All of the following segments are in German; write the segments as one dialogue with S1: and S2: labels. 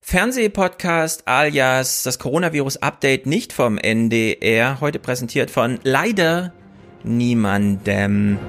S1: Fernsehpodcast alias das Coronavirus-Update nicht vom NDR, heute präsentiert von leider niemandem.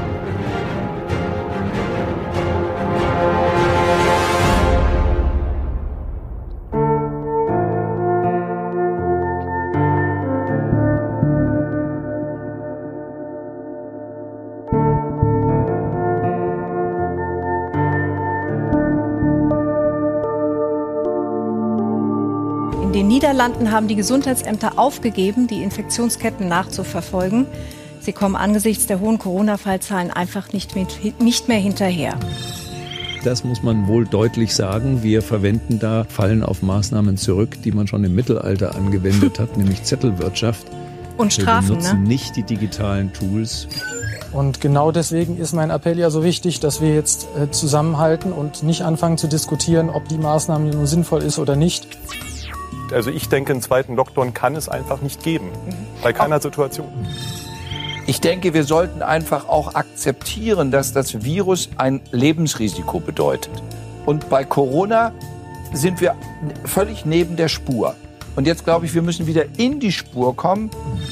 S2: In den Niederlanden haben die Gesundheitsämter aufgegeben, die Infektionsketten nachzuverfolgen. Sie kommen angesichts der hohen Corona-Fallzahlen einfach nicht mehr hinterher.
S3: Das muss man wohl deutlich sagen. Wir fallen auf Maßnahmen zurück, die man schon im Mittelalter angewendet hat, nämlich Zettelwirtschaft.
S2: Und Strafen,
S3: wir nutzen nicht die digitalen Tools.
S4: Und genau deswegen ist mein Appell ja so wichtig, dass wir jetzt zusammenhalten und nicht anfangen zu diskutieren, ob die Maßnahme nun sinnvoll ist oder nicht.
S5: Also ich denke, einen zweiten Lockdown kann es einfach nicht geben, bei keiner Situation.
S6: Ich denke, wir sollten einfach auch akzeptieren, dass das Virus ein Lebensrisiko bedeutet. Und bei Corona sind wir völlig neben der Spur. Und jetzt glaube ich, wir müssen wieder in die Spur kommen.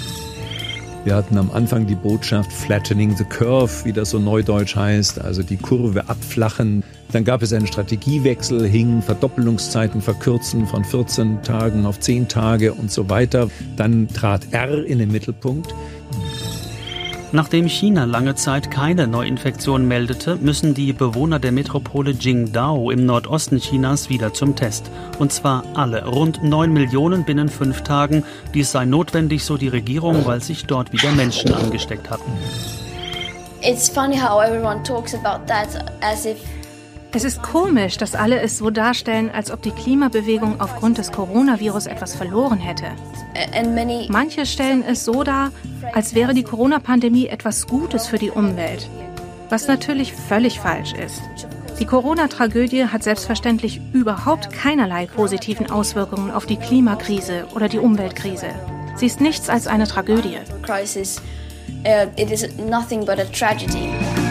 S3: Wir hatten am Anfang die Botschaft Flattening the Curve, wie das so neudeutsch heißt, also die Kurve abflachen. Dann gab es einen Strategiewechsel, Verdoppelungszeiten verkürzen von 14 Tagen auf 10 Tage und so weiter. Dann trat R in den Mittelpunkt.
S7: Nachdem China lange Zeit keine Neuinfektion meldete, müssen die Bewohner der Metropole Qingdao im Nordosten Chinas wieder zum Test. Und zwar alle, rund 9 Millionen binnen 5 Tagen. Dies sei notwendig, so die Regierung, weil sich dort wieder Menschen angesteckt hatten.
S8: It's funny how everyone talks about that as if
S9: Es ist komisch, dass alle es so darstellen, als ob die Klimabewegung aufgrund des Coronavirus etwas verloren hätte. Manche stellen es so dar, als wäre die Corona-Pandemie etwas Gutes für die Umwelt, was natürlich völlig falsch ist. Die Corona-Tragödie hat selbstverständlich überhaupt keinerlei positiven Auswirkungen auf die Klimakrise oder die Umweltkrise. Sie ist nichts als eine Tragödie.
S8: It is nothing but a tragedy.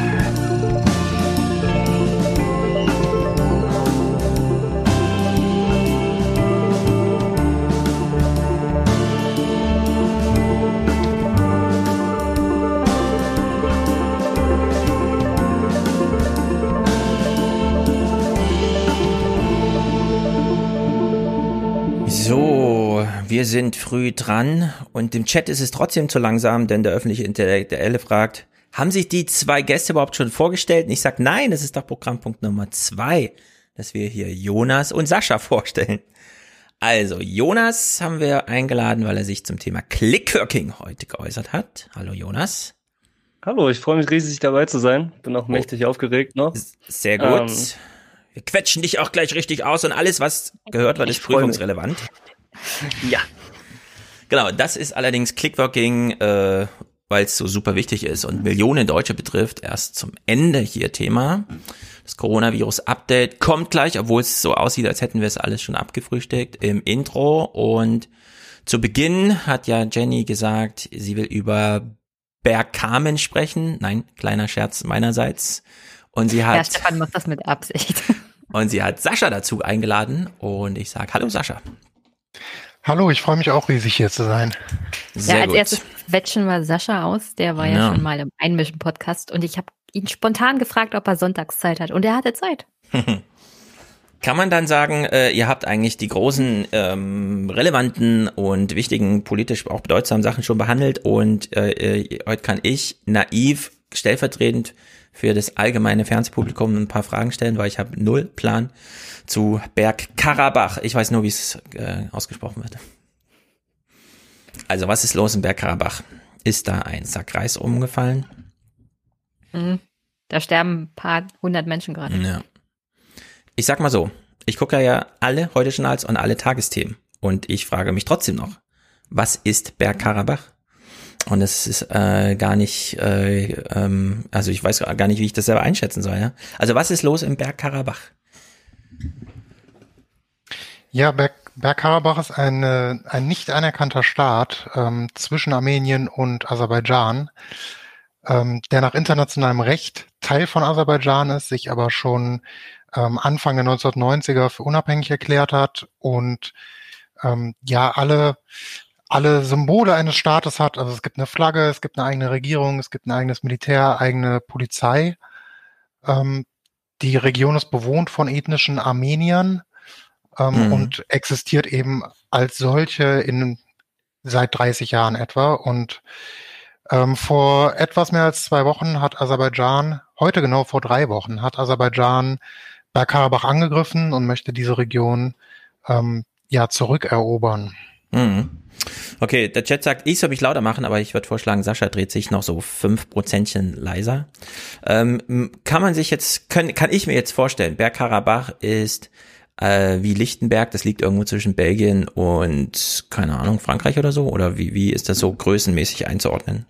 S1: So, wir sind früh dran und im Chat ist es trotzdem zu langsam, denn der öffentliche Intellektuelle fragt, haben sich die 2 Gäste überhaupt schon vorgestellt? Und ich sag, nein, das ist doch Programmpunkt Nummer 2, dass wir hier Jonas und Sascha vorstellen. Also, Jonas haben wir eingeladen, weil er sich zum Thema Clickworking heute geäußert hat. Hallo Jonas.
S10: Hallo, ich freue mich riesig dabei zu sein. Bin auch mächtig aufgeregt noch.
S1: Sehr gut. Wir quetschen dich auch gleich richtig aus und alles, was gehört wird, ist prüfungsrelevant.
S10: Ja.
S1: Genau, das ist allerdings Clickworking, weil es so super wichtig ist und Millionen Deutsche betrifft, erst zum Ende hier Thema. Das Coronavirus-Update kommt gleich, obwohl es so aussieht, als hätten wir es alles schon abgefrühstückt im Intro. Und zu Beginn hat ja Jenny gesagt, sie will über Bergkamen sprechen. Nein, kleiner Scherz meinerseits. Und sie hat,
S11: ja, Stefan macht das mit Absicht.
S1: Und sie hat Sascha dazu eingeladen und ich sage, hallo Sascha.
S12: Hallo, ich freue mich auch riesig hier zu sein.
S11: Sehr als gut. Erstes quetschen wir Sascha aus, der war ja schon mal im Einmischen-Podcast und ich habe ihn spontan gefragt, ob er Sonntagszeit hat und er hatte Zeit.
S1: Kann man dann sagen, ihr habt eigentlich die großen, relevanten und wichtigen, politisch auch bedeutsamen Sachen schon behandelt und heute kann ich naiv stellvertretend für das allgemeine Fernsehpublikum ein paar Fragen stellen, weil ich habe null Plan zu Bergkarabach. Ich weiß nur, wie es ausgesprochen wird. Also, was ist los in Bergkarabach? Ist da ein Sack Reis umgefallen?
S11: Da sterben ein paar 100 Menschen gerade.
S1: Ja. Ich sag mal so, ich gucke ja alle Heute-Journals und alle Tagesthemen und ich frage mich trotzdem noch, was ist Bergkarabach? Und es ist gar nicht, also ich weiß gar nicht, wie ich das selber einschätzen soll. Ja? Also was ist los im Bergkarabach?
S12: Ja, Bergkarabach ist ein nicht anerkannter Staat zwischen Armenien und Aserbaidschan, der nach internationalem Recht Teil von Aserbaidschan ist, sich aber schon Anfang der 1990er für unabhängig erklärt hat und alle Symbole eines Staates hat. Also es gibt eine Flagge, es gibt eine eigene Regierung, es gibt ein eigenes Militär, eigene Polizei. Die Region ist bewohnt von ethnischen Armeniern und existiert eben als solche seit 30 Jahren etwa. Und vor etwas mehr als 2 Wochen hat Aserbaidschan, heute genau vor 3 Wochen, hat Aserbaidschan Bergkarabach angegriffen und möchte diese Region zurückerobern.
S1: Okay, der Chat sagt, ich soll mich lauter machen, aber ich würde vorschlagen, Sascha dreht sich noch so 5% leiser. Kann ich mir jetzt vorstellen, Bergkarabach ist wie Lichtenberg, das liegt irgendwo zwischen Belgien und, keine Ahnung, Frankreich oder so? Oder wie ist das so größenmäßig einzuordnen?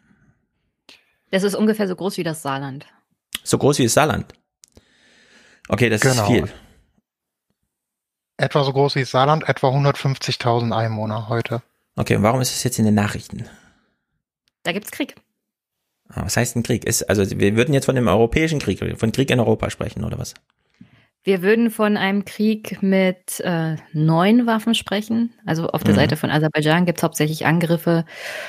S11: Das ist ungefähr so groß wie das Saarland.
S1: So groß wie das Saarland? Okay, das ist viel.
S12: Etwa so groß wie das Saarland, etwa 150.000 Einwohner heute.
S1: Okay, und warum ist es jetzt in den Nachrichten?
S11: Da gibt's Krieg.
S1: Was heißt ein Krieg? Wir würden jetzt von dem europäischen Krieg, von Krieg in Europa sprechen, oder was?
S11: Wir würden von einem Krieg mit 9 Waffen sprechen. Also auf der Seite von Aserbaidschan gibt's hauptsächlich Angriffe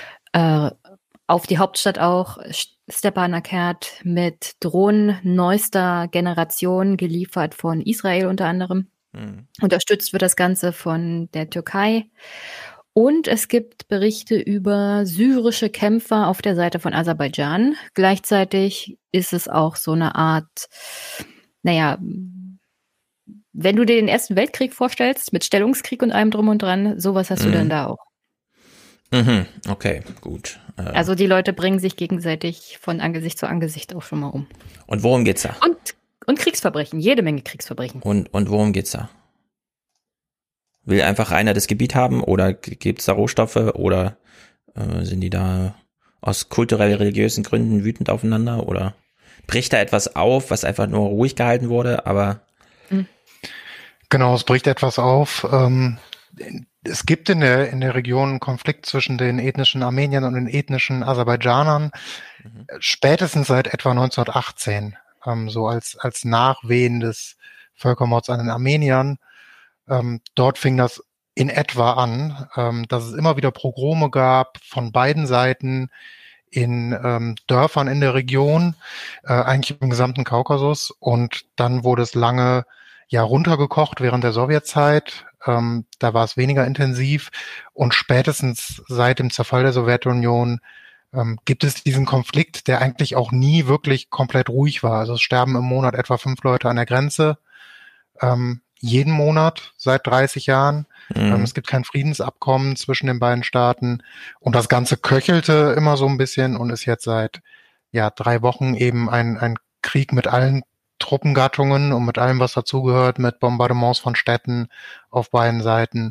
S11: auf die Hauptstadt auch, Stepanakert, mit Drohnen neuester Generation, geliefert von Israel unter anderem. Unterstützt wird das Ganze von der Türkei. Und es gibt Berichte über syrische Kämpfer auf der Seite von Aserbaidschan. Gleichzeitig ist es auch so eine Art, wenn du dir den Ersten Weltkrieg vorstellst, mit Stellungskrieg und allem drum und dran, sowas hast du dann da auch.
S1: Okay, gut.
S11: Also die Leute bringen sich gegenseitig von Angesicht zu Angesicht auch schon mal um.
S1: Und worum geht's da?
S11: Und Kriegsverbrechen, jede Menge Kriegsverbrechen.
S1: Und worum geht's da? Will einfach einer das Gebiet haben oder gibt's da Rohstoffe oder sind die da aus kulturell-religiösen Gründen wütend aufeinander oder bricht da etwas auf, was einfach nur ruhig gehalten wurde, aber...
S12: Genau, es bricht etwas auf. Es gibt in der Region einen Konflikt zwischen den ethnischen Armeniern und den ethnischen Aserbaidschanern, spätestens seit etwa 1918, so als Nachwehen des Völkermords an den Armeniern. Dort fing das in etwa an, dass es immer wieder Pogrome gab von beiden Seiten in Dörfern in der Region, eigentlich im gesamten Kaukasus, und dann wurde es lange runtergekocht während der Sowjetzeit. Da war es weniger intensiv und spätestens seit dem Zerfall der Sowjetunion gibt es diesen Konflikt, der eigentlich auch nie wirklich komplett ruhig war. Also es sterben im Monat etwa 5 Leute an der Grenze, jeden Monat seit 30 Jahren. Es gibt kein Friedensabkommen zwischen den beiden Staaten und das Ganze köchelte immer so ein bisschen und ist jetzt seit 3 Wochen eben ein Krieg mit allen Truppengattungen und mit allem, was dazugehört, mit Bombardements von Städten auf beiden Seiten.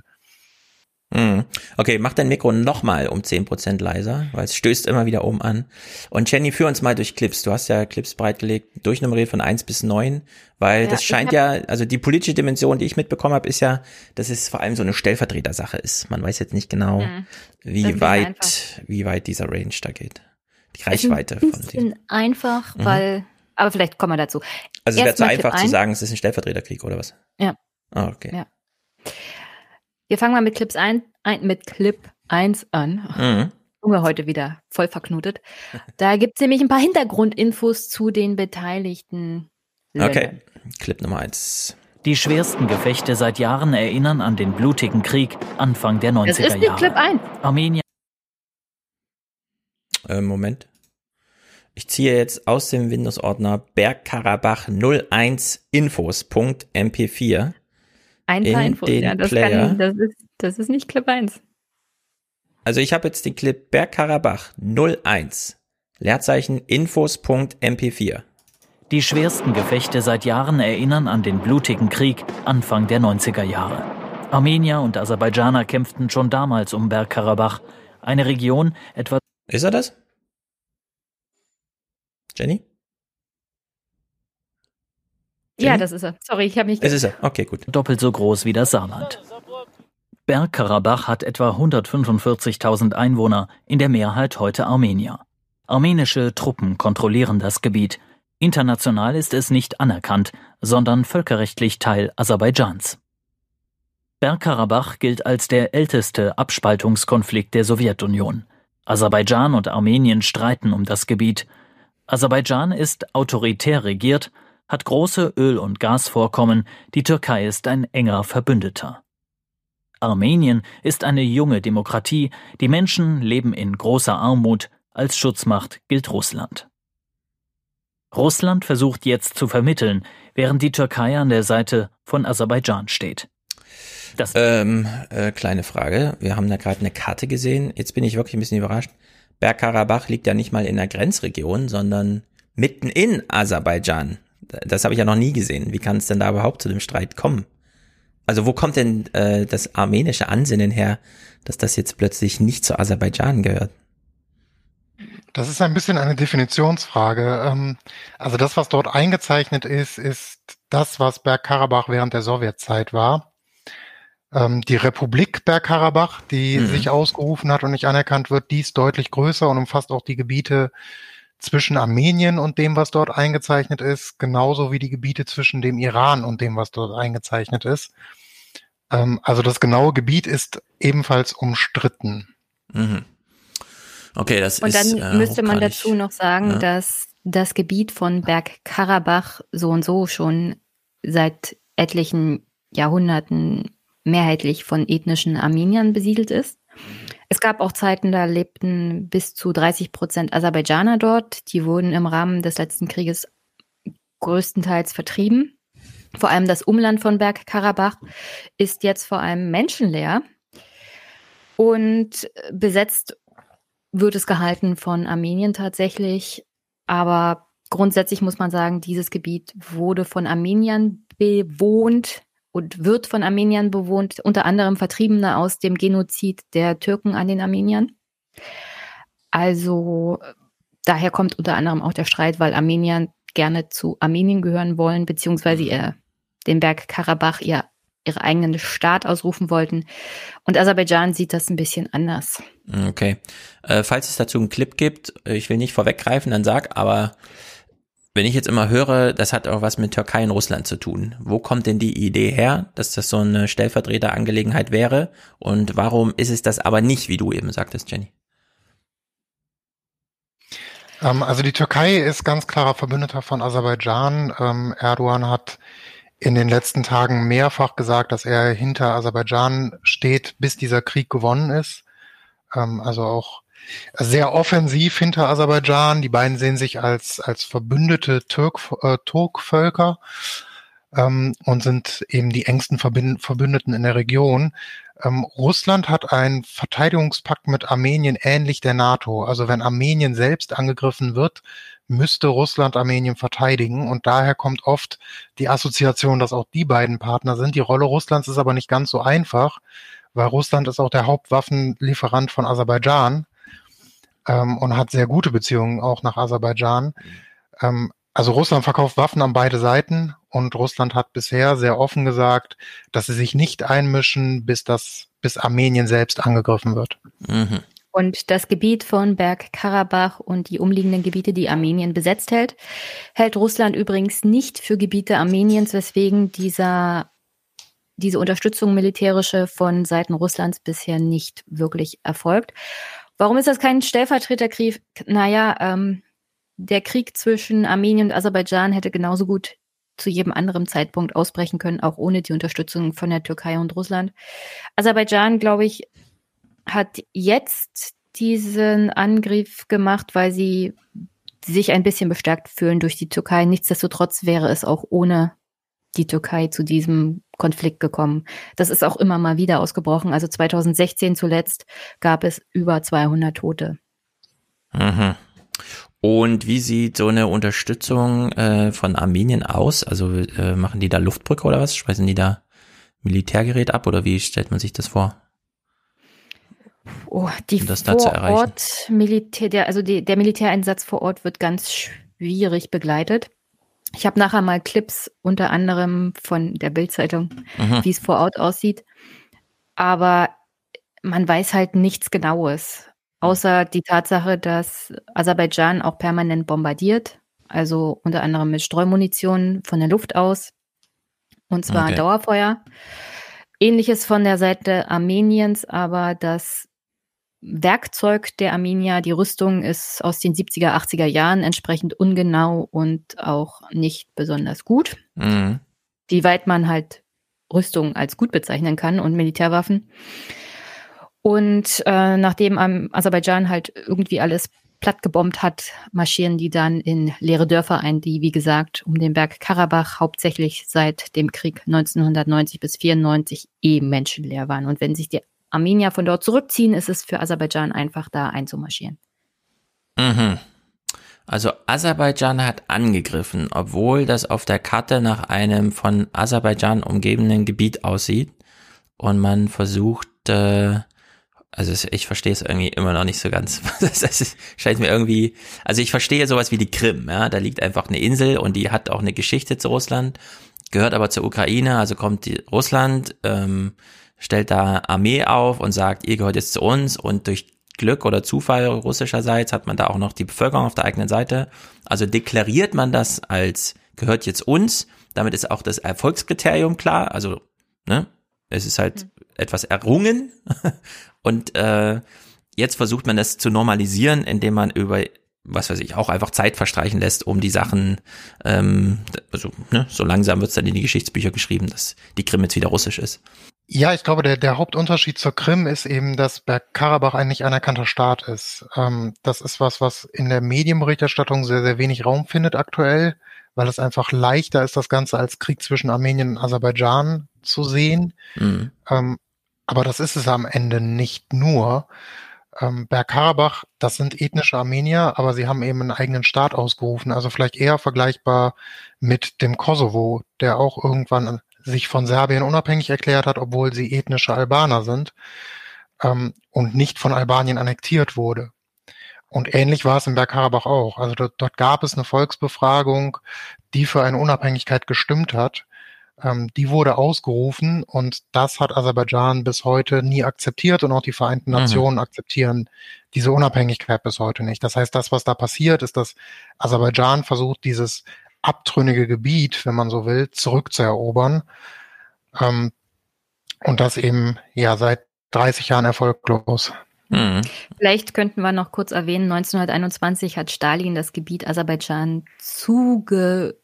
S1: Okay, mach dein Mikro nochmal um 10% leiser, weil es stößt immer wieder oben an. Und Jenny, führ uns mal durch Clips. Du hast ja Clips breitgelegt, durchnummeriert von 1 bis 9, weil das scheint also die politische Dimension, die ich mitbekommen habe, ist ja, dass es vor allem so eine Stellvertretersache ist. Man weiß jetzt nicht genau, wie weit dieser Range da geht. Die Reichweite von
S11: diesem. Einfach, weil, aber vielleicht kommen wir dazu.
S1: Also es wäre zu einfach zu sagen, es ist ein Stellvertreterkrieg, oder was?
S11: Ja.
S1: Ah, okay.
S11: Ja. Wir fangen mal mit Clip 1 an. Junge, heute wieder voll verknotet. Da gibt es nämlich ein paar Hintergrundinfos zu den beteiligten Ländern.
S1: Okay, Clip Nummer 1.
S13: Die schwersten Gefechte seit Jahren erinnern an den blutigen Krieg Anfang der 90er Jahre.
S11: Das ist die Clip 1.
S13: Armenien.
S1: Moment. Ich ziehe jetzt aus dem Windows-Ordner Bergkarabach 01 Infos.mp4.
S11: Ein paar Infos, das ist nicht Clip 1.
S1: Also ich habe jetzt den Clip Bergkarabach 01 Leerzeichen Infos.mp4.
S13: Die schwersten Gefechte seit Jahren erinnern an den blutigen Krieg Anfang der 90er Jahre. Armenier und Aserbaidschaner kämpften schon damals um Bergkarabach, eine Region etwa...
S1: Ist er das? Jenny?
S11: Ja, das ist er. Sorry, ich habe nicht...
S1: Das ist er. Okay, gut.
S13: Doppelt so groß wie das Saarland. Bergkarabach hat etwa 145.000 Einwohner, in der Mehrheit heute Armenier. Armenische Truppen kontrollieren das Gebiet. International ist es nicht anerkannt, sondern völkerrechtlich Teil Aserbaidschans. Bergkarabach gilt als der älteste Abspaltungskonflikt der Sowjetunion. Aserbaidschan und Armenien streiten um das Gebiet. Aserbaidschan ist autoritär regiert, hat große Öl- und Gasvorkommen, die Türkei ist ein enger Verbündeter. Armenien ist eine junge Demokratie, die Menschen leben in großer Armut, als Schutzmacht gilt Russland. Russland versucht jetzt zu vermitteln, während die Türkei an der Seite von Aserbaidschan steht.
S1: Kleine Frage, wir haben da gerade eine Karte gesehen, jetzt bin ich wirklich ein bisschen überrascht. Bergkarabach liegt ja nicht mal in der Grenzregion, sondern mitten in Aserbaidschan. Das habe ich ja noch nie gesehen. Wie kann es denn da überhaupt zu dem Streit kommen? Also wo kommt denn das armenische Ansinnen her, dass das jetzt plötzlich nicht zu Aserbaidschan gehört?
S12: Das ist ein bisschen eine Definitionsfrage. Also das, was dort eingezeichnet ist das, was Bergkarabach während der Sowjetzeit war. Die Republik Bergkarabach, die sich ausgerufen hat und nicht anerkannt wird, die ist deutlich größer und umfasst auch die Gebiete zwischen Armenien und dem, was dort eingezeichnet ist, genauso wie die Gebiete zwischen dem Iran und dem, was dort eingezeichnet ist. Also das genaue Gebiet ist ebenfalls umstritten.
S1: Mhm. Okay, das
S11: und
S1: ist.
S11: Und dann müsste man dazu noch sagen, dass das Gebiet von Bergkarabach so und so schon seit etlichen Jahrhunderten mehrheitlich von ethnischen Armeniern besiedelt ist. Es gab auch Zeiten, da lebten bis zu 30% Aserbaidschaner dort. Die wurden im Rahmen des letzten Krieges größtenteils vertrieben. Vor allem das Umland von Bergkarabach ist jetzt vor allem menschenleer und besetzt wird es gehalten von Armenien tatsächlich. Aber grundsätzlich muss man sagen, dieses Gebiet wurde von Armeniern bewohnt und wird von Armeniern bewohnt, unter anderem Vertriebene aus dem Genozid der Türken an den Armeniern. Also daher kommt unter anderem auch der Streit, weil Armenier gerne zu Armenien gehören wollen, beziehungsweise den Bergkarabach ihre eigenen Staat ausrufen wollten. Und Aserbaidschan sieht das ein bisschen anders.
S1: Okay. Falls es dazu einen Clip gibt, ich will nicht vorweggreifen, dann sag, aber wenn ich jetzt immer höre, das hat auch was mit Türkei und Russland zu tun. Wo kommt denn die Idee her, dass das so eine Stellvertreterangelegenheit wäre? Und warum ist es das aber nicht, wie du eben sagtest, Jenny?
S12: Also die Türkei ist ganz klarer Verbündeter von Aserbaidschan. Erdogan hat in den letzten Tagen mehrfach gesagt, dass er hinter Aserbaidschan steht, bis dieser Krieg gewonnen ist. Also auch sehr offensiv hinter Aserbaidschan. Die beiden sehen sich als verbündete Turkvölker und sind eben die engsten Verbündeten in der Region. Russland hat einen Verteidigungspakt mit Armenien ähnlich der NATO. Also wenn Armenien selbst angegriffen wird, müsste Russland Armenien verteidigen. Und daher kommt oft die Assoziation, dass auch die beiden Partner sind. Die Rolle Russlands ist aber nicht ganz so einfach, weil Russland ist auch der Hauptwaffenlieferant von Aserbaidschan. Und hat sehr gute Beziehungen auch nach Aserbaidschan. Also Russland verkauft Waffen an beide Seiten und Russland hat bisher sehr offen gesagt, dass sie sich nicht einmischen, bis Armenien selbst angegriffen wird.
S1: Mhm.
S11: Und das Gebiet von Bergkarabach und die umliegenden Gebiete, die Armenien besetzt hält Russland übrigens nicht für Gebiete Armeniens, weswegen diese Unterstützung militärische von Seiten Russlands bisher nicht wirklich erfolgt. Warum ist das kein Stellvertreterkrieg? Naja, der Krieg zwischen Armenien und Aserbaidschan hätte genauso gut zu jedem anderen Zeitpunkt ausbrechen können, auch ohne die Unterstützung von der Türkei und Russland. Aserbaidschan, glaube ich, hat jetzt diesen Angriff gemacht, weil sie sich ein bisschen bestärkt fühlen durch die Türkei. Nichtsdestotrotz wäre es auch ohne die Türkei zu diesem Konflikt gekommen. Das ist auch immer mal wieder ausgebrochen. Also 2016 zuletzt gab es über 200 Tote.
S1: Mhm. Und wie sieht so eine Unterstützung von Armenien aus? Also machen die da Luftbrücke oder was? Schmeißen die da Militärgerät ab oder wie stellt man sich das vor?
S11: Oh, der Militäreinsatz vor Ort wird ganz schwierig begleitet. Ich habe nachher mal Clips unter anderem von der Bild-Zeitung, wie es vor Ort aussieht. Aber man weiß halt nichts Genaues, außer die Tatsache, dass Aserbaidschan auch permanent bombardiert also unter anderem mit Streumunition von der Luft aus, und zwar Dauerfeuer. Ähnliches von der Seite Armeniens, aber das Werkzeug der Armenier, die Rüstung, ist aus den 70er, 80er Jahren, entsprechend ungenau und auch nicht besonders gut. Mhm. Wie weit man halt Rüstung als gut bezeichnen kann und Militärwaffen. Und nachdem Aserbaidschan halt irgendwie alles platt gebombt hat, marschieren die dann in leere Dörfer ein, die, wie gesagt, um den Berg Karabach hauptsächlich seit dem Krieg 1990 bis 1994 menschenleer waren. Und wenn sich die Armenier von dort zurückziehen, ist es für Aserbaidschan einfach, da einzumarschieren.
S1: Mhm. Also Aserbaidschan hat angegriffen, obwohl das auf der Karte nach einem von Aserbaidschan umgebenen Gebiet aussieht. Und man versucht, also ich verstehe es irgendwie immer noch nicht so ganz. Das scheint mir irgendwie, also ich verstehe sowas wie die Krim, ja, da liegt einfach eine Insel und die hat auch eine Geschichte zu Russland, gehört aber zur Ukraine, also kommt Russland, stellt da Armee auf und sagt, ihr gehört jetzt zu uns, und durch Glück oder Zufall russischerseits hat man da auch noch die Bevölkerung auf der eigenen Seite. Also deklariert man das als gehört jetzt uns, damit ist auch das Erfolgskriterium klar, also ne, es ist halt etwas errungen. Und jetzt versucht man das zu normalisieren, indem man über, was weiß ich, auch einfach Zeit verstreichen lässt, um die Sachen, also ne, so langsam wird es dann in die Geschichtsbücher geschrieben, dass die Krim jetzt wieder russisch ist.
S12: Ja, ich glaube, der Hauptunterschied zur Krim ist eben, dass Bergkarabach ein nicht anerkannter Staat ist. Das ist was in der Medienberichterstattung sehr, sehr wenig Raum findet aktuell, weil es einfach leichter ist, das Ganze als Krieg zwischen Armenien und Aserbaidschan zu sehen. Mhm. Aber das ist es am Ende nicht nur. Bergkarabach, das sind ethnische Armenier, aber sie haben eben einen eigenen Staat ausgerufen. Also vielleicht eher vergleichbar mit dem Kosovo, der auch irgendwann sich von Serbien unabhängig erklärt hat, obwohl sie ethnische Albaner sind, und nicht von Albanien annektiert wurde. Und ähnlich war es in Bergkarabach auch. Also dort gab es eine Volksbefragung, die für eine Unabhängigkeit gestimmt hat. Die wurde ausgerufen und das hat Aserbaidschan bis heute nie akzeptiert, und auch die Vereinten Nationen akzeptieren diese Unabhängigkeit bis heute nicht. Das heißt, das, was da passiert, ist, dass Aserbaidschan versucht, dieses abtrünnige Gebiet, wenn man so will, zurückzuerobern, und das eben ja seit 30 Jahren erfolglos.
S11: Mhm. Vielleicht könnten wir noch kurz erwähnen, 1921 hat Stalin das Gebiet Aserbaidschan zugeordnet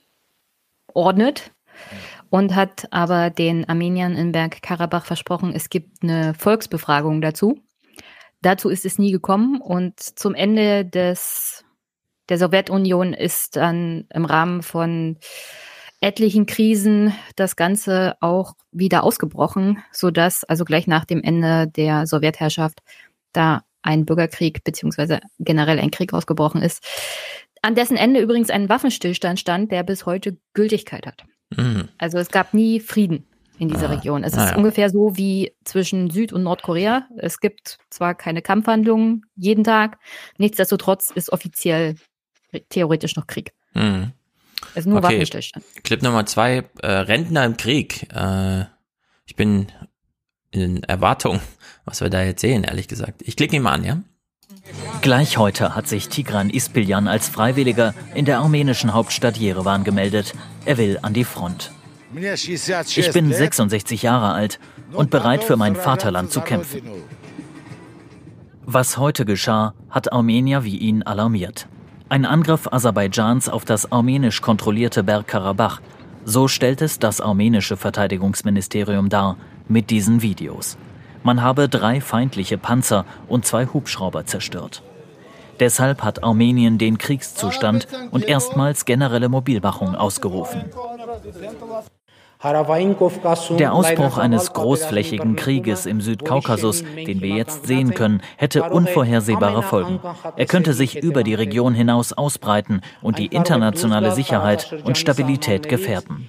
S11: und hat aber den Armeniern in Bergkarabach versprochen, es gibt eine Volksbefragung dazu. Dazu ist es nie gekommen, und zum Ende der Sowjetunion ist dann im Rahmen von etlichen Krisen das Ganze auch wieder ausgebrochen, sodass also gleich nach dem Ende der Sowjetherrschaft da ein Bürgerkrieg beziehungsweise generell ein Krieg ausgebrochen ist, an dessen Ende übrigens ein Waffenstillstand stand, der bis heute Gültigkeit hat. Mhm. Also es gab nie Frieden in dieser Region. Es ist ungefähr so wie zwischen Süd- und Nordkorea. Es gibt zwar keine Kampfhandlungen jeden Tag, nichtsdestotrotz ist offiziell theoretisch noch Krieg. Mhm. Also nur Waffenstillstand.
S1: Clip Nummer 2, Rentner im Krieg. Ich bin in Erwartung, was wir da jetzt sehen, ehrlich gesagt. Ich klicke ihn mal an, ja?
S13: Gleich heute hat sich Tigran Ispiljan als Freiwilliger in der armenischen Hauptstadt Jerewan gemeldet. Er will an die Front. Ich bin 66 Jahre alt und bereit, für mein Vaterland zu kämpfen. Was heute geschah, hat Armenier wie ihn alarmiert. Ein Angriff Aserbaidschans auf das armenisch kontrollierte Bergkarabach. So stellt es das armenische Verteidigungsministerium dar mit diesen Videos. Man habe 3 feindliche Panzer und 2 Hubschrauber zerstört. Deshalb hat Armenien den Kriegszustand und erstmals generelle Mobilmachung ausgerufen. Der Ausbruch eines großflächigen Krieges im Südkaukasus, den wir jetzt sehen können, hätte unvorhersehbare Folgen. Er könnte sich über die Region hinaus ausbreiten und die internationale Sicherheit und Stabilität gefährden.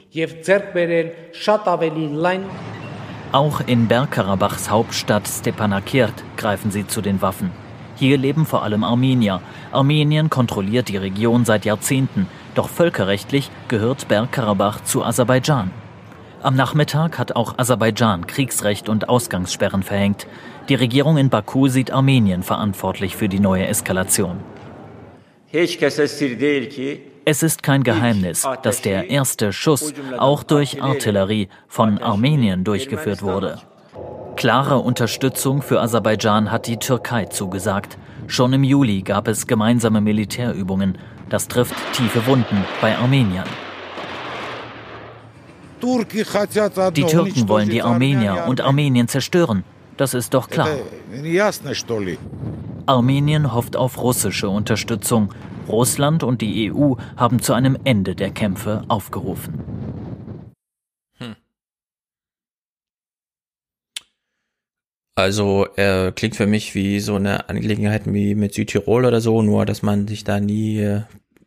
S13: Auch in Bergkarabachs Hauptstadt Stepanakert greifen sie zu den Waffen. Hier leben vor allem Armenier. Armenien kontrolliert die Region seit Jahrzehnten, doch völkerrechtlich gehört Bergkarabach zu Aserbaidschan. Am Nachmittag hat auch Aserbaidschan Kriegsrecht und Ausgangssperren verhängt. Die Regierung in Baku sieht Armenien verantwortlich für die neue Eskalation. Es ist kein Geheimnis, dass der erste Schuss auch durch Artillerie von Armenien durchgeführt wurde. Klare Unterstützung für Aserbaidschan hat die Türkei zugesagt. Schon im Juli gab es gemeinsame Militärübungen. Das trifft tiefe Wunden bei Armeniern. Die Türken wollen die Armenier und Armenien zerstören. Das ist doch klar. Armenien hofft auf russische Unterstützung. Russland und die EU haben zu einem Ende der Kämpfe aufgerufen.
S1: Also klingt für mich wie so eine Angelegenheit wie mit Südtirol oder so, nur dass man sich da nie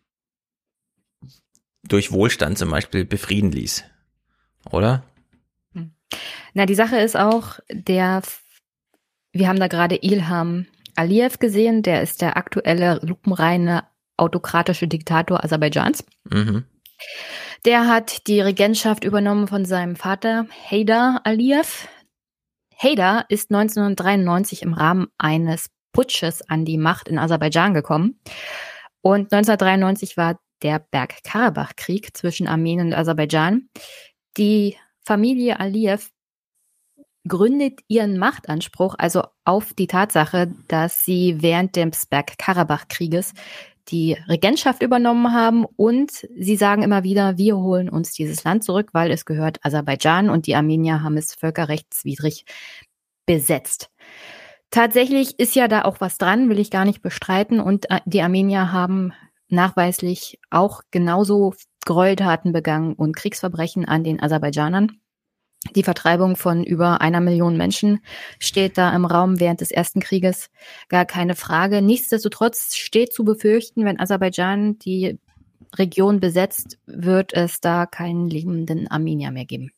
S1: durch Wohlstand zum Beispiel befrieden ließ, oder?
S11: Na, die Sache ist auch, wir haben da gerade Ilham Aliyev gesehen, der ist der aktuelle lupenreine autokratische Diktator Aserbaidschans.
S1: Mhm.
S11: Der hat die Regentschaft übernommen von seinem Vater Heydar Aliyev. Heydar ist 1993 im Rahmen eines Putsches an die Macht in Aserbaidschan gekommen. Und 1993 war der Bergkarabach-Krieg zwischen Armenien und Aserbaidschan. Die Familie Aliyev gründet ihren Machtanspruch also auf die Tatsache, dass sie während des Bergkarabach-Krieges die Regentschaft übernommen haben und sie sagen immer wieder, wir holen uns dieses Land zurück, weil es gehört Aserbaidschan und die Armenier haben es völkerrechtswidrig besetzt. Tatsächlich ist ja da auch was dran, will ich gar nicht bestreiten, und die Armenier haben nachweislich auch genauso Gräueltaten begangen und Kriegsverbrechen an den Aserbaidschanern. Die Vertreibung von über 1 Million Menschen steht da im Raum während des Ersten Krieges, gar keine Frage. Nichtsdestotrotz steht zu befürchten, wenn Aserbaidschan die Region besetzt, wird es da keinen lebenden Armenier mehr geben.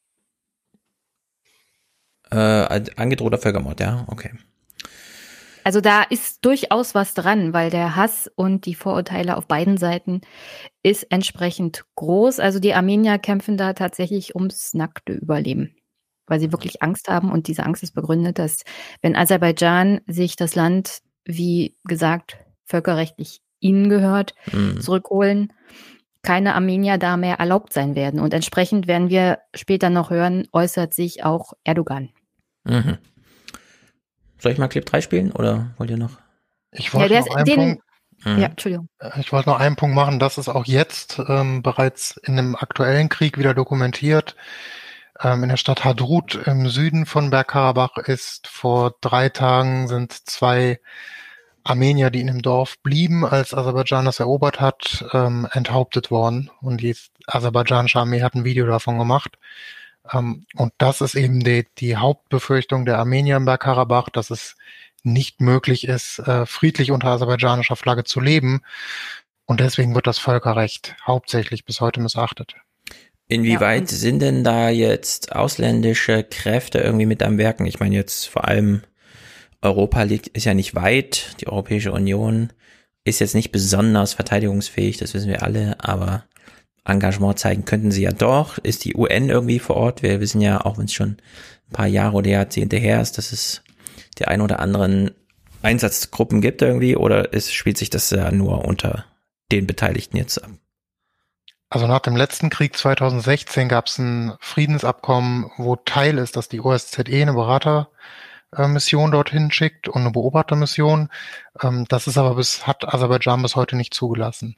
S1: Angedrohter Völkermord, ja, okay.
S11: Also da ist durchaus was dran, weil der Hass und die Vorurteile auf beiden Seiten ist entsprechend groß. Also die Armenier kämpfen da tatsächlich ums nackte Überleben, weil sie wirklich Angst haben. Und diese Angst ist begründet, dass wenn Aserbaidschan sich das Land, wie gesagt, völkerrechtlich ihnen gehört, zurückholen, keine Armenier da mehr erlaubt sein werden. Und entsprechend werden wir später noch hören, äußert sich auch Erdogan.
S1: Mhm. Soll ich mal Clip 3 spielen oder wollt ihr noch?
S12: Ich wollte noch einen Punkt.
S11: Ja, Entschuldigung.
S12: Ich wollte noch einen Punkt machen, das ist auch jetzt bereits in einem aktuellen Krieg wieder dokumentiert. In der Stadt Hadrut im Süden von Bergkarabach ist vor 3 Tagen sind 2 Armenier, die in dem Dorf blieben, als Aserbaidschan das erobert hat, enthauptet worden. Und die aserbaidschanische Armee hat ein Video davon gemacht. Und das ist eben die Hauptbefürchtung der Armenier im Bergkarabach, dass es nicht möglich ist, friedlich unter aserbaidschanischer Flagge zu leben. Und deswegen wird das Völkerrecht hauptsächlich bis heute missachtet.
S1: Inwieweit sind denn da jetzt ausländische Kräfte irgendwie mit am Werken? Ich meine jetzt vor allem Europa ist ja nicht weit, die Europäische Union ist jetzt nicht besonders verteidigungsfähig, das wissen wir alle, aber Engagement zeigen könnten sie ja doch. Ist die UN irgendwie vor Ort? Wir wissen ja, auch wenn es schon ein paar Jahre oder Jahrzehnte her ist, dass es die ein oder anderen Einsatzgruppen gibt irgendwie, oder spielt sich das ja nur unter den Beteiligten jetzt ab?
S12: Also nach dem letzten Krieg 2016 gab es ein Friedensabkommen, wo Teil ist, dass die OSZE eine Beratermission dorthin schickt und eine Beobachtermission. Das ist aber hat Aserbaidschan bis heute nicht zugelassen.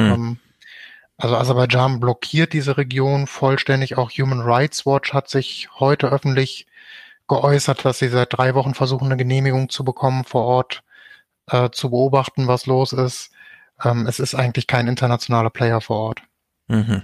S12: Also Aserbaidschan blockiert diese Region vollständig. Auch Human Rights Watch hat sich heute öffentlich geäußert, dass sie seit 3 Wochen versuchen, eine Genehmigung zu bekommen, vor Ort zu beobachten, was los ist. Es ist eigentlich kein internationaler Player vor Ort.
S1: Mhm.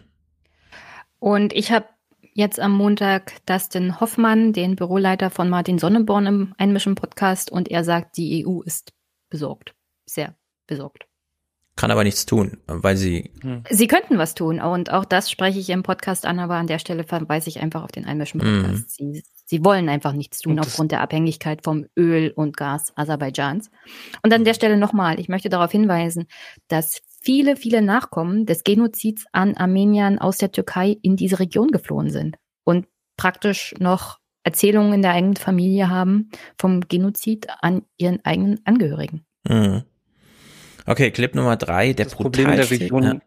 S11: Und ich habe jetzt am Montag Dustin Hoffmann, den Büroleiter von Martin Sonneborn im Einmischen-Podcast, und er sagt, die EU ist besorgt, sehr besorgt.
S1: Kann aber nichts tun, weil sie
S11: könnten was tun, und auch das spreche ich im Podcast an, aber an der Stelle verweise ich einfach auf den Einmischen-Podcast. Sie wollen einfach nichts tun aufgrund der Abhängigkeit vom Öl und Gas Aserbaidschans. Und an der Stelle nochmal, ich möchte darauf hinweisen, dass viele, viele Nachkommen des Genozids an Armeniern aus der Türkei in diese Region geflohen sind und praktisch noch Erzählungen in der eigenen Familie haben vom Genozid an ihren eigenen Angehörigen.
S1: Okay, Clip Nummer 3, der
S10: Problem der Region.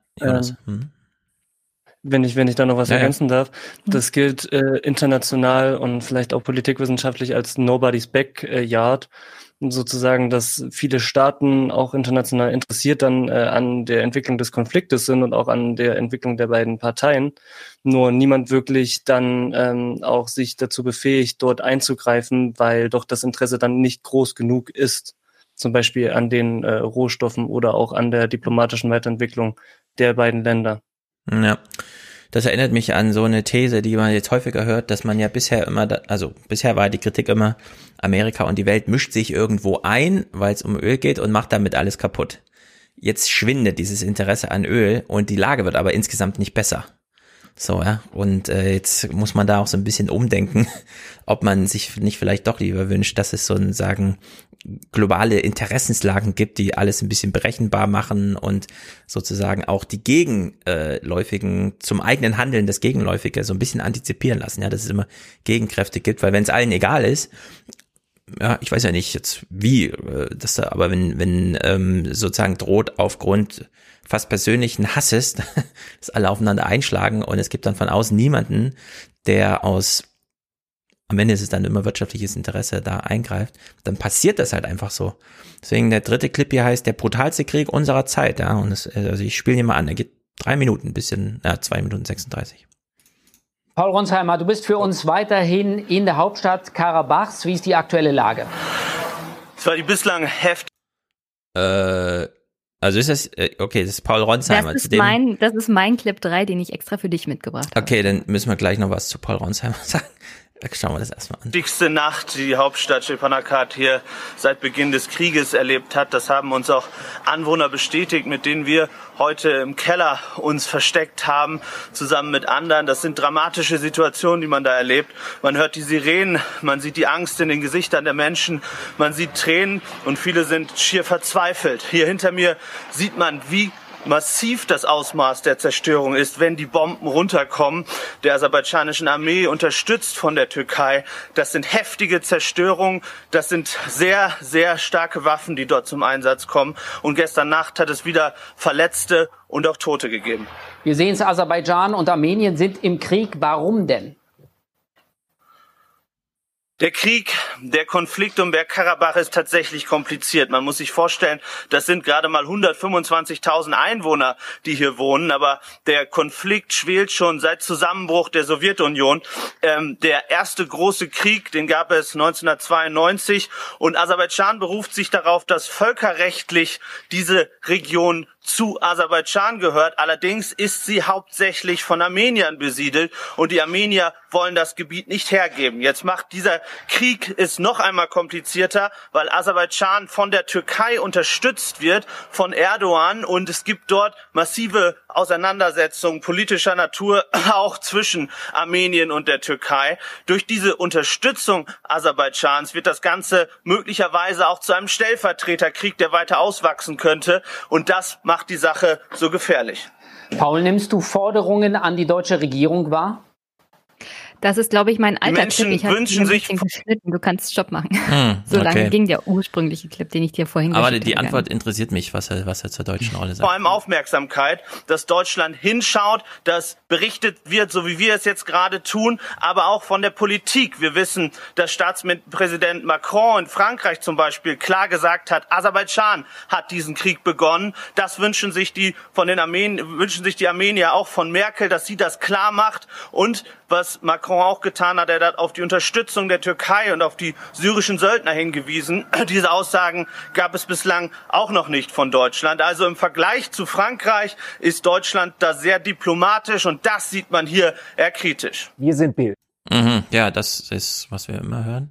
S10: Wenn ich da noch was ergänzen darf, das gilt international und vielleicht auch politikwissenschaftlich als Nobody's Backyard. Sozusagen, dass viele Staaten auch international interessiert dann an der Entwicklung des Konfliktes sind und auch an der Entwicklung der beiden Parteien. Nur niemand wirklich dann auch sich dazu befähigt, dort einzugreifen, weil doch das Interesse dann nicht groß genug ist. Zum Beispiel an den Rohstoffen oder auch an der diplomatischen Weiterentwicklung der beiden Länder.
S1: Ja, das erinnert mich an so eine These, die man jetzt häufiger hört, dass man ja bisher immer, bisher war die Kritik immer, Amerika und die Welt mischt sich irgendwo ein, weil es um Öl geht und macht damit alles kaputt. Jetzt schwindet dieses Interesse an Öl und die Lage wird aber insgesamt nicht besser. So, ja, und jetzt muss man da auch so ein bisschen umdenken, ob man sich nicht vielleicht doch lieber wünscht, dass es sozusagen globale Interessenslagen gibt, die alles ein bisschen berechenbar machen und sozusagen auch die Gegenläufigen zum eigenen Handeln das Gegenläufige so ein bisschen antizipieren lassen, ja, dass es immer Gegenkräfte gibt, weil wenn es allen egal ist, ja, ich weiß ja nicht jetzt wie, aber wenn sozusagen droht aufgrund fast persönlichen Hasses, dass alle aufeinander einschlagen und es gibt dann von außen niemanden, der am Ende ist es dann immer wirtschaftliches Interesse, da eingreift, dann passiert das halt einfach so. Deswegen der dritte Clip hier heißt der brutalste Krieg unserer Zeit, ja, und also ich spiele ihn mal an, er geht 2 Minuten 36.
S14: Paul Ronsheimer, du bist für uns weiterhin in der Hauptstadt Karabachs. Wie ist die aktuelle Lage?
S15: Es war die bislang heftig.
S1: Also ist das, okay, das ist Paul Ronsheimer.
S11: Das ist mein Clip 3, den ich extra für dich mitgebracht habe.
S1: Okay, dann müssen wir gleich noch was zu Paul Ronsheimer sagen. Schauen wir das erstmal an.
S15: Die wichtigste Nacht, die die Hauptstadt Stepanakert hier seit Beginn des Krieges erlebt hat. Das haben uns auch Anwohner bestätigt, mit denen wir heute im Keller uns versteckt haben, zusammen mit anderen. Das sind dramatische Situationen, die man da erlebt. Man hört die Sirenen, man sieht die Angst in den Gesichtern der Menschen, man sieht Tränen und viele sind schier verzweifelt. Hier hinter mir sieht man, wie massiv das Ausmaß der Zerstörung ist, wenn die Bomben runterkommen, der aserbaidschanischen Armee unterstützt von der Türkei. Das sind heftige Zerstörungen, das sind sehr, sehr starke Waffen, die dort zum Einsatz kommen. Und gestern Nacht hat es wieder Verletzte und auch Tote gegeben.
S14: Wir sehen es, Aserbaidschan und Armenien sind im Krieg. Warum denn?
S15: Der Krieg, der Konflikt um Bergkarabach ist tatsächlich kompliziert. Man muss sich vorstellen, das sind gerade mal 125.000 Einwohner, die hier wohnen. Aber der Konflikt schwelt schon seit Zusammenbruch der Sowjetunion. Der erste große Krieg, den gab es 1992. Und Aserbaidschan beruft sich darauf, dass völkerrechtlich diese Region zu Aserbaidschan gehört. Allerdings ist sie hauptsächlich von Armeniern besiedelt und die Armenier wollen das Gebiet nicht hergeben. Jetzt macht dieser Krieg es noch einmal komplizierter, weil Aserbaidschan von der Türkei unterstützt wird, von Erdogan, und es gibt dort massive Auseinandersetzungen politischer Natur auch zwischen Armenien und der Türkei. Durch diese Unterstützung Aserbaidschans wird das Ganze möglicherweise auch zu einem Stellvertreterkrieg, der weiter auswachsen könnte, und das macht die Sache so gefährlich.
S14: Paul, nimmst du Forderungen an die deutsche Regierung wahr?
S11: Das ist, glaube ich, mein alter
S15: Clip.
S11: Ich habe ein bisschen geschnitten. Du kannst Stopp machen. So lange ging der ursprüngliche Clip, den ich dir vorhin geschickt habe.
S1: Aber die Antwort interessiert mich, was er zur deutschen Rolle sagt.
S15: Vor allem Aufmerksamkeit, dass Deutschland hinschaut, dass berichtet wird, so wie wir es jetzt gerade tun, aber auch von der Politik. Wir wissen, dass Staatspräsident Macron in Frankreich zum Beispiel klar gesagt hat, Aserbaidschan hat diesen Krieg begonnen. Das wünschen sich die Armenier auch von Merkel, dass sie das klar macht. Und was Macron auch getan hat, er hat auf die Unterstützung der Türkei und auf die syrischen Söldner hingewiesen. Diese Aussagen gab es bislang auch noch nicht von Deutschland. Also im Vergleich zu Frankreich ist Deutschland da sehr diplomatisch, und das sieht man hier eher kritisch.
S14: Wir sind Bild.
S1: Ja, das ist, was wir immer hören.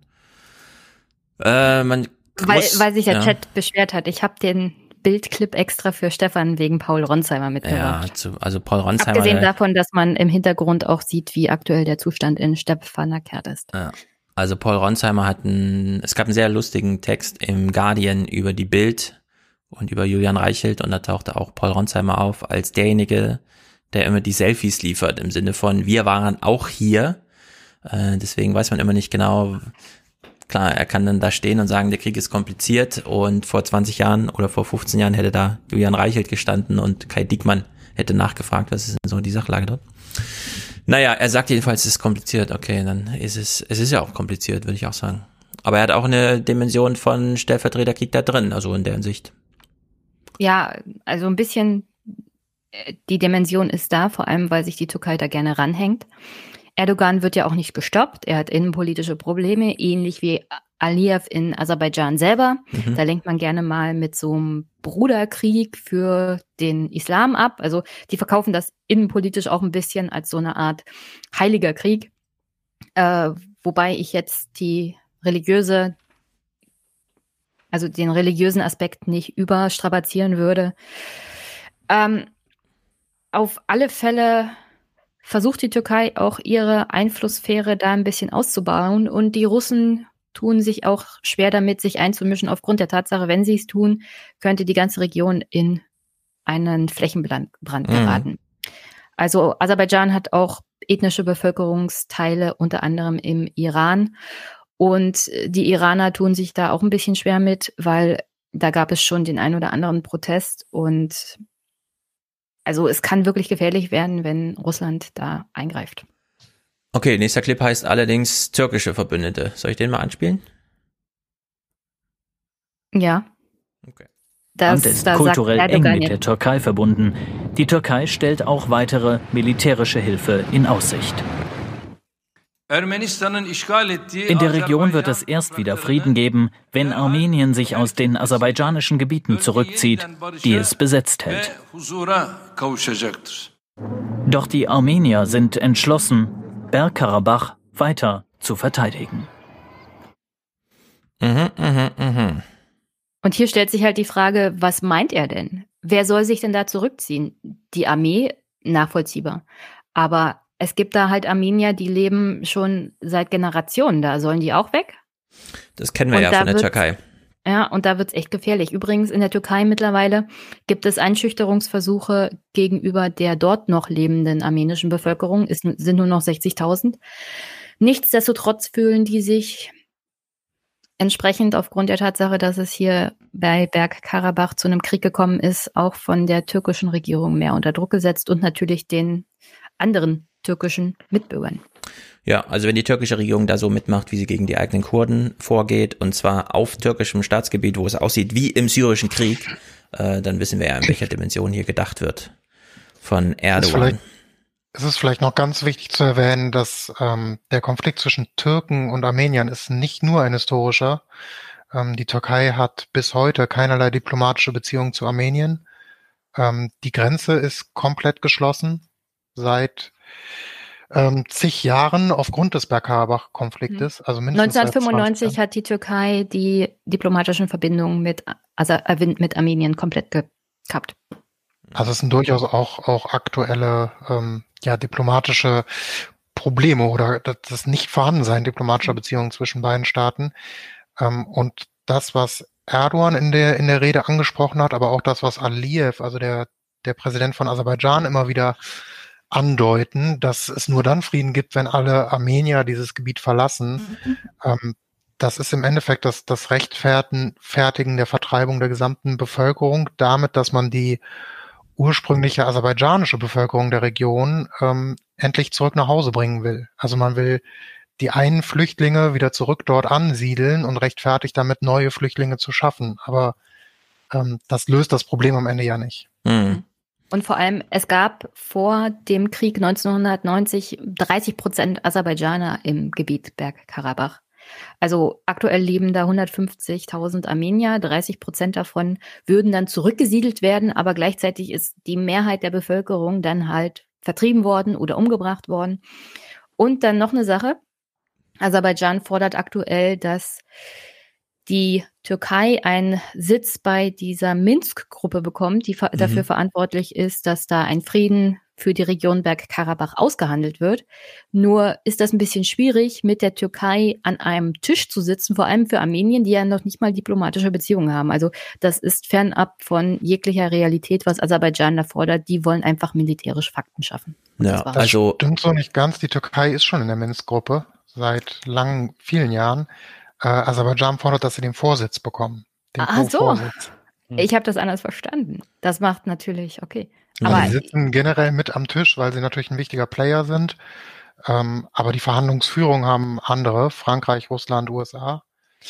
S11: Weil sich der Chat beschwert hat. Ich habe den Bildclip extra für Stefan wegen Paul Ronsheimer mitgebracht.
S1: Ja, also Paul Ronsheimer.
S11: Abgesehen davon, dass man im Hintergrund auch sieht, wie aktuell der Zustand in Stepanakert ist.
S1: Ja. Also Paul Ronsheimer es gab einen sehr lustigen Text im Guardian über die Bild und über Julian Reichelt, und da tauchte auch Paul Ronsheimer auf als derjenige, der immer die Selfies liefert, im Sinne von, wir waren auch hier. Deswegen weiß man immer nicht genau, klar, er kann dann da stehen und sagen, der Krieg ist kompliziert und vor 20 Jahren oder vor 15 Jahren hätte da Julian Reichelt gestanden und Kai Diekmann hätte nachgefragt, was ist denn so die Sachlage dort. Naja, er sagt jedenfalls, es ist kompliziert. Okay, dann ist es ist ja auch kompliziert, würde ich auch sagen. Aber er hat auch eine Dimension von Stellvertreterkrieg da drin, also in der Hinsicht.
S11: Ja, also ein bisschen die Dimension ist da, vor allem, weil sich die Türkei da gerne ranhängt. Erdogan wird ja auch nicht gestoppt. Er hat innenpolitische Probleme, ähnlich wie Aliyev in Aserbaidschan selber. Da lenkt man gerne mal mit so einem Bruderkrieg für den Islam ab. Also die verkaufen das innenpolitisch auch ein bisschen als so eine Art heiliger Krieg. Wobei ich jetzt den religiösen Aspekt nicht überstrapazieren würde. Auf alle Fälle versucht die Türkei auch ihre Einflusssphäre da ein bisschen auszubauen und die Russen tun sich auch schwer damit, sich einzumischen. Aufgrund der Tatsache, wenn sie es tun, könnte die ganze Region in einen Flächenbrand geraten. Also Aserbaidschan hat auch ethnische Bevölkerungsteile, unter anderem im Iran. Und die Iraner tun sich da auch ein bisschen schwer mit, weil da gab es schon den ein oder anderen Protest und also es kann wirklich gefährlich werden, wenn Russland da eingreift.
S1: Okay, nächster Clip heißt allerdings türkische Verbündete. Soll ich den mal anspielen?
S11: Ja.
S1: Okay.
S13: Das ist kulturell eng mit der Türkei verbunden. Die Türkei stellt auch weitere militärische Hilfe in Aussicht. In der Region wird es erst wieder Frieden geben, wenn Armenien sich aus den aserbaidschanischen Gebieten zurückzieht, die es besetzt hält. Doch die Armenier sind entschlossen, Bergkarabach weiter zu verteidigen.
S11: Und hier stellt sich halt die Frage, was meint er denn? Wer soll sich denn da zurückziehen? Die Armee? Nachvollziehbar. Aber es gibt da halt Armenier, die leben schon seit Generationen da. Sollen die auch weg?
S1: Das kennen wir ja von der Türkei.
S11: Ja, und da wird's echt gefährlich. Übrigens, in der Türkei mittlerweile gibt es Einschüchterungsversuche gegenüber der dort noch lebenden armenischen Bevölkerung. Es sind nur noch 60.000. Nichtsdestotrotz fühlen die sich entsprechend aufgrund der Tatsache, dass es hier bei Bergkarabach zu einem Krieg gekommen ist, auch von der türkischen Regierung mehr unter Druck gesetzt und natürlich den anderen türkischen Mitbürgern.
S1: Ja, also wenn die türkische Regierung da so mitmacht, wie sie gegen die eigenen Kurden vorgeht, und zwar auf türkischem Staatsgebiet, wo es aussieht wie im syrischen Krieg, dann wissen wir ja, in welcher Dimension hier gedacht wird von Erdogan.
S12: Es ist vielleicht noch ganz wichtig zu erwähnen, dass der Konflikt zwischen Türken und Armeniern ist nicht nur ein historischer. Die Türkei hat bis heute keinerlei diplomatische Beziehungen zu Armenien. Die Grenze ist komplett geschlossen seit zig Jahren aufgrund des Bergkarabach-Konfliktes. Also mindestens
S11: 1995 hat die Türkei die diplomatischen Verbindungen mit Armenien komplett gekappt.
S12: Also es sind durchaus auch aktuelle diplomatische Probleme oder das Nicht-Vorhandensein diplomatischer Beziehungen zwischen beiden Staaten. Und das, was Erdogan in der Rede angesprochen hat, aber auch das, was Aliyev, also der Präsident von Aserbaidschan, immer wieder andeuten, dass es nur dann Frieden gibt, wenn alle Armenier dieses Gebiet verlassen. Das ist im Endeffekt das Rechtfertigen der Vertreibung der gesamten Bevölkerung damit, dass man die ursprüngliche aserbaidschanische Bevölkerung der Region endlich zurück nach Hause bringen will. Also man will die einen Flüchtlinge wieder zurück dort ansiedeln und rechtfertigt damit, neue Flüchtlinge zu schaffen. Aber das löst das Problem am Ende ja nicht.
S11: Und vor allem, es gab vor dem Krieg 1990 30% Aserbaidschaner im Gebiet Bergkarabach. Also aktuell leben da 150.000 Armenier, 30% davon würden dann zurückgesiedelt werden, aber gleichzeitig ist die Mehrheit der Bevölkerung dann halt vertrieben worden oder umgebracht worden. Und dann noch eine Sache, Aserbaidschan fordert aktuell, dass die Türkei einen Sitz bei dieser Minsk-Gruppe bekommt, die dafür verantwortlich ist, dass da ein Frieden für die Region Bergkarabach ausgehandelt wird. Nur ist das ein bisschen schwierig, mit der Türkei an einem Tisch zu sitzen, vor allem für Armenien, die ja noch nicht mal diplomatische Beziehungen haben. Also das ist fernab von jeglicher Realität, was Aserbaidschan da fordert. Die wollen einfach militärisch Fakten schaffen.
S1: Ja,
S12: das stimmt so nicht ganz. Die Türkei ist schon in der Minsk-Gruppe seit vielen Jahren. Aserbaidschan fordert, dass sie den Vorsitz bekommen. Den
S11: Co-Vorsitz. Ich habe das anders verstanden. Das macht natürlich, okay.
S12: Aber sie sitzen generell mit am Tisch, weil sie natürlich ein wichtiger Player sind. Aber die Verhandlungsführung haben andere, Frankreich, Russland, USA.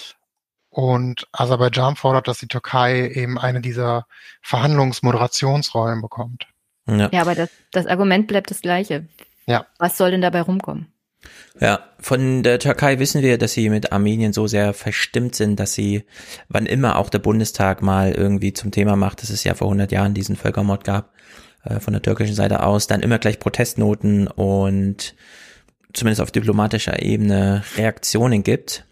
S12: Und Aserbaidschan fordert, dass die Türkei eben eine dieser Verhandlungsmoderationsrollen bekommt.
S11: Ja, aber das Argument bleibt das gleiche.
S12: Ja.
S11: Was soll denn dabei rumkommen?
S1: Ja, von der Türkei wissen wir, dass sie mit Armenien so sehr verstimmt sind, dass sie, wann immer auch der Bundestag mal irgendwie zum Thema macht, dass es ja vor 100 Jahren diesen Völkermord gab, von der türkischen Seite aus, dann immer gleich Protestnoten und zumindest auf diplomatischer Ebene Reaktionen gibt.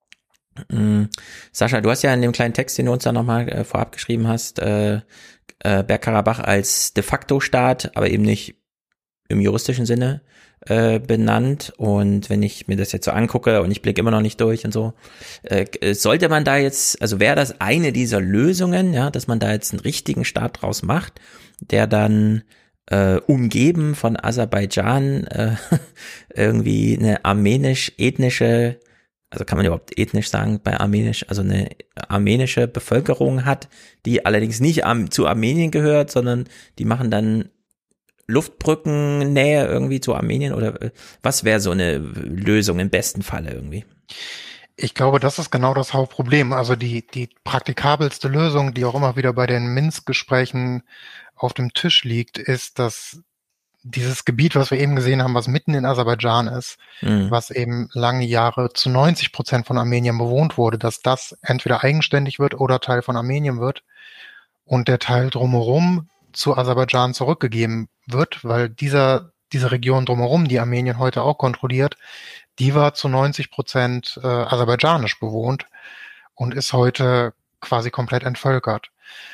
S1: Sascha, du hast ja in dem kleinen Text, den du uns da nochmal vorab geschrieben hast, Bergkarabach als de facto Staat, aber eben nicht im juristischen Sinne benannt. Und wenn ich mir das jetzt so angucke und ich blicke immer noch nicht durch und so, sollte man da jetzt, also wäre das eine dieser Lösungen, ja, dass man da jetzt einen richtigen Staat draus macht, der dann umgeben von Aserbaidschan irgendwie eine armenisch-ethnische, also kann man überhaupt ethnisch sagen bei armenisch, also eine armenische Bevölkerung hat, die allerdings nicht zu Armenien gehört, sondern die machen dann Luftbrückennähe irgendwie zu Armenien, oder was wäre so eine Lösung im besten Falle irgendwie?
S12: Ich glaube, das ist genau das Hauptproblem. Also die praktikabelste Lösung, die auch immer wieder bei den Minsk-Gesprächen auf dem Tisch liegt, ist, dass dieses Gebiet, was wir eben gesehen haben, was mitten in Aserbaidschan ist, was eben lange Jahre zu 90% von Armenien bewohnt wurde, dass das entweder eigenständig wird oder Teil von Armenien wird und der Teil drumherum zu Aserbaidschan zurückgegeben wird, weil diese Region drumherum, die Armenien heute auch kontrolliert, die war zu 90% aserbaidschanisch bewohnt und ist heute quasi komplett entvölkert.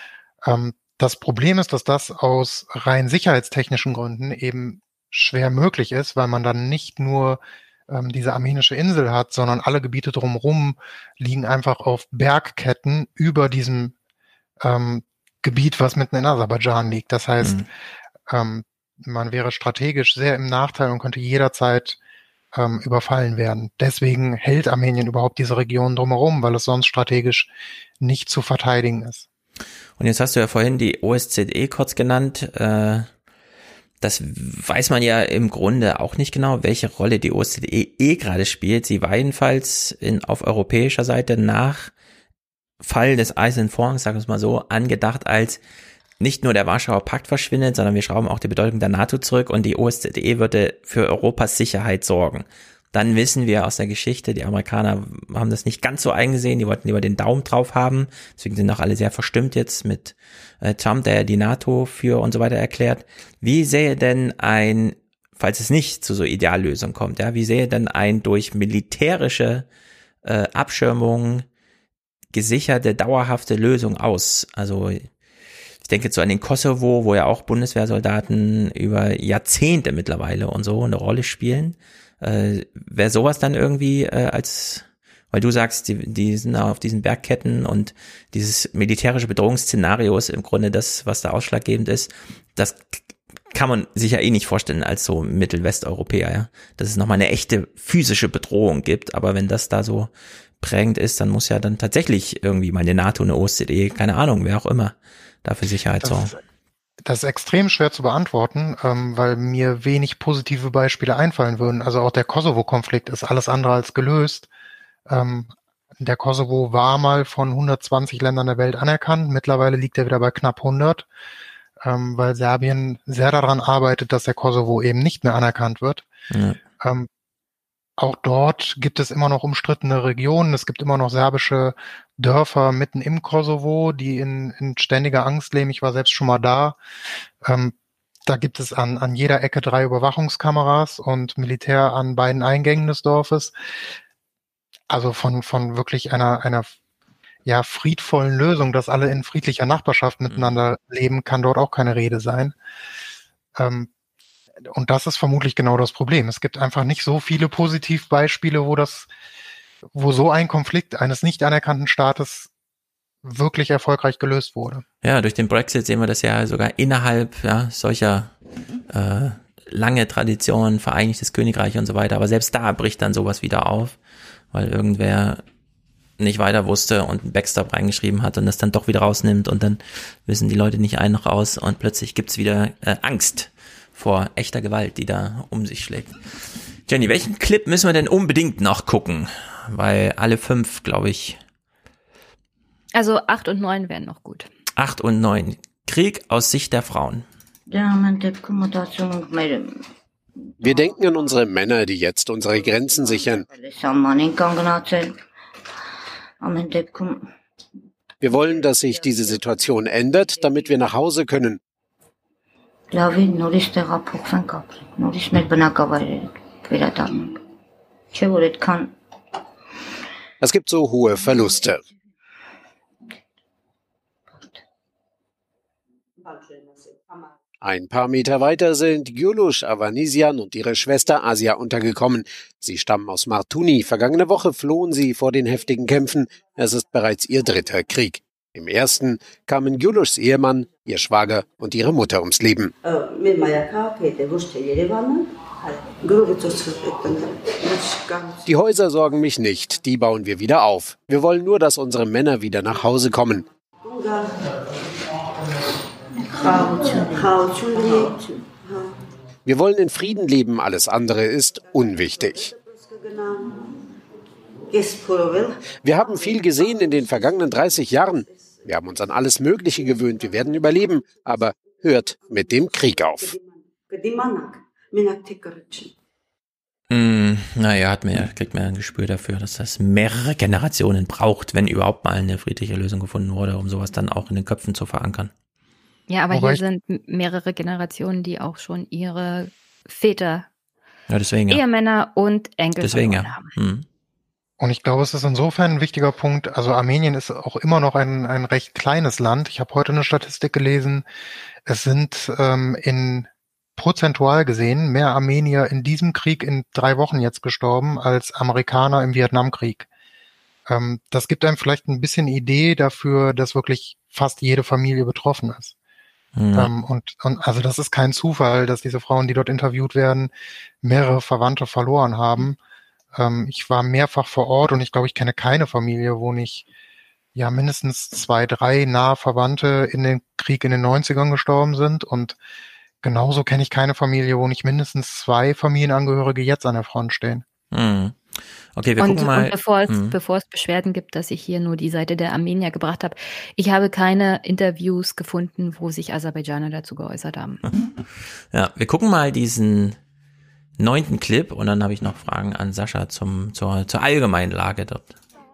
S12: Das Problem ist, dass das aus rein sicherheitstechnischen Gründen eben schwer möglich ist, weil man dann nicht nur diese armenische Insel hat, sondern alle Gebiete drumherum liegen einfach auf Bergketten über diesem Gebiet, was mitten in Aserbaidschan liegt. Das heißt, man wäre strategisch sehr im Nachteil und könnte jederzeit überfallen werden. Deswegen hält Armenien überhaupt diese Region drumherum, weil es sonst strategisch nicht zu verteidigen ist.
S1: Und jetzt hast du ja vorhin die OSZE kurz genannt. Das weiß man ja im Grunde auch nicht genau, welche Rolle die OSZE gerade spielt. Sie war jedenfalls auf europäischer Seite nach Fall des Eisernen Vorhangs, sagen wir es mal so, angedacht als nicht nur der Warschauer Pakt verschwindet, sondern wir schrauben auch die Bedeutung der NATO zurück und die OSZE würde für Europas Sicherheit sorgen. Dann wissen wir aus der Geschichte, die Amerikaner haben das nicht ganz so eingesehen, die wollten lieber den Daumen drauf haben, deswegen sind auch alle sehr verstimmt jetzt mit Trump, der die NATO für und so weiter erklärt. Wie sähe denn falls es nicht zu so Ideallösung kommt, ja, wie sähe denn ein durch militärische Abschirmung gesicherte, dauerhafte Lösung aus? Also ich denke jetzt so an den Kosovo, wo ja auch Bundeswehrsoldaten über Jahrzehnte mittlerweile und so eine Rolle spielen. Wäre sowas dann irgendwie weil du sagst, die sind auf diesen Bergketten und dieses militärische Bedrohungsszenario ist im Grunde das, was da ausschlaggebend ist. Das kann man sich ja eh nicht vorstellen als so Mittelwesteuropäer, ja. Dass es nochmal eine echte physische Bedrohung gibt, aber wenn das da so prägend ist, dann muss ja dann tatsächlich irgendwie mal eine NATO, eine OSZE, keine Ahnung, wer auch immer, dafür Sicherheit sorgen.
S12: Das ist extrem schwer zu beantworten, weil mir wenig positive Beispiele einfallen würden. Also auch der Kosovo-Konflikt ist alles andere als gelöst. Der Kosovo war mal von 120 Ländern der Welt anerkannt. Mittlerweile liegt er wieder bei knapp 100, weil Serbien sehr daran arbeitet, dass der Kosovo eben nicht mehr anerkannt wird. Ja. Auch dort gibt es immer noch umstrittene Regionen. Es gibt immer noch serbische Dörfer mitten im Kosovo, die in ständiger Angst leben. Ich war selbst schon mal da. Da gibt es an jeder Ecke 3 Überwachungskameras und Militär an beiden Eingängen des Dorfes. Also von wirklich einer friedvollen Lösung, dass alle in friedlicher Nachbarschaft miteinander leben, kann dort auch keine Rede sein. Und das ist vermutlich genau das Problem. Es gibt einfach nicht so viele Positivbeispiele, wo so ein Konflikt eines nicht anerkannten Staates wirklich erfolgreich gelöst wurde.
S1: Ja, durch den Brexit sehen wir das ja sogar innerhalb solcher lange Traditionen, Vereinigtes Königreich und so weiter. Aber selbst da bricht dann sowas wieder auf, weil irgendwer nicht weiter wusste und einen Backstop reingeschrieben hat und das dann doch wieder rausnimmt und dann wissen die Leute nicht ein noch aus und plötzlich gibt's wieder Angst vor echter Gewalt, die da um sich schlägt. Jenny, welchen Clip müssen wir denn unbedingt noch gucken? Weil alle 5, glaube ich.
S11: Also 8 und 9 wären noch gut.
S1: 8 und 9. Krieg aus Sicht der Frauen.
S16: Wir denken an unsere Männer, die jetzt unsere Grenzen sichern. Wir wollen, dass sich diese Situation ändert, damit wir nach Hause können. Es gibt so hohe Verluste. Ein paar Meter weiter sind Güluş Avanesian und ihre Schwester Asia untergekommen. Sie stammen aus Martuni. Vergangene Woche flohen sie vor den heftigen Kämpfen. Es ist bereits ihr 3. Krieg. Im ersten kamen Güluşs Ehemann, ihr Schwager und ihre Mutter ums Leben. Die Häuser sorgen mich nicht, die bauen wir wieder auf. Wir wollen nur, dass unsere Männer wieder nach Hause kommen. Wir wollen in Frieden leben, alles andere ist unwichtig. Wir haben viel gesehen in den vergangenen 30 Jahren. Wir haben uns an alles Mögliche gewöhnt, wir werden überleben, aber hört mit dem Krieg auf.
S1: Kriegt man ja ein Gespür dafür, dass das mehrere Generationen braucht, wenn überhaupt mal eine friedliche Lösung gefunden wurde, um sowas dann auch in den Köpfen zu verankern.
S11: Ja, aber hier sind mehrere Generationen, die auch schon ihre Väter, Ehemänner und Enkel haben.
S12: Und ich glaube, es ist insofern ein wichtiger Punkt. Also Armenien ist auch immer noch ein recht kleines Land. Ich habe heute eine Statistik gelesen. Es sind prozentual gesehen mehr Armenier in diesem Krieg in 3 Wochen jetzt gestorben als Amerikaner im Vietnamkrieg. Das gibt einem vielleicht ein bisschen Idee dafür, dass wirklich fast jede Familie betroffen ist. Ja. Und also das ist kein Zufall, dass diese Frauen, die dort interviewt werden, mehrere Verwandte verloren haben. Ich war mehrfach vor Ort und ich glaube, ich kenne keine Familie, wo nicht mindestens 2, 3 nahe Verwandte in den Krieg in den 90ern gestorben sind. Und genauso kenne ich keine Familie, wo nicht mindestens 2 Familienangehörige jetzt an der Front stehen.
S1: Okay, wir gucken mal.
S11: Und bevor es Beschwerden gibt, dass ich hier nur die Seite der Armenier gebracht habe, ich habe keine Interviews gefunden, wo sich Aserbaidschaner dazu geäußert haben.
S1: Ja, wir gucken mal diesen 9. Clip und dann habe ich noch Fragen an Sascha zur allgemeinen Lage dort.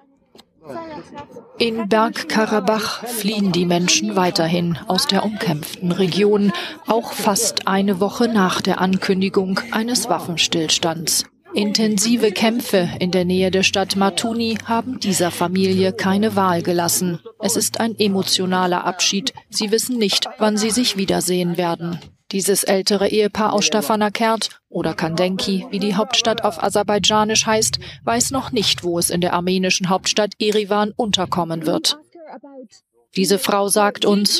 S17: In Bergkarabach fliehen die Menschen weiterhin aus der umkämpften Region, auch fast eine Woche nach der Ankündigung eines Waffenstillstands. Intensive Kämpfe in der Nähe der Stadt Martuni haben dieser Familie keine Wahl gelassen. Es ist ein emotionaler Abschied. Sie wissen nicht, wann sie sich wiedersehen werden. Dieses ältere Ehepaar aus Stepanakert oder Kandenki, wie die Hauptstadt auf Aserbaidschanisch heißt, weiß noch nicht, wo es in der armenischen Hauptstadt Erivan unterkommen wird. Diese Frau sagt uns: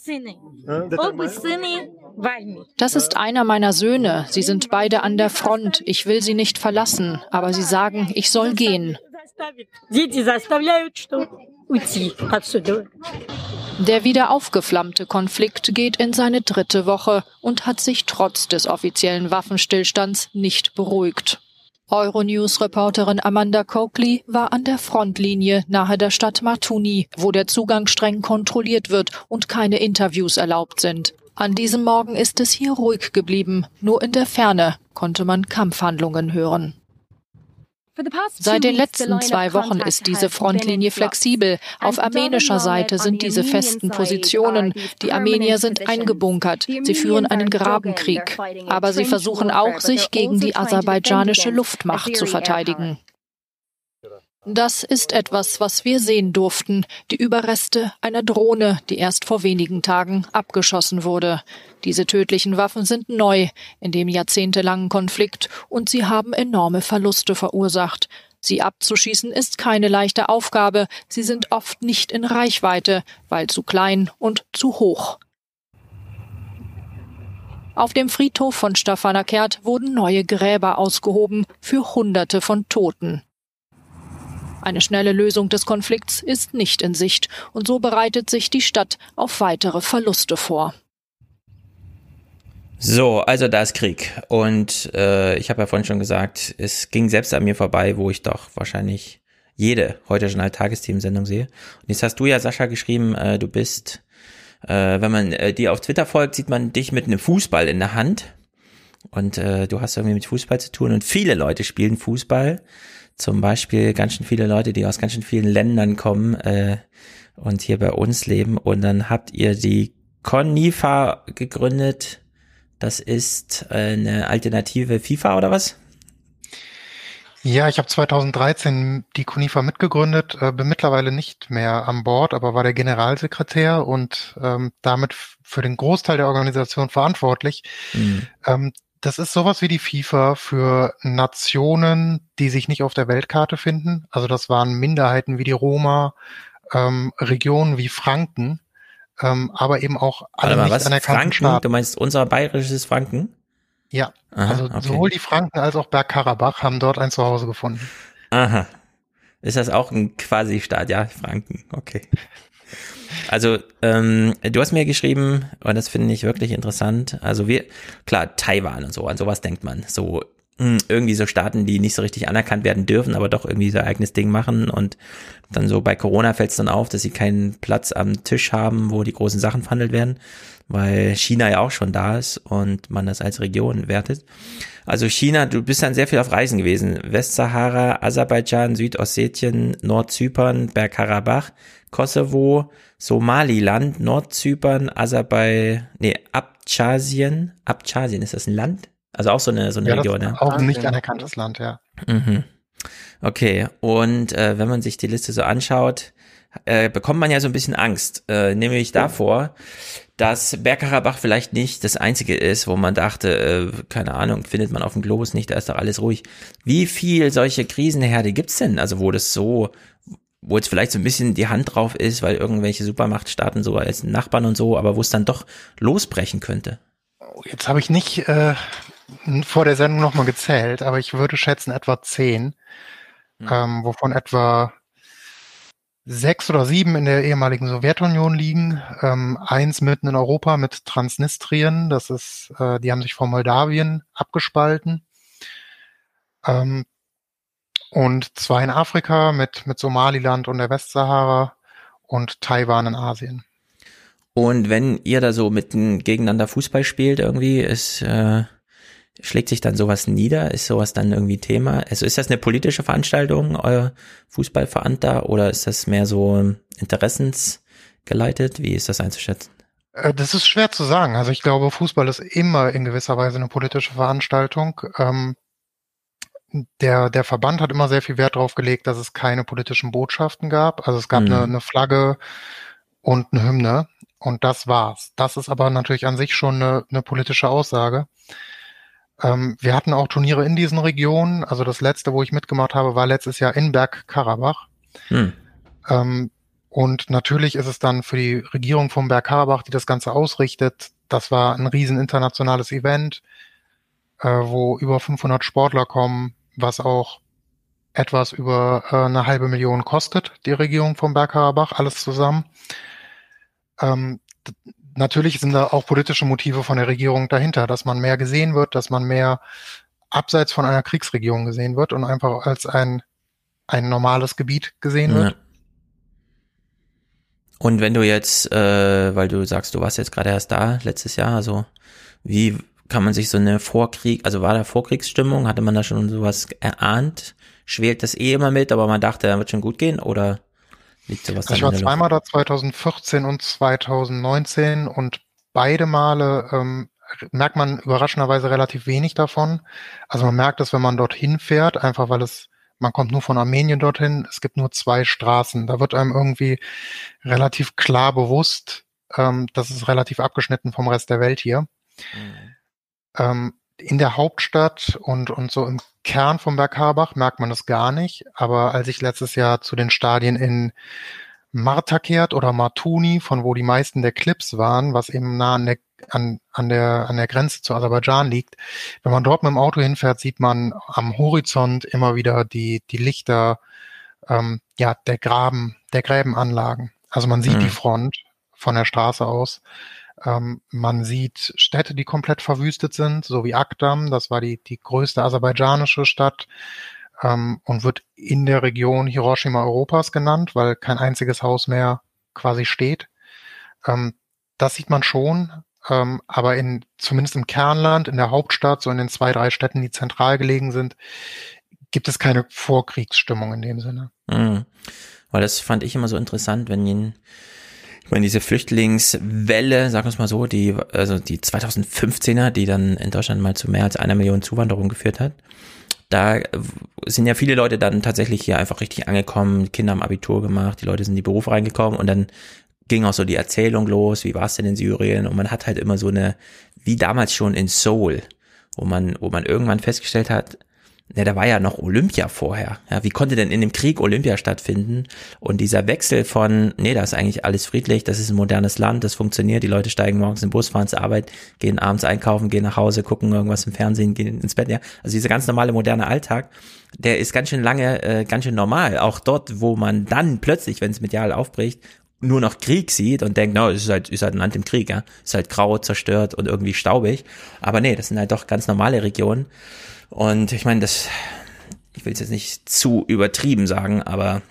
S17: Das ist einer meiner Söhne. Sie sind beide an der Front. Ich will sie nicht verlassen, aber sie sagen, ich soll gehen. Der wieder aufgeflammte Konflikt geht in seine 3. Woche und hat sich trotz des offiziellen Waffenstillstands nicht beruhigt. Euronews-Reporterin Amanda Coakley war an der Frontlinie nahe der Stadt Martuni, wo der Zugang streng kontrolliert wird und keine Interviews erlaubt sind. An diesem Morgen ist es hier ruhig geblieben. Nur in der Ferne konnte man Kampfhandlungen hören. Seit den letzten 2 Wochen ist diese Frontlinie flexibel. Auf armenischer Seite sind diese festen Positionen. Die Armenier sind eingebunkert. Sie führen einen Grabenkrieg. Aber sie versuchen auch, sich gegen die aserbaidschanische Luftmacht zu verteidigen. Das ist etwas, was wir sehen durften. Die Überreste einer Drohne, die erst vor wenigen Tagen abgeschossen wurde. Diese tödlichen Waffen sind neu in dem jahrzehntelangen Konflikt und sie haben enorme Verluste verursacht. Sie abzuschießen ist keine leichte Aufgabe. Sie sind oft nicht in Reichweite, weil zu klein und zu hoch. Auf dem Friedhof von Stepanakert wurden neue Gräber ausgehoben für Hunderte von Toten. Eine schnelle Lösung des Konflikts ist nicht in Sicht und so bereitet sich die Stadt auf weitere Verluste vor.
S1: So, also da ist Krieg und ich habe ja vorhin schon gesagt, es ging selbst an mir vorbei, wo ich doch wahrscheinlich jede Heute-Journal-Tagesteam-Sendung sehe. Und jetzt hast du ja, Sascha, geschrieben, du bist, wenn man dir auf Twitter folgt, sieht man dich mit einem Fußball in der Hand und du hast irgendwie mit Fußball zu tun und viele Leute spielen Fußball, zum Beispiel ganz schön viele Leute, die aus ganz schön vielen Ländern kommen und hier bei uns leben und dann habt ihr die Conifa gegründet. Das ist eine alternative FIFA oder was?
S12: Ja, ich habe 2013 die Conifa mitgegründet, bin mittlerweile nicht mehr an Bord, aber war der Generalsekretär und damit für den Großteil der Organisation verantwortlich. Das ist sowas wie die FIFA für Nationen, die sich nicht auf der Weltkarte finden. Also das waren Minderheiten wie die Roma, Regionen wie Franken. Aber eben auch alle nicht anerkannten
S1: Franken?
S12: Staaten.
S1: Du meinst unser bayerisches Franken?
S12: Ja,
S1: Aha,
S12: also
S1: okay.
S12: sowohl die Franken als auch Bergkarabach haben dort ein Zuhause gefunden.
S1: Aha. Ist das auch ein Quasi-Staat? Ja, Franken, okay. Also, du hast mir geschrieben, und das finde ich wirklich interessant, also klar, Taiwan und so, an sowas denkt man, so irgendwie so Staaten, die nicht so richtig anerkannt werden dürfen, aber doch irgendwie so eigenes Ding machen und dann so bei Corona fällt es dann auf, dass sie keinen Platz am Tisch haben, wo die großen Sachen verhandelt werden, weil China ja auch schon da ist und man das als Region wertet. Also China, du bist dann sehr viel auf Reisen gewesen. Westsahara, Aserbaidschan, Südossetien, Nordzypern, Bergkarabach, Kosovo, Somaliland, Nordzypern, Abchasien. Abchasien, ist das ein Land? Also auch so eine Region,
S12: ja? Auch ein nicht anerkanntes Land, ja.
S1: Mhm. Okay, und wenn man sich die Liste so anschaut, bekommt man ja so ein bisschen Angst, nämlich davor, dass Bergkarabach vielleicht nicht das einzige ist, wo man dachte, keine Ahnung, findet man auf dem Globus nicht, da ist doch alles ruhig. Wie viel solche Krisenherde gibt's denn? Also wo jetzt vielleicht so ein bisschen die Hand drauf ist, weil irgendwelche Supermachtstaaten so als Nachbarn und so, aber wo es dann doch losbrechen könnte?
S12: Jetzt habe ich nicht vor der Sendung nochmal gezählt, aber ich würde schätzen etwa 10, wovon etwa 6 oder 7 in der ehemaligen Sowjetunion liegen, 1 mitten in Europa mit Transnistrien, das ist, die haben sich von Moldawien abgespalten, und 2 in Afrika mit Somaliland und der Westsahara und Taiwan in Asien.
S1: Und wenn ihr da so mitten gegeneinander Fußball spielt irgendwie, schlägt sich dann sowas nieder? Ist sowas dann irgendwie Thema? Also ist das eine politische Veranstaltung, euer Fußballverein da, oder ist das mehr so interessensgeleitet? Wie ist das einzuschätzen?
S12: Das ist schwer zu sagen. Also ich glaube, Fußball ist immer in gewisser Weise eine politische Veranstaltung. Der Verband hat immer sehr viel Wert darauf gelegt, dass es keine politischen Botschaften gab. Also es gab eine Flagge und eine Hymne. Und das war's. Das ist aber natürlich an sich schon eine politische Aussage. Wir hatten auch Turniere in diesen Regionen. Also das letzte, wo ich mitgemacht habe, war letztes Jahr in Bergkarabach. Und natürlich ist es dann für die Regierung von Bergkarabach, die das Ganze ausrichtet, das war ein riesen internationales Event, wo über 500 Sportler kommen, was auch etwas über 500.000 kostet, die Regierung von Bergkarabach, alles zusammen. Natürlich sind da auch politische Motive von der Regierung dahinter, dass man mehr gesehen wird, dass man mehr abseits von einer Kriegsregierung gesehen wird und einfach als ein normales Gebiet gesehen wird.
S1: Und wenn du jetzt, weil du sagst, du warst jetzt gerade erst da, letztes Jahr, also wie kann man sich so eine also war da Vorkriegsstimmung, hatte man da schon sowas erahnt? Schwelt das immer mit, aber man dachte, da wird schon gut gehen, oder liegt sowas dann in der Luft?
S12: Ich war zweimal da, 2014 und 2019, und beide Male merkt man überraschenderweise relativ wenig davon. Also man merkt es, wenn man dorthin fährt, einfach weil man kommt nur von Armenien dorthin, es gibt nur 2 Straßen. Da wird einem irgendwie relativ klar bewusst, das ist relativ abgeschnitten vom Rest der Welt hier. In der Hauptstadt und so im Kern von Bergkarabach merkt man das gar nicht. Aber als ich letztes Jahr zu den Stadien in Martakert oder Martuni, von wo die meisten der Clips waren, was eben nah an der Grenze zu Aserbaidschan liegt. Wenn man dort mit dem Auto hinfährt, sieht man am Horizont immer wieder die Lichter der Gräbenanlagen. Also man sieht die Front von der Straße aus. Man sieht Städte, die komplett verwüstet sind, so wie Akdam, das war die größte aserbaidschanische Stadt, und wird in der Region Hiroshima Europas genannt, weil kein einziges Haus mehr quasi steht. Das sieht man schon, aber zumindest im Kernland, in der Hauptstadt, so in den 2, 3 Städten, die zentral gelegen sind, gibt es keine Vorkriegsstimmung in dem Sinne.
S1: Weil das fand ich immer so interessant, diese Flüchtlingswelle, sagen wir es mal so, die 2015er, die dann in Deutschland mal zu mehr als 1 Million Zuwanderung geführt hat. Da sind ja viele Leute dann tatsächlich hier einfach richtig angekommen, die Kinder haben Abitur gemacht, die Leute sind in die Berufe reingekommen und dann ging auch so die Erzählung los, wie war es denn in Syrien? Und man hat halt immer so wie damals schon in Seoul, wo man irgendwann festgestellt hat, da war ja noch Olympia vorher. Ja, wie konnte denn in dem Krieg Olympia stattfinden? Und dieser Wechsel von, da ist eigentlich alles friedlich, das ist ein modernes Land, das funktioniert, die Leute steigen morgens in den Bus, fahren zur Arbeit, gehen abends einkaufen, gehen nach Hause, gucken irgendwas im Fernsehen, gehen ins Bett. Ja, also dieser ganz normale moderne Alltag, der ist ganz schön lange, ganz schön normal. Auch dort, wo man dann plötzlich, wenn es medial aufbricht, nur noch Krieg sieht und denkt, es ist halt ein Land im Krieg, ja, ist halt grau, zerstört und irgendwie staubig. Aber das sind halt doch ganz normale Regionen. Und ich meine, ich will es jetzt nicht zu übertrieben sagen, aber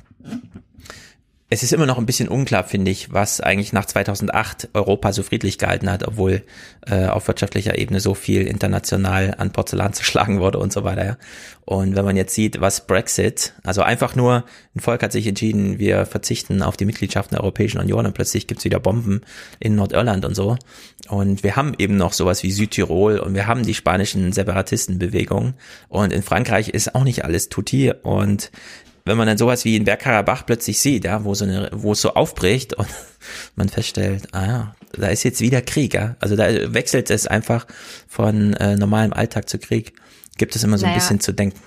S1: es ist immer noch ein bisschen unklar, finde ich, was eigentlich nach 2008 Europa so friedlich gehalten hat, obwohl auf wirtschaftlicher Ebene so viel international an Porzellan zerschlagen wurde und so weiter. Ja. Und wenn man jetzt sieht, was Brexit, also einfach nur, ein Volk hat sich entschieden, wir verzichten auf die Mitgliedschaft in der Europäischen Union und plötzlich gibt's wieder Bomben in Nordirland und so. Und wir haben eben noch sowas wie Südtirol und wir haben die spanischen Separatistenbewegungen und in Frankreich ist auch nicht alles tutti und wenn man dann sowas wie in Bergkarabach plötzlich sieht, ja, wo es so aufbricht und man feststellt, da ist jetzt wieder Krieg, ja. Also da wechselt es einfach von normalem Alltag zu Krieg. Gibt es immer so ein bisschen zu denken.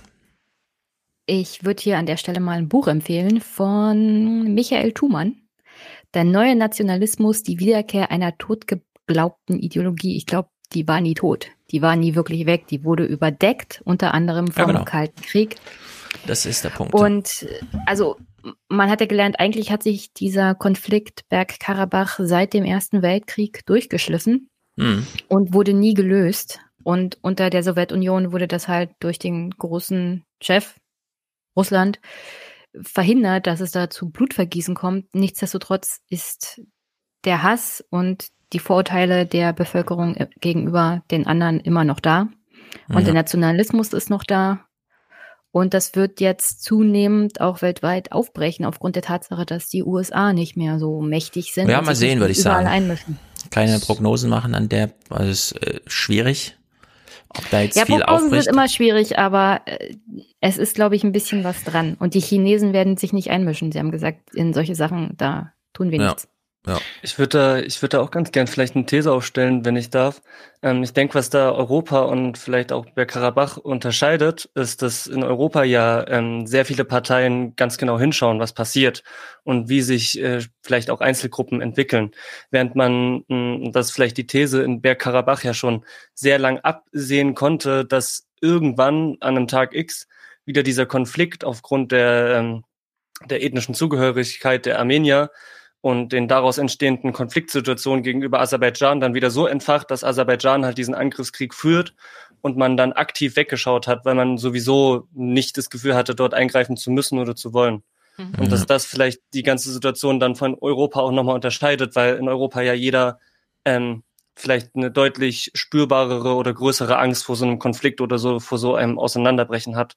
S11: Ich würde hier an der Stelle mal ein Buch empfehlen von Michael Thumann. Der neue Nationalismus, die Wiederkehr einer totgeglaubten Ideologie. Ich glaube, die war nie tot. Die war nie wirklich weg. Die wurde überdeckt, unter anderem vom Kalten Krieg.
S1: Das ist der Punkt.
S11: Und also man hat ja gelernt, eigentlich hat sich dieser Konflikt Bergkarabach seit dem Ersten Weltkrieg durchgeschliffen und wurde nie gelöst. Und unter der Sowjetunion wurde das halt durch den großen Chef Russland verhindert, dass es da zu Blutvergießen kommt. Nichtsdestotrotz ist der Hass und die Vorurteile der Bevölkerung gegenüber den anderen immer noch da. Und der Nationalismus ist noch da. Und das wird jetzt zunehmend auch weltweit aufbrechen, aufgrund der Tatsache, dass die USA nicht mehr so mächtig sind.
S1: Ja, mal sehen, würde ich sagen.
S11: Einmischen.
S1: Keine Prognosen machen also es ist schwierig, ob da jetzt viel
S11: Prognosen
S1: aufbricht.
S11: sind immer schwierig, aber es ist, glaube ich, ein bisschen was dran. Und die Chinesen werden sich nicht einmischen. Sie haben gesagt, in solche Sachen, da tun wir nichts.
S10: Ja. Ich würde da auch ganz gern vielleicht eine These aufstellen, wenn ich darf. Ich denke, was da Europa und vielleicht auch Bergkarabach unterscheidet, ist, dass in Europa ja sehr viele Parteien ganz genau hinschauen, was passiert und wie sich vielleicht auch Einzelgruppen entwickeln. Während man, das ist vielleicht die These, in Bergkarabach ja schon sehr lang absehen konnte, dass irgendwann an einem Tag X wieder dieser Konflikt aufgrund der ethnischen Zugehörigkeit der Armenier und den daraus entstehenden Konfliktsituationen gegenüber Aserbaidschan dann wieder so entfacht, dass Aserbaidschan halt diesen Angriffskrieg führt und man dann aktiv weggeschaut hat, weil man sowieso nicht das Gefühl hatte, dort eingreifen zu müssen oder zu wollen. Und dass das vielleicht die ganze Situation dann von Europa auch nochmal unterscheidet, weil in Europa ja jeder vielleicht eine deutlich spürbarere oder größere Angst vor so einem Konflikt oder so, vor so einem Auseinanderbrechen hat.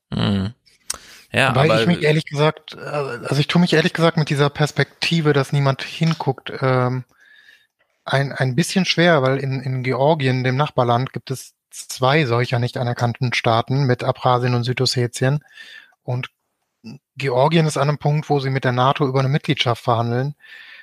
S1: Ja,
S12: weil
S1: aber
S12: ich mich ehrlich gesagt, ich tue mich ehrlich gesagt mit dieser Perspektive, dass niemand hinguckt, ein bisschen schwer, weil in Georgien, dem Nachbarland, gibt es 2 solcher nicht anerkannten Staaten mit Abchasien und Südossetien. Und Georgien ist an einem Punkt, wo sie mit der NATO über eine Mitgliedschaft verhandeln,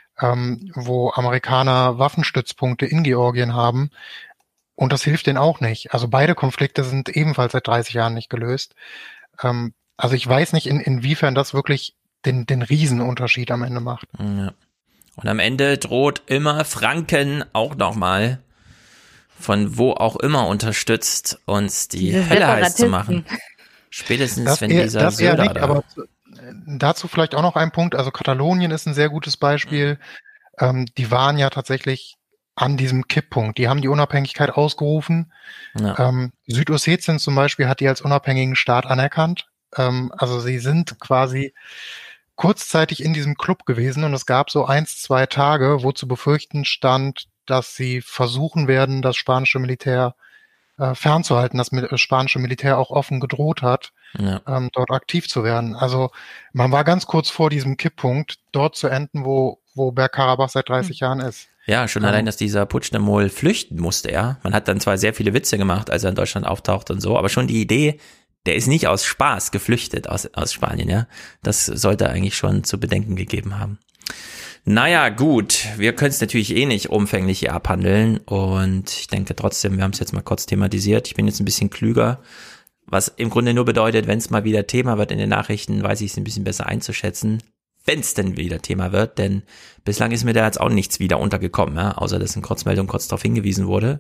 S12: wo Amerikaner Waffenstützpunkte in Georgien haben. Und das hilft denen auch nicht. Also beide Konflikte sind ebenfalls seit 30 Jahren nicht gelöst. Also ich weiß nicht, inwiefern das wirklich den Riesenunterschied am Ende macht.
S1: Ja. Und am Ende droht immer Franken auch nochmal von wo auch immer unterstützt, uns die Hölle heiß zu machen. Spätestens, wenn dieser Söder da...
S12: Dazu vielleicht auch noch ein Punkt. Also Katalonien ist ein sehr gutes Beispiel. Die waren ja tatsächlich an diesem Kipppunkt. Die haben die Unabhängigkeit ausgerufen. Ja. Südossetien zum Beispiel hat die als unabhängigen Staat anerkannt. Also sie sind quasi kurzzeitig in diesem Club gewesen und es gab so 1-2 Tage, wo zu befürchten stand, dass sie versuchen werden, das spanische Militär fernzuhalten. Das spanische Militär auch offen gedroht hat, dort aktiv zu werden. Also man war ganz kurz vor diesem Kipppunkt, dort zu enden, wo Bergkarabach seit 30 Jahren ist.
S1: Ja, schon allein, dass dieser Puigdemont flüchten musste, ja. Man hat dann zwar sehr viele Witze gemacht, als er in Deutschland auftaucht und so, aber schon die Idee, der ist nicht aus Spaß geflüchtet aus Spanien, ja. Das sollte eigentlich schon zu bedenken gegeben haben. Naja, gut, wir können es natürlich nicht umfänglich hier abhandeln und ich denke trotzdem, wir haben es jetzt mal kurz thematisiert. Ich bin jetzt ein bisschen klüger, was im Grunde nur bedeutet, wenn es mal wieder Thema wird in den Nachrichten, weiß ich es ein bisschen besser einzuschätzen, wenn es denn wieder Thema wird, denn bislang ist mir da jetzt auch nichts wieder untergekommen, ja, außer dass in Kurzmeldung kurz darauf hingewiesen wurde.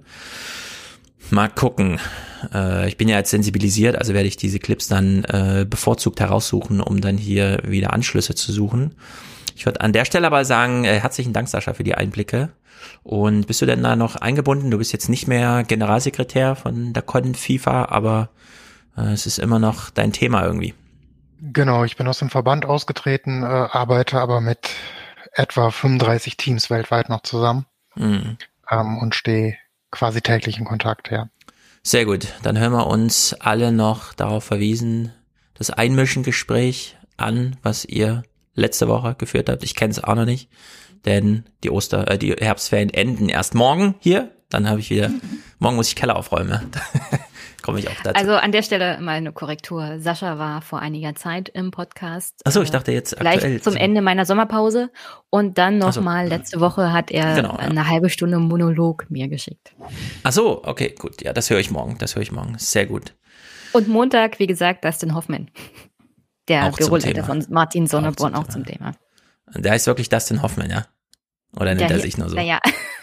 S1: Mal gucken. Ich bin ja jetzt sensibilisiert, also werde ich diese Clips dann bevorzugt heraussuchen, um dann hier wieder Anschlüsse zu suchen. Ich würde an der Stelle aber sagen, herzlichen Dank, Sascha, für die Einblicke. Und bist du denn da noch eingebunden? Du bist jetzt nicht mehr Generalsekretär von der FIFA, aber es ist immer noch dein Thema irgendwie.
S12: Genau, ich bin aus dem Verband ausgetreten, arbeite aber mit etwa 35 Teams weltweit noch zusammen und stehe quasi täglich in Kontakt, ja.
S1: Sehr gut, dann hören wir uns alle noch darauf verwiesen, das Einmischen-Gespräch an, was ihr letzte Woche geführt habt. Ich kenne es auch noch nicht, denn die Herbstferien enden erst morgen hier. Dann habe ich wieder, morgen muss ich Keller aufräumen. Ja. Komme ich auch dazu.
S11: Also an der Stelle mal eine Korrektur. Sascha war vor einiger Zeit im Podcast.
S1: Achso, ich dachte jetzt
S11: aktuell.
S1: Vielleicht
S11: zum Ende meiner Sommerpause. Und dann nochmal letzte Woche hat er eine halbe Stunde Monolog mir geschickt.
S1: Achso, okay, gut. Ja, das höre ich morgen. Sehr gut.
S11: Und Montag, wie gesagt, Dustin Hoffmann. Der Büroleiter von Martin Sonneborn auch zum Thema.
S1: Der heißt wirklich Dustin Hoffmann, ja? Oder nennt er sich nur so?
S11: Naja.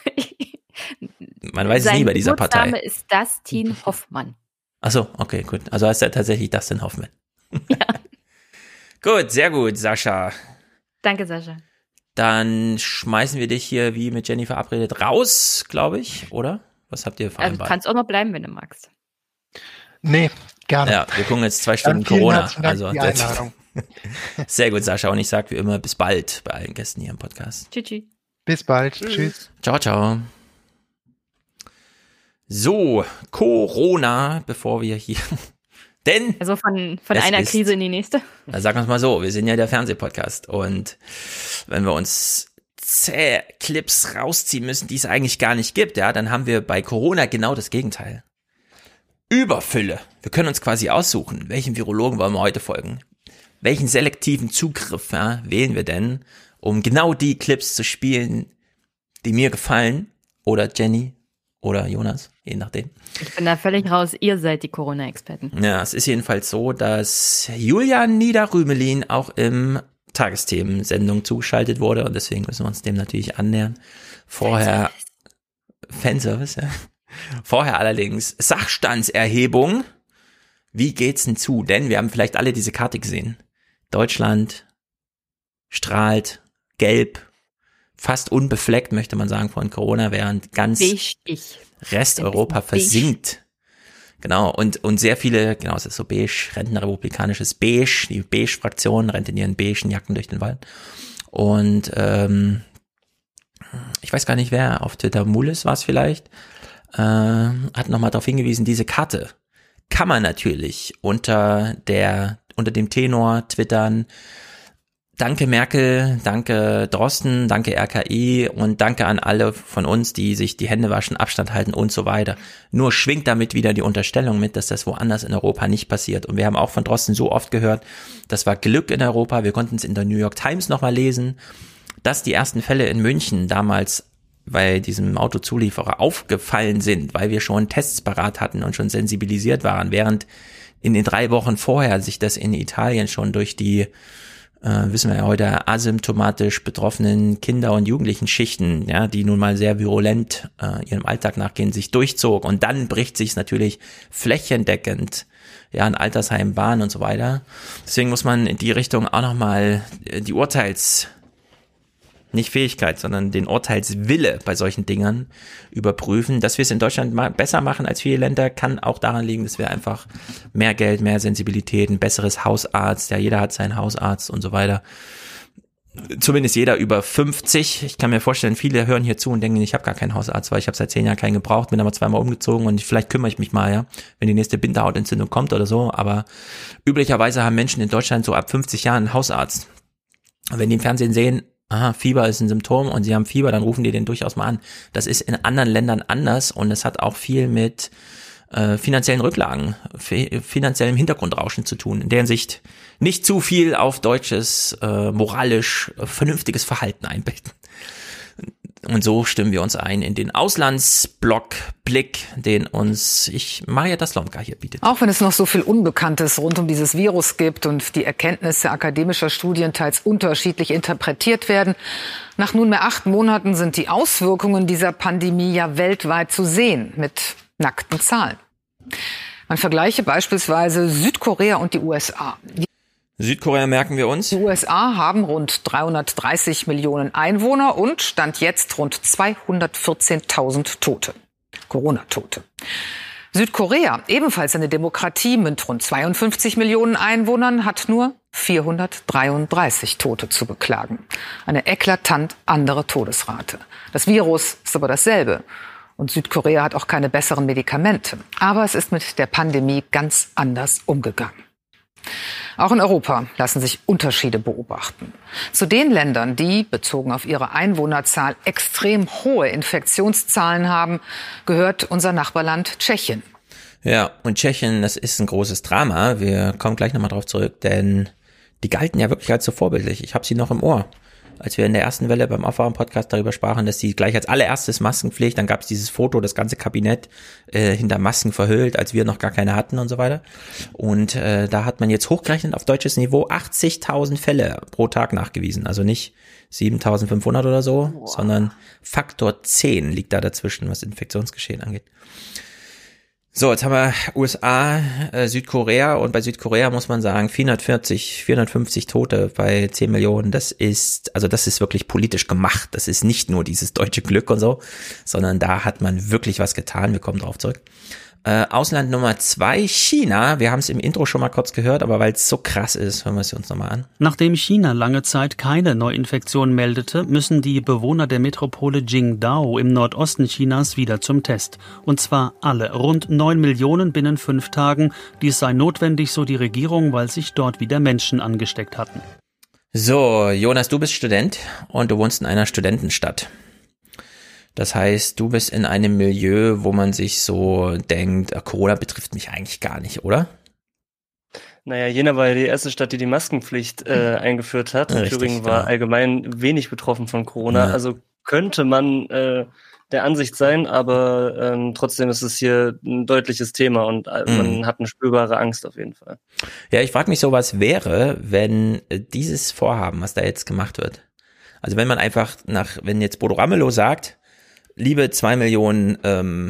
S1: Man weiß es nie bei dieser Partei.
S11: Sein Name ist Dustin Hoffmann.
S1: Achso, okay, gut. Also heißt er tatsächlich Dustin Hoffmann. Ja. Gut, sehr gut, Sascha.
S11: Danke, Sascha.
S1: Dann schmeißen wir dich hier wie mit Jenny verabredet raus, glaube ich, oder? Was habt ihr vereinbart?
S11: Also du kannst auch noch bleiben, wenn du magst.
S12: Nee, gerne.
S1: Ja, wir gucken jetzt 2 Stunden Corona. Also die Einladung. Sehr gut, Sascha. Und ich sage wie immer, bis bald bei allen Gästen hier im Podcast.
S11: Tschüss.
S12: Bis bald. Tschüss.
S1: Ciao, ciao. So, Corona, bevor wir hier... Denn...
S11: Also von einer Krise in die nächste.
S1: Sagen wir es mal so, wir sind ja der Fernsehpodcast. Und wenn wir uns Clips rausziehen müssen, die es eigentlich gar nicht gibt, ja, dann haben wir bei Corona genau das Gegenteil. Überfülle. Wir können uns quasi aussuchen, welchen Virologen wollen wir heute folgen. Welchen selektiven Zugriff wählen wir denn, um genau die Clips zu spielen, die mir gefallen, oder Jenny oder Jonas, je nachdem.
S11: Ich bin da völlig raus, ihr seid die Corona-Experten.
S1: Ja, es ist jedenfalls so, dass Julian Nieder-Rümelin auch im Tagesthemen-Sendung zugeschaltet wurde und deswegen müssen wir uns dem natürlich annähern. Vorher Fanservice, ja. Vorher allerdings Sachstandserhebung. Wie geht's denn zu? Denn wir haben vielleicht alle diese Karte gesehen. Deutschland strahlt gelb, fast unbefleckt, möchte man sagen, von Corona, während ganz Resteuropa versinkt. Genau, und sehr viele, genau, es ist so beige, rentenrepublikanisches Beige, die Beige-Fraktion rennt in ihren beigen Jacken durch den Wald. Und ich weiß gar nicht wer, auf Twitter, Mulis war es vielleicht, hat nochmal darauf hingewiesen, diese Karte kann man natürlich unter dem Tenor twittern, danke Merkel, danke Drosten, danke RKI und danke an alle von uns, die sich die Hände waschen, Abstand halten und so weiter. Nur schwingt damit wieder die Unterstellung mit, dass das woanders in Europa nicht passiert. Und wir haben auch von Drosten so oft gehört, das war Glück in Europa, wir konnten es in der New York Times nochmal lesen, dass die ersten Fälle in München damals bei diesem Autozulieferer aufgefallen sind, weil wir schon Tests parat hatten und schon sensibilisiert waren, während in den 3 Wochen vorher sich das in Italien schon durch die, wissen wir ja heute, asymptomatisch betroffenen Kinder- und Jugendlichen Schichten, ja, die nun mal sehr virulent ihrem Alltag nachgehen, sich durchzog. Und dann bricht sich es natürlich flächendeckend ja, in Altersheim, Bahn und so weiter. Deswegen muss man in die Richtung auch nochmal die nicht Fähigkeit, sondern den Urteilswille bei solchen Dingern überprüfen. Dass wir es in Deutschland besser machen als viele Länder, kann auch daran liegen, dass wir einfach mehr Geld, mehr Sensibilität, ein besseres Hausarzt, ja, jeder hat seinen Hausarzt und so weiter. Zumindest jeder über 50. Ich kann mir vorstellen, viele hören hier zu und denken, ich habe gar keinen Hausarzt, weil ich habe seit 10 Jahren keinen gebraucht, bin aber 2-mal umgezogen und vielleicht kümmere ich mich mal, ja, wenn die nächste Bindehautentzündung kommt oder so. Aber üblicherweise haben Menschen in Deutschland so ab 50 Jahren einen Hausarzt. Und wenn die im Fernsehen sehen, aha, Fieber ist ein Symptom und sie haben Fieber, dann rufen die den durchaus mal an. Das ist in anderen Ländern anders und es hat auch viel mit finanziellen Rücklagen, finanziellem Hintergrundrauschen zu tun. In der Hinsicht nicht zu viel auf deutsches, moralisch vernünftiges Verhalten einbilden. Und so stimmen wir uns ein in den Auslandsblock-Blick, den uns Marietta Slomka hier bietet.
S18: Auch wenn es noch so viel Unbekanntes rund um dieses Virus gibt und die Erkenntnisse akademischer Studien teils unterschiedlich interpretiert werden, nach nunmehr 8 Monaten sind die Auswirkungen dieser Pandemie ja weltweit zu sehen, mit nackten Zahlen. Man vergleiche beispielsweise Südkorea und die USA.
S1: Südkorea merken wir uns.
S18: Die USA haben rund 330 Millionen Einwohner und Stand jetzt rund 214.000 Tote, Corona-Tote. Südkorea, ebenfalls eine Demokratie mit rund 52 Millionen Einwohnern, hat nur 433 Tote zu beklagen. Eine eklatant andere Todesrate. Das Virus ist aber dasselbe. Und Südkorea hat auch keine besseren Medikamente. Aber es ist mit der Pandemie ganz anders umgegangen. Auch in Europa lassen sich Unterschiede beobachten. Zu den Ländern, die, bezogen auf ihre Einwohnerzahl, extrem hohe Infektionszahlen haben, gehört unser Nachbarland Tschechien.
S1: Ja, und Tschechien, das ist ein großes Drama. Wir kommen gleich nochmal drauf zurück, denn die galten ja wirklich als so vorbildlich. Ich habe sie noch im Ohr. Als wir in der ersten Welle beim Aufwachen-Podcast darüber sprachen, dass sie gleich als allererstes Maskenpflicht, dann gab es dieses Foto, das ganze Kabinett hinter Masken verhüllt, als wir noch gar keine hatten und so weiter. Und da hat man jetzt hochgerechnet auf deutsches Niveau 80.000 Fälle pro Tag nachgewiesen. Also nicht 7.500 oder so, sondern Faktor 10 liegt da dazwischen, was Infektionsgeschehen angeht. So, jetzt haben wir USA, Südkorea und bei Südkorea muss man sagen 450 Tote bei 10 Millionen. Das ist wirklich politisch gemacht. Das ist nicht nur dieses deutsche Glück und so, sondern da hat man wirklich was getan. Wir kommen drauf zurück. Ausland Nummer 2, China. Wir haben es im Intro schon mal kurz gehört, aber weil es so krass ist, hören wir es uns nochmal an.
S7: Nachdem China lange Zeit keine Neuinfektion meldete, müssen die Bewohner der Metropole Qingdao im Nordosten Chinas wieder zum Test. Und zwar alle, rund 9 Millionen binnen 5 Tagen. Dies sei notwendig, so die Regierung, weil sich dort wieder Menschen angesteckt hatten.
S1: So, Jonas, du bist Student und du wohnst in einer Studentenstadt. Das heißt, du bist in einem Milieu, wo man sich so denkt, Corona betrifft mich eigentlich gar nicht, oder?
S10: Naja, Jena war ja die erste Stadt, die Maskenpflicht eingeführt hat. Richtig, Thüringen war allgemein wenig betroffen von Corona. Ja. Also könnte man der Ansicht sein, aber trotzdem ist es hier ein deutliches Thema und man hat eine spürbare Angst auf jeden Fall.
S1: Ja, ich frage mich so, was wäre, wenn dieses Vorhaben, was da jetzt gemacht wird, also wenn man einfach wenn jetzt Bodo Ramelow sagt, liebe 2 Millionen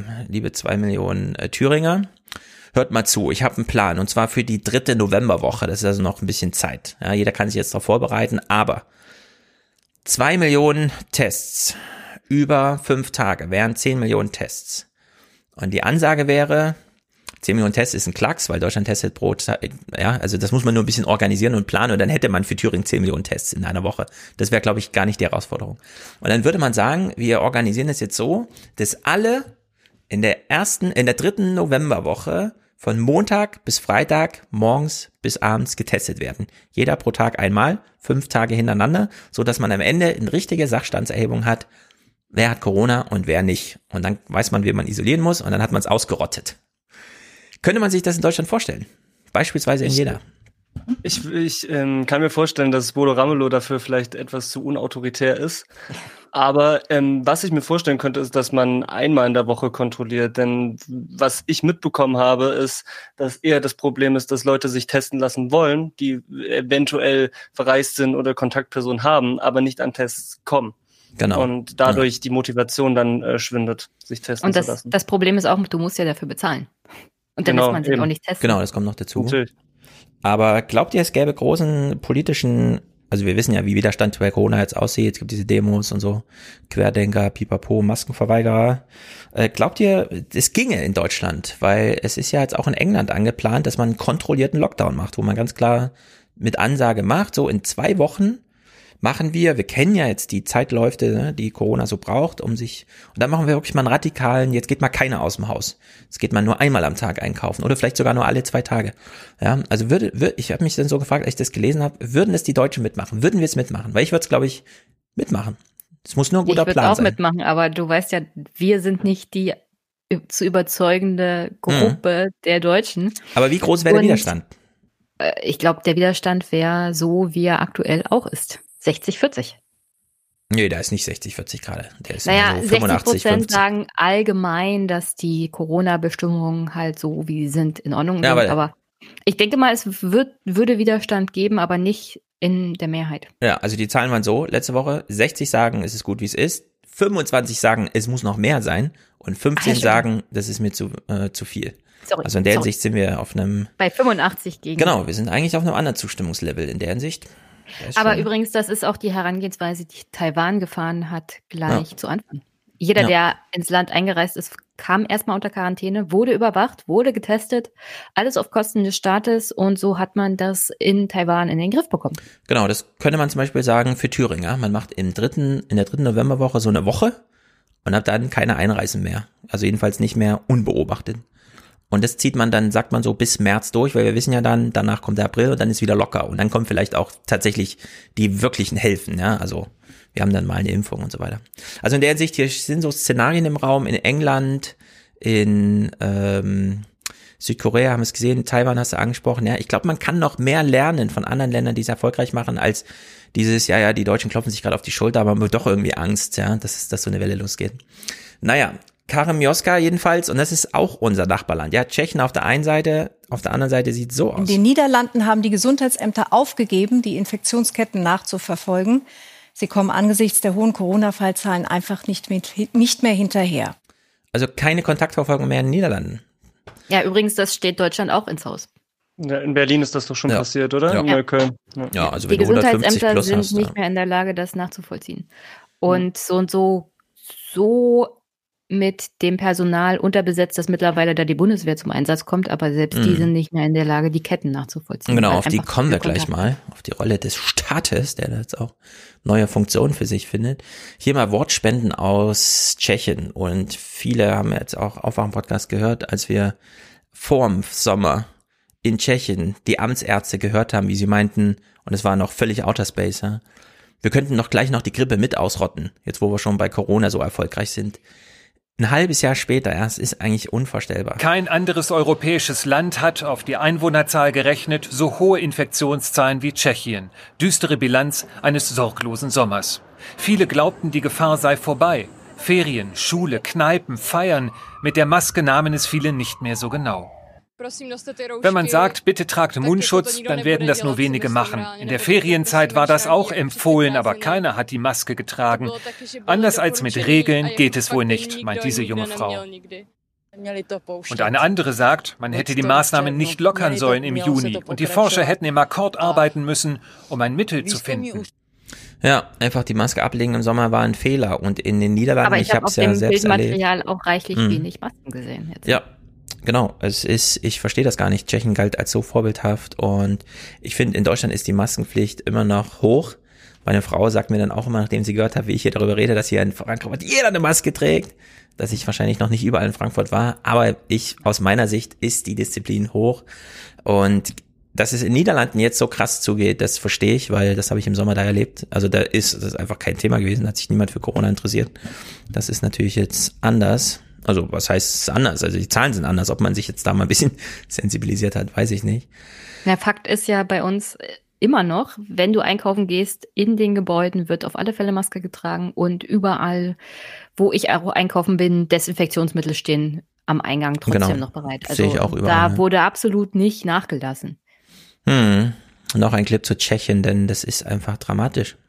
S1: Thüringer, hört mal zu, ich habe einen Plan und zwar für die 3. Novemberwoche, das ist also noch ein bisschen Zeit. Ja, jeder kann sich jetzt darauf vorbereiten, aber 2 Millionen Tests über 5 Tage wären 10 Millionen Tests. Und die Ansage wäre, 10 Millionen Tests ist ein Klacks, weil Deutschland testet pro Tag, ja, also das muss man nur ein bisschen organisieren und planen und dann hätte man für Thüringen 10 Millionen Tests in einer Woche. Das wäre, glaube ich, gar nicht die Herausforderung. Und dann würde man sagen, wir organisieren das jetzt so, dass alle in der 3. Novemberwoche von Montag bis Freitag morgens bis abends getestet werden. Jeder pro Tag einmal, 5 Tage hintereinander, so dass man am Ende eine richtige Sachstandserhebung hat, wer hat Corona und wer nicht. Und dann weiß man, wie man isolieren muss und dann hat man es ausgerottet. Könnte man sich das in Deutschland vorstellen? Beispielsweise in Jena.
S10: Ich kann mir vorstellen, dass Bodo Ramelow dafür vielleicht etwas zu unautoritär ist. Aber was ich mir vorstellen könnte, ist, dass man einmal in der Woche kontrolliert. Denn was ich mitbekommen habe, ist, dass eher das Problem ist, dass Leute sich testen lassen wollen, die eventuell verreist sind oder Kontaktpersonen haben, aber nicht an Tests kommen.
S1: Genau.
S10: Und dadurch die Motivation dann schwindet, sich testen zu lassen.
S11: Und das Problem ist auch, du musst ja dafür bezahlen. Und dann lässt man sich auch nicht testen.
S1: Genau, das kommt noch dazu. Aber glaubt ihr, es gäbe großen politischen, also wir wissen ja, wie Widerstand bei Corona jetzt aussieht, es gibt diese Demos und so, Querdenker, Pipapo, Maskenverweigerer. Glaubt ihr, es ginge in Deutschland? Weil es ist ja jetzt auch in England angeplant, dass man einen kontrollierten Lockdown macht, wo man ganz klar mit Ansage macht, so in 2 Wochen machen wir kennen ja jetzt die Zeitläufe, ne, die Corona so braucht, und dann machen wir wirklich mal einen radikalen, jetzt geht mal keiner aus dem Haus. Jetzt geht man nur einmal am Tag einkaufen oder vielleicht sogar nur alle 2 Tage. Ja, also ich habe mich dann so gefragt, als ich das gelesen habe, würden es die Deutschen mitmachen? Würden wir es mitmachen? Weil ich würde es, glaube ich, mitmachen. Es muss nur ein guter Plan sein.
S11: Ich würde auch mitmachen, aber du weißt ja, wir sind nicht die zu überzeugende Gruppe der Deutschen.
S1: Aber wie groß wäre der Widerstand?
S11: Ich glaube, der Widerstand wäre so, wie er aktuell auch ist. 60-40.
S1: Nee, da ist nicht 60-40 gerade. Der ist
S11: naja,
S1: so 85-15.
S11: sagen allgemein, dass die Corona-Bestimmungen halt so, wie sie sind, in Ordnung sind. Aber ich denke mal, es würde Widerstand geben, aber nicht in der Mehrheit.
S1: Ja, also die Zahlen waren so, letzte Woche, 60 sagen, es ist gut, wie es ist. 25 sagen, es muss noch mehr sein. Und 15 sagen, das ist mir zu viel.
S11: Sorry,
S1: also in der Hinsicht sind wir auf einem...
S11: Bei 85 gegen...
S1: Genau, wir sind eigentlich auf einem anderen Zustimmungslevel in der Hinsicht.
S11: Aber übrigens, das ist auch die Herangehensweise, die Taiwan gefahren hat, gleich zu Anfang. Jeder, der ins Land eingereist ist, kam erstmal unter Quarantäne, wurde überwacht, wurde getestet, alles auf Kosten des Staates, und so hat man das in Taiwan in den Griff bekommen.
S1: Genau, das könnte man zum Beispiel sagen für Thüringer. Man macht in der 3. Novemberwoche so eine Woche und hat dann keine Einreisen mehr. Also jedenfalls nicht mehr unbeobachtet. Und das zieht man dann, sagt man so, bis März durch, weil wir wissen ja dann, danach kommt der April und dann ist wieder locker. Und dann kommen vielleicht auch tatsächlich die wirklichen Helfen, ja. Also wir haben dann mal eine Impfung und so weiter. Also in der Hinsicht, hier sind so Szenarien im Raum, in England, in Südkorea haben wir es gesehen, Taiwan hast du angesprochen, ja. Ich glaube, man kann noch mehr lernen von anderen Ländern, die es erfolgreich machen, als dieses, die Deutschen klopfen sich gerade auf die Schulter, aber man hat doch irgendwie Angst, ja, dass so eine Welle losgeht. Naja, Kara-Mioska jedenfalls, und das ist auch unser Nachbarland. Ja, Tschechien auf der einen Seite, auf der anderen Seite sieht es so aus.
S2: In den Niederlanden haben die Gesundheitsämter aufgegeben, die Infektionsketten nachzuverfolgen. Sie kommen angesichts der hohen Corona-Fallzahlen einfach nicht mehr hinterher.
S1: Also keine Kontaktverfolgung mehr in den Niederlanden.
S11: Ja, übrigens, das steht Deutschland auch ins Haus.
S10: Ja, in Berlin ist das doch schon passiert, oder?
S1: Ja.
S10: In Neukölln.
S1: Ja, also
S11: die
S1: wenn du 150
S11: Gesundheitsämter
S1: plus
S11: sind
S1: hast,
S11: nicht mehr in der Lage, das nachzuvollziehen. Und so mit dem Personal unterbesetzt, dass mittlerweile da die Bundeswehr zum Einsatz kommt, aber selbst die sind nicht mehr in der Lage, die Ketten nachzuvollziehen.
S1: Genau, auf die kommen wir gleich mal, auf die Rolle des Staates, der da jetzt auch neue Funktionen für sich findet. Hier mal Wortspenden aus Tschechien, und viele haben jetzt auch Aufwachen-Podcast gehört, als wir vorm Sommer in Tschechien die Amtsärzte gehört haben, wie sie meinten, und es war noch völlig Outer Space, ja, wir könnten noch gleich noch die Grippe mit ausrotten, jetzt wo wir schon bei Corona so erfolgreich sind. Ein halbes Jahr später, es ist eigentlich unvorstellbar.
S19: Kein anderes europäisches Land hat auf die Einwohnerzahl gerechnet so hohe Infektionszahlen wie Tschechien. Düstere Bilanz eines sorglosen Sommers. Viele glaubten, die Gefahr sei vorbei. Ferien, Schule, Kneipen, Feiern. Mit der Maske nahmen es viele nicht mehr so genau. Wenn man sagt, bitte tragt Mundschutz, dann werden das nur wenige machen. In der Ferienzeit war das auch empfohlen, aber keiner hat die Maske getragen. Anders als mit Regeln geht es wohl nicht, meint diese junge Frau. Und eine andere sagt, man hätte die Maßnahmen nicht lockern sollen im Juni und die Forscher hätten im Akkord arbeiten müssen, um ein Mittel zu finden.
S1: Ja, einfach die Maske ablegen im Sommer war ein Fehler, und in den Niederlanden,
S11: aber ich habe auf
S1: ja
S11: dem
S1: selbst
S11: Bildmaterial
S1: erlebt.
S11: auch reichlich wenig Masken gesehen. Jetzt.
S1: Ja. Genau, ich verstehe das gar nicht. Tschechien galt als so vorbildhaft, und ich finde, in Deutschland ist die Maskenpflicht immer noch hoch. Meine Frau sagt mir dann auch immer, nachdem sie gehört hat, wie ich hier darüber rede, dass hier in Frankfurt jeder eine Maske trägt, dass ich wahrscheinlich noch nicht überall in Frankfurt war, aber aus meiner Sicht ist die Disziplin hoch, und dass es in den Niederlanden jetzt so krass zugeht, das verstehe ich, weil das habe ich im Sommer da erlebt. Also das ist einfach kein Thema gewesen, hat sich niemand für Corona interessiert. Das ist natürlich jetzt anders. Also was heißt anders? Also die Zahlen sind anders. Ob man sich jetzt da mal ein bisschen sensibilisiert hat, weiß ich nicht.
S11: Na, Fakt ist ja bei uns immer noch, wenn du einkaufen gehst, in den Gebäuden wird auf alle Fälle Maske getragen, und überall, wo ich auch einkaufen bin, Desinfektionsmittel stehen am Eingang trotzdem noch bereit. Also
S1: sehe ich auch überall,
S11: da wurde absolut nicht nachgelassen.
S1: Noch ein Clip zu Tschechien, denn das ist einfach dramatisch.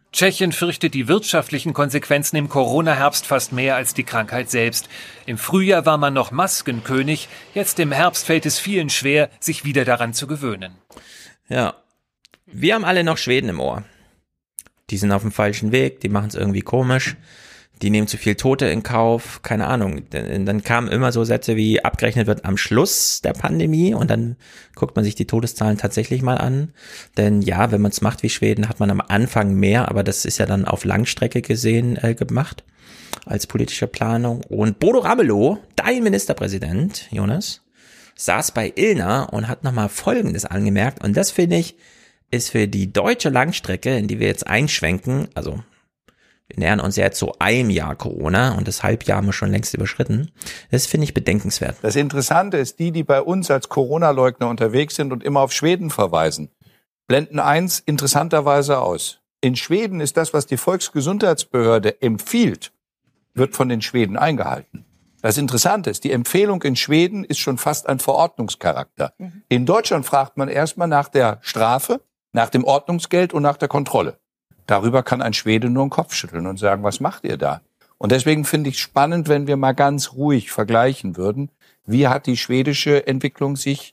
S19: Tschechien fürchtet die wirtschaftlichen Konsequenzen im Corona-Herbst fast mehr als die Krankheit selbst. Im Frühjahr war man noch Maskenkönig, jetzt im Herbst fällt es vielen schwer, sich wieder daran zu gewöhnen.
S1: Ja, wir haben alle noch Schweden im Ohr. Die sind auf dem falschen Weg, die machen es irgendwie komisch, die nehmen zu viel Tote in Kauf, keine Ahnung. Dann kamen immer so Sätze wie, abgerechnet wird am Schluss der Pandemie und dann guckt man sich die Todeszahlen tatsächlich mal an. Denn ja, wenn man es macht wie Schweden, hat man am Anfang mehr, aber das ist ja dann auf Langstrecke gesehen gemacht als politische Planung. Und Bodo Ramelow, dein Ministerpräsident, Jonas, saß bei Illner und hat nochmal Folgendes angemerkt und das finde ich, ist für die deutsche Langstrecke, in die wir jetzt einschwenken, also wir nähern uns ja jetzt so einem Jahr Corona und das Halbjahr haben wir schon längst überschritten. Das finde ich bedenkenswert.
S6: Das Interessante ist, die bei uns als Corona-Leugner unterwegs sind und immer auf Schweden verweisen, blenden eins interessanterweise aus. In Schweden ist das, was die Volksgesundheitsbehörde empfiehlt, wird von den Schweden eingehalten. Das Interessante ist, die Empfehlung in Schweden ist schon fast ein Verordnungscharakter. In Deutschland fragt man erstmal nach der Strafe, nach dem Ordnungsgeld und nach der Kontrolle. Darüber kann ein Schwede nur den Kopf schütteln und sagen, was macht ihr da? Und deswegen finde ich spannend, wenn wir mal ganz ruhig vergleichen würden, wie hat die schwedische Entwicklung sich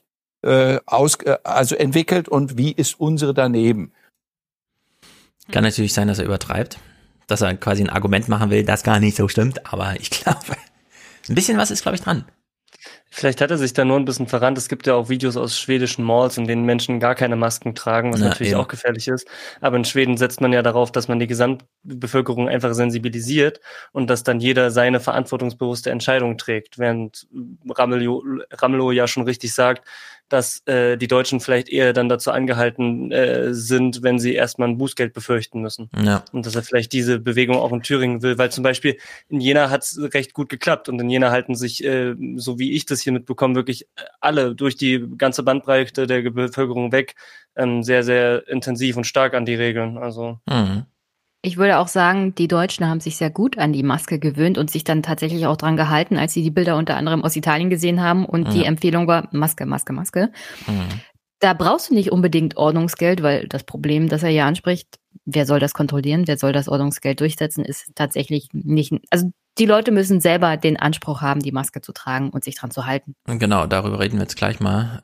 S6: entwickelt und wie ist unsere daneben?
S1: Kann natürlich sein, dass er übertreibt, dass er quasi ein Argument machen will, das gar nicht so stimmt, aber ich glaube, ein bisschen was ist, glaube ich, dran.
S10: Vielleicht hat er sich da nur ein bisschen verrannt. Es gibt ja auch Videos aus schwedischen Malls, in denen Menschen gar keine Masken tragen, was natürlich auch gefährlich ist. Aber in Schweden setzt man ja darauf, dass man die Gesamtbevölkerung einfach sensibilisiert und dass dann jeder seine verantwortungsbewusste Entscheidung trägt. Während Ramelow ja schon richtig sagt, dass die Deutschen vielleicht eher dann dazu angehalten sind, wenn sie erstmal ein Bußgeld befürchten müssen. Ja. Und dass er vielleicht diese Bewegung auch in Thüringen will, weil zum Beispiel in Jena hat es recht gut geklappt und in Jena halten sich, so wie ich das hier mitbekomme, wirklich alle durch die ganze Bandbreite der Bevölkerung weg sehr, sehr intensiv und stark an die Regeln. Also
S11: Ich würde auch sagen, die Deutschen haben sich sehr gut an die Maske gewöhnt und sich dann tatsächlich auch dran gehalten, als sie die Bilder unter anderem aus Italien gesehen haben und die Empfehlung war Maske, Maske, Maske. Da brauchst du nicht unbedingt Ordnungsgeld, weil das Problem, das er hier anspricht, wer soll das kontrollieren, wer soll das Ordnungsgeld durchsetzen, ist tatsächlich nicht, also die Leute müssen selber den Anspruch haben, die Maske zu tragen und sich dran zu halten.
S1: Genau, darüber reden wir jetzt gleich mal.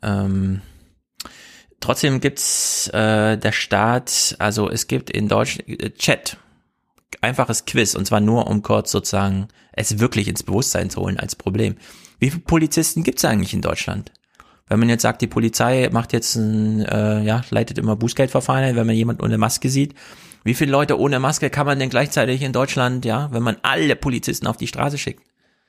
S1: Trotzdem gibt's der Staat, also es gibt in Deutschland Chat, einfaches Quiz und zwar nur um kurz sozusagen es wirklich ins Bewusstsein zu holen als Problem. Wie viele Polizisten gibt's eigentlich in Deutschland? Wenn man jetzt sagt, die Polizei macht jetzt leitet immer Bußgeldverfahren ein, wenn man jemanden ohne Maske sieht. Wie viele Leute ohne Maske kann man denn gleichzeitig in Deutschland, wenn man alle Polizisten auf die Straße schickt?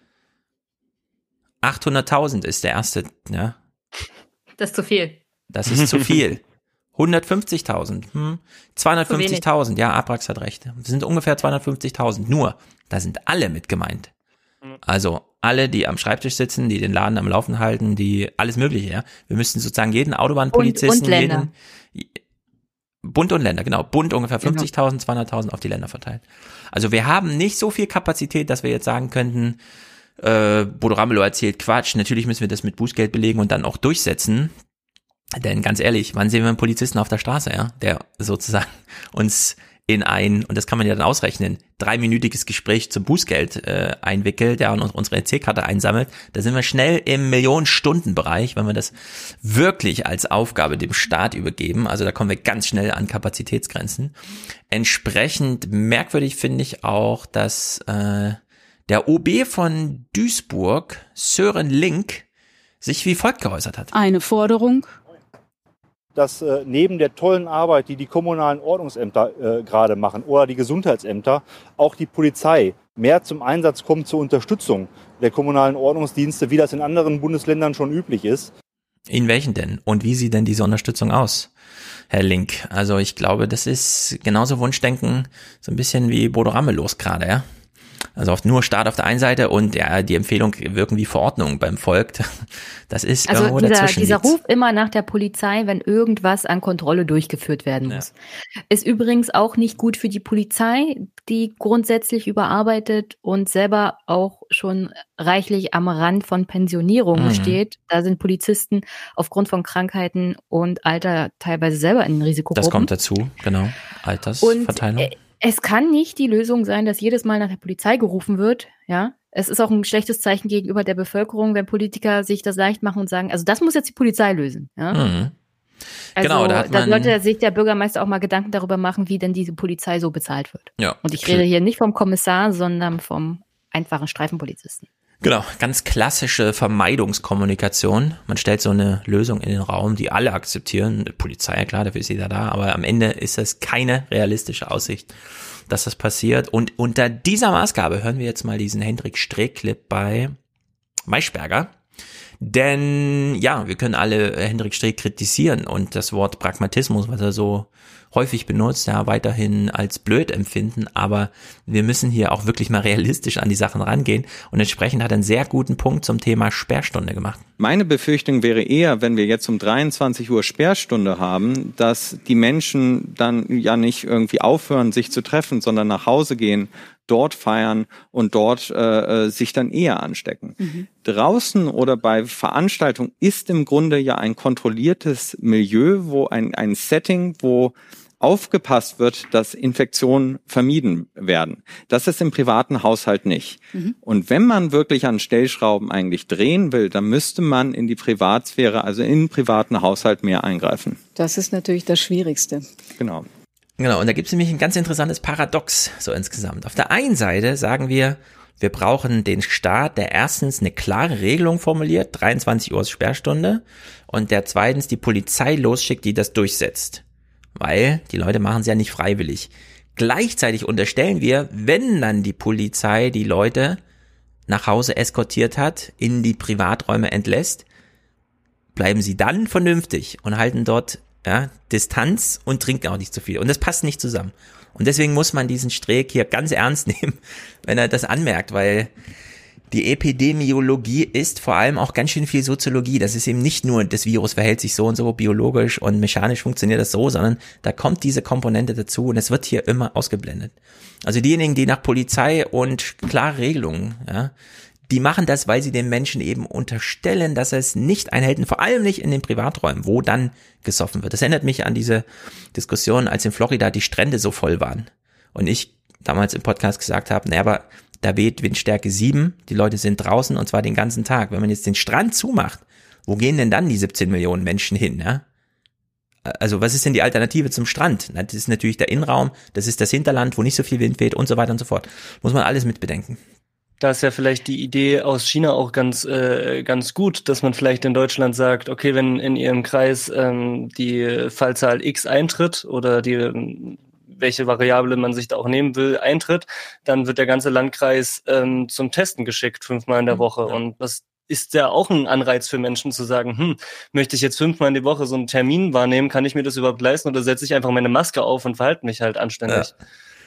S1: 800.000 ist der erste, ja.
S11: Das ist zu viel.
S1: Das ist zu viel. 150.000, 250.000, ja, Abrax hat recht. Das sind ungefähr 250.000, nur, da sind alle mit gemeint. Also alle, die am Schreibtisch sitzen, die den Laden am Laufen halten, die alles Mögliche, ja. Wir müssten sozusagen jeden Autobahnpolizisten,
S11: und Länder.
S1: Bund und Länder, genau. Bund ungefähr 50.000, 200.000 auf die Länder verteilt. Also wir haben nicht so viel Kapazität, dass wir jetzt sagen könnten, Bodo Ramelow erzählt Quatsch, natürlich müssen wir das mit Bußgeld belegen und dann auch durchsetzen. Denn ganz ehrlich, wann sehen wir einen Polizisten auf der Straße, ja, der sozusagen uns in ein, und das kann man ja dann ausrechnen, 3-minütiges Gespräch zum Bußgeld einwickelt, ja, und unsere EC-Karte einsammelt, da sind wir schnell im Millionen-Stunden-Bereich, wenn wir das wirklich als Aufgabe dem Staat übergeben, also da kommen wir ganz schnell an Kapazitätsgrenzen. Entsprechend merkwürdig finde ich auch, dass der OB von Duisburg, Sören Link, sich wie folgt geäußert hat.
S20: Eine Forderung,
S21: dass neben der tollen Arbeit, die die kommunalen Ordnungsämter gerade machen oder die Gesundheitsämter, auch die Polizei mehr zum Einsatz kommt zur Unterstützung der kommunalen Ordnungsdienste, wie das in anderen Bundesländern schon üblich ist.
S1: In welchen denn? Und wie sieht denn diese Unterstützung aus, Herr Link? Also ich glaube, das ist genauso Wunschdenken, so ein bisschen wie Bodo Ramelow gerade, ja? Also oft nur Staat auf der einen Seite und ja, die Empfehlung wirken wie Verordnung beim Volk. Das ist
S11: also
S1: irgendwo dazwischen.
S11: Dieser Ruf immer nach der Polizei, wenn irgendwas an Kontrolle durchgeführt werden muss. Ja. Ist übrigens auch nicht gut für die Polizei, die grundsätzlich überarbeitet und selber auch schon reichlich am Rand von Pensionierung steht. Da sind Polizisten aufgrund von Krankheiten und Alter teilweise selber in Risikogruppen.
S1: Das kommt dazu, genau. Altersverteilung.
S11: Es kann nicht die Lösung sein, dass jedes Mal nach der Polizei gerufen wird, ja. Es ist auch ein schlechtes Zeichen gegenüber der Bevölkerung, wenn Politiker sich das leicht machen und sagen, also das muss jetzt die Polizei lösen. Ja?
S1: Mhm.
S11: Also
S1: Genau, da
S11: sollte sich der Bürgermeister auch mal Gedanken darüber machen, wie denn diese Polizei so bezahlt wird.
S1: Ja.
S11: Und ich rede hier nicht vom Kommissar, sondern vom einfachen Streifenpolizisten.
S1: Genau, ganz klassische Vermeidungskommunikation. Man stellt so eine Lösung in den Raum, die alle akzeptieren. Die Polizei, ja klar, dafür ist jeder da, aber am Ende ist es keine realistische Aussicht, dass das passiert. Und unter dieser Maßgabe hören wir jetzt mal diesen Hendrik Streeck-Clip bei Maischberger. Denn ja, wir können alle Hendrik Streeck kritisieren und das Wort Pragmatismus, was er so häufig benutzt, ja, weiterhin als blöd empfinden, aber wir müssen hier auch wirklich mal realistisch an die Sachen rangehen und entsprechend hat er einen sehr guten Punkt zum Thema Sperrstunde gemacht.
S20: Meine Befürchtung wäre eher, wenn wir jetzt um 23 Uhr Sperrstunde haben, dass die Menschen dann ja nicht irgendwie aufhören, sich zu treffen, sondern nach Hause gehen, dort feiern und dort sich dann eher anstecken. Mhm. Draußen oder bei Veranstaltungen ist im Grunde ja ein kontrolliertes Milieu, wo ein Setting, wo aufgepasst wird, dass Infektionen vermieden werden. Das ist im privaten Haushalt nicht. Mhm. Und wenn man wirklich an Stellschrauben eigentlich drehen will, dann müsste man in die Privatsphäre, also in den privaten Haushalt mehr eingreifen.
S22: Das ist natürlich das Schwierigste.
S20: Genau.
S1: Genau, und da gibt es nämlich ein ganz interessantes Paradox so insgesamt. Auf der einen Seite sagen wir brauchen den Staat, der erstens eine klare Regelung formuliert, 23 Uhr Sperrstunde, und der zweitens die Polizei losschickt, die das durchsetzt. Weil die Leute machen es ja nicht freiwillig. Gleichzeitig unterstellen wir, wenn dann die Polizei die Leute nach Hause eskortiert hat, in die Privaträume entlässt, bleiben sie dann vernünftig und halten dort Distanz und trinken auch nicht zu viel. Und das passt nicht zusammen. Und deswegen muss man diesen Streeck hier ganz ernst nehmen, wenn er das anmerkt, weil die Epidemiologie ist vor allem auch ganz schön viel Soziologie. Das ist eben nicht nur, das Virus verhält sich so und so, biologisch und mechanisch funktioniert das so, sondern da kommt diese Komponente dazu und es wird hier immer ausgeblendet. Also diejenigen, die nach Polizei und klare Regelungen, die machen das, weil sie den Menschen eben unterstellen, dass es nicht einhält, und vor allem nicht in den Privaträumen, wo dann gesoffen wird. Das erinnert mich an diese Diskussion, als in Florida die Strände so voll waren. Und ich damals im Podcast gesagt habe, aber da weht Windstärke 7, die Leute sind draußen und zwar den ganzen Tag. Wenn man jetzt den Strand zumacht, wo gehen denn dann die 17 Millionen Menschen hin? Ja? Also was ist denn die Alternative zum Strand? Das ist natürlich der Innenraum, das ist das Hinterland, wo nicht so viel Wind weht und so weiter und so fort. Muss man alles mit bedenken.
S10: Da ist ja vielleicht die Idee aus China auch ganz gut, dass man vielleicht in Deutschland sagt, okay, wenn in Ihrem Kreis die Fallzahl X eintritt oder welche Variable man sich da auch nehmen will, eintritt, dann wird der ganze Landkreis zum Testen geschickt, 5-mal in der Woche. Und das ist ja auch ein Anreiz für Menschen zu sagen, möchte ich jetzt 5-mal in die Woche so einen Termin wahrnehmen, kann ich mir das überhaupt leisten oder setze ich einfach meine Maske auf und verhalte mich halt anständig.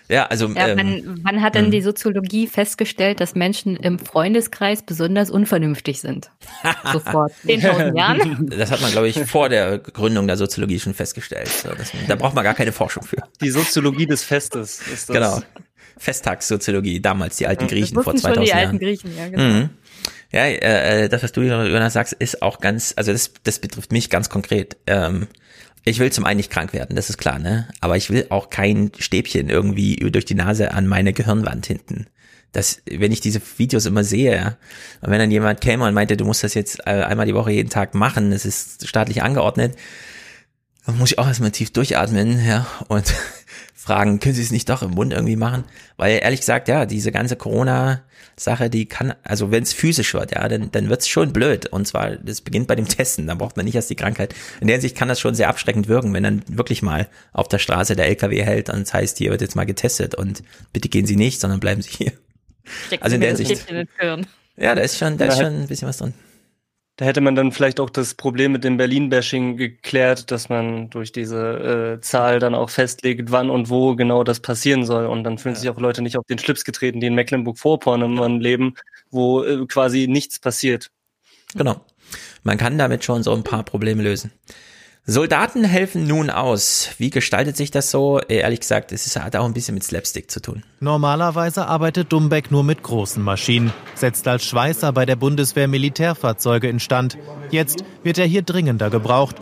S11: Wann hat denn die Soziologie festgestellt, dass Menschen im Freundeskreis besonders unvernünftig sind? Sofort. 10.000 Jahren?
S1: Das hat man, glaube ich, vor der Gründung der Soziologie schon festgestellt. Da braucht man gar keine Forschung für.
S10: Die Soziologie des Festes ist das.
S1: Genau. Festtagssoziologie, damals die alten Griechen vor 2000
S11: schon die
S1: Jahren.
S11: Alten Griechen, ja, genau.
S1: Mhm. Ja, das, was du, Jonas, sagst, ist auch ganz, also das betrifft mich ganz konkret. Ich will zum einen nicht krank werden, das ist klar, ne? Aber ich will auch kein Stäbchen irgendwie durch die Nase an meine Gehirnwand hinten. Wenn ich diese Videos immer sehe, und wenn dann jemand käme und meinte, du musst das jetzt einmal die Woche jeden Tag machen, das ist staatlich angeordnet, dann muss ich auch erstmal tief durchatmen, und fragen, können Sie es nicht doch im Mund irgendwie machen? Weil ehrlich gesagt, diese ganze Corona-Sache, die kann, also wenn es physisch wird, dann wird's schon blöd. Und zwar, das beginnt bei dem Testen, da braucht man nicht erst die Krankheit. In der Hinsicht kann das schon sehr abschreckend wirken, wenn dann wirklich mal auf der Straße der LKW hält und es heißt, hier wird jetzt mal getestet und bitte gehen Sie nicht, sondern bleiben Sie hier. Also in der Hinsicht. Ja, da ist schon ein bisschen was drin.
S10: Da hätte man dann vielleicht auch das Problem mit dem Berlin-Bashing geklärt, dass man durch diese Zahl dann auch festlegt, wann und wo genau das passieren soll. Und dann fühlen sich auch Leute nicht auf den Schlips getreten, die in Mecklenburg-Vorpommern leben, wo quasi nichts passiert.
S1: Genau. Man kann damit schon so ein paar Probleme lösen. Soldaten helfen nun aus. Wie gestaltet sich das so? Ehrlich gesagt, hat auch ein bisschen mit Slapstick zu tun.
S23: Normalerweise arbeitet Dumbeck nur mit großen Maschinen, setzt als Schweißer bei der Bundeswehr Militärfahrzeuge instand. Jetzt wird er hier dringender gebraucht.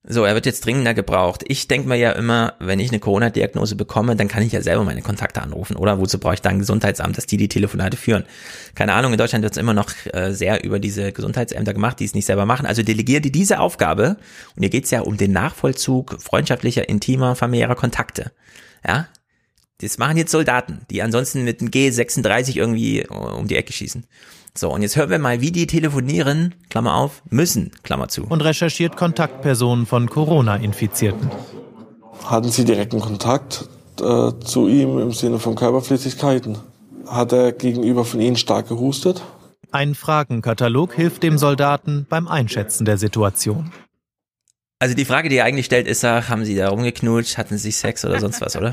S1: So, er wird jetzt dringender gebraucht. Ich denke mir ja immer, wenn ich eine Corona-Diagnose bekomme, dann kann ich ja selber meine Kontakte anrufen, oder? Wozu brauche ich da ein Gesundheitsamt, dass die Telefonate führen? Keine Ahnung, in Deutschland wird es immer noch sehr über diese Gesundheitsämter gemacht, die es nicht selber machen. Also delegiere dir diese Aufgabe. Und hier geht's ja um den Nachvollzug freundschaftlicher, intimer, familiärer Kontakte. Ja? Das machen jetzt Soldaten, die ansonsten mit einem G36 irgendwie um die Ecke schießen. So, und jetzt hören wir mal, wie die telefonieren, Klammer auf, müssen, Klammer zu.
S23: Und recherchiert Kontaktpersonen von Corona-Infizierten.
S3: Hatten Sie direkten Kontakt zu ihm im Sinne von Körperflüssigkeiten? Hat er gegenüber von Ihnen stark gehustet?
S23: Ein Fragenkatalog hilft dem Soldaten beim Einschätzen der Situation.
S1: Also die Frage, die er eigentlich stellt, ist, haben Sie da rumgeknutscht, hatten Sie Sex oder sonst was, oder?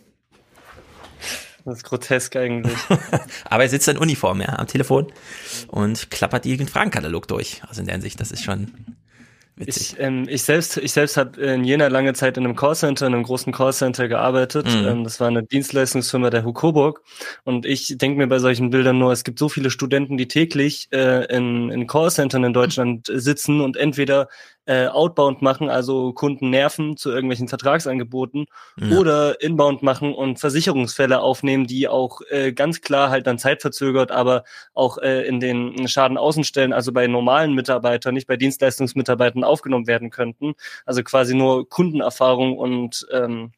S10: Das ist grotesk eigentlich.
S1: Aber er sitzt in Uniform, ja, am Telefon und klappert den Fragenkatalog durch. Also in der Hinsicht, das ist schon witzig.
S10: Ich selbst habe in Jena lange Zeit in einem Callcenter, in einem großen Callcenter gearbeitet. Das war eine Dienstleistungsfirma der HU Coburg. Und ich denke mir bei solchen Bildern nur, es gibt so viele Studenten, die täglich in Callcentern in Deutschland sitzen und entweder Outbound machen, also Kunden nerven zu irgendwelchen Vertragsangeboten, oder Inbound machen und Versicherungsfälle aufnehmen, die auch ganz klar halt dann zeitverzögert, aber auch in den Schadenaußenstellen, also bei normalen Mitarbeitern, nicht bei Dienstleistungsmitarbeitern aufgenommen werden könnten. Also quasi nur Kundenerfahrung und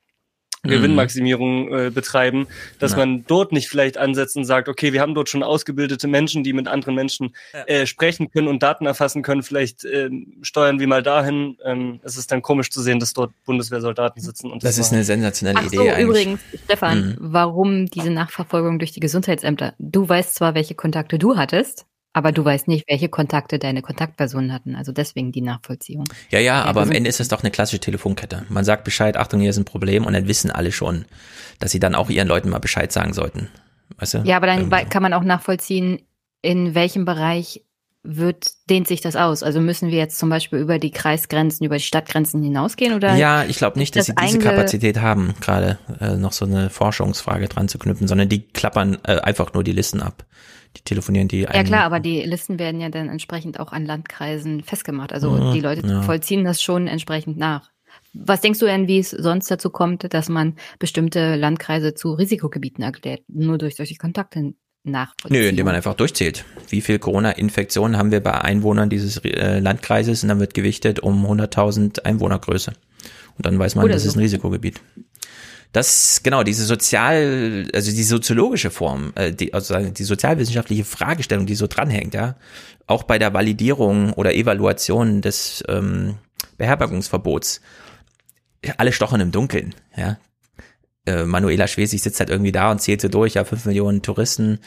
S10: Gewinnmaximierung betreiben, dass man dort nicht vielleicht ansetzt und sagt, okay, wir haben dort schon ausgebildete Menschen, die mit anderen Menschen sprechen können und Daten erfassen können, vielleicht steuern wir mal dahin. Es ist dann komisch zu sehen, dass dort Bundeswehrsoldaten sitzen. Und
S1: das ist eine sensationelle Idee eigentlich.
S11: Übrigens, Stefan, warum diese Nachverfolgung durch die Gesundheitsämter? Du weißt zwar, welche Kontakte du hattest, aber du weißt nicht, welche Kontakte deine Kontaktpersonen hatten. Also deswegen die Nachvollziehung.
S1: Ja, aber am Ende ist es doch eine klassische Telefonkette. Man sagt Bescheid, Achtung, hier ist ein Problem, und dann wissen alle schon, dass sie dann auch ihren Leuten mal Bescheid sagen sollten. Weißt du?
S11: Ja, aber dann kann man auch nachvollziehen, in welchem Bereich dehnt sich das aus? Also müssen wir jetzt zum Beispiel über die Kreisgrenzen, über die Stadtgrenzen hinausgehen? Oder
S1: ja, ich glaube nicht, dass sie diese Kapazität haben, gerade noch so eine Forschungsfrage dran zu knüpfen, sondern die klappern einfach nur die Listen ab. Die telefonieren die ein.
S11: Ja klar, aber die Listen werden ja dann entsprechend auch an Landkreisen festgemacht. Also die Leute vollziehen das schon entsprechend nach. Was denkst du denn, wie es sonst dazu kommt, dass man bestimmte Landkreise zu Risikogebieten erklärt? Nur durch solche Kontakte nachvollziehen?
S1: Nö, indem man einfach durchzählt. Wie viel Corona-Infektionen haben wir bei Einwohnern dieses Landkreises? Und dann wird gewichtet um 100.000 Einwohnergröße. Und dann weiß man, das ist ein Risikogebiet. Das, genau, die soziologische Form, die sozialwissenschaftliche Fragestellung, die so dranhängt, ja, auch bei der Validierung oder Evaluation des Beherbergungsverbots, alle stochen im Dunkeln, ja. Manuela Schwesig sitzt halt irgendwie da und zählt so durch, ja, 5 Millionen Touristen,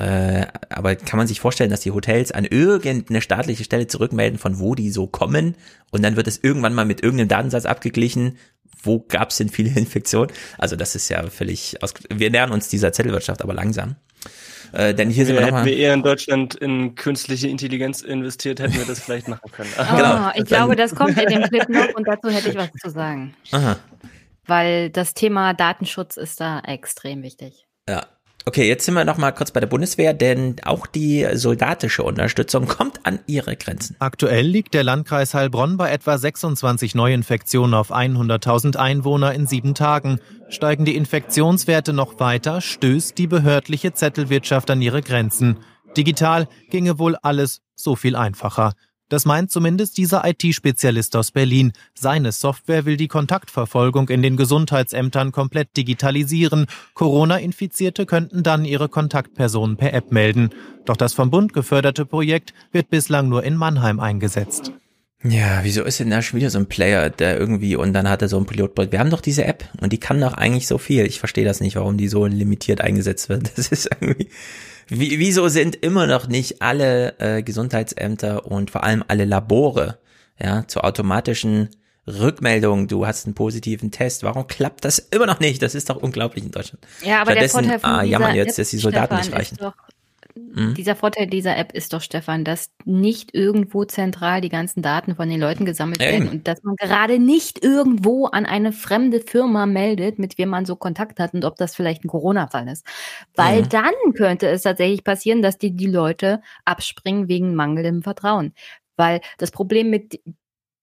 S1: aber kann man sich vorstellen, dass die Hotels an irgendeine staatliche Stelle zurückmelden, von wo die so kommen, und dann wird es irgendwann mal mit irgendeinem Datensatz abgeglichen, wo gab es denn viele Infektionen? Also das ist ja völlig wir nähern uns dieser Zettelwirtschaft aber langsam. Denn hier sind wir
S10: hätten wir eher in Deutschland in künstliche Intelligenz investiert, hätten wir das vielleicht machen können.
S11: Genau. Ich glaube, das kommt in dem Clip noch, und dazu hätte ich was zu sagen.
S1: Aha.
S11: Weil das Thema Datenschutz ist da extrem wichtig.
S1: Ja. Okay, jetzt sind wir noch mal kurz bei der Bundeswehr, denn auch die soldatische Unterstützung kommt an ihre Grenzen.
S23: Aktuell liegt der Landkreis Heilbronn bei etwa 26 Neuinfektionen auf 100.000 Einwohner in 7 Tagen. Steigen die Infektionswerte noch weiter, stößt die behördliche Zettelwirtschaft an ihre Grenzen. Digital ginge wohl alles so viel einfacher. Das meint zumindest dieser IT-Spezialist aus Berlin. Seine Software will die Kontaktverfolgung in den Gesundheitsämtern komplett digitalisieren. Corona-Infizierte könnten dann ihre Kontaktpersonen per App melden. Doch das vom Bund geförderte Projekt wird bislang nur in Mannheim eingesetzt.
S1: Ja, wieso ist denn da schon wieder so ein Player, der irgendwie, und dann hat er so ein Pilotprojekt. Wir haben doch diese App und die kann doch eigentlich so viel. Ich verstehe das nicht, warum die so limitiert eingesetzt wird. Das ist irgendwie... Wieso sind immer noch nicht alle Gesundheitsämter und vor allem alle Labore, ja, zur automatischen Rückmeldung, du hast einen positiven Test, warum klappt das immer noch nicht? Das ist doch unglaublich in Deutschland.
S11: Ja, aber
S1: stattdessen,
S11: der Vorteil von dieser
S1: jetzt,
S11: App,
S1: dass die Soldaten
S11: Stefan,
S1: nicht reichen.
S11: Dieser Vorteil dieser App ist doch, Stefan, dass nicht irgendwo zentral die ganzen Daten von den Leuten gesammelt werden und dass man gerade nicht irgendwo an eine fremde Firma meldet, mit wem man so Kontakt hat und ob das vielleicht ein Corona-Fall ist. Weil dann könnte es tatsächlich passieren, dass die Leute abspringen wegen mangelndem Vertrauen. Weil das Problem mit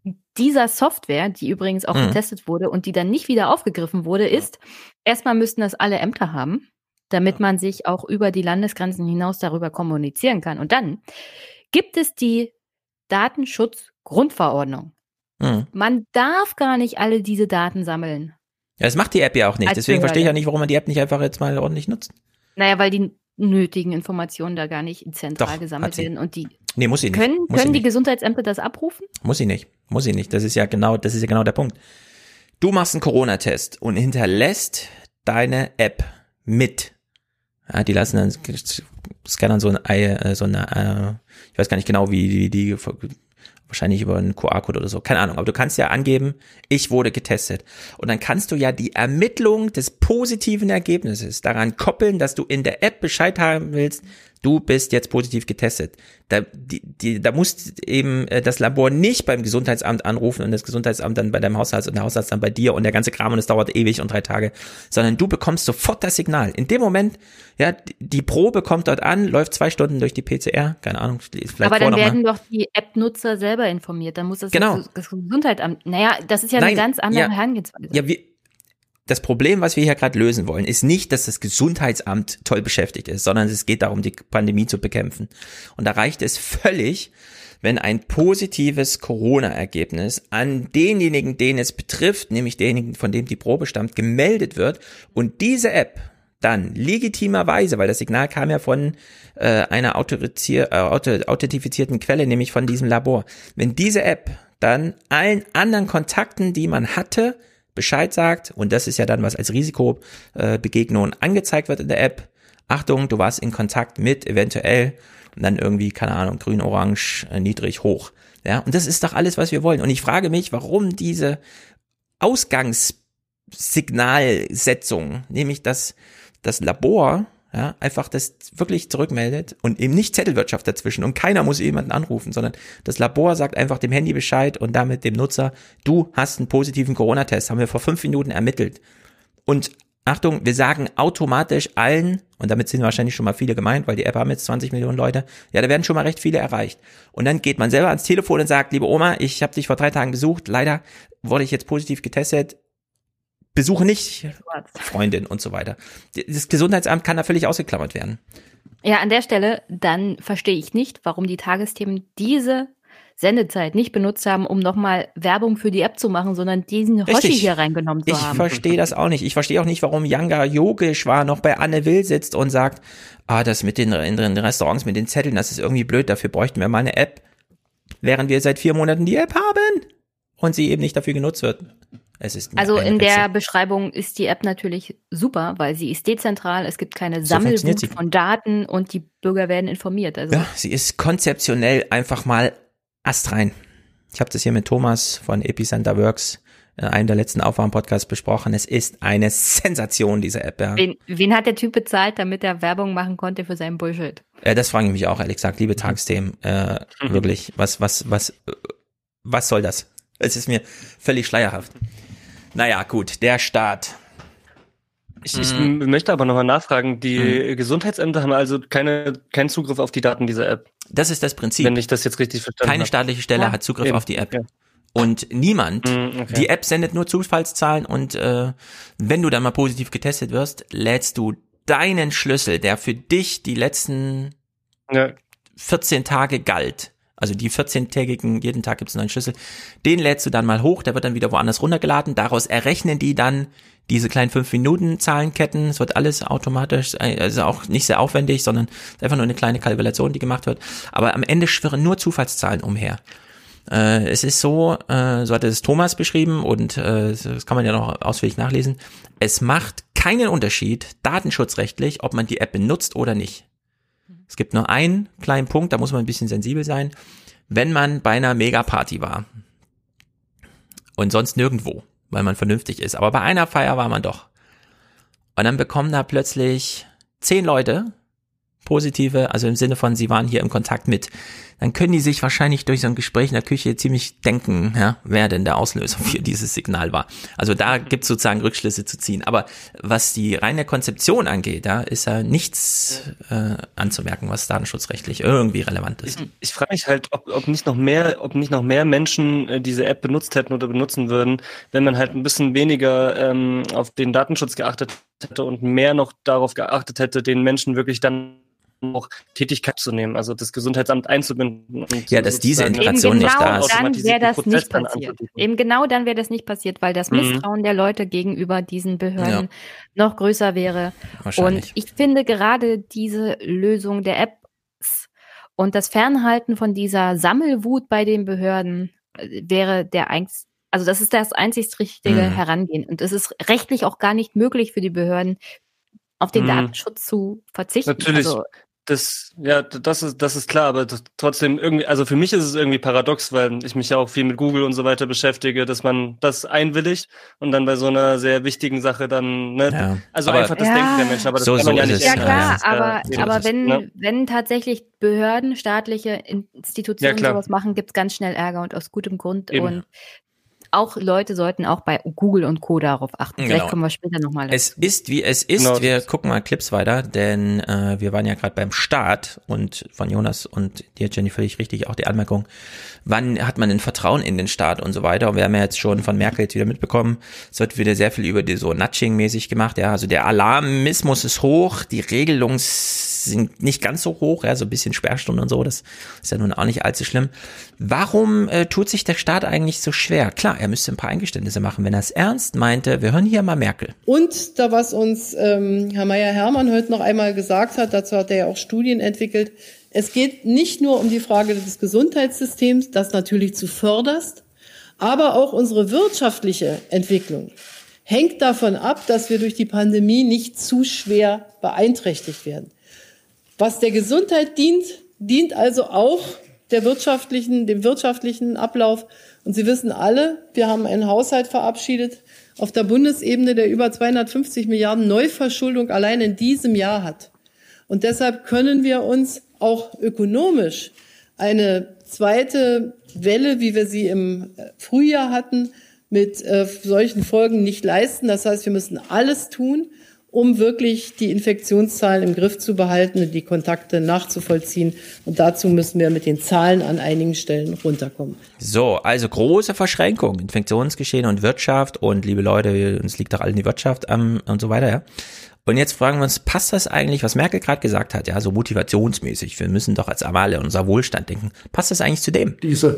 S11: dieser Software, die übrigens auch getestet wurde und die dann nicht wieder aufgegriffen wurde, ist, erstmal müssten das alle Ämter haben, damit man sich auch über die Landesgrenzen hinaus darüber kommunizieren kann. Und dann gibt es die Datenschutzgrundverordnung. Man darf gar nicht alle diese Daten sammeln.
S1: Ja, das macht die App ja auch nicht. Deswegen verstehe ich ja nicht, warum man die App nicht einfach jetzt mal ordentlich nutzt.
S11: Naja, weil die nötigen Informationen da gar nicht zentral gesammelt werden. Und die
S1: muss sie nicht.
S11: Können die Gesundheitsämter das abrufen?
S1: Muss sie nicht. Das ist ja genau der Punkt. Du machst einen Corona-Test und hinterlässt deine App mit. Ja, die lassen dann scannern so eine, ich weiß gar nicht genau, wie die wahrscheinlich über einen QR-Code oder so, keine Ahnung, aber du kannst ja angeben, ich wurde getestet. Und dann kannst du ja die Ermittlung des positiven Ergebnisses daran koppeln, dass du in der App Bescheid haben willst, du bist jetzt positiv getestet. Da muss eben das Labor nicht beim Gesundheitsamt anrufen und das Gesundheitsamt dann bei deinem Hausarzt und der Hausarzt dann bei dir und der ganze Kram und es dauert ewig und 3 Tage, sondern du bekommst sofort das Signal. In dem Moment, ja, die Probe kommt dort an, läuft 2 Stunden durch die PCR, keine Ahnung. Vielleicht
S11: aber dann werden doch die App-Nutzer selber informiert, dann muss das Gesundheitsamt, naja, das ist ja eine ganz andere Herangehensweise.
S1: Ja, das Problem, was wir hier gerade lösen wollen, ist nicht, dass das Gesundheitsamt toll beschäftigt ist, sondern es geht darum, die Pandemie zu bekämpfen. Und da reicht es völlig, wenn ein positives Corona-Ergebnis an denjenigen, den es betrifft, nämlich denjenigen, von dem die Probe stammt, gemeldet wird und diese App dann legitimerweise, weil das Signal kam ja von einer authentifizierten Quelle, nämlich von diesem Labor. Wenn diese App dann allen anderen Kontakten, die man hatte, Bescheid sagt, und das ist ja dann, was als Risikobegegnung angezeigt wird in der App. Achtung, du warst in Kontakt mit eventuell und dann irgendwie, keine Ahnung, grün, orange, niedrig, hoch. Ja, und das ist doch alles, was wir wollen. Und ich frage mich, warum diese Ausgangssignalsetzung, nämlich dass das Labor einfach das wirklich zurückmeldet und eben nicht Zettelwirtschaft dazwischen und keiner muss jemanden anrufen, sondern das Labor sagt einfach dem Handy Bescheid und damit dem Nutzer, du hast einen positiven Corona-Test, haben wir vor 5 Minuten ermittelt. Und Achtung, wir sagen automatisch allen, und damit sind wahrscheinlich schon mal viele gemeint, weil die App haben jetzt 20 Millionen Leute, ja, da werden schon mal recht viele erreicht. Und dann geht man selber ans Telefon und sagt, liebe Oma, ich habe dich vor 3 Tagen besucht, leider wurde ich jetzt positiv getestet, besuche nicht Freundin und so weiter. Das Gesundheitsamt kann da völlig ausgeklammert werden.
S11: Ja, an der Stelle, dann verstehe ich nicht, warum die Tagesthemen diese Sendezeit nicht benutzt haben, um nochmal Werbung für die App zu machen, sondern diesen Hoshi hier reingenommen zu haben. Ich
S1: verstehe das auch nicht. Ich verstehe auch nicht, warum Yanga Yogeshwar noch bei Anne Will sitzt und sagt, das mit den Restaurants, mit den Zetteln, das ist irgendwie blöd, dafür bräuchten wir mal eine App, während wir seit 4 Monaten die App haben und sie eben nicht dafür genutzt wird.
S11: Also in der Beschreibung ist die App natürlich super, weil sie ist dezentral, es gibt keine Sammelwut von Daten und die Bürger werden informiert. Also
S1: ja, sie ist konzeptionell einfach mal astrein. Ich habe das hier mit Thomas von Epicenter Works in einem der letzten Aufwärm-Podcasts besprochen. Es ist eine Sensation, diese App. Ja.
S11: Wen hat der Typ bezahlt, damit er Werbung machen konnte für seinen Bullshit?
S1: Das frage ich mich auch, ehrlich gesagt. Liebe Tagesthemen, wirklich, was soll das? Es ist mir völlig schleierhaft. Naja, gut, der Staat.
S10: Ich möchte aber nochmal nachfragen, die Gesundheitsämter haben also keinen Zugriff auf die Daten dieser App.
S1: Das ist das Prinzip.
S10: Wenn ich das jetzt richtig verstanden habe.
S1: Keine staatliche Stelle hat Zugriff auf die App. Ja. Und niemand, die App sendet nur Zufallszahlen und wenn du dann mal positiv getestet wirst, lädst du deinen Schlüssel, der für dich die letzten 14 Tage galt. Also die 14-tägigen, jeden Tag gibt es einen neuen Schlüssel, den lädst du dann mal hoch, der wird dann wieder woanders runtergeladen, daraus errechnen die dann diese kleinen 5-Minuten-Zahlenketten, es wird alles automatisch, also auch nicht sehr aufwendig, sondern einfach nur eine kleine Kalkulation, die gemacht wird, aber am Ende schwirren nur Zufallszahlen umher. Es ist so hat es Thomas beschrieben und das kann man ja noch ausführlich nachlesen, es macht keinen Unterschied, datenschutzrechtlich, ob man die App benutzt oder nicht. Es gibt nur einen kleinen Punkt, da muss man ein bisschen sensibel sein, wenn man bei einer Megaparty war und sonst nirgendwo, weil man vernünftig ist, aber bei einer Feier war man doch. Und dann bekommen da plötzlich 10 Leute positive, also im Sinne von, sie waren hier im Kontakt mit dann können die sich wahrscheinlich durch so ein Gespräch in der Küche ziemlich denken, ja, wer denn der Auslöser für dieses Signal war. Also da gibt's sozusagen Rückschlüsse zu ziehen. Aber was die reine Konzeption angeht, da ist ja nichts anzumerken, was datenschutzrechtlich irgendwie relevant ist.
S10: Ich frage mich halt, ob nicht noch mehr Menschen diese App benutzt hätten oder benutzen würden, wenn man halt ein bisschen weniger auf den Datenschutz geachtet hätte und mehr noch darauf geachtet hätte, den Menschen wirklich dann auch Tätigkeit zu nehmen, also das Gesundheitsamt einzubinden. Und
S1: ja, dass diese Integration nicht da ist.
S11: Dann wäre das nicht passiert. Eben genau dann wäre das nicht passiert, weil das Misstrauen der Leute gegenüber diesen Behörden noch größer wäre. Und ich finde gerade diese Lösung der Apps und das Fernhalten von dieser Sammelwut bei den Behörden wäre also das ist das einzig richtige Herangehen. Und es ist rechtlich auch gar nicht möglich für die Behörden, auf den Datenschutz zu verzichten.
S10: Natürlich. Also, das ist klar, aber trotzdem irgendwie, also für mich ist es irgendwie paradox, weil ich mich ja auch viel mit Google und so weiter beschäftige, dass man das einwilligt und dann bei so einer sehr wichtigen Sache dann, also aber einfach das Denken der Menschen, aber das kann man ja nicht.
S11: Ja klar, aber wenn tatsächlich Behörden, staatliche Institutionen sowas machen, gibt's ganz schnell Ärger und aus gutem Grund. Eben. Und auch Leute sollten auch bei Google und Co. darauf achten. Vielleicht kommen wir später nochmal dazu.
S1: Es ist, wie es ist. Genau. Wir gucken mal Clips weiter, denn wir waren ja gerade beim Start und von Jonas und dir, Jenny, völlig richtig auch die Anmerkung, wann hat man denn Vertrauen in den Staat und so weiter. Und wir haben ja jetzt schon von Merkel jetzt wieder mitbekommen, es wird wieder sehr viel über die so Nudging-mäßig gemacht. Ja, also der Alarmismus ist hoch, die Regelungen sind nicht ganz so hoch, ja, so ein bisschen Sperrstunden und so, das ist ja nun auch nicht allzu schlimm. Warum tut sich der Staat eigentlich so schwer? Klar, er müsste ein paar Eingeständnisse machen, wenn er es ernst meinte. Wir hören hier mal Merkel.
S4: Und da, was uns Herr Meyer-Hermann heute noch einmal gesagt hat, dazu hat er ja auch Studien entwickelt, es geht nicht nur um die Frage des Gesundheitssystems, das natürlich zuvörderst, aber auch unsere wirtschaftliche Entwicklung hängt davon ab, dass wir durch die Pandemie nicht zu schwer beeinträchtigt werden. Was der Gesundheit dient also auch dem wirtschaftlichen Ablauf. Und Sie wissen alle, wir haben einen Haushalt verabschiedet auf der Bundesebene, der über 250 Milliarden Neuverschuldung allein in diesem Jahr hat. Und deshalb können wir uns auch ökonomisch eine zweite Welle, wie wir sie im Frühjahr hatten, mit solchen Folgen nicht leisten. Das heißt, wir müssen alles tun, um wirklich die Infektionszahlen im Griff zu behalten und die Kontakte nachzuvollziehen. Und dazu müssen wir mit den Zahlen an einigen Stellen runterkommen.
S1: So, also große Verschränkung, Infektionsgeschehen und Wirtschaft und liebe Leute, uns liegt doch allen die Wirtschaft und so weiter, ja. Und jetzt fragen wir uns, passt das eigentlich, was Merkel gerade gesagt hat, ja, so motivationsmäßig, wir müssen doch als alle an unser Wohlstand denken, passt das eigentlich zu dem?
S5: Diese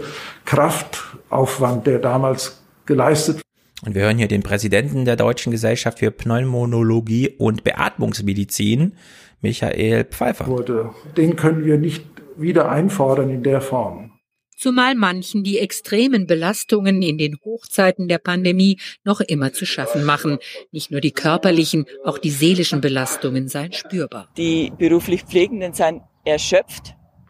S5: Kraftaufwand, der damals geleistet.
S1: Und wir hören hier den Präsidenten der Deutschen Gesellschaft für Pneumologie und Beatmungsmedizin, Michael Pfeiffer.
S5: Den können wir nicht wieder einfordern in der Form.
S9: Zumal manchen die extremen Belastungen in den Hochzeiten der Pandemie noch immer zu schaffen machen. Nicht nur die körperlichen, auch die seelischen Belastungen seien spürbar.
S24: Die beruflich Pflegenden sind erschöpft,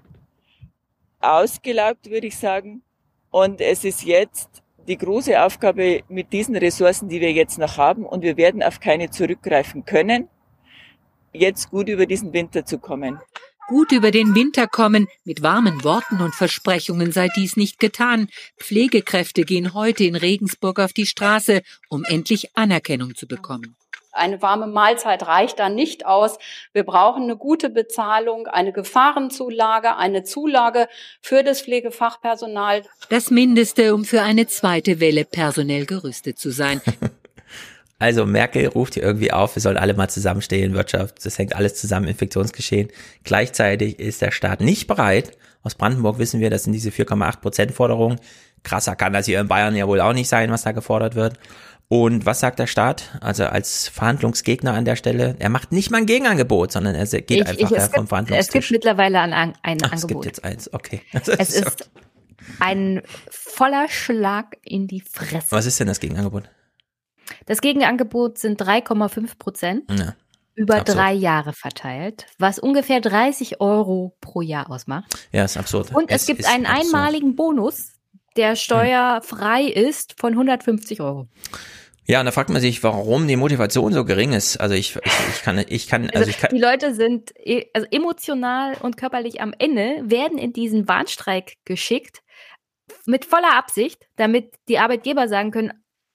S24: ausgelaugt, würde ich sagen. Und es ist jetzt die große Aufgabe mit diesen Ressourcen, die wir jetzt noch haben, und wir werden auf keine zurückgreifen können, jetzt gut über diesen Winter zu kommen.
S9: Gut über den Winter kommen, mit warmen Worten und Versprechungen sei dies nicht getan. Pflegekräfte gehen heute in Regensburg auf die Straße, um endlich Anerkennung zu bekommen.
S25: Eine warme Mahlzeit reicht da nicht aus. Wir brauchen eine gute Bezahlung, eine Gefahrenzulage, eine Zulage für das Pflegefachpersonal.
S9: Das Mindeste, um für eine zweite Welle personell gerüstet zu sein.
S1: Also Merkel ruft hier irgendwie auf, wir sollen alle mal zusammenstehen, Wirtschaft, das hängt alles zusammen, Infektionsgeschehen. Gleichzeitig ist der Staat nicht bereit. Aus Brandenburg wissen wir, das sind diese 4,8% Forderungen. Krasser kann das hier in Bayern ja wohl auch nicht sein, was da gefordert wird. Und was sagt der Staat? Also als Verhandlungsgegner an der Stelle, er macht nicht mal ein Gegenangebot, sondern er geht einfach vom Verhandlungstisch.
S11: Es gibt mittlerweile ein Angebot.
S1: Es gibt jetzt eins, okay.
S11: Es ist ein voller Schlag in die Fresse.
S1: Was ist denn das Gegenangebot?
S11: Das Gegenangebot sind 3,5%. Ja. Über absurd. 3 Jahre verteilt, was ungefähr 30 € pro Jahr ausmacht.
S1: Ja, ist absurd.
S11: Und es gibt einen einmaligen Bonus, der steuerfrei ist, von 150 €.
S1: Ja, und da fragt man sich, warum die Motivation so gering ist. Also ich kann.
S11: Die Leute sind emotional und körperlich am Ende, werden in diesen Warnstreik geschickt, mit voller Absicht, damit die Arbeitgeber sagen können,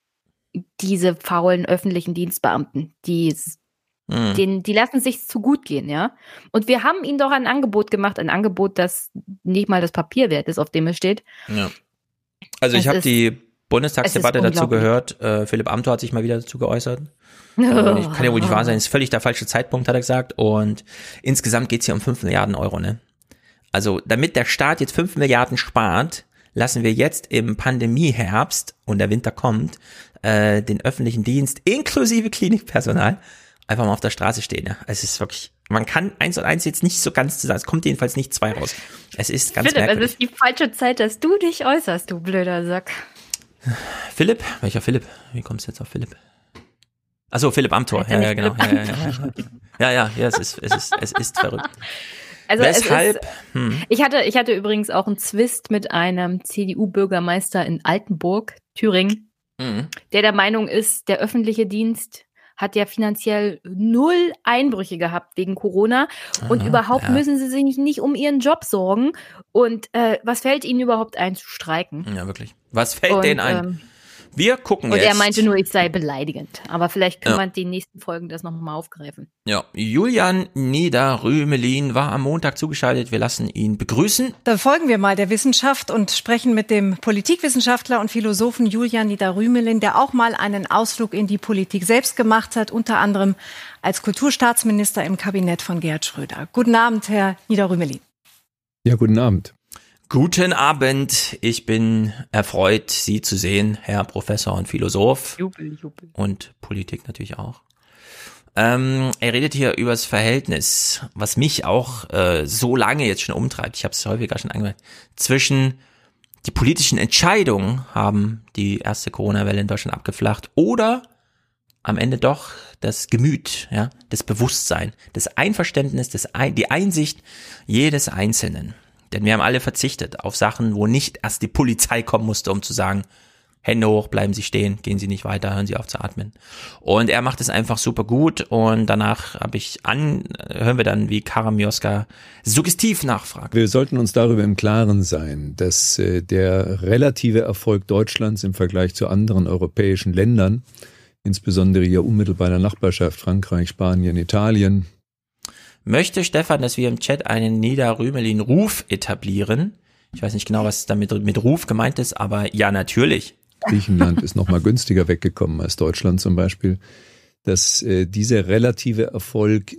S11: diese faulen öffentlichen Dienstbeamten, die lassen es sich zu gut gehen, ja. Und wir haben ihnen doch ein Angebot gemacht, ein Angebot, das nicht mal das Papier wert ist, auf dem es steht.
S1: Ja. Also ich habe die Bundestagsdebatte dazu gehört. Philipp Amthor hat sich mal wieder dazu geäußert. Kann ja wohl nicht wahr sein, ist völlig der falsche Zeitpunkt, hat er gesagt. Und insgesamt geht es hier um 5 Milliarden Euro, ne? Also damit der Staat jetzt 5 Milliarden spart, lassen wir jetzt im Pandemieherbst, und der Winter kommt, den öffentlichen Dienst inklusive Klinikpersonal einfach mal auf der Straße stehen. Ja? Es ist wirklich, man kann 1 und 1 jetzt nicht so ganz zusammen, es kommt jedenfalls nicht 2 raus. Es ist ganz merkwürdig.
S11: Es ist die falsche Zeit, dass du dich äußerst, du blöder Sack.
S1: Philipp? Welcher Philipp? Wie kommst du jetzt auf Philipp? Achso, Philipp Amthor. Ja, genau. Ja, es ist verrückt.
S11: Also weshalb? Ich hatte übrigens auch einen Zwist mit einem CDU-Bürgermeister in Altenburg, Thüringen, der Meinung ist, der öffentliche Dienst hat ja finanziell 0 Einbrüche gehabt wegen Corona und überhaupt müssen sie sich nicht um ihren Job sorgen. Und was fällt ihnen überhaupt ein, zu streiken?
S1: Ja, wirklich. Was fällt denen ein? Wir gucken jetzt.
S11: Und er meinte nur, ich sei beleidigend. Aber vielleicht können wir in den nächsten Folgen das nochmal aufgreifen.
S1: Ja, Julian Nieder-Rümelin war am Montag zugeschaltet. Wir lassen ihn begrüßen.
S2: Dann folgen wir mal der Wissenschaft und sprechen mit dem Politikwissenschaftler und Philosophen Julian Nieder-Rümelin, der auch mal einen Ausflug in die Politik selbst gemacht hat, unter anderem als Kulturstaatsminister im Kabinett von Gerhard Schröder. Guten Abend, Herr Nieder-Rümelin.
S8: Ja, guten Abend.
S1: Guten Abend, ich bin erfreut, Sie zu sehen, Herr Professor und Philosoph.
S11: Jubel.
S1: Und Politik natürlich auch. Er redet hier über das Verhältnis, was mich auch so lange jetzt schon umtreibt, ich habe es häufiger schon angemerkt, zwischen die politischen Entscheidungen haben die erste Corona-Welle in Deutschland abgeflacht oder am Ende doch das Gemüt, ja, das Bewusstsein, das Einverständnis, die Einsicht jedes Einzelnen. Denn wir haben alle verzichtet auf Sachen, wo nicht erst die Polizei kommen musste, um zu sagen, Hände hoch, bleiben Sie stehen, gehen Sie nicht weiter, hören Sie auf zu atmen. Und er macht es einfach super gut und danach hören wir dann, wie Karam Mioska suggestiv nachfragt.
S8: Wir sollten uns darüber im Klaren sein, dass der relative Erfolg Deutschlands im Vergleich zu anderen europäischen Ländern, insbesondere hier unmittelbar in der Nachbarschaft, Frankreich, Spanien, Italien,
S1: möchte Stefan, dass wir im Chat einen Nieder-Rümelin-Ruf etablieren. Ich weiß nicht genau, was damit mit Ruf gemeint ist, aber ja, natürlich.
S8: Griechenland ist noch mal günstiger weggekommen als Deutschland zum Beispiel. Dass dieser relative Erfolg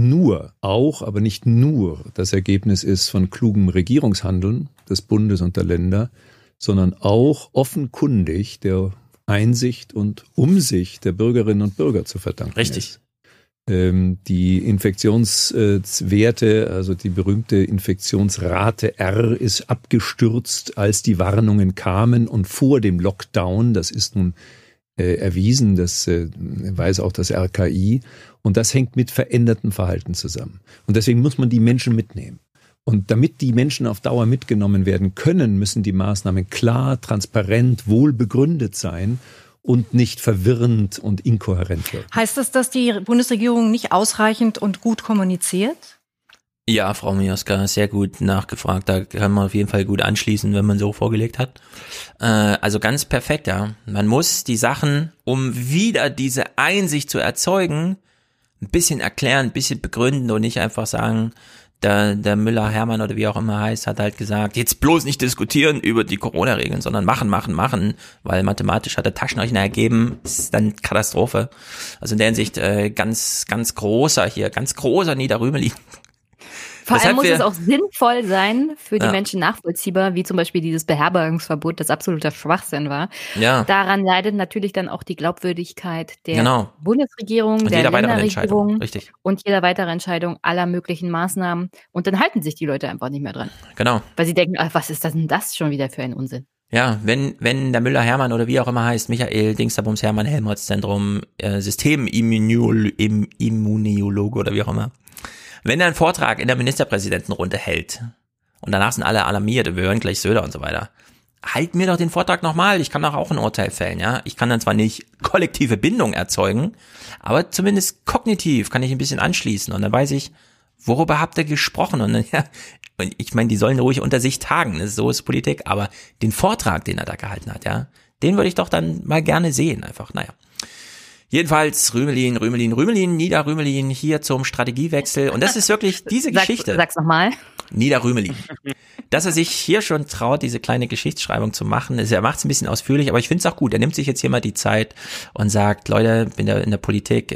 S8: aber nicht nur das Ergebnis ist von klugem Regierungshandeln des Bundes und der Länder, sondern auch offenkundig der Einsicht und Umsicht der Bürgerinnen und Bürger zu verdanken.
S1: Richtig.
S8: Ist. Die Infektionswerte, also die berühmte Infektionsrate R ist abgestürzt, als die Warnungen kamen und vor dem Lockdown. Das ist nun erwiesen, das weiß auch das RKI. Und das hängt mit verändertem Verhalten zusammen. Und deswegen muss man die Menschen mitnehmen. Und damit die Menschen auf Dauer mitgenommen werden können, müssen die Maßnahmen klar, transparent, wohl begründet sein und nicht verwirrend und inkohärent wird.
S2: Heißt das, dass die Bundesregierung nicht ausreichend und gut kommuniziert?
S1: Ja, Frau Mioska, sehr gut nachgefragt. Da kann man auf jeden Fall gut anschließen, wenn man so vorgelegt hat. Also ganz perfekt, ja. Man muss die Sachen, um wieder diese Einsicht zu erzeugen, ein bisschen erklären, ein bisschen begründen und nicht einfach sagen, der Müller-Hermann oder wie auch immer heißt, hat halt gesagt, jetzt bloß nicht diskutieren über die Corona-Regeln, sondern machen, weil mathematisch hat der Taschenrechner ergeben, ist dann Katastrophe. Also in der Hinsicht ganz großer Nieder-Rümelin.
S11: Vor allem muss es auch sinnvoll sein, für die Menschen nachvollziehbar, wie zum Beispiel dieses Beherbergungsverbot, das absoluter Schwachsinn war.
S1: Ja.
S11: Daran leidet natürlich dann auch die Glaubwürdigkeit der Bundesregierung,
S1: und
S11: der
S1: Länderregierung
S11: und jeder weitere Entscheidung aller möglichen Maßnahmen. Und dann halten sich die Leute einfach nicht mehr dran.
S1: Genau.
S11: Weil sie denken, was ist das denn das schon wieder für ein Unsinn?
S1: Ja, wenn der Müller-Hermann oder wie auch immer heißt, Michael Dingsterbums-Hermann, Helmholtz-Zentrum, Systemimmunologe oder wie auch immer, wenn er einen Vortrag in der Ministerpräsidentenrunde hält und danach sind alle alarmiert und wir hören gleich Söder und so weiter, halt mir doch den Vortrag nochmal, ich kann doch auch ein Urteil fällen, ja. Ich kann dann zwar nicht kollektive Bindung erzeugen, aber zumindest kognitiv kann ich ein bisschen anschließen und dann weiß ich, worüber habt ihr gesprochen? Und dann, ja, und ich meine, die sollen ruhig unter sich tagen, so ist Politik, aber den Vortrag, den er da gehalten hat, ja, den würde ich doch dann mal gerne sehen, einfach, naja. Jedenfalls Rümelin, Niederrümelin hier zum Strategiewechsel. Und das ist wirklich diese Geschichte.
S11: Sag's nochmal.
S1: Niederrümelin. Dass er sich hier schon traut, diese kleine Geschichtsschreibung zu machen. Er macht es ein bisschen ausführlich, aber ich finde es auch gut. Er nimmt sich jetzt hier mal die Zeit und sagt, Leute, bin da in der Politik,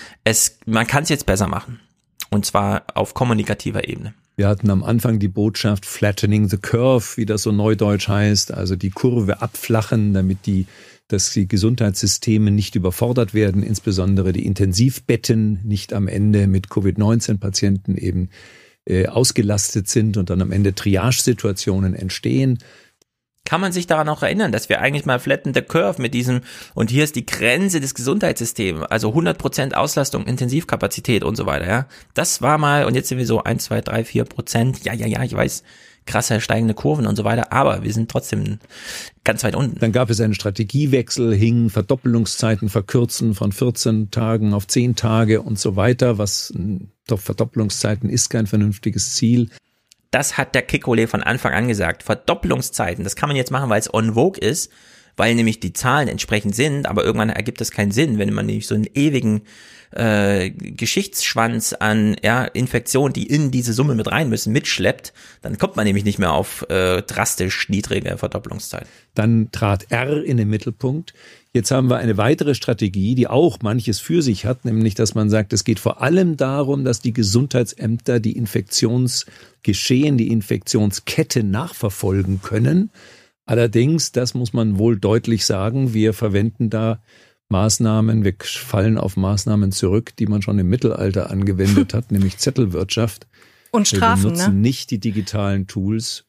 S1: man kann es jetzt besser machen. Und zwar auf kommunikativer Ebene.
S8: Wir hatten am Anfang die Botschaft Flattening the Curve, wie das so neudeutsch heißt, also die Kurve abflachen, dass die Gesundheitssysteme nicht überfordert werden, insbesondere die Intensivbetten nicht am Ende mit Covid-19-Patienten eben ausgelastet sind und dann am Ende Triage-Situationen entstehen.
S1: Kann man sich daran auch erinnern, dass wir eigentlich mal flatten the curve mit diesem, und hier ist die Grenze des Gesundheitssystems, also 100% Auslastung, Intensivkapazität und so weiter, ja. Das war mal, und jetzt sind wir so 1, 2, 3, 4%, ja, ich weiß, krasser steigende Kurven und so weiter, aber wir sind trotzdem ganz weit unten.
S8: Dann gab es einen Strategiewechsel, hingen Verdoppelungszeiten verkürzen von 14 Tagen auf 10 Tage und so weiter, Verdoppelungszeiten ist kein vernünftiges Ziel.
S1: Das hat der Kekulé von Anfang an gesagt. Verdoppelungszeiten, das kann man jetzt machen, weil es en vogue ist, weil nämlich die Zahlen entsprechend sind, aber irgendwann ergibt das keinen Sinn, wenn man nämlich so einen ewigen Geschichtsschwanz an Infektionen, die in diese Summe mit rein müssen, mitschleppt, dann kommt man nämlich nicht mehr auf drastisch niedrige Verdoppelungszeiten.
S8: Dann trat R in den Mittelpunkt. Jetzt haben wir eine weitere Strategie, die auch manches für sich hat, nämlich, dass man sagt, es geht vor allem darum, dass die Gesundheitsämter die Infektionsgeschehen, die Infektionskette nachverfolgen können. Allerdings, das muss man wohl deutlich sagen, wir verwenden da Maßnahmen, wir fallen auf Maßnahmen zurück, die man schon im Mittelalter angewendet hat, nämlich Zettelwirtschaft.
S2: Und Strafen,
S8: wir nutzen nicht die digitalen Tools.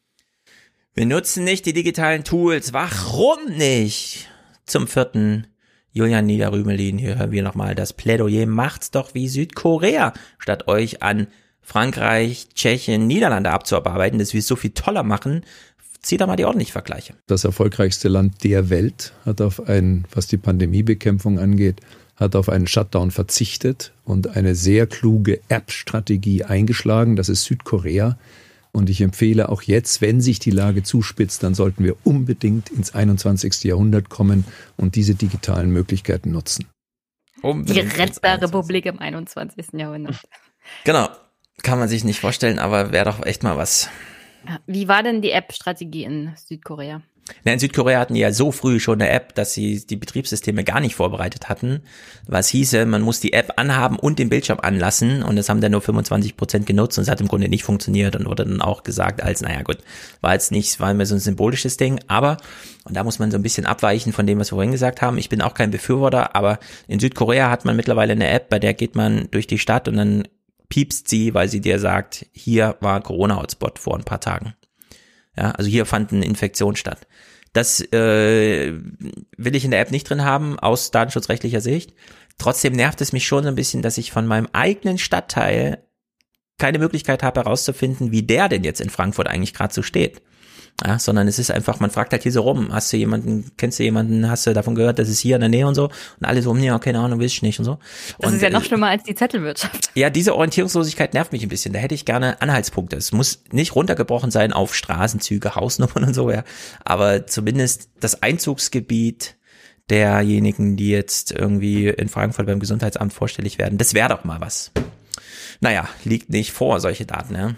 S1: Warum nicht? Zum 4. Julian Niederrümelin, hier hören wir nochmal das Plädoyer, macht's doch wie Südkorea, statt euch an Frankreich, Tschechien, Niederlande abzuarbeiten, dass wir es so viel toller machen. Zieht da mal die ordentlichen Vergleiche.
S8: Das erfolgreichste Land der Welt hat was die Pandemiebekämpfung angeht, hat auf einen Shutdown verzichtet und eine sehr kluge App-Strategie eingeschlagen. Das ist Südkorea. Und ich empfehle auch jetzt, wenn sich die Lage zuspitzt, dann sollten wir unbedingt ins 21. Jahrhundert kommen und diese digitalen Möglichkeiten nutzen.
S11: Die Retterrepublik im 21. Jahrhundert.
S1: Genau. Kann man sich nicht vorstellen, aber wäre doch echt mal was.
S11: Wie war denn die App-Strategie in Südkorea?
S1: In Südkorea hatten die ja so früh schon eine App, dass sie die Betriebssysteme gar nicht vorbereitet hatten. Was hieße, man muss die App anhaben und den Bildschirm anlassen und das haben dann nur 25% genutzt und es hat im Grunde nicht funktioniert und wurde dann auch gesagt als, naja gut, war immer so ein symbolisches Ding, aber, und da muss man so ein bisschen abweichen von dem, was wir vorhin gesagt haben, ich bin auch kein Befürworter, aber in Südkorea hat man mittlerweile eine App, bei der geht man durch die Stadt und dann piepst sie, weil sie dir sagt, hier war Corona-Hotspot vor ein paar Tagen. Ja, also hier fand eine Infektion statt. Das will ich in der App nicht drin haben, aus datenschutzrechtlicher Sicht. Trotzdem nervt es mich schon so ein bisschen, dass ich von meinem eigenen Stadtteil keine Möglichkeit habe herauszufinden, wie der denn jetzt in Frankfurt eigentlich gerade so steht. Ja, sondern es ist einfach, man fragt halt hier so rum, kennst du jemanden, hast du davon gehört, das ist hier in der Nähe und so, und alle so, ja, keine Ahnung, weiß ich nicht und so.
S11: Das ist ja noch schlimmer als die Zettelwirtschaft.
S1: Ja, diese Orientierungslosigkeit nervt mich ein bisschen, da hätte ich gerne Anhaltspunkte. Es muss nicht runtergebrochen sein auf Straßenzüge, Hausnummern und so, ja, aber zumindest das Einzugsgebiet derjenigen, die jetzt irgendwie in Frankfurt beim Gesundheitsamt vorstellig werden, das wäre doch mal was. Naja, liegt nicht vor, solche Daten, ja.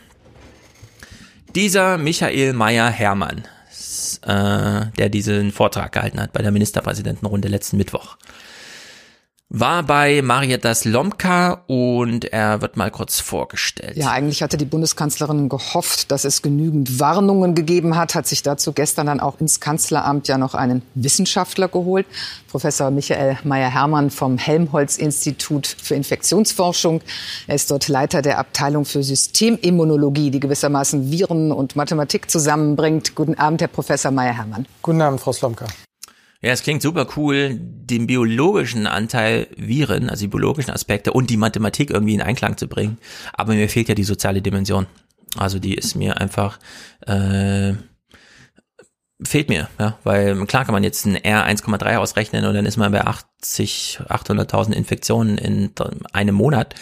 S1: Dieser Michael Mayer-Hermann, der diesen Vortrag gehalten hat bei der Ministerpräsidentenrunde letzten Mittwoch, war bei Marietta Slomka und er wird mal kurz vorgestellt.
S18: Ja, eigentlich hatte die Bundeskanzlerin gehofft, dass es genügend Warnungen gegeben hat sich dazu gestern dann auch ins Kanzleramt ja noch einen Wissenschaftler geholt. Professor Michael Mayer-Hermann vom Helmholtz-Institut für Infektionsforschung. Er ist dort Leiter der Abteilung für Systemimmunologie, die gewissermaßen Viren und Mathematik zusammenbringt. Guten Abend, Herr Professor Mayer-Hermann.
S13: Guten Abend, Frau Slomka.
S1: Ja, es klingt super cool, den biologischen Anteil Viren, also die biologischen Aspekte und die Mathematik irgendwie in Einklang zu bringen. Aber mir fehlt ja die soziale Dimension. Also die ist mir einfach Fehlt mir, ja, weil klar kann man jetzt ein R 1,3 ausrechnen und dann ist man bei 800.000 Infektionen in einem Monat.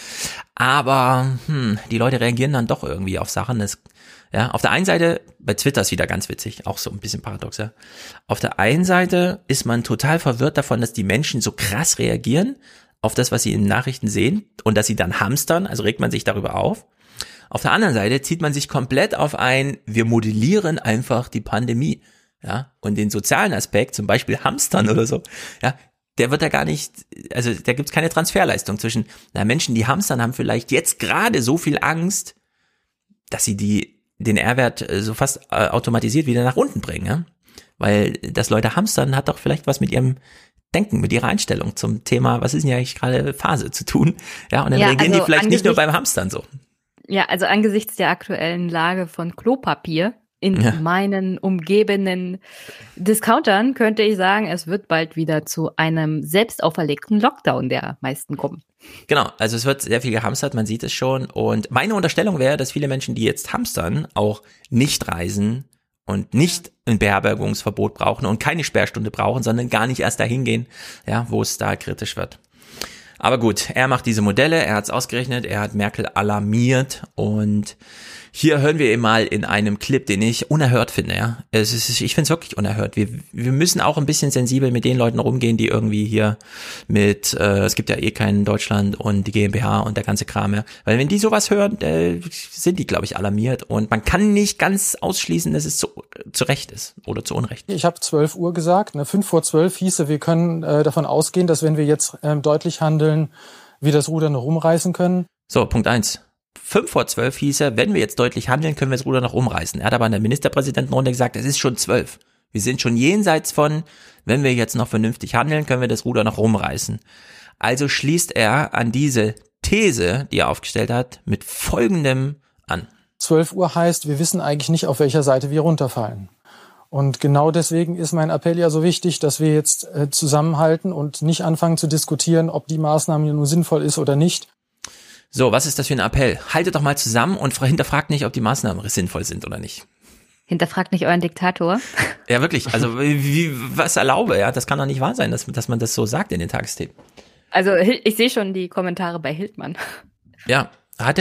S1: Aber die Leute reagieren dann doch irgendwie auf Sachen. Ja, auf der einen Seite, bei Twitter ist wieder ganz witzig, auch so ein bisschen paradox, ja. Auf der einen Seite ist man total verwirrt davon, dass die Menschen so krass reagieren auf das, was sie in Nachrichten sehen und dass sie dann hamstern, also regt man sich darüber auf. Auf der anderen Seite zieht man sich komplett auf wir modellieren einfach die Pandemie. Ja, und den sozialen Aspekt, zum Beispiel Hamstern oder so, ja, der wird da gar nicht, also da gibt's keine Transferleistung zwischen, Menschen, die hamstern, haben vielleicht jetzt gerade so viel Angst, dass sie den R-Wert so fast automatisiert wieder nach unten bringen, ja, weil das Leute hamstern hat doch vielleicht was mit ihrem Denken, mit ihrer Einstellung zum Thema, was ist denn ja eigentlich gerade Phase zu tun, ja, und dann reagieren die vielleicht nicht nur beim Hamstern so.
S11: Ja, also angesichts der aktuellen Lage von Klopapier in meinen umgebenden Discountern könnte ich sagen, es wird bald wieder zu einem selbst auferlegten Lockdown der meisten kommen.
S1: Genau, also es wird sehr viel gehamstert, man sieht es schon. Und meine Unterstellung wäre, dass viele Menschen, die jetzt hamstern, auch nicht reisen und nicht ein Beherbergungsverbot brauchen und keine Sperrstunde brauchen, sondern gar nicht erst dahin gehen, ja, wo es da kritisch wird. Aber gut, er macht diese Modelle, er hat es ausgerechnet, er hat Merkel alarmiert und hier hören wir eben mal in einem Clip, den ich unerhört finde, ja. Ich finde es wirklich unerhört. Wir müssen auch ein bisschen sensibel mit den Leuten rumgehen, die irgendwie hier mit, es gibt ja eh kein Deutschland und die GmbH und der ganze Kram, ja. Weil wenn die sowas hören, sind die, glaube ich, alarmiert und man kann nicht ganz ausschließen, dass es zu Recht ist oder zu Unrecht.
S13: Ich habe 12 Uhr gesagt, 5 vor 12 hieße, wir können davon ausgehen, dass wenn wir jetzt deutlich handeln, wir das Ruder noch rumreißen können.
S1: So, Punkt 1. 5 vor 12 hieße, wenn wir jetzt deutlich handeln, können wir das Ruder noch umreißen. Er hat aber in der Ministerpräsidentenrunde gesagt, es ist schon 12. Wir sind schon jenseits von, wenn wir jetzt noch vernünftig handeln, können wir das Ruder noch rumreißen. Also schließt er an diese These, die er aufgestellt hat, mit Folgendem an.
S13: 12 Uhr heißt, wir wissen eigentlich nicht, auf welcher Seite wir runterfallen. Und genau deswegen ist mein Appell ja so wichtig, dass wir jetzt zusammenhalten und nicht anfangen zu diskutieren, ob die Maßnahme nur sinnvoll ist oder nicht.
S1: So, was ist das für ein Appell? Haltet doch mal zusammen und hinterfragt nicht, ob die Maßnahmen sinnvoll sind oder nicht.
S11: Hinterfragt nicht euren Diktator.
S1: Ja, wirklich. Also, was erlaube, ja? Das kann doch nicht wahr sein, dass man das so sagt in den Tagesthemen.
S11: Also, ich sehe schon die Kommentare bei Hildmann.
S1: Ja,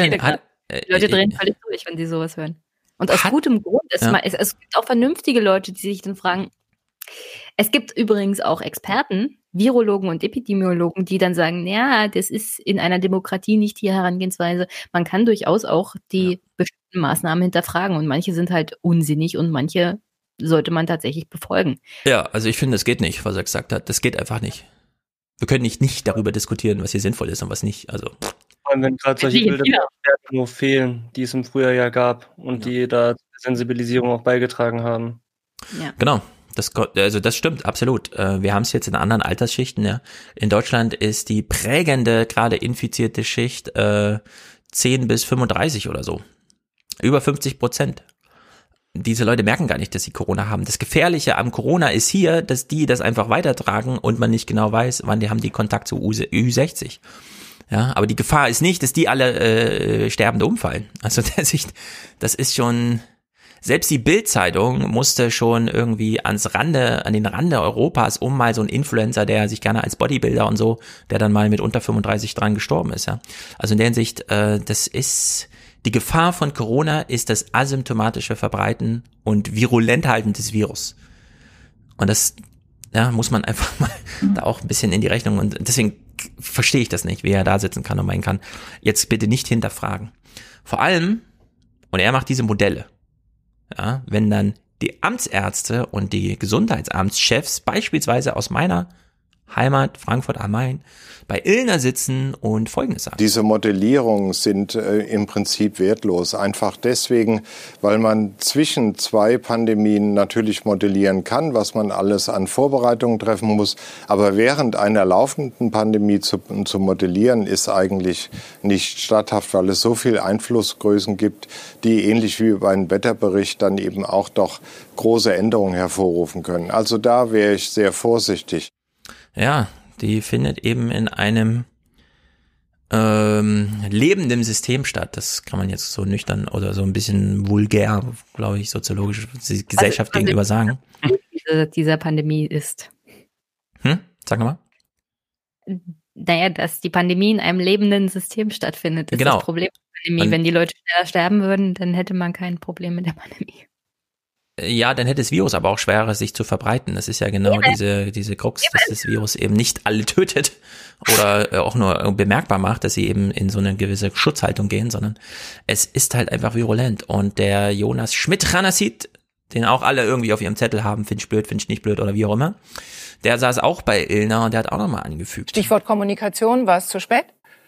S11: die Leute drehen völlig durch, wenn sie sowas hören. Und aus gutem Grund. Es gibt auch vernünftige Leute, die sich dann fragen, es gibt übrigens auch Experten, Virologen und Epidemiologen, die dann sagen, ja, das ist in einer Demokratie nicht die Herangehensweise. Man kann durchaus auch die bestimmten Maßnahmen hinterfragen und manche sind halt unsinnig und manche sollte man tatsächlich befolgen.
S1: Ja, also ich finde, es geht nicht, was er gesagt hat. Das geht einfach nicht. Wir können nicht darüber diskutieren, was hier sinnvoll ist und was nicht. Also
S10: vor allem, wenn gerade solche Bilder nur fehlen, die es im Frühjahr ja gab und die da zur Sensibilisierung auch beigetragen haben.
S11: Ja.
S1: Genau. Das stimmt, absolut. Wir haben es jetzt in anderen Altersschichten. Ja. In Deutschland ist die prägende, gerade infizierte Schicht 10 bis 35 oder so. Über 50%. Diese Leute merken gar nicht, dass sie Corona haben. Das Gefährliche am Corona ist hier, dass die das einfach weitertragen und man nicht genau weiß, wann haben die Kontakt zu Ü60. Ja, aber die Gefahr ist nicht, dass die alle sterbend umfallen. Also das ist schon... Selbst die Bild-Zeitung musste schon irgendwie an den Rande Europas, um mal so einen Influencer, der sich gerne als Bodybuilder und so, der dann mal mit unter 35 dran gestorben ist, ja. Also in der Hinsicht, die Gefahr von Corona ist das asymptomatische Verbreiten und virulent halten des Virus. Und das, ja, muss man einfach mal da auch ein bisschen in die Rechnung und deswegen verstehe ich das nicht, wie er da sitzen kann und meinen kann, jetzt bitte nicht hinterfragen. Vor allem, und er macht diese Modelle, ja, wenn dann die Amtsärzte und die Gesundheitsamtschefs beispielsweise aus meiner Heimat Frankfurt am Main bei Illner sitzen und Folgendes sagen.
S14: Diese Modellierungen sind im Prinzip wertlos. Einfach deswegen, weil man zwischen zwei Pandemien natürlich modellieren kann, was man alles an Vorbereitungen treffen muss. Aber während einer laufenden Pandemie zu modellieren, ist eigentlich nicht statthaft, weil es so viele Einflussgrößen gibt, die ähnlich wie beim Wetterbericht dann eben auch doch große Änderungen hervorrufen können. Also da wäre ich sehr vorsichtig.
S1: Ja, die findet eben in einem lebendem System statt. Das kann man jetzt so nüchtern oder so ein bisschen vulgär, glaube ich, soziologisch Gesellschaft gegenüber sagen.
S11: Dieser Pandemie ist.
S1: Sag nochmal.
S11: Naja, dass die Pandemie in einem lebenden System stattfindet, ist das Problem der Pandemie. Wenn die Leute schneller sterben würden, dann hätte man kein Problem mit der Pandemie.
S1: Ja, dann hätte das Virus aber auch schwerer, sich zu verbreiten. Das ist ja genau diese Krux, dass das Virus eben nicht alle tötet oder auch nur bemerkbar macht, dass sie eben in so eine gewisse Schutzhaltung gehen, sondern es ist halt einfach virulent. Und der Jonas Schmidt-Chanassit, den auch alle irgendwie auf ihrem Zettel haben, find ich blöd, find ich nicht blöd oder wie auch immer, der saß auch bei Illner und der hat auch nochmal angefügt.
S7: Stichwort Kommunikation, war es zu spät?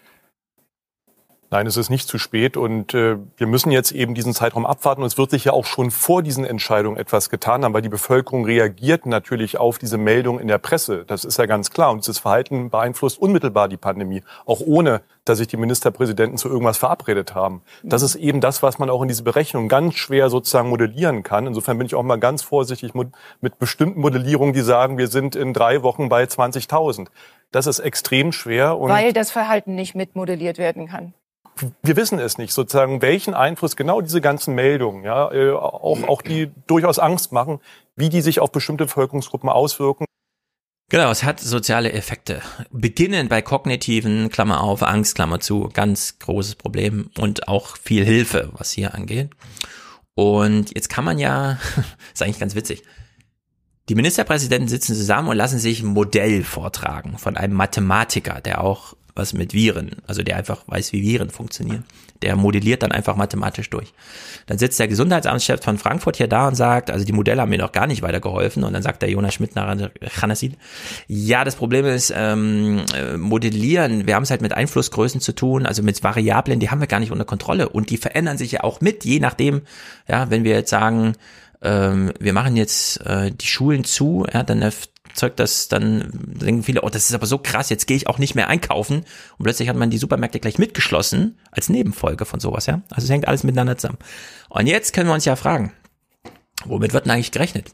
S12: Nein, es ist nicht zu spät und wir müssen jetzt eben diesen Zeitraum abwarten. Und es wird sich ja auch schon vor diesen Entscheidungen etwas getan haben, weil die Bevölkerung reagiert natürlich auf diese Meldung in der Presse. Das ist ja ganz klar. Und dieses Verhalten beeinflusst unmittelbar die Pandemie, auch ohne, dass sich die Ministerpräsidenten zu irgendwas verabredet haben. Das ist eben das, was man auch in diese Berechnung ganz schwer sozusagen modellieren kann. Insofern bin ich auch mal ganz vorsichtig mit bestimmten Modellierungen, die sagen, wir sind in 3 Wochen bei 20.000. Das ist extrem schwer. Und
S7: weil das Verhalten nicht mitmodelliert werden kann.
S12: Wir wissen es nicht, sozusagen, welchen Einfluss genau diese ganzen Meldungen, ja, auch die durchaus Angst machen, wie die sich auf bestimmte Bevölkerungsgruppen auswirken.
S1: Genau, es hat soziale Effekte. Beginnen bei kognitiven, Klammer auf, Angst, Klammer zu, ganz großes Problem und auch viel Hilfe, was hier angeht. Und jetzt kann man ja, ist eigentlich ganz witzig, die Ministerpräsidenten sitzen zusammen und lassen sich ein Modell vortragen von einem Mathematiker, der auch was mit Viren, also der einfach weiß, wie Viren funktionieren. Der modelliert dann einfach mathematisch durch. Dann sitzt der Gesundheitsamtschef von Frankfurt hier da und sagt, also die Modelle haben mir noch gar nicht weitergeholfen. Und dann sagt der Jonas Schmidt-Chanassit, ja, das Problem ist, modellieren, wir haben es halt mit Einflussgrößen zu tun, also mit Variablen, die haben wir gar nicht unter Kontrolle. Und die verändern sich ja auch mit, je nachdem, ja, wenn wir jetzt sagen, wir machen jetzt die Schulen zu, ja, dann erzeugt das, dann denken viele, oh, das ist aber so krass, jetzt gehe ich auch nicht mehr einkaufen. Und plötzlich hat man die Supermärkte gleich mitgeschlossen, als Nebenfolge von sowas, ja. Also es hängt alles miteinander zusammen. Und jetzt können wir uns ja fragen, womit wird denn eigentlich gerechnet?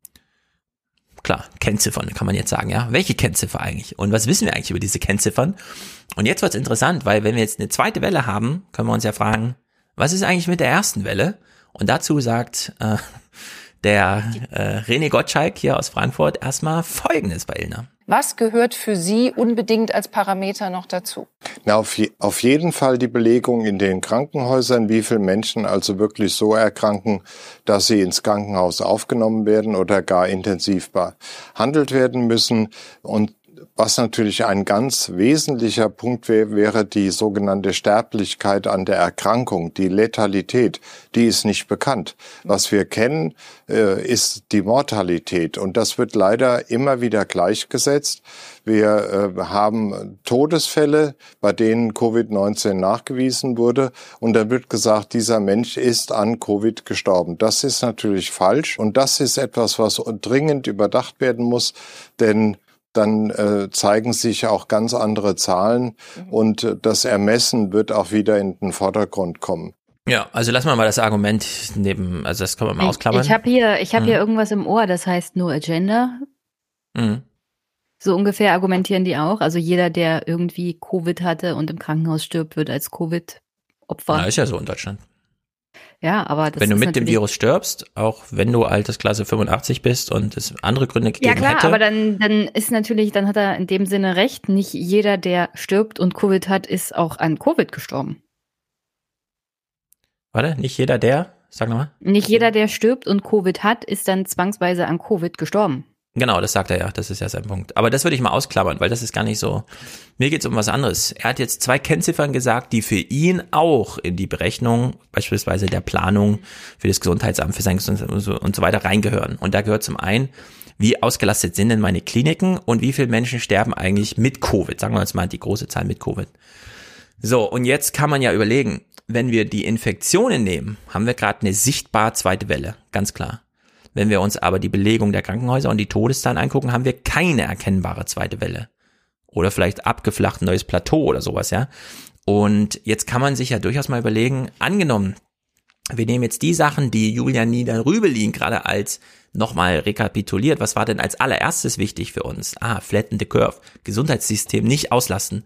S1: Klar, Kennziffern kann man jetzt sagen, ja. Welche Kennziffer eigentlich? Und was wissen wir eigentlich über diese Kennziffern? Und jetzt wird's interessant, weil wenn wir jetzt eine zweite Welle haben, können wir uns ja fragen, was ist eigentlich mit der ersten Welle? Und dazu sagt der René Gottschalk hier aus Frankfurt erstmal Folgendes bei Illner.
S7: Was gehört für Sie unbedingt als Parameter noch dazu?
S14: Na, auf jeden Fall die Belegung in den Krankenhäusern, wie viele Menschen also wirklich so erkranken, dass sie ins Krankenhaus aufgenommen werden oder gar intensiv behandelt werden müssen. Und was natürlich ein ganz wesentlicher Punkt wäre die sogenannte Sterblichkeit an der Erkrankung, die Letalität, die ist nicht bekannt. Was wir kennen, ist die Mortalität und das wird leider immer wieder gleichgesetzt. Wir haben Todesfälle, bei denen Covid-19 nachgewiesen wurde und dann wird gesagt, dieser Mensch ist an Covid gestorben. Das ist natürlich falsch und das ist etwas, was dringend überdacht werden muss, denn dann zeigen sich auch ganz andere Zahlen und das Ermessen wird auch wieder in den Vordergrund kommen.
S1: Ja, also lassen wir mal das Argument neben, also das können wir mal ausklammern.
S11: Ich habe hier irgendwas im Ohr, das heißt No Agenda. So ungefähr argumentieren die auch. Also jeder, der irgendwie Covid hatte und im Krankenhaus stirbt, wird als Covid-Opfer.
S1: Ja, ist ja so in Deutschland.
S11: Ja, aber das
S1: wenn du
S11: ist
S1: mit dem Virus stirbst, auch wenn du Altersklasse 85 bist und es andere Gründe gegeben hätte.
S11: Ja klar, aber dann ist natürlich, dann hat er in dem Sinne recht, nicht jeder, der stirbt und Covid hat, ist auch an Covid gestorben.
S1: Warte, nicht jeder, der, sag nochmal.
S11: Nicht jeder, der stirbt und Covid hat, ist dann zwangsweise an Covid gestorben.
S1: Genau, das sagt er ja, das ist ja sein Punkt. Aber das würde ich mal ausklammern, weil das ist gar nicht so, mir geht's um was anderes. Er hat jetzt 2 Kennziffern gesagt, die für ihn auch in die Berechnung, beispielsweise der Planung für das Gesundheitsamt, für sein Gesundheitsamt und so weiter reingehören. Und da gehört zum einen, wie ausgelastet sind denn meine Kliniken und wie viele Menschen sterben eigentlich mit Covid? Sagen wir uns mal die große Zahl mit Covid. So, und jetzt kann man ja überlegen, wenn wir die Infektionen nehmen, haben wir gerade eine sichtbar zweite Welle, ganz klar. Wenn wir uns aber die Belegung der Krankenhäuser und die Todeszahlen angucken, haben wir keine erkennbare zweite Welle. Oder vielleicht abgeflacht ein neues Plateau oder sowas, ja. Und jetzt kann man sich ja durchaus mal überlegen, angenommen, wir nehmen jetzt die Sachen, die Julian Nieder-Rümelin gerade als nochmal rekapituliert. Was war denn als allererstes wichtig für uns? Flatten the curve. Gesundheitssystem nicht auslasten.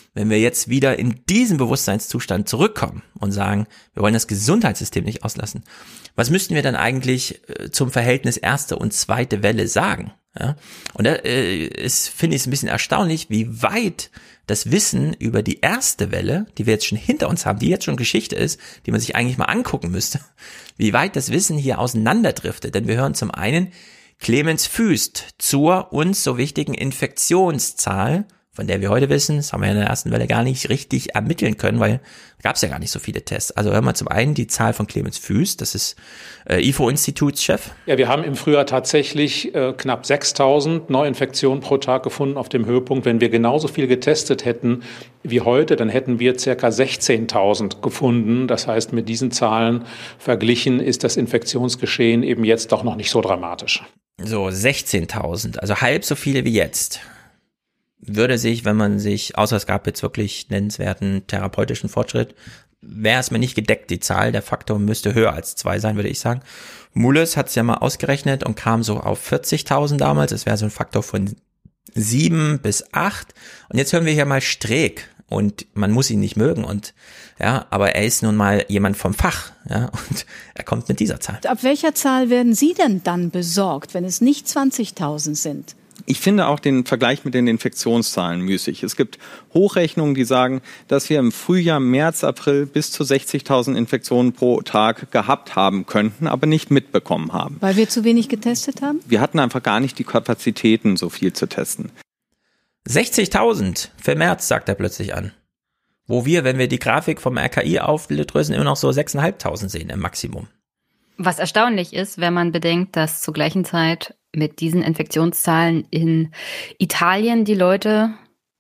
S1: wenn wir jetzt wieder in diesen Bewusstseinszustand zurückkommen und sagen, wir wollen das Gesundheitssystem nicht auslassen, was müssten wir dann eigentlich zum Verhältnis erste und zweite Welle sagen? Ja? Und da finde ich es ein bisschen erstaunlich, wie weit das Wissen über die erste Welle, die wir jetzt schon hinter uns haben, die jetzt schon Geschichte ist, die man sich eigentlich mal angucken müsste, wie weit das Wissen hier auseinanderdriftet. Denn wir hören zum einen Clemens Fuest zur uns so wichtigen Infektionszahl, von der wir heute wissen, das haben wir in der ersten Welle gar nicht richtig ermitteln können, weil da gab es ja gar nicht so viele Tests. Also hören wir zum einen die Zahl von Clemens Fuest, das ist IFO-Institutschef.
S6: Ja, wir haben im Frühjahr tatsächlich knapp 6.000 Neuinfektionen pro Tag gefunden auf dem Höhepunkt. Wenn wir genauso viel getestet hätten wie heute, dann hätten wir ca. 16.000 gefunden. Das heißt, mit diesen Zahlen verglichen ist das Infektionsgeschehen eben jetzt doch noch nicht so dramatisch.
S1: So, 16.000, also halb so viele wie jetzt. Würde sich, wenn man sich, außer es gab jetzt wirklich nennenswerten therapeutischen Fortschritt, wäre es mir nicht gedeckt, die Zahl, der Faktor müsste höher als 2 sein, würde ich sagen. Mulles hat es ja mal ausgerechnet und kam so auf 40.000 damals, das wäre so ein Faktor von 7 bis 8. Und jetzt hören wir hier mal Streeck und man muss ihn nicht mögen und ja, aber er ist nun mal jemand vom Fach, ja, und er kommt mit dieser Zahl.
S22: Ab welcher Zahl werden Sie denn dann besorgt, wenn es nicht 20.000 sind?
S20: Ich finde auch den Vergleich mit den Infektionszahlen müßig. Es gibt Hochrechnungen, die sagen, dass wir im Frühjahr, März, April bis zu 60.000 Infektionen pro Tag gehabt haben könnten, aber nicht mitbekommen haben.
S22: Weil wir zu wenig getestet haben?
S20: Wir hatten einfach gar nicht die Kapazitäten, so viel zu testen.
S1: 60.000 für März, sagt er plötzlich an. Wo wir, wenn wir die Grafik vom RKI aufdröseln, immer noch so 6.500 sehen im Maximum.
S11: Was erstaunlich ist, wenn man bedenkt, dass zur gleichen Zeit mit diesen Infektionszahlen in Italien die Leute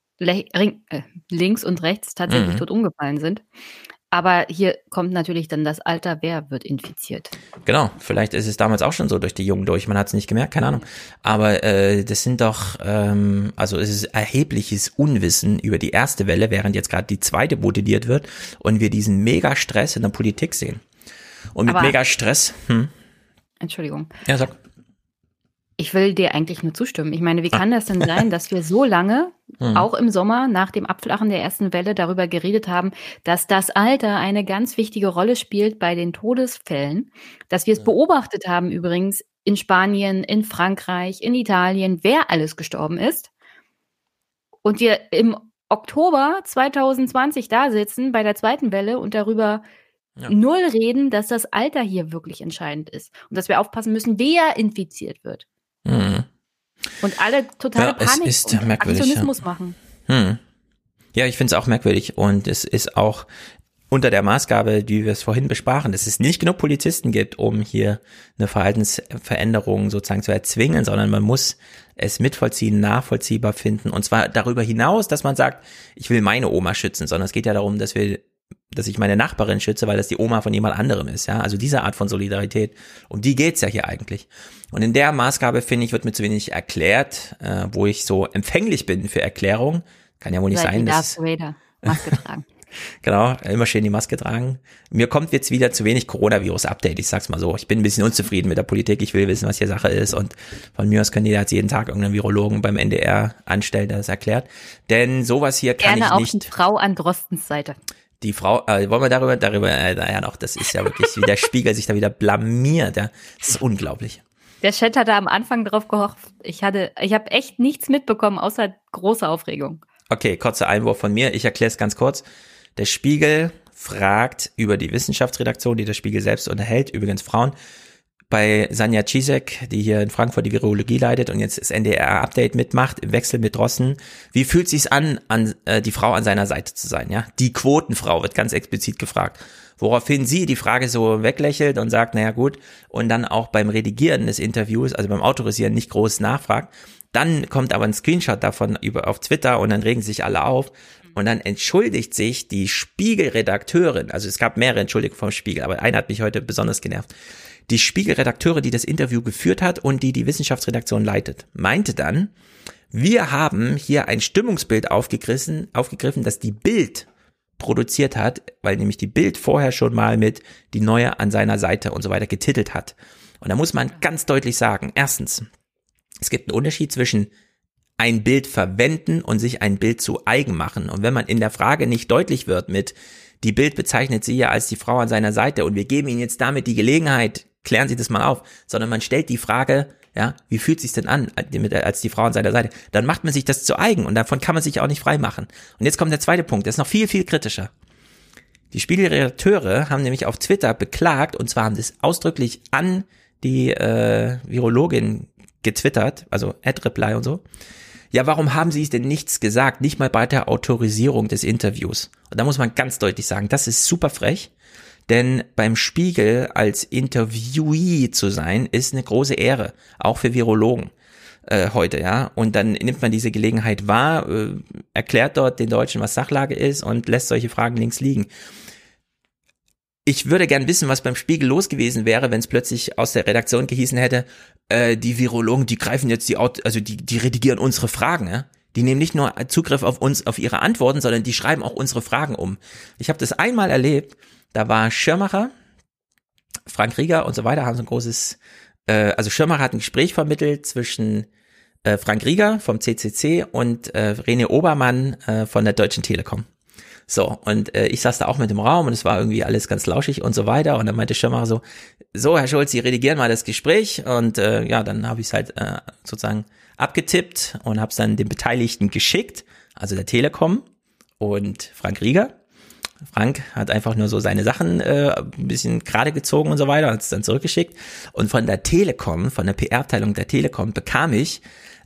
S11: links und rechts tatsächlich tot umgefallen sind. Aber hier kommt natürlich dann das Alter, wer wird infiziert?
S1: Genau, vielleicht ist es damals auch schon so durch die Jungen durch, man hat es nicht gemerkt, keine Ahnung. Aber das sind doch, also es ist erhebliches Unwissen über die erste Welle, während jetzt gerade die zweite modelliert wird und wir diesen Mega-Stress in der Politik sehen. Und mit Mega-Stress,
S11: Entschuldigung.
S1: Ja, sag.
S11: Ich will dir eigentlich nur zustimmen. Ich meine, wie kann das denn sein, dass wir so lange, auch im Sommer, nach dem Abflachen der ersten Welle, darüber geredet haben, dass das Alter eine ganz wichtige Rolle spielt bei den Todesfällen, dass wir es beobachtet haben übrigens in Spanien, in Frankreich, in Italien, wer alles gestorben ist. Und wir im Oktober 2020 da sitzen bei der zweiten Welle und darüber null reden, dass das Alter hier wirklich entscheidend ist. Und dass wir aufpassen müssen, wer infiziert wird. Und alle totale Panik und Aktionismus machen.
S1: Ja, ich finde es auch merkwürdig und es ist auch unter der Maßgabe, die wir es vorhin besprachen, dass es nicht genug Polizisten gibt, um hier eine Verhaltensveränderung sozusagen zu erzwingen, sondern man muss es mitvollziehen, nachvollziehbar finden und zwar darüber hinaus, dass man sagt, ich will meine Oma schützen, sondern es geht ja darum, dass ich meine Nachbarin schütze, weil das die Oma von jemand anderem ist, ja, also diese Art von Solidarität, um die geht's ja hier eigentlich. Und in der Maßgabe, finde ich, wird mir zu wenig erklärt, wo ich so empfänglich bin für Erklärung. Kann ja wohl nicht sein, dass
S11: Darth Vader Maske tragen.
S1: Genau, immer schön die Maske tragen. Mir kommt jetzt wieder zu wenig Coronavirus-Update, ich sag's mal so. Ich bin ein bisschen unzufrieden mit der Politik, ich will wissen, was hier Sache ist und von mir aus können die da jetzt jeden Tag irgendeinen Virologen beim NDR anstellen, der das erklärt. Denn sowas hier kann
S11: Gerne
S1: ich nicht.
S11: Gerne auch die Frau an Drostens Seite.
S1: Die Frau, wollen wir darüber, naja noch, das ist ja wirklich, wie der Spiegel sich da wieder blamiert, ja. Das ist unglaublich.
S11: Der Chat hatte am Anfang drauf gehofft. Ich habe echt nichts mitbekommen, außer große Aufregung.
S1: Okay, kurzer Einwurf von mir. Ich erkläre es ganz kurz. Der Spiegel fragt über die Wissenschaftsredaktion, die der Spiegel selbst unterhält, übrigens Frauen, bei Sanja Cizek, die hier in Frankfurt die Virologie leitet und jetzt das NDR-Update mitmacht, im Wechsel mit Drosten. Wie fühlt sich's an, die Frau an seiner Seite zu sein, ja? Die Quotenfrau wird ganz explizit gefragt. Woraufhin sie die Frage so weglächelt und sagt, naja gut, und dann auch beim Redigieren des Interviews, also beim Autorisieren nicht groß nachfragt. Dann kommt aber ein Screenshot davon auf Twitter und dann regen sich alle auf. Und dann entschuldigt sich die Spiegel-Redakteurin, also es gab mehrere Entschuldigungen vom Spiegel, aber eine hat mich heute besonders genervt. Die Spiegel-Redakteurin, die das Interview geführt hat und die Wissenschaftsredaktion leitet, meinte dann, wir haben hier ein Stimmungsbild aufgegriffen, das die Bild produziert hat, weil nämlich die Bild vorher schon mal mit die Neue an seiner Seite und so weiter getitelt hat. Und da muss man ganz deutlich sagen, erstens, es gibt einen Unterschied zwischen ein Bild verwenden und sich ein Bild zu eigen machen. Und wenn man in der Frage nicht deutlich wird mit, die Bild bezeichnet sie ja als die Frau an seiner Seite und wir geben Ihnen jetzt damit die Gelegenheit, klären Sie das mal auf, sondern man stellt die Frage, ja, wie fühlt sich's denn an, als die Frau an seiner Seite? Dann macht man sich das zu eigen und davon kann man sich auch nicht frei machen. Und jetzt kommt der zweite Punkt, der ist noch viel, viel kritischer. Die Spiegel-Redakteure haben nämlich auf Twitter beklagt, und zwar haben das ausdrücklich an die Virologin getwittert, also @reply und so. Ja, warum haben Sie es denn nichts gesagt? Nicht mal bei der Autorisierung des Interviews. Und da muss man ganz deutlich sagen, das ist super frech. Denn beim Spiegel als Interviewee zu sein, ist eine große Ehre, auch für Virologen heute, ja. Und dann nimmt man diese Gelegenheit wahr, erklärt dort den Deutschen, was Sachlage ist und lässt solche Fragen links liegen. Ich würde gern wissen, was beim Spiegel los gewesen wäre, wenn es plötzlich aus der Redaktion gehießen hätte, die Virologen, die greifen jetzt die redigieren unsere Fragen, ja. Die nehmen nicht nur Zugriff auf uns, auf ihre Antworten, sondern die schreiben auch unsere Fragen um. Ich habe das einmal erlebt. Da war Schirmacher, Frank Rieger und so weiter, haben so ein großes, also Schirmacher hat ein Gespräch vermittelt zwischen Frank Rieger vom CCC und René Obermann von der Deutschen Telekom. So, und ich saß da auch mit im Raum und es war irgendwie alles ganz lauschig und so weiter. Und dann meinte Schirmacher so Herr Schulz, Sie redigieren mal das Gespräch. Und ja, dann habe ich es halt sozusagen abgetippt und habe es dann den Beteiligten geschickt, also der Telekom und Frank Rieger. Frank hat einfach nur so seine Sachen ein bisschen gerade gezogen und so weiter, hat es dann zurückgeschickt. Und von der Telekom, von der PR-Abteilung der Telekom bekam ich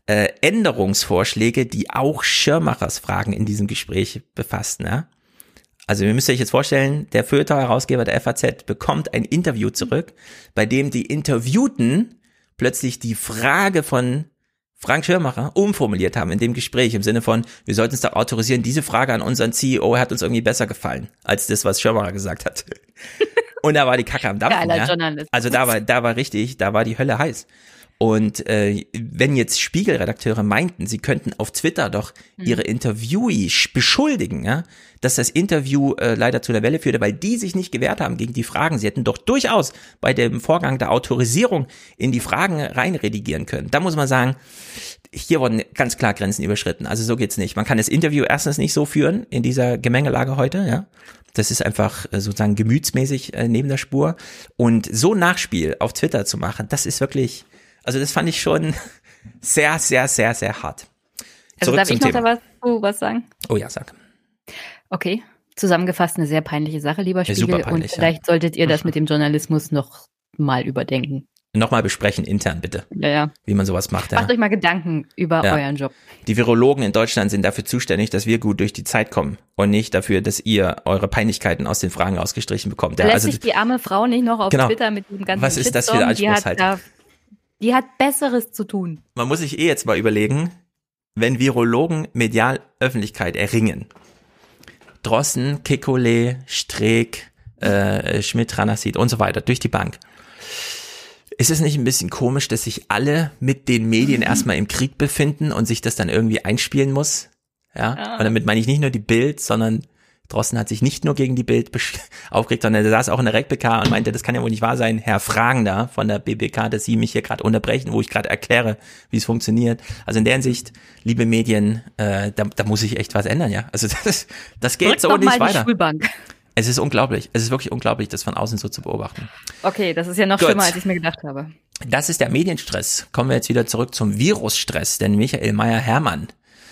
S1: Änderungsvorschläge, die auch Schirmachers Fragen in diesem Gespräch befassten. Ja? Also ihr müsst euch jetzt vorstellen, der Feuilleton-Herausgeber der FAZ bekommt ein Interview zurück, bei dem die Interviewten plötzlich die Frage von Frank Schirmacher umformuliert haben in dem Gespräch im Sinne von, wir sollten es doch autorisieren, diese Frage an unseren CEO hat uns irgendwie besser gefallen, als das, was Schirmacher gesagt hat. Und da war die Kacke am Dampfen. Ja? Also da war die Hölle heiß. Und wenn jetzt Spiegelredakteure meinten, sie könnten auf Twitter doch ihre Interviewee beschuldigen, ja, dass das Interview leider zu einer Welle führte, weil die sich nicht gewehrt haben gegen die Fragen. Sie hätten doch durchaus bei dem Vorgang der Autorisierung in die Fragen reinredigieren können. Da muss man sagen, hier wurden ganz klar Grenzen überschritten. Also so geht's nicht. Man kann das Interview erstens nicht so führen in dieser Gemengelage heute, ja. Das ist einfach sozusagen gemütsmäßig neben der Spur. Und so Nachspiel auf Twitter zu machen, das ist wirklich... Also das fand ich schon sehr, sehr, sehr, sehr hart.
S11: Also darf ich noch da was sagen?
S1: Oh ja, sag.
S11: Okay, zusammengefasst eine sehr peinliche Sache, lieber Spiegel. Und vielleicht solltet ihr das mit dem Journalismus noch mal überdenken.
S1: Nochmal besprechen, intern bitte.
S11: Ja.
S1: Wie man sowas macht.
S11: Macht euch mal Gedanken über euren Job.
S1: Die Virologen in Deutschland sind dafür zuständig, dass wir gut durch die Zeit kommen und nicht dafür, dass ihr eure Peinlichkeiten aus den Fragen ausgestrichen bekommt.
S11: Lässt sich die arme Frau nicht noch auf Twitter mit dem ganzen
S1: Was ist das für eine Anspruchshaltung?
S11: Die hat Besseres zu tun.
S1: Man muss sich jetzt mal überlegen, wenn Virologen medial Öffentlichkeit erringen. Drosten, Kekulé, Streeck, Schmidt, Ranassid und so weiter, durch die Bank. Ist es nicht ein bisschen komisch, dass sich alle mit den Medien erstmal im Krieg befinden und sich das dann irgendwie einspielen muss? Ja. Und damit meine ich nicht nur die Bild, sondern Drosten hat sich nicht nur gegen die Bild aufgeregt, sondern er saß auch in der RecBK und meinte, das kann ja wohl nicht wahr sein, Herr Fragender von der BBK, dass Sie mich hier gerade unterbrechen, wo ich gerade erkläre, wie es funktioniert. Also in der Hinsicht, liebe Medien, da muss sich echt was ändern, ja. Also das geht so nicht weiter.
S11: Schulbank.
S1: Es ist unglaublich, es ist wirklich unglaublich, das von außen so zu beobachten.
S11: Okay, das ist ja noch schlimmer, als ich mir gedacht habe.
S1: Das ist der Medienstress. Kommen wir jetzt wieder zurück zum Virusstress, denn Michael Mayer-Hermann,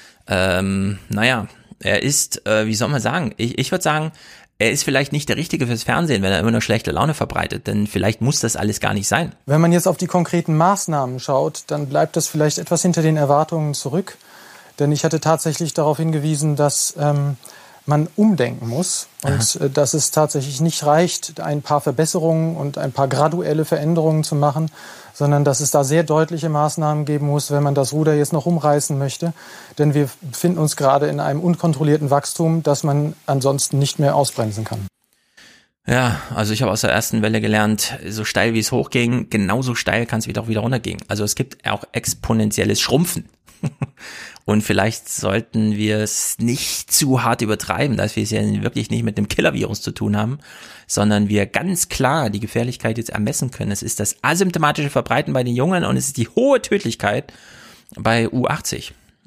S1: er ist, wie soll man sagen, ich würde sagen, er ist vielleicht nicht der Richtige fürs Fernsehen, wenn er immer nur schlechte Laune verbreitet, denn vielleicht muss das alles gar nicht sein.
S13: Wenn man jetzt auf die konkreten Maßnahmen schaut, dann bleibt das vielleicht etwas hinter den Erwartungen zurück, denn ich hatte tatsächlich darauf hingewiesen, dass man umdenken muss und dass es tatsächlich nicht reicht, ein paar Verbesserungen und ein paar graduelle Veränderungen zu machen, sondern dass es da sehr deutliche Maßnahmen geben muss, wenn man das Ruder jetzt noch umreißen möchte. Denn wir befinden uns gerade in einem unkontrollierten Wachstum, das man ansonsten nicht mehr ausbremsen kann.
S1: Ja, also ich habe aus der ersten Welle gelernt, so steil wie es hochging, genauso steil kann es wieder runtergehen. Also es gibt auch exponentielles Schrumpfen. Und vielleicht sollten wir es nicht zu hart übertreiben, dass wir es ja wirklich nicht mit dem Killer-Virus zu tun haben, sondern wir ganz klar die Gefährlichkeit jetzt ermessen können. Es ist das asymptomatische Verbreiten bei den Jungen und es ist die hohe Tödlichkeit bei U80.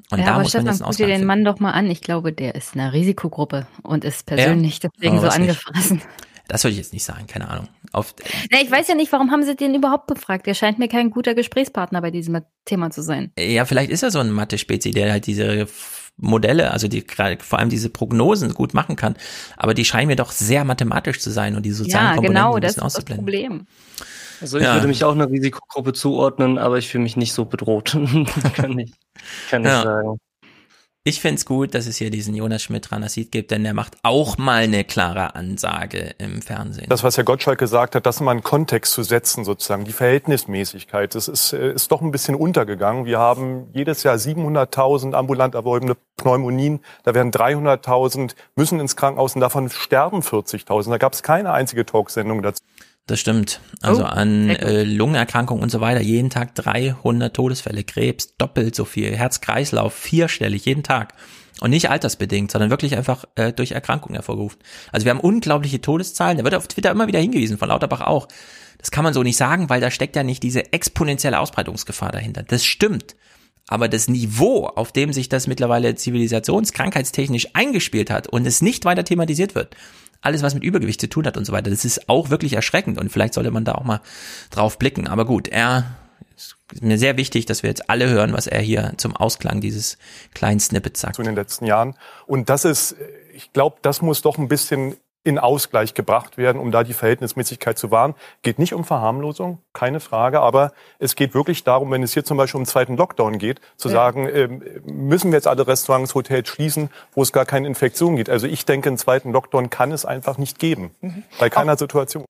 S1: Und
S11: ja,
S1: da
S11: aber
S1: muss man
S11: Stefan,
S1: jetzt einen
S11: guck dir
S1: Ausgang
S11: den
S1: finden.
S11: Mann doch mal an. Ich glaube, der ist in einer Risikogruppe und ist persönlich deswegen
S1: Aber
S11: so
S1: was nicht?
S11: angefressen.
S1: Das würde ich jetzt nicht sagen, keine Ahnung.
S11: Na, ich weiß ja nicht, warum haben sie den überhaupt befragt? Der scheint mir kein guter Gesprächspartner bei diesem Thema zu sein.
S1: Ja, vielleicht ist er so ein Mathe-Spezi, der halt diese Modelle, also vor allem diese Prognosen gut machen kann. Aber die scheinen mir doch sehr mathematisch zu sein und die sozialen Komponenten ein
S11: das
S1: bisschen
S11: ist das
S1: auszublenden.
S11: Problem.
S10: Also ich würde mich auch einer Risikogruppe zuordnen, aber ich fühle mich nicht so bedroht. kann ich sagen.
S1: Ich find's gut, dass es hier diesen Jonas Schmidt-Ranasit gibt, denn der macht auch mal eine klare Ansage im Fernsehen.
S12: Das, was Herr Gottschalk gesagt hat, das mal in Kontext zu setzen sozusagen, die Verhältnismäßigkeit, das ist doch ein bisschen untergegangen. Wir haben jedes Jahr 700.000 ambulant erworbene Pneumonien, da werden 300.000 müssen ins Krankenhaus und davon sterben 40.000. Da gab es keine einzige Talksendung dazu.
S1: Das stimmt. Also an Lungenerkrankungen und so weiter, jeden Tag 300 Todesfälle, Krebs, doppelt so viel, Herz-Kreislauf, 4-stellig jeden Tag. Und nicht altersbedingt, sondern wirklich einfach durch Erkrankungen hervorgerufen. Also wir haben unglaubliche Todeszahlen, da wird auf Twitter immer wieder hingewiesen, von Lauterbach auch. Das kann man so nicht sagen, weil da steckt ja nicht diese exponentielle Ausbreitungsgefahr dahinter. Das stimmt. Aber das Niveau, auf dem sich das mittlerweile zivilisationskrankheitstechnisch eingespielt hat und es nicht weiter thematisiert wird, alles, was mit Übergewicht zu tun hat und so weiter, das ist auch wirklich erschreckend und vielleicht sollte man da auch mal drauf blicken. Aber gut, ist mir sehr wichtig, dass wir jetzt alle hören, was er hier zum Ausklang dieses kleinen Snippets sagt.
S12: In den letzten Jahren. Und das ist, ich glaube, das muss doch ein bisschen in Ausgleich gebracht werden, um da die Verhältnismäßigkeit zu wahren. Geht nicht um Verharmlosung, keine Frage, aber es geht wirklich darum, wenn es hier zum Beispiel um den zweiten Lockdown geht, zu sagen, müssen wir jetzt alle Restaurants, Hotels schließen, wo es gar keine Infektion gibt. Also ich denke, einen zweiten Lockdown kann es einfach nicht geben, bei keiner Situation.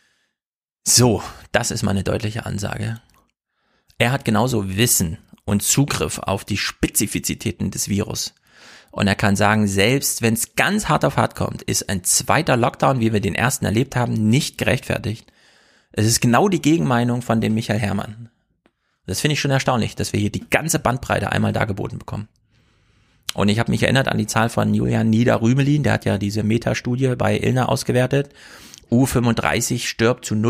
S1: So, das ist mal eine deutliche Ansage. Er hat genauso Wissen und Zugriff auf die Spezifizitäten des Virus. Und er kann sagen, selbst wenn es ganz hart auf hart kommt, ist ein zweiter Lockdown, wie wir den ersten erlebt haben, nicht gerechtfertigt. Es ist genau die Gegenmeinung von dem Michael Herrmann. Das finde ich schon erstaunlich, dass wir hier die ganze Bandbreite einmal dargeboten bekommen. Und ich habe mich erinnert an die Zahl von Julian Nieder-Rümelin, der hat ja diese Metastudie bei Illner ausgewertet. U35 stirbt zu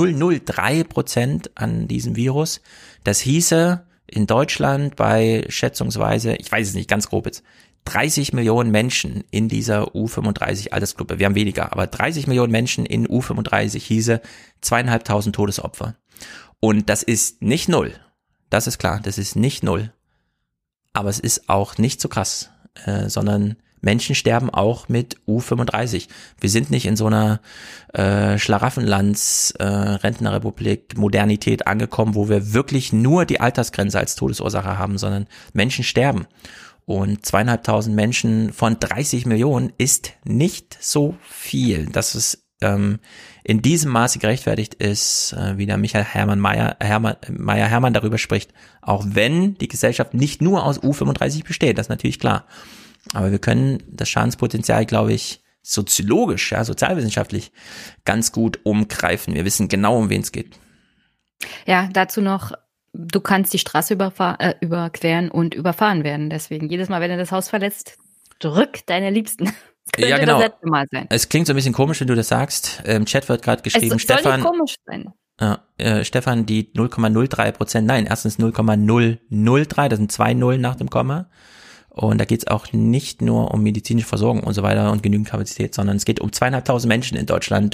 S1: 0,003% an diesem Virus. Das hieße in Deutschland bei schätzungsweise, ich weiß es nicht, ganz grob jetzt, 30 Millionen Menschen in dieser U35 Altersgruppe. Wir haben weniger, aber 30 Millionen Menschen in U35 hieße 2.500 Todesopfer. Und das ist nicht null. Das ist klar, das ist nicht null. Aber es ist auch nicht so krass, sondern Menschen sterben auch mit U35. Wir sind nicht in so einer Schlaraffenlands Rentnerrepublik Modernität angekommen, wo wir wirklich nur die Altersgrenze als Todesursache haben, sondern Menschen sterben. Und 2.500 Menschen von 30 Millionen ist nicht so viel. Dass es in diesem Maße gerechtfertigt ist, wie der Michael Herrmann darüber spricht. Auch wenn die Gesellschaft nicht nur aus U35 besteht, das ist natürlich klar. Aber wir können das Schadenspotenzial, glaube ich, soziologisch, sozialwissenschaftlich ganz gut umgreifen. Wir wissen genau, um wen es geht.
S11: Ja, dazu noch, du kannst die Straße überqueren und überfahren werden. Deswegen jedes Mal, wenn du das Haus verlässt, drück deine Liebsten. Das könnte das letzte Mal sein.
S1: Es klingt so ein bisschen komisch, wenn du das sagst. Im Chat wird gerade geschrieben,
S11: es soll nicht komisch sein.
S1: Stefan, die 0,03%, nein, erstens 0,003, das sind 2 Nullen nach dem Komma. Und da geht es auch nicht nur um medizinische Versorgung und so weiter und genügend Kapazität, sondern es geht um 2.500 Menschen in Deutschland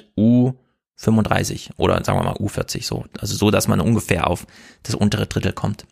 S1: U35 oder sagen wir mal U40 so. Also so, dass man ungefähr auf das untere Drittel kommt.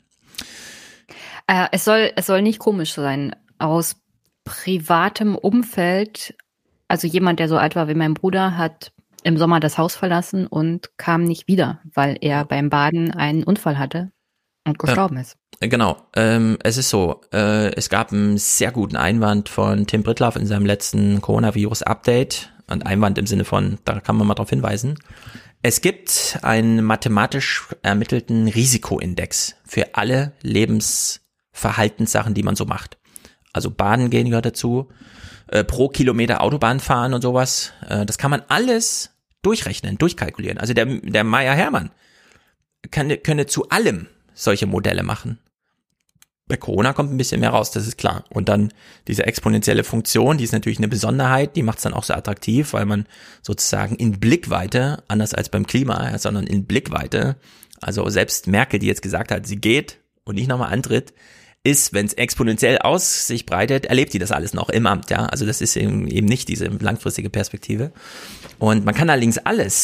S11: Es soll nicht komisch sein. Aus privatem Umfeld, also jemand, der so alt war wie mein Bruder, hat im Sommer das Haus verlassen und kam nicht wieder, weil er beim Baden einen Unfall hatte und gestorben ist.
S1: Genau, es ist so, es gab einen sehr guten Einwand von Tim Brittlaff in seinem letzten Coronavirus-Update. Ein Einwand im Sinne von, da kann man mal drauf hinweisen. Es gibt einen mathematisch ermittelten Risikoindex für alle Lebensverhaltenssachen, die man so macht. Also Baden gehen gehört dazu, pro Kilometer Autobahn fahren und sowas. Das kann man alles durchrechnen, durchkalkulieren. Also der Meyer Herrmann könne zu allem solche Modelle machen. Bei Corona kommt ein bisschen mehr raus, das ist klar. Und dann diese exponentielle Funktion, die ist natürlich eine Besonderheit, die macht es dann auch so attraktiv, weil man sozusagen in Blickweite, anders als beim Klima, sondern in Blickweite, also selbst Merkel, die jetzt gesagt hat, sie geht und nicht nochmal antritt, ist, wenn es exponentiell aus sich breitet, erlebt die das alles noch im Amt, ja. Also das ist eben nicht diese langfristige Perspektive. Und man kann allerdings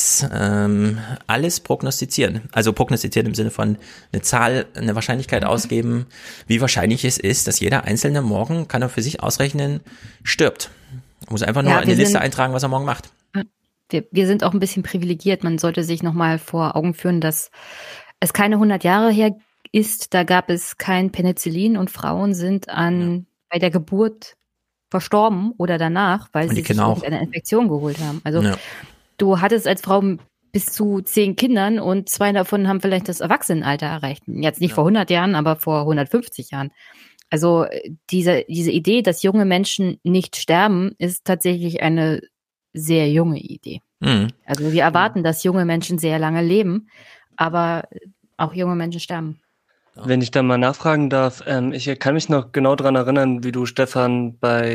S1: alles prognostizieren. Also prognostizieren im Sinne von eine Zahl, eine Wahrscheinlichkeit ausgeben, wie wahrscheinlich es ist, dass jeder Einzelne morgen, kann er für sich ausrechnen, stirbt. Er muss einfach nur eine Liste eintragen, was er morgen macht.
S11: Wir sind auch ein bisschen privilegiert. Man sollte sich nochmal vor Augen führen, dass es keine 100 Jahre her ist, da gab es kein Penicillin und Frauen sind bei der Geburt verstorben oder danach, weil sie sich eine Infektion geholt haben. Also du hattest als Frau bis zu 10 Kindern und 2 davon haben vielleicht das Erwachsenenalter erreicht. Jetzt nicht vor 100 Jahren, aber vor 150 Jahren. Also diese Idee, dass junge Menschen nicht sterben, ist tatsächlich eine sehr junge Idee. Also wir erwarten, dass junge Menschen sehr lange leben, aber auch junge Menschen sterben.
S10: Wenn ich da mal nachfragen darf, ich kann mich noch genau daran erinnern, wie du, Stefan,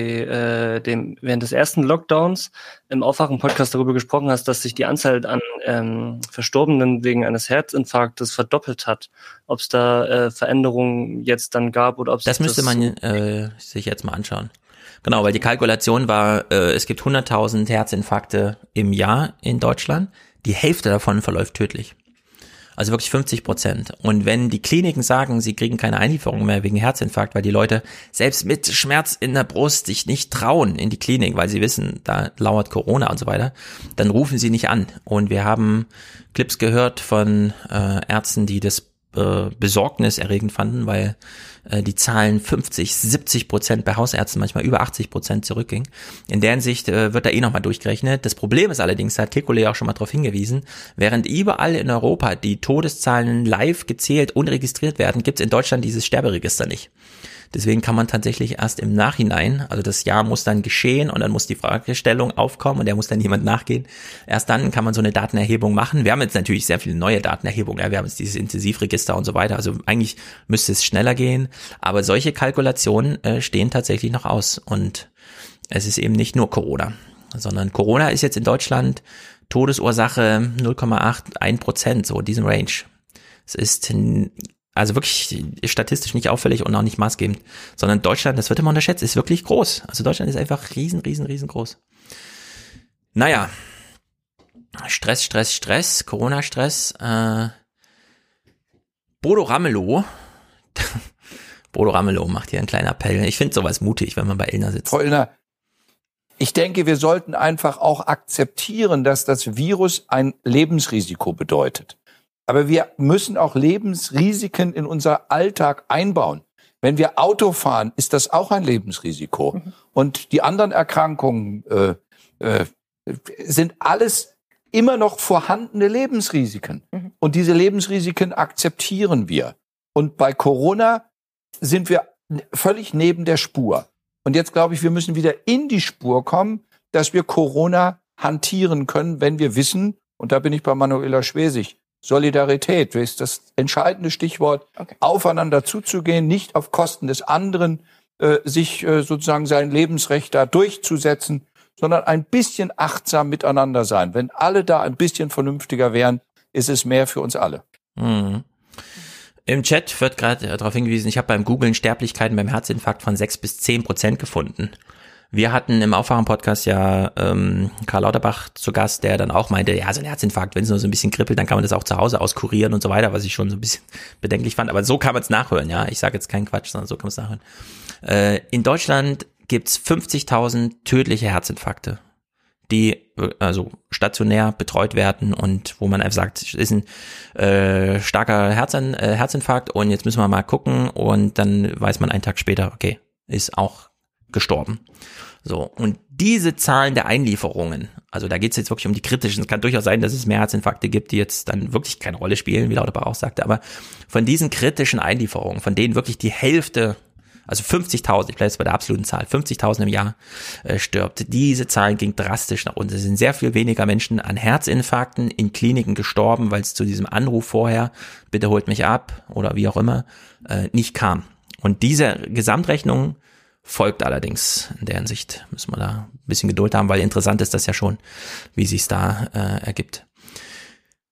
S10: während des ersten Lockdowns im Aufwachen-Podcast darüber gesprochen hast, dass sich die Anzahl an Verstorbenen wegen eines Herzinfarktes verdoppelt hat. Ob es da Veränderungen jetzt dann gab oder ob es
S1: das müsste man sich jetzt mal anschauen. Genau, weil die Kalkulation war, es gibt 100.000 Herzinfarkte im Jahr in Deutschland. Die Hälfte davon verläuft tödlich. Also wirklich 50%. Und wenn die Kliniken sagen, sie kriegen keine Einlieferung mehr wegen Herzinfarkt, weil die Leute selbst mit Schmerz in der Brust sich nicht trauen in die Klinik, weil sie wissen, da lauert Corona und so weiter, dann rufen sie nicht an. Und wir haben Clips gehört von Ärzten, die das besorgniserregend fanden, weil die Zahlen 50-70% bei Hausärzten, manchmal über 80% zurückging. In der Hinsicht wird da nochmal durchgerechnet. Das Problem ist allerdings, da hat Kekulé auch schon mal darauf hingewiesen, während überall in Europa die Todeszahlen live gezählt und registriert werden, gibt es in Deutschland dieses Sterberegister nicht. Deswegen kann man tatsächlich erst im Nachhinein, also das Jahr muss dann geschehen und dann muss die Fragestellung aufkommen und der muss dann jemand nachgehen. Erst dann kann man so eine Datenerhebung machen. Wir haben jetzt natürlich sehr viele neue Datenerhebungen. Ja, wir haben jetzt dieses Intensivregister und so weiter. Also eigentlich müsste es schneller gehen. Aber solche Kalkulationen stehen tatsächlich noch aus. Und es ist eben nicht nur Corona, sondern Corona ist jetzt in Deutschland Todesursache 0,81%, so in diesem Range. Es ist also wirklich statistisch nicht auffällig und auch nicht maßgebend, sondern Deutschland, das wird immer unterschätzt, ist wirklich groß. Also Deutschland ist einfach riesengroß. Naja, Stress, Corona-Stress. Bodo Ramelow macht hier einen kleinen Appell. Ich finde sowas mutig, wenn man bei Illner sitzt.
S15: Frau Illner, ich denke, wir sollten einfach auch akzeptieren, dass das Virus ein Lebensrisiko bedeutet. Aber wir müssen auch Lebensrisiken in unser Alltag einbauen. Wenn wir Auto fahren, ist das auch ein Lebensrisiko. Und die anderen Erkrankungen sind alles immer noch vorhandene Lebensrisiken. Und diese Lebensrisiken akzeptieren wir. Und bei Corona sind wir völlig neben der Spur. Und jetzt glaube ich, wir müssen wieder in die Spur kommen, dass wir Corona hantieren können, wenn wir wissen, und da bin ich bei Manuela Schwesig, Solidarität ist das entscheidende Stichwort, aufeinander zuzugehen, nicht auf Kosten des anderen sich sozusagen sein Lebensrecht da durchzusetzen, sondern ein bisschen achtsam miteinander sein. Wenn alle da ein bisschen vernünftiger wären, ist es mehr für uns alle.
S1: Mhm. Im Chat wird gerade darauf hingewiesen, ich habe beim Googlen Sterblichkeiten beim Herzinfarkt von 6-10% gefunden. Wir hatten im Aufwachen-Podcast ja Karl Lauterbach zu Gast, der dann auch meinte, ja, so ein Herzinfarkt, wenn es nur so ein bisschen kribbelt, dann kann man das auch zu Hause auskurieren und so weiter, was ich schon so ein bisschen bedenklich fand. Aber so kann man es nachhören, ja. Ich sage jetzt keinen Quatsch, sondern so kann man es nachhören. In Deutschland gibt's 50.000 tödliche Herzinfarkte, die also stationär betreut werden und wo man einfach sagt, es ist ein starker Herzinfarkt und jetzt müssen wir mal gucken und dann weiß man einen Tag später, okay, ist auch gestorben. So, und diese Zahlen der Einlieferungen, also da geht es jetzt wirklich um die kritischen, es kann durchaus sein, dass es mehr Herzinfarkte gibt, die jetzt dann wirklich keine Rolle spielen, wie Lauterbach auch sagte, aber von diesen kritischen Einlieferungen, von denen wirklich die Hälfte, also 50.000, ich bleibe jetzt bei der absoluten Zahl, 50.000 im Jahr stirbt, diese Zahlen ging drastisch nach unten. Es sind sehr viel weniger Menschen an Herzinfarkten in Kliniken gestorben, weil es zu diesem Anruf vorher, bitte holt mich ab oder wie auch immer, nicht kam. Und diese Gesamtrechnung folgt allerdings. In der Hinsicht müssen wir da ein bisschen Geduld haben, weil interessant ist das ja schon, wie sich's da ergibt.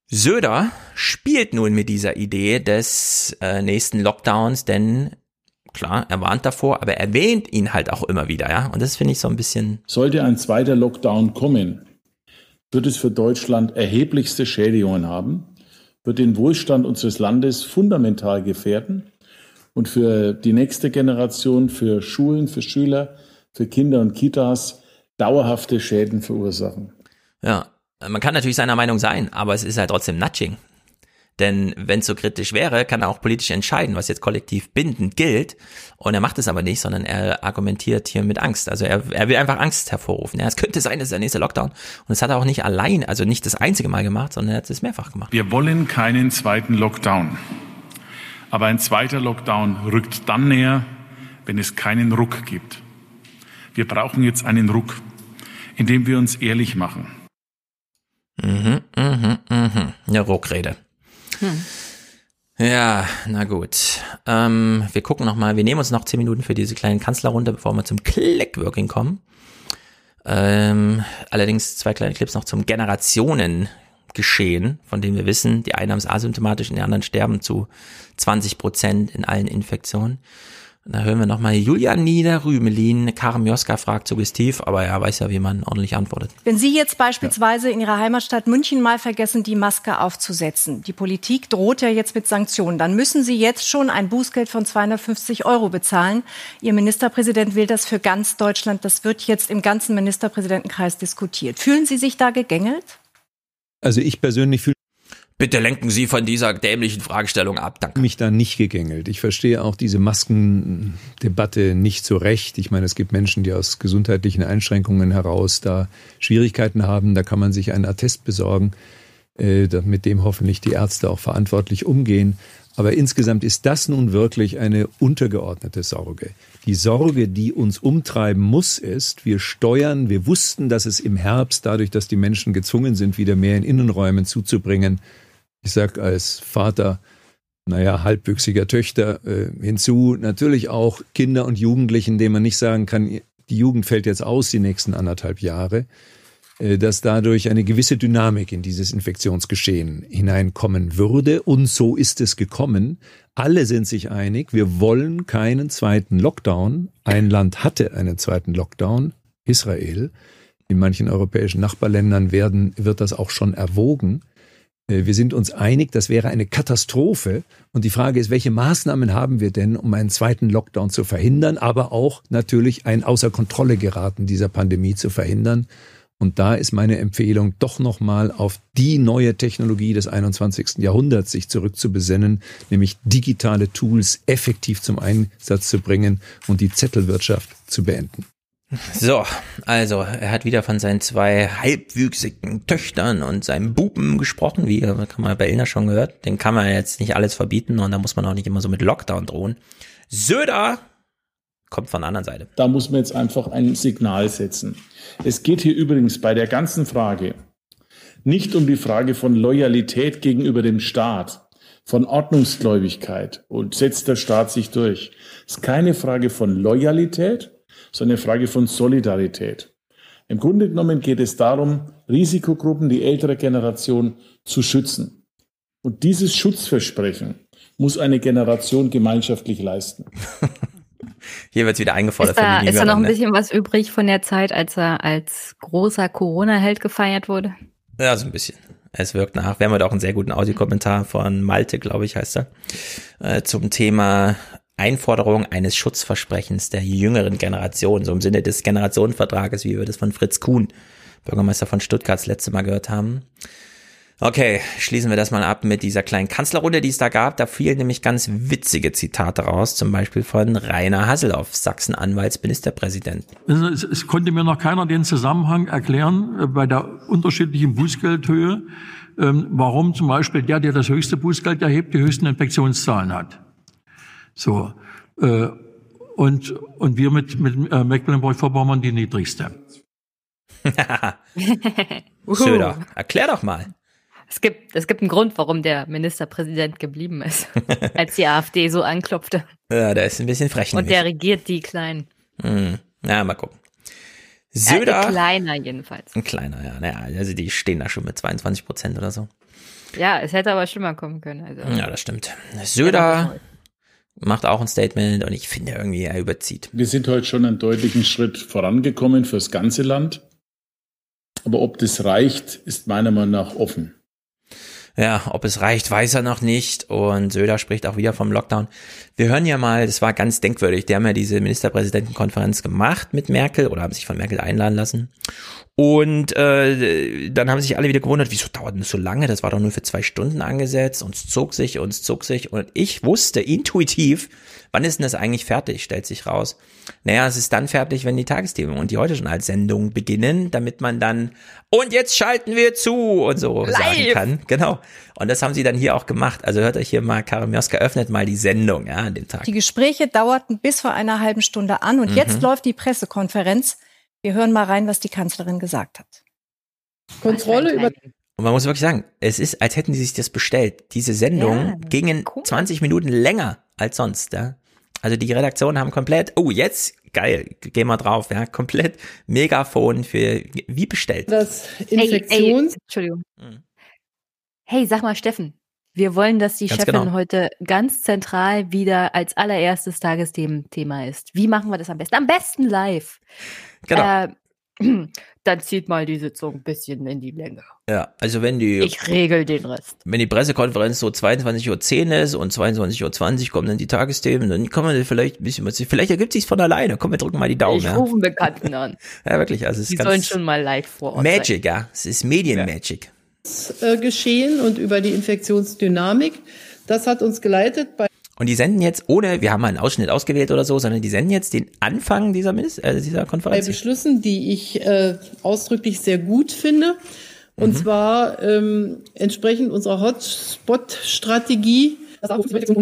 S1: Söder spielt nun mit dieser Idee des nächsten Lockdowns, denn klar, er warnt davor, aber er erwähnt ihn halt auch immer wieder, ja. Und das finde ich so ein bisschen...
S3: Sollte ein zweiter Lockdown kommen, wird es für Deutschland erheblichste Schädigungen haben, wird den Wohlstand unseres Landes fundamental gefährden und für die nächste Generation, für Schulen, für Schüler, für Kinder und Kitas dauerhafte Schäden verursachen.
S1: Ja, man kann natürlich seiner Meinung sein, aber es ist halt trotzdem Nudging. Denn wenn es so kritisch wäre, kann er auch politisch entscheiden, was jetzt kollektiv bindend gilt. Und er macht es aber nicht, sondern er argumentiert hier mit Angst. Also er will einfach Angst hervorrufen. Ja, es könnte sein, das ist der nächste Lockdown. Und das hat er auch nicht allein, also nicht das einzige Mal gemacht, sondern er hat es mehrfach gemacht.
S3: Wir wollen keinen zweiten Lockdown. Aber ein zweiter Lockdown rückt dann näher, wenn es keinen Ruck gibt. Wir brauchen jetzt einen Ruck, in dem wir uns ehrlich machen.
S1: Eine Ruckrede. Ja, na gut. Wir gucken nochmal, wir nehmen uns noch 10 Minuten für diese kleinen Kanzlerrunde, bevor wir zum Clickworking kommen. Allerdings 2 kleine Clips noch zum Generationengeschehen, von dem wir wissen, die einen haben es asymptomatisch und die anderen sterben zu 20% in allen Infektionen. Und da hören wir nochmal Julian Nieder-Rümelin. Karin Mioska fragt suggestiv, aber er weiß ja, wie man ordentlich antwortet.
S2: Wenn Sie jetzt beispielsweise in Ihrer Heimatstadt München mal vergessen, die Maske aufzusetzen, die Politik droht ja jetzt mit Sanktionen, dann müssen Sie jetzt schon ein Bußgeld von 250 € bezahlen. Ihr Ministerpräsident will das für ganz Deutschland. Das wird jetzt im ganzen Ministerpräsidentenkreis diskutiert. Fühlen Sie sich da gegängelt?
S8: Also ich persönlich fühle
S1: Bitte lenken Sie von dieser dämlichen Fragestellung ab, danke.
S8: Mich da nicht gegängelt. Ich verstehe auch diese Maskendebatte nicht so recht. Ich meine, es gibt Menschen, die aus gesundheitlichen Einschränkungen heraus da Schwierigkeiten haben. Da kann man sich einen Attest besorgen, mit dem hoffentlich die Ärzte auch verantwortlich umgehen. Aber insgesamt ist das nun wirklich eine untergeordnete Sorge. Die Sorge, die uns umtreiben muss, ist, wir wussten, dass es im Herbst, dadurch, dass die Menschen gezwungen sind, wieder mehr in Innenräumen zuzubringen, ich sag als Vater, halbwüchsiger Töchter hinzu, natürlich auch Kinder und Jugendlichen, denen man nicht sagen kann, die Jugend fällt jetzt aus die nächsten 1,5 Jahre, dass dadurch eine gewisse Dynamik in dieses Infektionsgeschehen hineinkommen würde. Und so ist es gekommen. Alle sind sich einig, wir wollen keinen zweiten Lockdown. Ein Land hatte einen zweiten Lockdown, Israel. In manchen europäischen Nachbarländern wird das auch schon erwogen. Wir sind uns einig, das wäre eine Katastrophe. Und die Frage ist, welche Maßnahmen haben wir denn, um einen zweiten Lockdown zu verhindern, aber auch natürlich ein außer Kontrolle geraten dieser Pandemie zu verhindern. Und da ist meine Empfehlung, doch nochmal auf die neue Technologie des 21. Jahrhunderts sich zurückzubesinnen, nämlich digitale Tools effektiv zum Einsatz zu bringen und die Zettelwirtschaft zu beenden.
S1: So, also er hat wieder von seinen 2 halbwüchsigen Töchtern und seinem Buben gesprochen, wie kann man bei Illner schon gehört. Den kann man jetzt nicht alles verbieten und da muss man auch nicht immer so mit Lockdown drohen. Söder kommt von der anderen Seite.
S3: Da muss man jetzt einfach ein Signal setzen. Es geht hier übrigens bei der ganzen Frage nicht um die Frage von Loyalität gegenüber dem Staat, von Ordnungsgläubigkeit und setzt der Staat sich durch. Es ist keine Frage von Loyalität, sondern eine Frage von Solidarität. Im Grunde genommen geht es darum, Risikogruppen, die ältere Generation zu schützen. Und dieses Schutzversprechen muss eine Generation gemeinschaftlich leisten.
S1: Hier wird es wieder eingefordert.
S11: Ist da noch ein bisschen was übrig von der Zeit, als er als großer Corona-Held gefeiert wurde?
S1: Ja, so ein bisschen. Es wirkt nach. Wir haben heute auch einen sehr guten Audiokommentar von Malte, glaube ich, heißt er, zum Thema Einforderung eines Schutzversprechens der jüngeren Generation, so im Sinne des Generationenvertrages, wie wir das von Fritz Kuhn, Bürgermeister von Stuttgart, das letzte Mal gehört haben. Okay, schließen wir das mal ab mit dieser kleinen Kanzlerrunde, die es da gab. Da fielen nämlich ganz witzige Zitate raus, zum Beispiel von Rainer Hasselhoff, Sachsen-Anwaltsministerpräsident.
S16: Es konnte mir noch keiner den Zusammenhang erklären bei der unterschiedlichen Bußgeldhöhe, warum zum Beispiel der das höchste Bußgeld erhebt, die höchsten Infektionszahlen hat. So, und wir mit Mecklenburg-Vorpommern die niedrigste.
S1: Söder, erklär doch mal.
S11: Es gibt einen Grund, warum der Ministerpräsident geblieben ist, als die AfD so anklopfte.
S1: Ja, der ist ein bisschen frech.
S11: Und der regiert die Kleinen.
S1: Ja, mal gucken. Söder.
S11: Ein kleiner jedenfalls.
S1: Ein kleiner, ja. Naja, also die stehen da schon mit 22% oder so.
S11: Ja, es hätte aber schlimmer kommen können. Also.
S1: Ja, das stimmt. Söder macht auch ein Statement und ich finde irgendwie, er überzieht.
S3: Wir sind heute schon einen deutlichen Schritt vorangekommen fürs ganze Land. Aber ob das reicht, ist meiner Meinung nach offen.
S1: Ja, ob es reicht, weiß er noch nicht. Und Söder spricht auch wieder vom Lockdown. Wir hören ja mal, das war ganz denkwürdig, die haben ja diese Ministerpräsidentenkonferenz gemacht mit Merkel oder haben sich von Merkel einladen lassen. Und dann haben sich alle wieder gewundert, wieso dauert das so lange? Das war doch nur für 2 Stunden angesetzt. Uns zog sich. Und ich wusste intuitiv, wann ist denn das eigentlich fertig, stellt sich raus. Naja, es ist dann fertig, wenn die Tagesthemen und die Heute-Journal-Sendungen beginnen, damit man dann, und jetzt schalten wir zu und so sagen kann. Genau. Und das haben sie dann hier auch gemacht. Also hört euch hier mal, Karin Mioska öffnet mal die Sendung, ja, an dem Tag.
S2: Die Gespräche dauerten bis vor einer halben Stunde an und jetzt läuft die Pressekonferenz. Wir hören mal rein, was die Kanzlerin gesagt hat.
S4: Kontrolle über...
S1: Und man muss wirklich sagen, es ist, als hätten die sich das bestellt. Diese Sendungen gingen 20 Minuten länger als sonst, ja. Also die Redaktionen haben komplett, jetzt, geil, gehen wir drauf, ja, komplett Megafon für, wie bestellt.
S4: Das
S11: Entschuldigung. Hey, sag mal, Steffen, wir wollen, dass die Chefin heute ganz zentral wieder als allererstes Tagesthema ist. Wie machen wir das am besten? Am besten live.
S1: Genau.
S11: Dann zieht mal die Sitzung ein bisschen in die Länge.
S1: Ja, also
S11: ich regel den Rest.
S1: Wenn die Pressekonferenz so 22:10 Uhr ist und 22:20 Uhr kommen dann die Tagesthemen, dann kann man vielleicht ein bisschen was, vielleicht ergibt sich's von alleine. Komm, wir drücken mal die Daumen.
S11: Ich rufe einen Bekannten an.
S1: Ja, wirklich, also es
S11: die
S1: ist
S11: sollen schon mal live vor Ort
S1: Magic,
S11: sein.
S1: ja, es ist Medienmagic.
S4: Geschehen und über die Infektionsdynamik, das hat uns geleitet bei.
S1: Und die senden jetzt wir haben mal einen Ausschnitt ausgewählt oder so, sondern die senden jetzt den Anfang dieser Konferenz.
S4: Bei Beschlüssen, die ich ausdrücklich sehr gut finde. Und zwar entsprechend unserer Hotspot-Strategie. Bla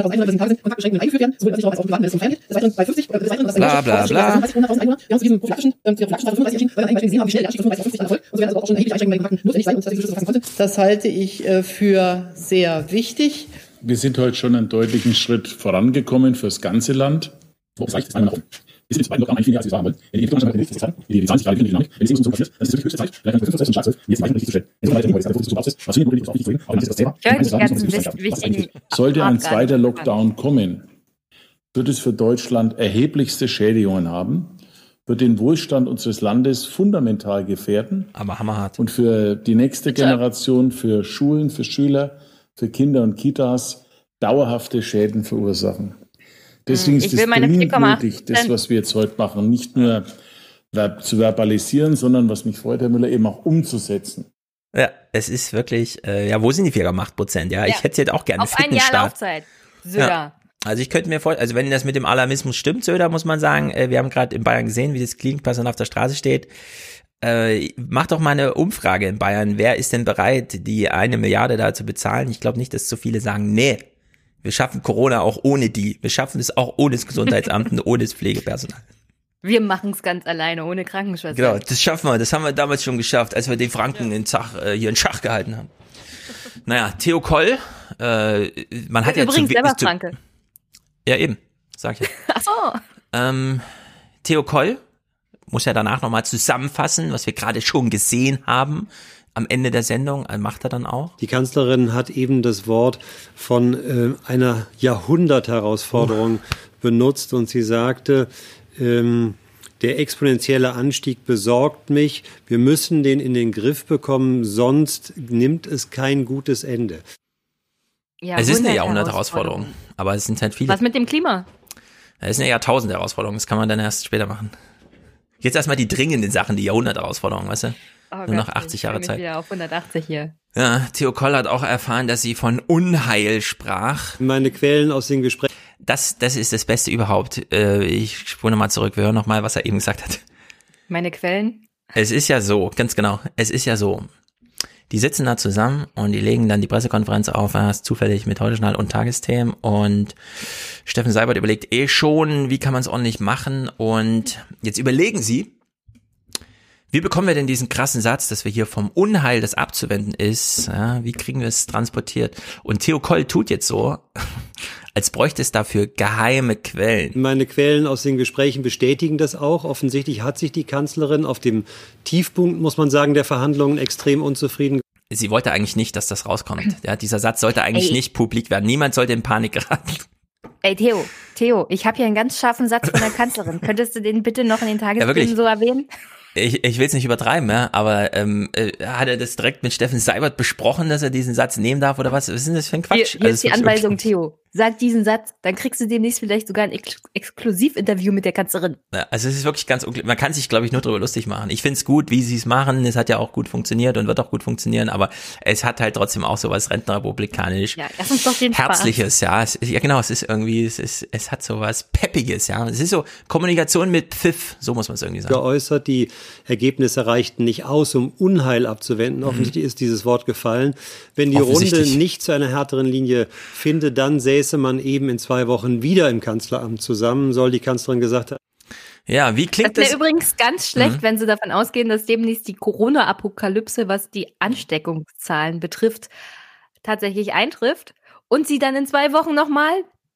S1: bla bla.
S4: Das halte ich für sehr wichtig.
S3: Wir sind heute schon einen deutlichen Schritt vorangekommen fürs ganze Land. Wo es reicht, ist meiner Meinung nach offen. Wir sind jetzt bei Lockdown einführen, als wir sagen wollen. Wenn die Impfung die Zahlen sich gerade Dynamik, wenn es so passiert, dann ist es wirklich höchste Zeit, vielleicht noch 5. Staat 12, jetzt weiter richtig zu stellen. Wenn so weiter ist, was wir nicht zu reden, aber das ist das Thema. Sollte ein zweiter Lockdown kommen, wird es für Deutschland erheblichste Schädigungen haben, wird den Wohlstand unseres Landes fundamental gefährden.
S1: Aber hammerhart.
S3: Und für die nächste Generation, für Schulen, für Schüler, für Kinder und Kitas dauerhafte Schäden verursachen. Deswegen ist es dringend nötig, das, was wir jetzt heute machen, nicht nur zu verbalisieren, sondern, was mich freut, Herr Müller, eben auch umzusetzen.
S1: Ja, es ist wirklich, wo sind die 4,8%? Ja, ich hätte jetzt auch gerne
S11: auf ein Jahr Laufzeit. Söder.
S1: Ja. Also ich könnte mir vorstellen, also wenn das mit dem Alarmismus stimmt, Söder, muss man sagen, wir haben gerade in Bayern gesehen, wie das klingt, was dann auf der Straße steht. Mach doch mal eine Umfrage in Bayern. Wer ist denn bereit, die 1 Milliarde da zu bezahlen? Ich glaube nicht, dass so viele sagen, nee, wir schaffen Corona auch ohne die. Wir schaffen es auch ohne das Gesundheitsamt und ohne das Pflegepersonal.
S11: Wir machen es ganz alleine, ohne Krankenschwester.
S1: Genau, das schaffen wir. Das haben wir damals schon geschafft, als wir den Franken hier in Schach gehalten haben. Naja, Theo Koll, man hat ja
S11: übrigens selber Franke.
S1: Ja, eben, sag ich ja.
S11: Ach so.
S1: Theo Koll muss ja danach nochmal zusammenfassen, was wir gerade schon gesehen haben. Am Ende der Sendung macht er dann auch.
S17: Die Kanzlerin hat eben das Wort von einer Jahrhundertherausforderung benutzt und sie sagte, der exponentielle Anstieg besorgt mich. Wir müssen den in den Griff bekommen, sonst nimmt es kein gutes Ende.
S11: Ja,
S1: es ist eine Jahrhundertherausforderung, aber es sind halt viele.
S11: Was mit dem Klima?
S1: Es ist eine Jahrtausend-Herausforderung, das kann man dann erst später machen. Jetzt erstmal die dringenden Sachen, die Jahrhundertherausforderungen, weißt du?
S11: Oh
S1: nur noch 80 Jahre Zeit.
S11: Wieder auf 180 hier.
S1: Ja, Theo Koll hat auch erfahren, dass sie von Unheil sprach.
S17: Meine Quellen aus den Gesprächen.
S1: Das ist das Beste überhaupt. Ich spule nochmal zurück, wir hören nochmal, was er eben gesagt hat.
S11: Meine Quellen?
S1: Es ist ja so, ganz genau, es ist ja so. Die sitzen da zusammen und die legen dann die Pressekonferenz auf, zufällig mit Heute-Journal und Tagesthemen, und Steffen Seibert überlegt schon, wie kann man es ordentlich machen, und jetzt überlegen sie, wie bekommen wir denn diesen krassen Satz, dass wir hier vom Unheil, das abzuwenden ist, wie kriegen wir es transportiert? Und Theo Koll tut jetzt so, als bräuchte es dafür geheime Quellen.
S17: Meine Quellen aus den Gesprächen bestätigen das auch. Offensichtlich hat sich die Kanzlerin auf dem Tiefpunkt, muss man sagen, der Verhandlungen extrem unzufrieden.
S1: Sie wollte eigentlich nicht, dass das rauskommt. Ja, dieser Satz sollte eigentlich nicht publik werden. Niemand sollte in Panik geraten.
S11: Ey, Theo, ich habe hier einen ganz scharfen Satz von der Kanzlerin. Könntest du den bitte noch in den Tagesthemen so erwähnen?
S1: Ich will es nicht übertreiben, ja, aber hat er das direkt mit Steffen Seibert besprochen, dass er diesen Satz nehmen darf oder was? Was ist denn das für ein Quatsch?
S11: Hier ist die Anweisung, Theo. Sag diesen Satz, dann kriegst du demnächst vielleicht sogar ein Exklusivinterview mit der Kanzlerin.
S1: Ja, also es ist wirklich ganz unglücklich. Man kann sich, glaube ich, nur darüber lustig machen. Ich find's gut, wie sie es machen. Es hat ja auch gut funktioniert und wird auch gut funktionieren, aber es hat halt trotzdem auch so was Rentnerrepublikanisch.
S11: Ja, lass uns doch den
S1: Herzliches,
S11: Spaß.
S1: ja. Genau, es ist irgendwie, es hat so was Peppiges, ja. Es ist so Kommunikation mit Pfiff, so muss man es irgendwie sagen.
S17: Geäußert, die Ergebnisse reichten nicht aus, um Unheil abzuwenden. Offensichtlich ist dieses Wort gefallen. Wenn die Runde nicht zu einer härteren Linie finde, dann säße man eben in 2 Wochen wieder im Kanzleramt zusammen, soll die Kanzlerin gesagt haben.
S1: Ja, wie klingt das?
S11: Das wäre übrigens ganz schlecht, wenn sie davon ausgehen, dass demnächst die Corona-Apokalypse, was die Ansteckungszahlen betrifft, tatsächlich eintrifft und sie dann in 2 Wochen nochmal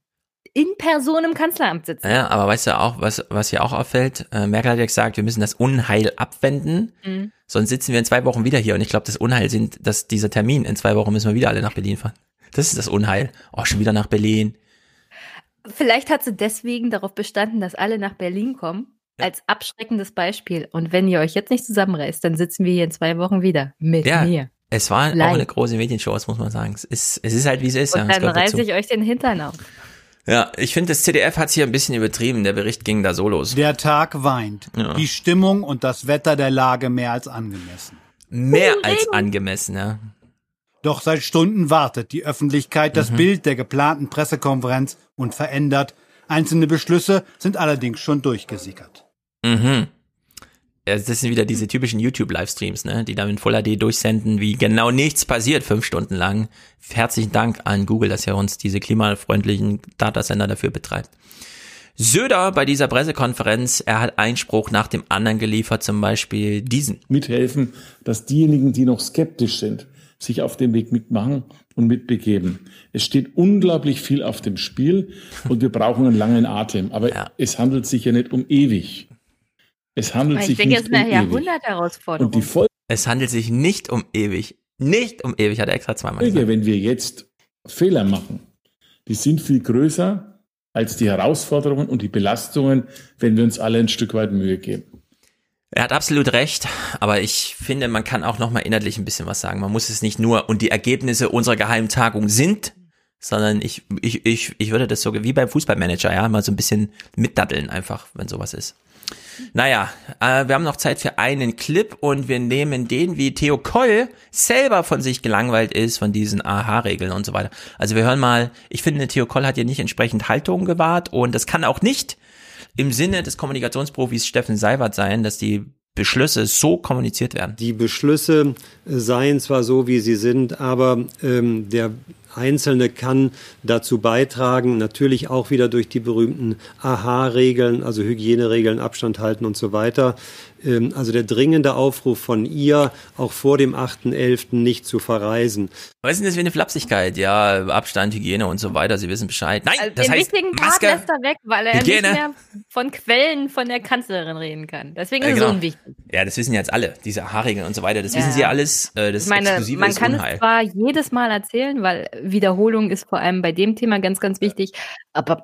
S11: in Person im Kanzleramt sitzen.
S1: Ja, aber weißt du auch, was hier auch auffällt? Merkel hat ja gesagt, wir müssen das Unheil abwenden, sonst sitzen wir in 2 Wochen wieder hier. Und ich glaube, das Unheil dass dieser Termin, in 2 Wochen müssen wir wieder alle nach Berlin fahren. Das ist das Unheil. Oh, schon wieder nach Berlin.
S11: Vielleicht hat sie deswegen darauf bestanden, dass alle nach Berlin kommen, als abschreckendes Beispiel. Und wenn ihr euch jetzt nicht zusammenreißt, dann sitzen wir hier in 2 Wochen wieder mit mir.
S1: Es war auch eine große Medienshow, das muss man sagen. Es ist halt, wie es ist.
S11: Und dann reiße ich euch den Hintern auf.
S1: Ja, ich finde, das ZDF hat es hier ein bisschen übertrieben. Der Bericht ging da so los.
S5: Der Tag weint. Ja. Die Stimmung und das Wetter der Lage mehr als angemessen.
S1: Mehr als angemessen, ja.
S5: Doch seit Stunden wartet die Öffentlichkeit das Bild der geplanten Pressekonferenz unverändert. Einzelne Beschlüsse sind allerdings schon durchgesickert.
S1: Ja, das sind wieder diese typischen YouTube-Livestreams, ne, die dann in Full HD durchsenden, wie genau nichts passiert, 5 Stunden lang. Herzlichen Dank an Google, dass er uns diese klimafreundlichen Datasender dafür betreibt. Söder bei dieser Pressekonferenz, er hat Einspruch nach dem anderen geliefert, zum Beispiel diesen.
S3: Mithelfen, dass diejenigen, die noch skeptisch sind, sich auf den Weg mitmachen und mitbegeben. Es steht unglaublich viel auf dem Spiel und wir brauchen einen langen Atem. Aber es handelt sich ja nicht um ewig. Es handelt sich nicht um ewig.
S11: Ich denke, es ist eine Jahrhundertherausforderung.
S1: Es handelt sich nicht um ewig. Nicht um ewig, hat er extra 2-mal gesagt.
S3: Wenn wir jetzt Fehler machen, die sind viel größer als die Herausforderungen und die Belastungen, wenn wir uns alle ein Stück weit Mühe geben.
S1: Er hat absolut recht, aber ich finde, man kann auch noch mal inhaltlich ein bisschen was sagen. Man muss es nicht nur und die Ergebnisse unserer geheimen Tagung sind, sondern ich würde das so wie beim Fußballmanager, ja, mal so ein bisschen mitdaddeln einfach, wenn sowas ist. Naja, wir haben noch Zeit für einen Clip und wir nehmen den, wie Theo Koll selber von sich gelangweilt ist, von diesen AHA-Regeln und so weiter. Also wir hören mal, ich finde, Theo Koll hat hier nicht entsprechend Haltung gewahrt und das kann auch nicht im Sinne des Kommunikationsprofis Steffen Seibert sein, dass die Beschlüsse so kommuniziert werden.
S17: Die Beschlüsse seien zwar so, wie sie sind, aber der Einzelne kann dazu beitragen, natürlich auch wieder durch die berühmten AHA-Regeln, also Hygieneregeln, Abstand halten und so weiter. Also der dringende Aufruf von ihr, auch vor dem 8.11. nicht zu verreisen.
S1: Was ist denn das für eine Flapsigkeit? Ja, Abstand, Hygiene und so weiter, Sie wissen Bescheid. Nein,
S11: also
S1: das heißt
S11: den wichtigen Part
S1: Maske,
S11: lässt er weg, weil er
S1: Hygiene.
S11: nicht mehr von Quellen von der Kanzlerin reden kann. Deswegen ist es
S1: genau.
S11: so unwichtig.
S1: Ja, das wissen ja jetzt alle, diese AHA-Regeln und so weiter. Das wissen Sie ja alles. Das
S11: ich meine,
S1: Exklusive
S11: man
S1: ist
S11: kann
S1: Unheil.
S11: es zwar jedes Mal erzählen, weil Wiederholung ist vor allem bei dem Thema ganz, ganz wichtig, aber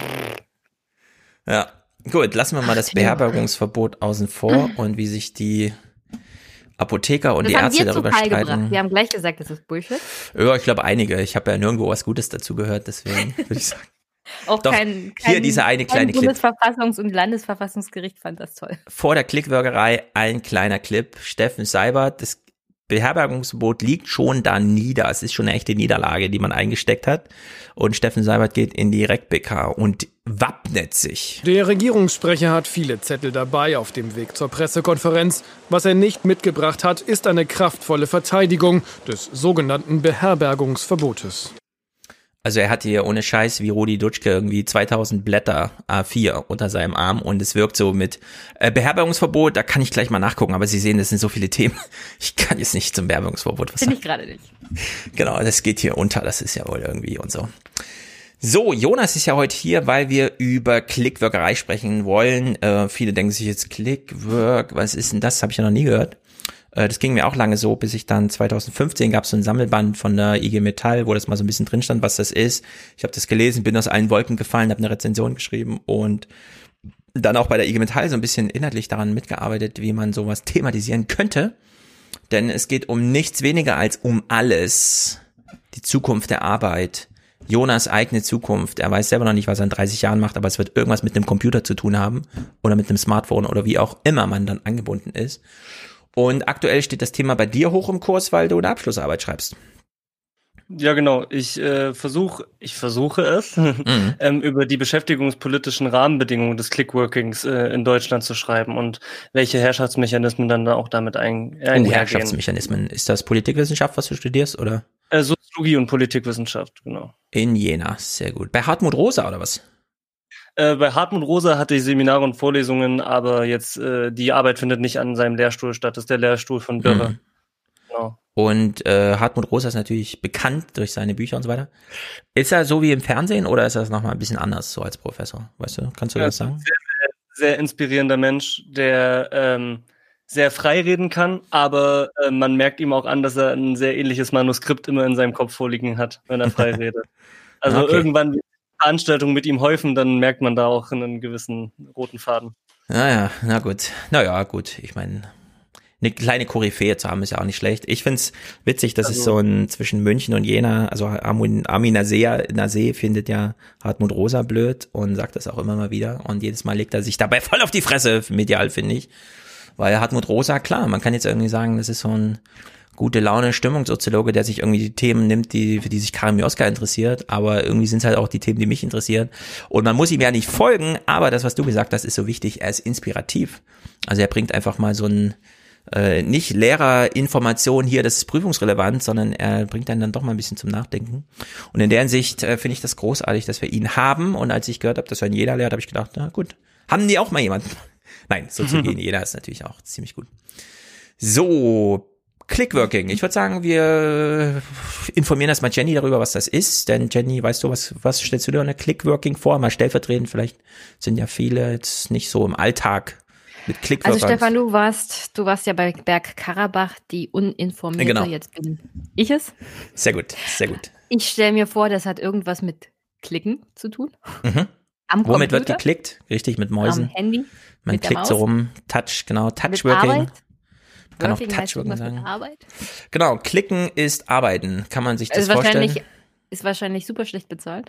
S1: ja, gut, lassen wir mal das Beherbergungsverbot außen vor und wie sich die Apotheker und die Ärzte darüber streiten.
S11: Wir haben gleich gesagt, das ist Bullshit.
S1: Ja, ich glaube einige. Ich habe ja nirgendwo was Gutes dazu gehört, deswegen würde ich sagen.
S11: Auch
S1: Doch,
S11: kein
S1: hier dieser eine kleine Clip.
S11: Bundesverfassungs- und Landesverfassungsgericht fand das toll.
S1: Vor der Klickwürgerei ein kleiner Clip. Steffen Seibert, das Beherbergungsverbot liegt schon da nieder. Es ist schon eine echte Niederlage, die man eingesteckt hat. Und Steffen Seibert geht in die RecBK und wappnet sich.
S19: Der Regierungssprecher hat viele Zettel dabei auf dem Weg zur Pressekonferenz. Was er nicht mitgebracht hat, ist eine kraftvolle Verteidigung des sogenannten Beherbergungsverbotes.
S1: Also er hatte hier ohne Scheiß wie Rudi Dutschke irgendwie 2000 Blätter A4 unter seinem Arm und es wirkt so mit Beherbergungsverbot, da kann ich gleich mal nachgucken, aber Sie sehen, das sind so viele Themen. Ich kann jetzt nicht zum Beherbergungsverbot was sagen.
S11: Finde ich gerade nicht.
S1: Genau, das geht hier unter, das ist ja wohl irgendwie und so. So, Jonas ist ja heute hier, weil wir über Klickwürgerei sprechen wollen. Viele denken sich jetzt Clickwork, was ist denn das? Habe ich ja noch nie gehört. Das ging mir auch lange so, bis ich dann 2015 gab es so ein Sammelband von der IG Metall, wo das mal so ein bisschen drin stand, was das ist. Ich habe das gelesen, bin aus allen Wolken gefallen, habe eine Rezension geschrieben und dann auch bei der IG Metall so ein bisschen inhaltlich daran mitgearbeitet, wie man sowas thematisieren könnte. Denn es geht um nichts weniger als um alles. Die Zukunft der Arbeit. Jonas eigene Zukunft. Er weiß selber noch nicht, was er in 30 Jahren macht, aber es wird irgendwas mit einem Computer zu tun haben oder mit einem Smartphone oder wie auch immer man dann angebunden ist. Und aktuell steht das Thema bei dir hoch im Kurs, weil du eine Abschlussarbeit schreibst.
S10: Ja, genau. Ich versuche es, über die beschäftigungspolitischen Rahmenbedingungen des Clickworkings in Deutschland zu schreiben und welche Herrschaftsmechanismen dann da auch damit einhergehen.
S1: Herrschaftsmechanismen. Ist das Politikwissenschaft, was du studierst, oder?
S10: Soziologie und Politikwissenschaft, genau.
S1: In Jena, sehr gut. Bei Hartmut Rosa, oder was?
S10: Bei Hartmut Rosa hatte ich Seminare und Vorlesungen, aber jetzt die Arbeit findet nicht an seinem Lehrstuhl statt. Das ist der Lehrstuhl von Dörre. Genau.
S1: Und Hartmut Rosa ist natürlich bekannt durch seine Bücher und so weiter. Ist er so wie im Fernsehen oder ist er das nochmal ein bisschen anders so als Professor? Weißt du, kannst du das sagen?
S10: Sehr, sehr inspirierender Mensch, der sehr frei reden kann, aber man merkt ihm auch an, dass er ein sehr ähnliches Manuskript immer in seinem Kopf vorliegen hat, wenn er frei redet. Also irgendwann, wenn Veranstaltungen mit ihm häufen, dann merkt man da auch einen gewissen roten Faden.
S1: Naja, na gut. Naja, gut. Ich meine, eine kleine Koryphäe zu haben ist ja auch nicht schlecht. Ich find's witzig, dass es so ein zwischen München und Jena, also Armin Nasee findet ja Hartmut Rosa blöd und sagt das auch immer mal wieder und jedes Mal legt er sich dabei voll auf die Fresse, medial finde ich. Weil Hartmut Rosa, klar, man kann jetzt irgendwie sagen, das ist so ein gute Laune Stimmungssoziologe, der sich irgendwie die Themen nimmt, für die sich Karin Mioska interessiert, aber irgendwie sind es halt auch die Themen, die mich interessieren. Und man muss ihm ja nicht folgen, aber das, was du gesagt hast, ist so wichtig, er ist inspirativ. Also er bringt einfach mal so ein nicht Lehrerinformation hier, das ist prüfungsrelevant, sondern er bringt einen dann doch mal ein bisschen zum Nachdenken. Und in der Hinsicht finde ich das großartig, dass wir ihn haben. Und als ich gehört habe, dass er in Jena lehrt, habe ich gedacht, na gut, haben die auch mal jemanden? Nein, Soziologie in Jena ist natürlich auch ziemlich gut. So, Clickworking. Ich würde sagen, wir informieren erstmal Jenny darüber, was das ist. Denn Jenny, weißt du, was stellst du dir unter Clickworking vor? Mal stellvertretend, vielleicht sind ja viele jetzt nicht so im Alltag mit Clickworking.
S11: Also Stefan, du warst ja bei Bergkarabach die Uninformierte,
S1: genau.
S11: Jetzt bin ich es.
S1: Sehr gut, sehr gut.
S11: Ich stelle mir vor, das hat irgendwas mit Klicken zu tun.
S1: Mhm.
S11: Am
S1: Womit
S11: Computer,
S1: wird geklickt? Richtig, mit Mäusen.
S11: am Handy,
S1: Man
S11: mit der
S1: klickt
S11: Maus,
S1: so rum, Touch, genau,
S11: mit
S1: Touchworking.
S11: Arbeit.
S1: Kann auch
S11: Working heißt
S1: Touchworking
S11: irgendwas mit
S1: sagen.
S11: Arbeit.
S1: Genau, klicken ist arbeiten. Kann man sich das
S11: Also
S1: vorstellen?
S11: ist wahrscheinlich super schlecht bezahlt.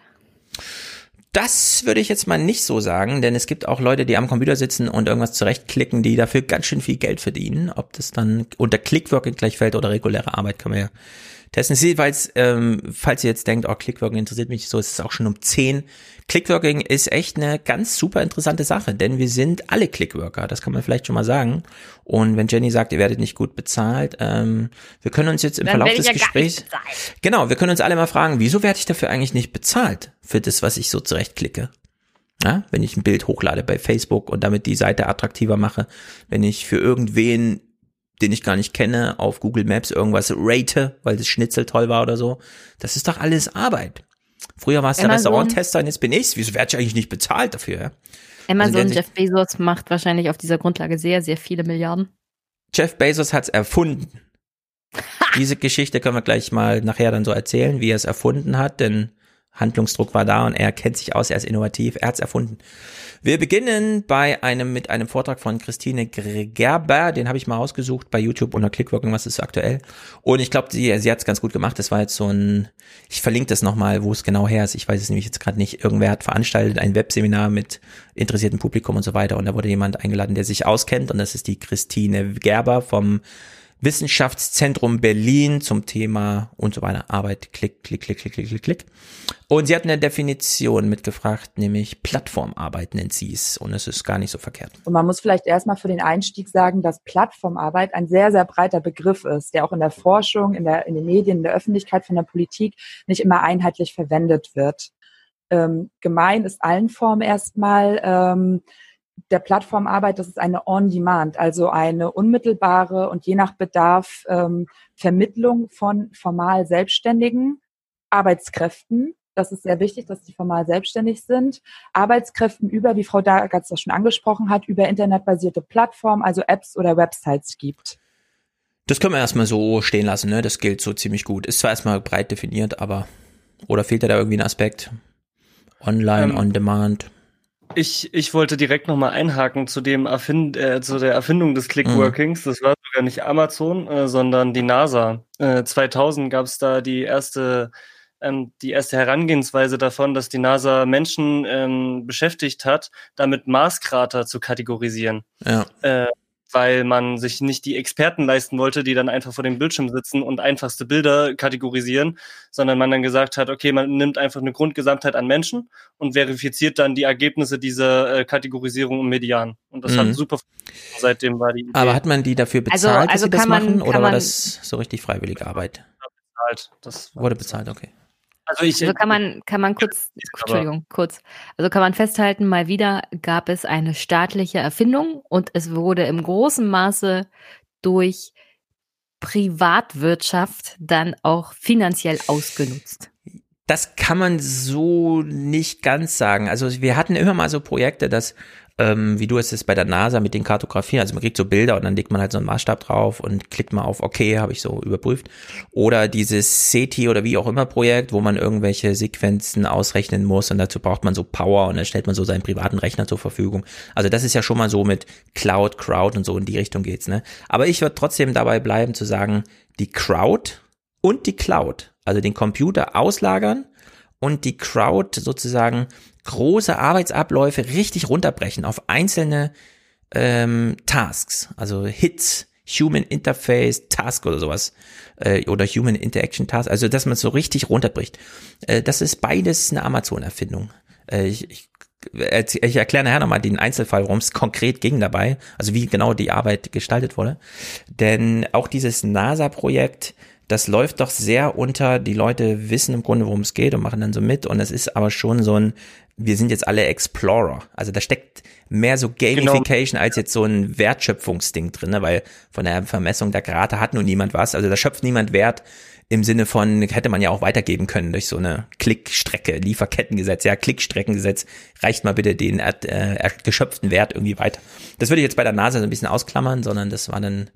S1: Das würde ich jetzt mal nicht so sagen, denn es gibt auch Leute, die am Computer sitzen und irgendwas zurechtklicken, die dafür ganz schön viel Geld verdienen. Ob das dann unter Clickworking gleich fällt oder reguläre Arbeit, kann man ja testen. Falls ihr jetzt denkt, oh, Clickworking interessiert mich, so ist es auch schon um 10. Clickworking ist echt eine ganz super interessante Sache, denn wir sind alle Clickworker, das kann man vielleicht schon mal sagen. Und wenn Jenny sagt, ihr werdet nicht gut bezahlt, wir können uns jetzt im Verlauf des Gesprächs, genau, wir können uns alle mal fragen, wieso werde ich dafür eigentlich nicht bezahlt für das, was ich so zurechtklicke? Ja, wenn ich ein Bild hochlade bei Facebook und damit die Seite attraktiver mache, wenn ich für irgendwen, den ich gar nicht kenne, auf Google Maps irgendwas rate, weil das Schnitzel toll war oder so. Das ist doch alles Arbeit. Früher war es der Restauranttester und jetzt bin ich's. Wieso werde ich eigentlich nicht bezahlt dafür? Ja?
S11: Amazon, also Jeff Bezos macht wahrscheinlich auf dieser Grundlage sehr, sehr viele Milliarden.
S1: Jeff Bezos hat's erfunden. Diese Geschichte können wir gleich mal nachher dann so erzählen, wie er es erfunden hat, denn Handlungsdruck war da und er kennt sich aus, er ist innovativ, er hat's erfunden. Wir beginnen mit einem Vortrag von Christine Gerber, den habe ich mal ausgesucht bei YouTube unter Clickworking, was ist aktuell. Und ich glaube, sie hat's ganz gut gemacht. Das war jetzt so ich verlinke das nochmal, wo es genau her ist. Ich weiß es nämlich jetzt gerade nicht. Irgendwer hat veranstaltet ein Webseminar mit interessiertem Publikum und so weiter. Und da wurde jemand eingeladen, der sich auskennt. Und das ist die Christine Gerber vom Wissenschaftszentrum Berlin zum Thema und so weiter. Arbeit, Klick, Klick, Klick, Klick, Klick, Klick, Klick. Und sie hat eine Definition mitgefragt, nämlich Plattformarbeit nennt sie es. Und es ist gar nicht so verkehrt.
S9: Und man muss vielleicht erstmal für den Einstieg sagen, dass Plattformarbeit ein sehr, sehr breiter Begriff ist, der auch in der Forschung, in den Medien, in der Öffentlichkeit, von der Politik nicht immer einheitlich verwendet wird. Gemein ist allen Formen erstmal der Plattformarbeit, das ist eine On-Demand, also eine unmittelbare und je nach Bedarf Vermittlung von formal selbstständigen Arbeitskräften. Das ist sehr wichtig, dass die formal selbstständig sind. Arbeitskräften wie Frau Dagatz das schon angesprochen hat, über internetbasierte Plattformen, also Apps oder Websites gibt.
S1: Das können wir erstmal so stehen lassen, ne? Das gilt so ziemlich gut. Ist zwar erstmal breit definiert, aber oder fehlt da irgendwie ein Aspekt? Online, on demand.
S10: Ich wollte direkt nochmal einhaken zu dem zu der Erfindung des Clickworkings. Das war sogar nicht Amazon, sondern die NASA. 2000 gab es da die erste Herangehensweise davon, dass die NASA Menschen beschäftigt hat, damit Marskrater zu kategorisieren.
S1: Ja.
S10: Weil man sich nicht die Experten leisten wollte, die dann einfach vor dem Bildschirm sitzen und einfachste Bilder kategorisieren, sondern man dann gesagt hat, okay, man nimmt einfach eine Grundgesamtheit an Menschen und verifiziert dann die Ergebnisse dieser Kategorisierung im Median. Und das hat super funktioniert. Seitdem war die Idee.
S1: Aber hat man die dafür bezahlt, dass sie das machen, oder war das so richtig freiwillige Arbeit?
S10: Das
S1: wurde bezahlt, okay.
S11: Also kann man kurz, also kann man festhalten, mal wieder gab es eine staatliche Erfindung und es wurde im großen Maße durch Privatwirtschaft dann auch finanziell ausgenutzt.
S1: Das kann man so nicht ganz sagen. Also wir hatten immer mal so Projekte, dass wie du es bei der NASA mit den Kartografien, also man kriegt so Bilder und dann legt man halt so einen Maßstab drauf und klickt mal auf okay, habe ich so überprüft. Oder dieses SETI oder wie auch immer Projekt, wo man irgendwelche Sequenzen ausrechnen muss und dazu braucht man so Power und dann stellt man so seinen privaten Rechner zur Verfügung. Also das ist ja schon mal so mit Cloud, Crowd und so in die Richtung geht's, ne? Aber ich würde trotzdem dabei bleiben zu sagen, die Crowd und die Cloud, also den Computer auslagern und die Crowd sozusagen große Arbeitsabläufe richtig runterbrechen auf einzelne Tasks, also Hits, Human Interface Task oder sowas oder Human Interaction Task, also dass man es so richtig runterbricht. Das ist beides eine Amazon-Erfindung. Ich erkläre nachher nochmal den Einzelfall, worum es konkret ging dabei, also wie genau die Arbeit gestaltet wurde. Denn auch dieses NASA-Projekt, das läuft doch sehr unter, die Leute wissen im Grunde, worum es geht und machen dann so mit und es ist aber schon so ein, wir sind jetzt alle Explorer. Also da steckt mehr so Gamification als jetzt so ein Wertschöpfungsding drin, ne? Weil von der Vermessung der Grate hat nun niemand was. Also da schöpft niemand Wert im Sinne von, hätte man ja auch weitergeben können durch so eine Klickstrecke, Lieferkettengesetz. Ja, Klickstreckengesetz, reicht mal bitte den geschöpften Wert irgendwie weiter. Das würde ich jetzt bei der NASA so ein bisschen ausklammern, sondern das war dann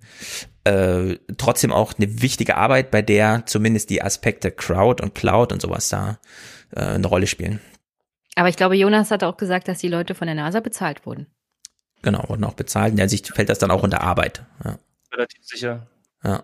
S1: trotzdem auch eine wichtige Arbeit, bei der zumindest die Aspekte Crowd und Cloud und sowas da eine Rolle spielen.
S11: Aber ich glaube, Jonas hat auch gesagt, dass die Leute von der NASA bezahlt wurden.
S1: Genau, wurden auch bezahlt. In der Sicht fällt das dann auch unter Arbeit. Ja.
S10: Relativ sicher.
S1: Ja.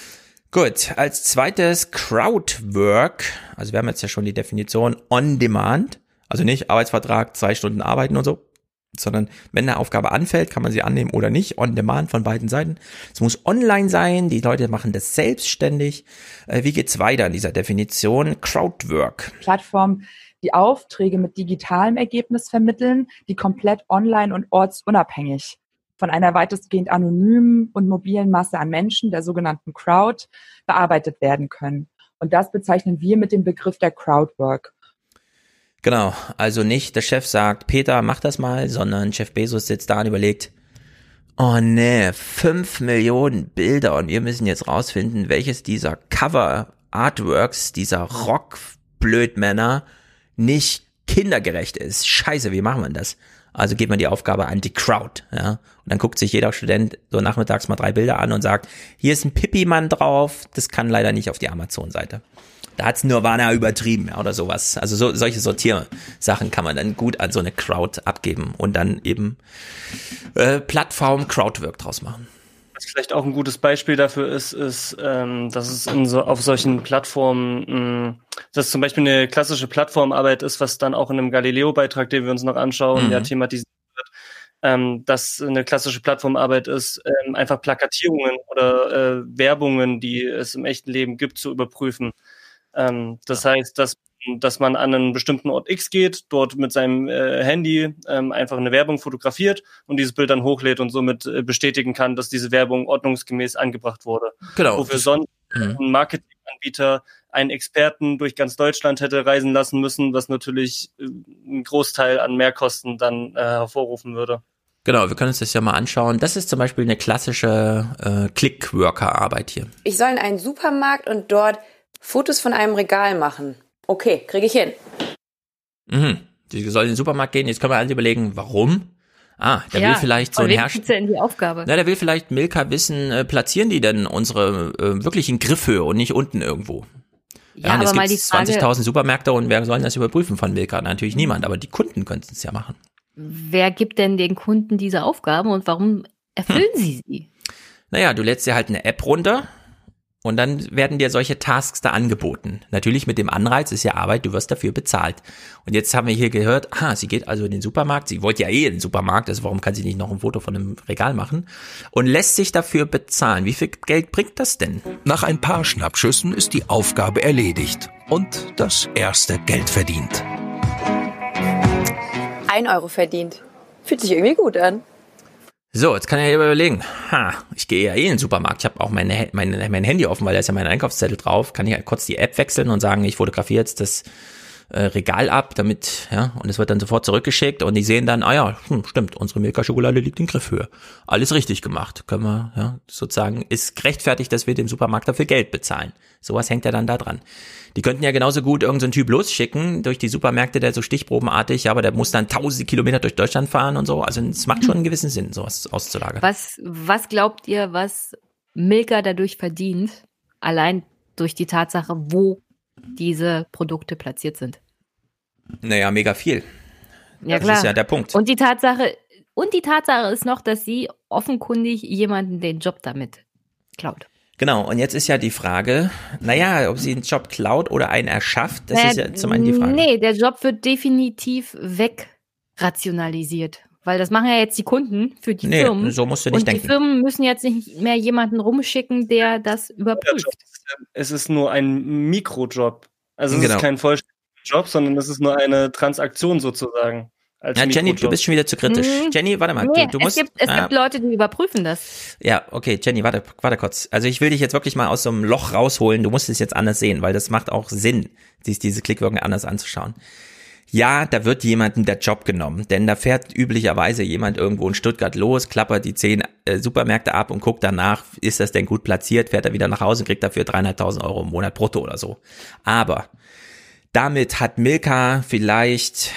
S1: Gut, als zweites Crowdwork. Also wir haben jetzt ja schon die Definition on demand. Also nicht Arbeitsvertrag, 2 Stunden arbeiten und so. Sondern wenn eine Aufgabe anfällt, kann man sie annehmen oder nicht. On demand von beiden Seiten. Es muss online sein. Die Leute machen das selbstständig. Wie geht's weiter in dieser Definition? Crowdwork.
S9: Plattform, die Aufträge mit digitalem Ergebnis vermitteln, die komplett online und ortsunabhängig von einer weitestgehend anonymen und mobilen Masse an Menschen, der sogenannten Crowd, bearbeitet werden können. Und das bezeichnen wir mit dem Begriff der Crowdwork.
S1: Genau, also nicht der Chef sagt, Peter, mach das mal, sondern Jeff Bezos sitzt da und überlegt, oh nee, 5 Millionen Bilder und wir müssen jetzt rausfinden, welches dieser Cover-Artworks, dieser Rock-Blödmänner nicht kindergerecht ist. Scheiße, wie machen wir das? Also geht man die Aufgabe an die Crowd, ja. Und dann guckt sich jeder Student so nachmittags mal 3 Bilder an und sagt, hier ist ein Pippi-Mann drauf, das kann leider nicht auf die Amazon-Seite. Da hat's Nirvana übertrieben, ja, oder sowas. Also solche Sortiersachen kann man dann gut an so eine Crowd abgeben und dann eben Plattform Crowdwork draus machen.
S10: Was vielleicht auch ein gutes Beispiel dafür ist, dass es auf solchen Plattformen, dass zum Beispiel eine klassische Plattformarbeit ist, was dann auch in einem Galileo-Beitrag, den wir uns noch anschauen, ja thematisiert wird, dass eine klassische Plattformarbeit ist, einfach Plakatierungen oder Werbungen, die es im echten Leben gibt, zu überprüfen. Das heißt, dass man an einen bestimmten Ort X geht, dort mit seinem Handy einfach eine Werbung fotografiert und dieses Bild dann hochlädt und somit bestätigen kann, dass diese Werbung ordnungsgemäß angebracht wurde.
S1: Genau.
S10: Wofür sonst ein Marketinganbieter einen Experten durch ganz Deutschland hätte reisen lassen müssen, was natürlich einen Großteil an Mehrkosten dann hervorrufen würde.
S1: Genau, wir können uns das ja mal anschauen. Das ist zum Beispiel eine klassische Clickworker-Arbeit hier.
S18: Ich soll in einen Supermarkt und dort Fotos von einem Regal machen. Okay, kriege ich hin.
S1: Die soll in den Supermarkt gehen. Jetzt können wir alle überlegen, warum. Der will vielleicht so ein
S11: Hersteller in die Aufgabe.
S1: Na, der will vielleicht Milka wissen, platzieren die denn unsere wirklich in Griffhöhe und nicht unten irgendwo? Ja, und aber mal die Frage, 20.000 Supermärkte und wer soll denn das überprüfen von Milka? Natürlich niemand, aber die Kunden könnten es ja machen.
S11: Wer gibt denn den Kunden diese Aufgaben und warum erfüllen sie sie?
S1: Naja, du lädst dir halt eine App runter und dann werden dir solche Tasks da angeboten. Natürlich mit dem Anreiz, ist ja Arbeit, du wirst dafür bezahlt. Und jetzt haben wir hier gehört, sie geht also in den Supermarkt, sie wollte ja in den Supermarkt, also warum kann sie nicht noch ein Foto von einem Regal machen? Und lässt sich dafür bezahlen. Wie viel Geld bringt das denn?
S7: Nach ein paar Schnappschüssen ist die Aufgabe erledigt und das erste Geld verdient.
S18: 1 Euro verdient. Fühlt sich irgendwie gut an.
S1: So, jetzt kann ich ja überlegen, ich gehe ja in den Supermarkt, ich habe auch mein Handy offen, weil da ist ja mein Einkaufszettel drauf, kann ich halt kurz die App wechseln und sagen, ich fotografiere jetzt das Regal ab, damit, und es wird dann sofort zurückgeschickt und die sehen dann, stimmt, unsere Milka-Schokolade liegt in Griffhöhe. Alles richtig gemacht, können wir, sozusagen, ist gerechtfertigt, dass wir dem Supermarkt dafür Geld bezahlen. Sowas hängt ja dann da dran. Die könnten ja genauso gut irgendeinen Typ losschicken durch die Supermärkte, der so stichprobenartig, aber der muss dann tausende Kilometer durch Deutschland fahren und so. Also es macht schon einen gewissen Sinn, sowas auszulagern.
S11: Was glaubt ihr, was Milka dadurch verdient, allein durch die Tatsache, wo diese Produkte platziert sind?
S1: Naja, mega viel.
S11: Ja,
S1: das
S11: klar.
S1: ist ja der Punkt.
S11: Und die Tatsache ist noch, dass sie offenkundig jemanden den Job damit klaut.
S1: Genau, und jetzt ist ja die Frage, ob sie einen Job klaut oder einen erschafft, das ist ja zum einen die Frage.
S11: Nee, der Job wird definitiv wegrationalisiert, weil das machen ja jetzt die Kunden für die Firmen.
S1: So musst du nicht denken.
S11: Und die Firmen müssen jetzt nicht mehr jemanden rumschicken, der das überprüft.
S10: Es ist nur ein Mikrojob. Also es ist kein vollständiger Job, sondern es ist nur eine Transaktion sozusagen.
S1: Jenny, du bist schon wieder zu kritisch. Jenny, warte mal. Du musst,
S11: es gibt Leute, die überprüfen das.
S1: Ja, okay, Jenny, warte kurz. Also ich will dich jetzt wirklich mal aus so einem Loch rausholen. Du musst es jetzt anders sehen, weil das macht auch Sinn, sich diese Klickwirkung anders anzuschauen. Ja, da wird jemandem der Job genommen, denn da fährt üblicherweise jemand irgendwo in Stuttgart los, klappert die 10 Supermärkte ab und guckt danach, ist das denn gut platziert, fährt er wieder nach Hause und kriegt dafür 3.500 Euro im Monat brutto oder so. Aber damit hat Milka vielleicht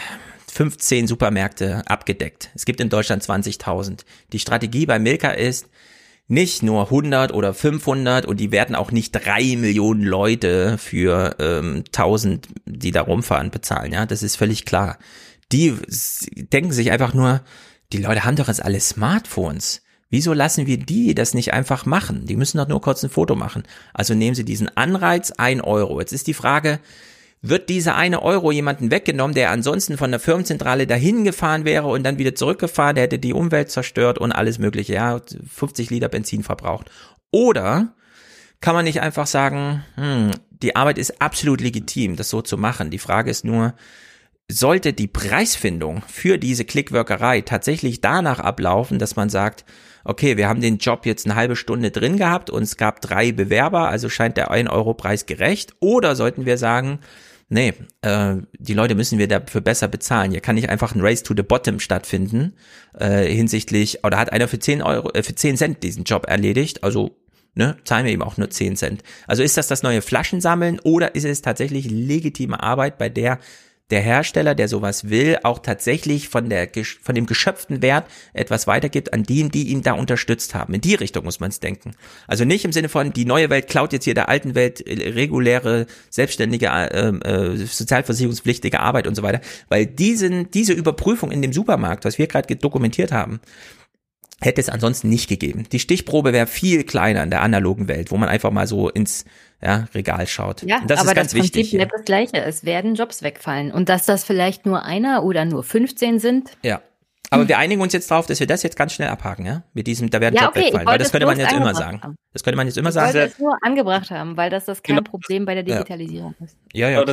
S1: 15 Supermärkte abgedeckt. Es gibt in Deutschland 20.000. Die Strategie bei Milka ist, nicht nur 100 oder 500 und die werden auch nicht 3 Millionen Leute für 1000, die da rumfahren, bezahlen. Ja, das ist völlig klar. Die denken sich einfach nur, die Leute haben doch jetzt alle Smartphones. Wieso lassen wir die das nicht einfach machen? Die müssen doch nur kurz ein Foto machen. Also nehmen sie diesen Anreiz 1 Euro. Jetzt ist die Frage, wird dieser 1 Euro jemanden weggenommen, der ansonsten von der Firmenzentrale dahin gefahren wäre und dann wieder zurückgefahren, der hätte die Umwelt zerstört und alles mögliche, 50 Liter Benzin verbraucht. Oder kann man nicht einfach sagen, die Arbeit ist absolut legitim, das so zu machen. Die Frage ist nur, sollte die Preisfindung für diese Klickwirkerei tatsächlich danach ablaufen, dass man sagt, okay, wir haben den Job jetzt eine halbe Stunde drin gehabt und es gab 3 Bewerber, also scheint der 1 Euro Preis gerecht? Oder sollten wir sagen, nee, die Leute müssen wir dafür besser bezahlen. Hier kann nicht einfach ein Race to the Bottom stattfinden, hinsichtlich, oder hat einer für 10 Cent diesen Job erledigt, also zahlen wir ihm auch nur 10 Cent. Also ist das neue Flaschensammeln oder ist es tatsächlich legitime Arbeit, bei der der Hersteller, der sowas will, auch tatsächlich von dem geschöpften Wert etwas weitergibt an die ihn da unterstützt haben. In die Richtung muss man es denken. Also nicht im Sinne von, die neue Welt klaut jetzt hier der alten Welt reguläre, selbstständige, sozialversicherungspflichtige Arbeit und so weiter, weil diese Überprüfung in dem Supermarkt, was wir gerade dokumentiert haben, hätte es ansonsten nicht gegeben. Die Stichprobe wäre viel kleiner in der analogen Welt, wo man einfach mal so ins Regal schaut.
S11: Ja,
S1: und das
S11: aber
S1: ist ganz
S11: das Prinzip
S1: wichtig.
S11: bleibt das Gleiche. Es werden Jobs wegfallen. Und dass das vielleicht nur einer oder nur 15 sind.
S1: Ja. Aber wir einigen uns jetzt drauf, dass wir das jetzt ganz schnell abhaken, ja? Mit diesem, da werden Job wegfallen. Weil das könnte man jetzt immer sagen. Das könnte man jetzt immer sagen.
S11: Ich wollte es nur angebracht haben, weil das kein Problem bei der Digitalisierung ist.
S1: Ja,
S10: aber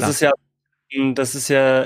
S10: das ist ja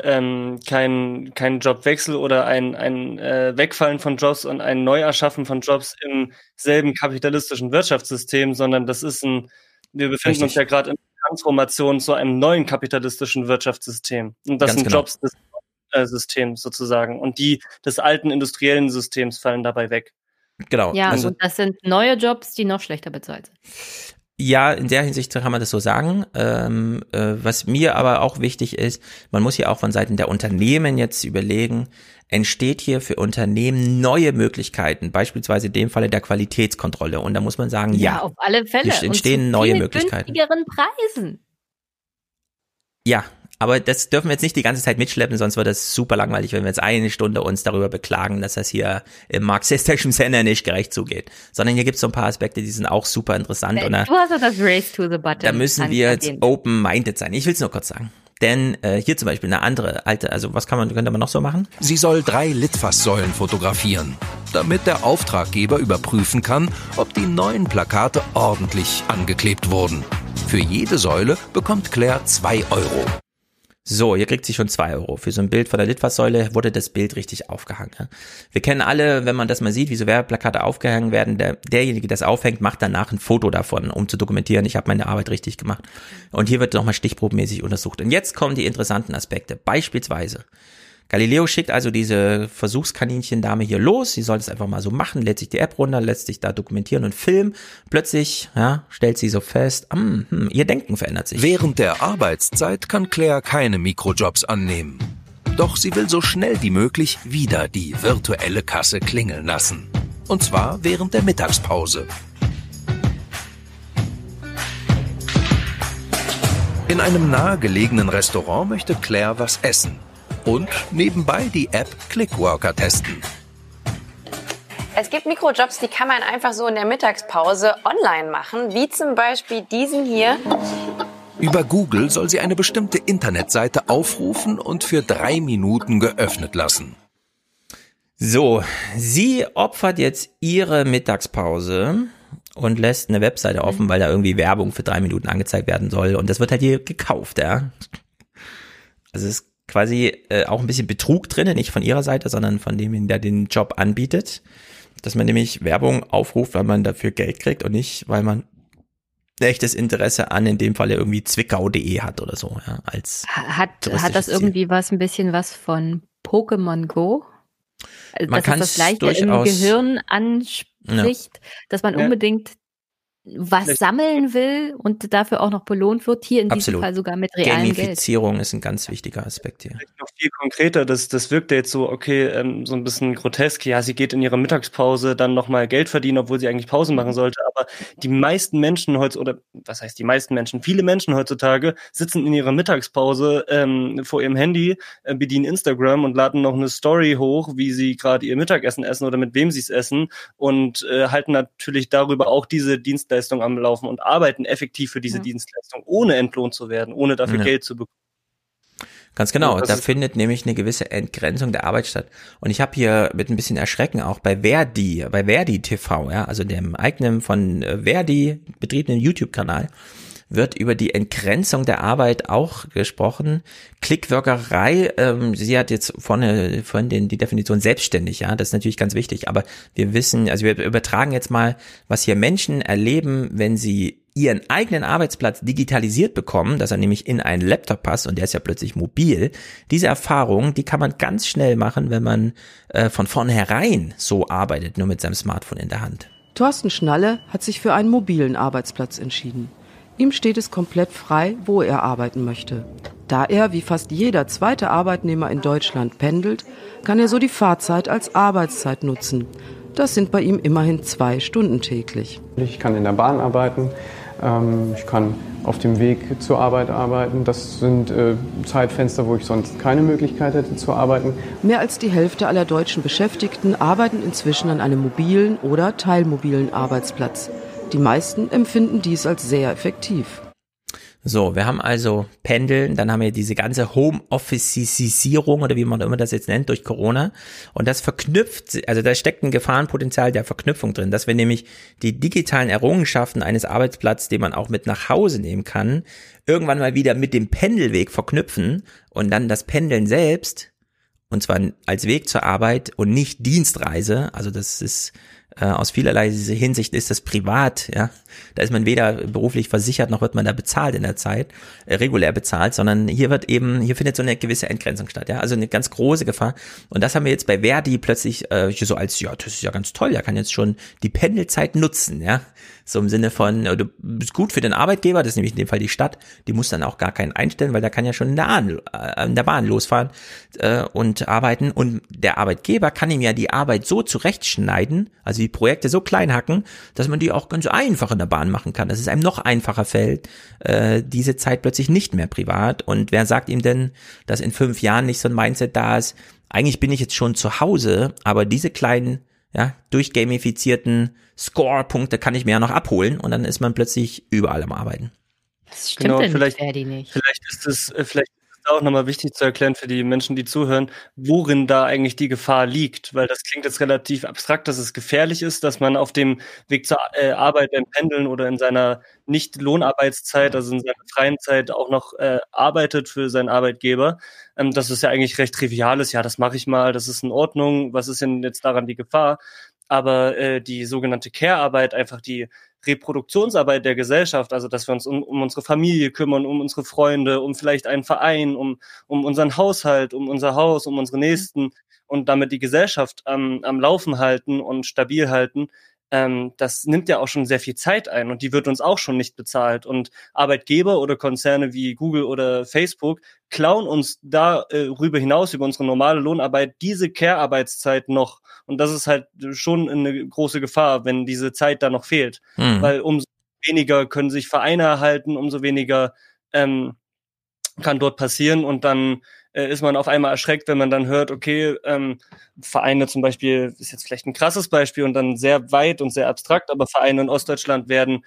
S10: kein Jobwechsel oder ein Wegfallen von Jobs und ein Neuerschaffen von Jobs im selben kapitalistischen Wirtschaftssystem, sondern das ist wir befinden uns ja gerade in der Transformation zu einem neuen kapitalistischen Wirtschaftssystem. Und das sind Jobs des Systems sozusagen. Und die des alten industriellen Systems fallen dabei weg.
S1: Genau.
S11: Ja, und das sind neue Jobs, die noch schlechter bezahlt sind.
S1: Ja, in der Hinsicht kann man das so sagen. Was mir aber auch wichtig ist, man muss hier auch von Seiten der Unternehmen jetzt überlegen, entsteht hier für Unternehmen neue Möglichkeiten, beispielsweise in dem Falle der Qualitätskontrolle. Und da muss man sagen, ja,
S11: auf alle Fälle.
S1: Hier entstehen neue Möglichkeiten.
S11: Mit günstigeren Preisen.
S1: Ja, aber das dürfen wir jetzt nicht die ganze Zeit mitschleppen, sonst wird das super langweilig, wenn wir jetzt eine Stunde uns darüber beklagen, dass das hier im marxistischen Sinne nicht gerecht zugeht. Sondern hier gibt es so ein paar Aspekte, die sind auch super interessant.
S11: Du hast doch das Race to the Bottom.
S1: Da müssen wir jetzt open-minded sein. Ich will es nur kurz sagen. Denn hier zum Beispiel eine andere alte, also was könnte man noch so machen?
S7: Sie soll 3 Litfaßsäulen fotografieren, damit der Auftraggeber überprüfen kann, ob die neuen Plakate ordentlich angeklebt wurden. Für jede Säule bekommt Claire 2 Euro.
S1: So, hier kriegt sie schon 2 Euro. Für so ein Bild von der Litfaßsäule wurde das Bild richtig aufgehangen. Ja. Wir kennen alle, wenn man das mal sieht, wie so Werbeplakate aufgehangen werden, derjenige, der das aufhängt, macht danach ein Foto davon, um zu dokumentieren, ich habe meine Arbeit richtig gemacht. Und hier wird nochmal stichprobenmäßig untersucht. Und jetzt kommen die interessanten Aspekte. Beispielsweise, Galileo schickt also diese Versuchskaninchen-Dame hier los. Sie soll das einfach mal so machen, lädt sich die App runter, lässt sich da dokumentieren und filmen. Plötzlich stellt sie so fest, ihr Denken verändert sich.
S7: Während der Arbeitszeit kann Claire keine Mikrojobs annehmen. Doch sie will so schnell wie möglich wieder die virtuelle Kasse klingeln lassen. Und zwar während der Mittagspause. In einem nahegelegenen Restaurant möchte Claire was essen. Und nebenbei die App Clickworker testen.
S18: Es gibt Mikrojobs, die kann man einfach so in der Mittagspause online machen, wie zum Beispiel diesen hier.
S7: Über Google soll sie eine bestimmte Internetseite aufrufen und für 3 Minuten geöffnet lassen.
S1: So, sie opfert jetzt ihre Mittagspause und lässt eine Webseite offen, weil da irgendwie Werbung für 3 Minuten angezeigt werden soll. Und das wird halt hier gekauft, ja. Also es ist quasi auch ein bisschen Betrug drin, nicht von ihrer Seite, sondern von dem, der den Job anbietet, dass man nämlich Werbung aufruft, weil man dafür Geld kriegt und nicht, weil man echtes Interesse an, in dem Fall irgendwie zwickau.de hat oder so, ja, als
S11: Hat das irgendwie ein bisschen was von Pokémon Go?
S1: Man
S11: dass das Leichte im Gehirn anspricht, dass man unbedingt was sammeln will und dafür auch noch belohnt wird, hier in diesem Fall sogar mit realem Geld.
S1: Gamifizierung ist ein ganz wichtiger Aspekt hier.
S10: Vielleicht noch viel konkreter, das wirkt ja jetzt so, so ein bisschen grotesk, ja, sie geht in ihrer Mittagspause dann nochmal Geld verdienen, obwohl sie eigentlich Pause machen sollte, aber die meisten Menschen viele Menschen heutzutage sitzen in ihrer Mittagspause vor ihrem Handy, bedienen Instagram und laden noch eine Story hoch, wie sie gerade ihr Mittagessen essen oder mit wem sie es essen und halten natürlich darüber auch diese Dienstleistung am Laufen und arbeiten effektiv für diese Dienstleistung, ohne entlohnt zu werden, ohne dafür Geld zu bekommen.
S1: Ganz genau, da findet nämlich eine gewisse Entgrenzung der Arbeit statt. Und ich habe hier mit ein bisschen Erschrecken auch bei Verdi TV, ja, also dem eigenen von Verdi betriebenen YouTube-Kanal, wird über die Entgrenzung der Arbeit auch gesprochen. Clickworkerei, sie hat jetzt vorhin die Definition selbstständig, ja, das ist natürlich ganz wichtig, aber wir übertragen jetzt mal, was hier Menschen erleben, wenn sie ihren eigenen Arbeitsplatz digitalisiert bekommen, dass er nämlich in einen Laptop passt und der ist ja plötzlich mobil. Diese Erfahrung, die kann man ganz schnell machen, wenn man von vornherein so arbeitet, nur mit seinem Smartphone in der Hand.
S14: Thorsten Schnalle hat sich für einen mobilen Arbeitsplatz entschieden. Ihm steht es komplett frei, wo er arbeiten möchte. Da er, wie fast jeder zweite Arbeitnehmer in Deutschland, pendelt, kann er so die Fahrzeit als Arbeitszeit nutzen. Das sind bei ihm immerhin 2 Stunden täglich.
S21: Ich kann in der Bahn arbeiten, ich kann auf dem Weg zur Arbeit arbeiten. Das sind Zeitfenster, wo ich sonst keine Möglichkeit hätte zu arbeiten.
S14: Mehr als die Hälfte aller deutschen Beschäftigten arbeiten inzwischen an einem mobilen oder teilmobilen Arbeitsplatz. Die meisten empfinden dies als sehr effektiv.
S1: So, wir haben also Pendeln, dann haben wir diese ganze Homeoffice-Isierung oder wie man immer das jetzt nennt durch Corona und das verknüpft, also da steckt ein Gefahrenpotenzial der Verknüpfung drin, dass wir nämlich die digitalen Errungenschaften eines Arbeitsplatzes, den man auch mit nach Hause nehmen kann, irgendwann mal wieder mit dem Pendelweg verknüpfen und dann das Pendeln selbst, und zwar als Weg zur Arbeit und nicht Dienstreise, also das ist Aus vielerlei Hinsicht ist das privat, ja. Da ist man weder beruflich versichert, noch wird man da bezahlt in der Zeit, regulär bezahlt, sondern hier findet so eine gewisse Entgrenzung statt, ja. Also eine ganz große Gefahr. Und das haben wir jetzt bei Verdi plötzlich so als, ja, das ist ja ganz toll, der kann jetzt schon die Pendelzeit nutzen, ja. So im Sinne von, du bist gut für den Arbeitgeber, das ist nämlich in dem Fall die Stadt, die muss dann auch gar keinen einstellen, weil der kann ja schon in der Bahn losfahren und arbeiten. Und der Arbeitgeber kann ihm ja die Arbeit so zurechtschneiden, also die Projekte so klein hacken, dass man die auch ganz einfach in der Bahn machen kann. Dass es einem noch einfacher fällt, diese Zeit plötzlich nicht mehr privat. Und wer sagt ihm denn, dass in 5 Jahren nicht so ein Mindset da ist, eigentlich bin ich jetzt schon zu Hause, aber diese kleinen, ja, durchgamifizierten Score-Punkte kann ich mir ja noch abholen und dann ist man plötzlich überall am Arbeiten.
S11: Das stimmt denn vielleicht, Verdi nicht.
S10: Vielleicht ist es auch nochmal wichtig zu erklären für die Menschen, die zuhören, worin da eigentlich die Gefahr liegt, weil das klingt jetzt relativ abstrakt, dass es gefährlich ist, dass man auf dem Weg zur Arbeit beim Pendeln oder in seiner Nicht-Lohnarbeitszeit, also in seiner freien Zeit auch noch arbeitet für seinen Arbeitgeber. Das ist ja eigentlich recht triviales, ja, das mache ich mal, das ist in Ordnung, was ist denn jetzt daran die Gefahr? Aber die sogenannte Care-Arbeit, einfach die Reproduktionsarbeit der Gesellschaft, also dass wir uns um unsere Familie kümmern, um unsere Freunde, um vielleicht einen Verein, um unseren Haushalt, um unser Haus, um unsere Nächsten und damit die Gesellschaft am Laufen halten und stabil halten, das nimmt ja auch schon sehr viel Zeit ein und die wird uns auch schon nicht bezahlt. Und Arbeitgeber oder Konzerne wie Google oder Facebook klauen uns darüber hinaus, über unsere normale Lohnarbeit, diese Care-Arbeitszeit noch. Und das ist halt schon eine große Gefahr, wenn diese Zeit da noch fehlt. Weil umso weniger können sich Vereine erhalten, umso weniger kann dort passieren und dann ist man auf einmal erschreckt, wenn man dann hört, okay, Vereine zum Beispiel, ist jetzt vielleicht ein krasses Beispiel und dann sehr weit und sehr abstrakt, aber Vereine in Ostdeutschland werden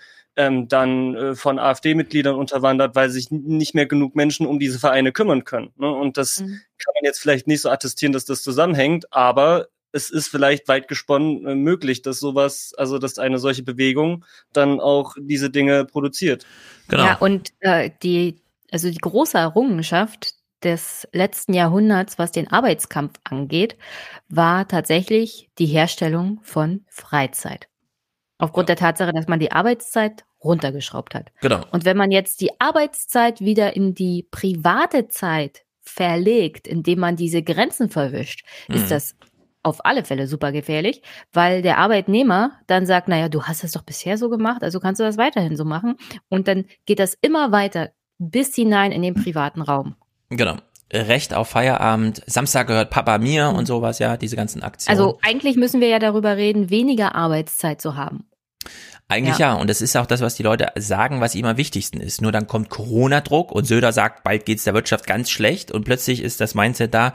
S10: dann von AfD-Mitgliedern unterwandert, weil sich nicht mehr genug Menschen um diese Vereine kümmern können. Ne? Und das kann man jetzt vielleicht nicht so attestieren, dass das zusammenhängt, aber es ist vielleicht weit gesponnen möglich, dass sowas, also dass eine solche Bewegung dann auch diese Dinge produziert.
S11: Genau. Ja, und die große Errungenschaft des letzten Jahrhunderts, was den Arbeitskampf angeht, war tatsächlich die Herstellung von Freizeit. Aufgrund der Tatsache, dass man die Arbeitszeit runtergeschraubt hat.
S1: Genau.
S11: Und wenn man jetzt die Arbeitszeit wieder in die private Zeit verlegt, indem man diese Grenzen verwischt, ist das auf alle Fälle super gefährlich, weil der Arbeitnehmer dann sagt, naja, du hast es doch bisher so gemacht, also kannst du das weiterhin so machen. Und dann geht das immer weiter bis hinein in den privaten Raum.
S1: Genau. Recht auf Feierabend, Samstag gehört Papa mir und sowas, ja, diese ganzen Aktionen.
S11: Also eigentlich müssen wir ja darüber reden, weniger Arbeitszeit zu haben.
S1: Eigentlich ja, und das ist auch das, was die Leute sagen, was ihm am wichtigsten ist. Nur dann kommt Corona-Druck und Söder sagt, bald geht's der Wirtschaft ganz schlecht und plötzlich ist das Mindset da,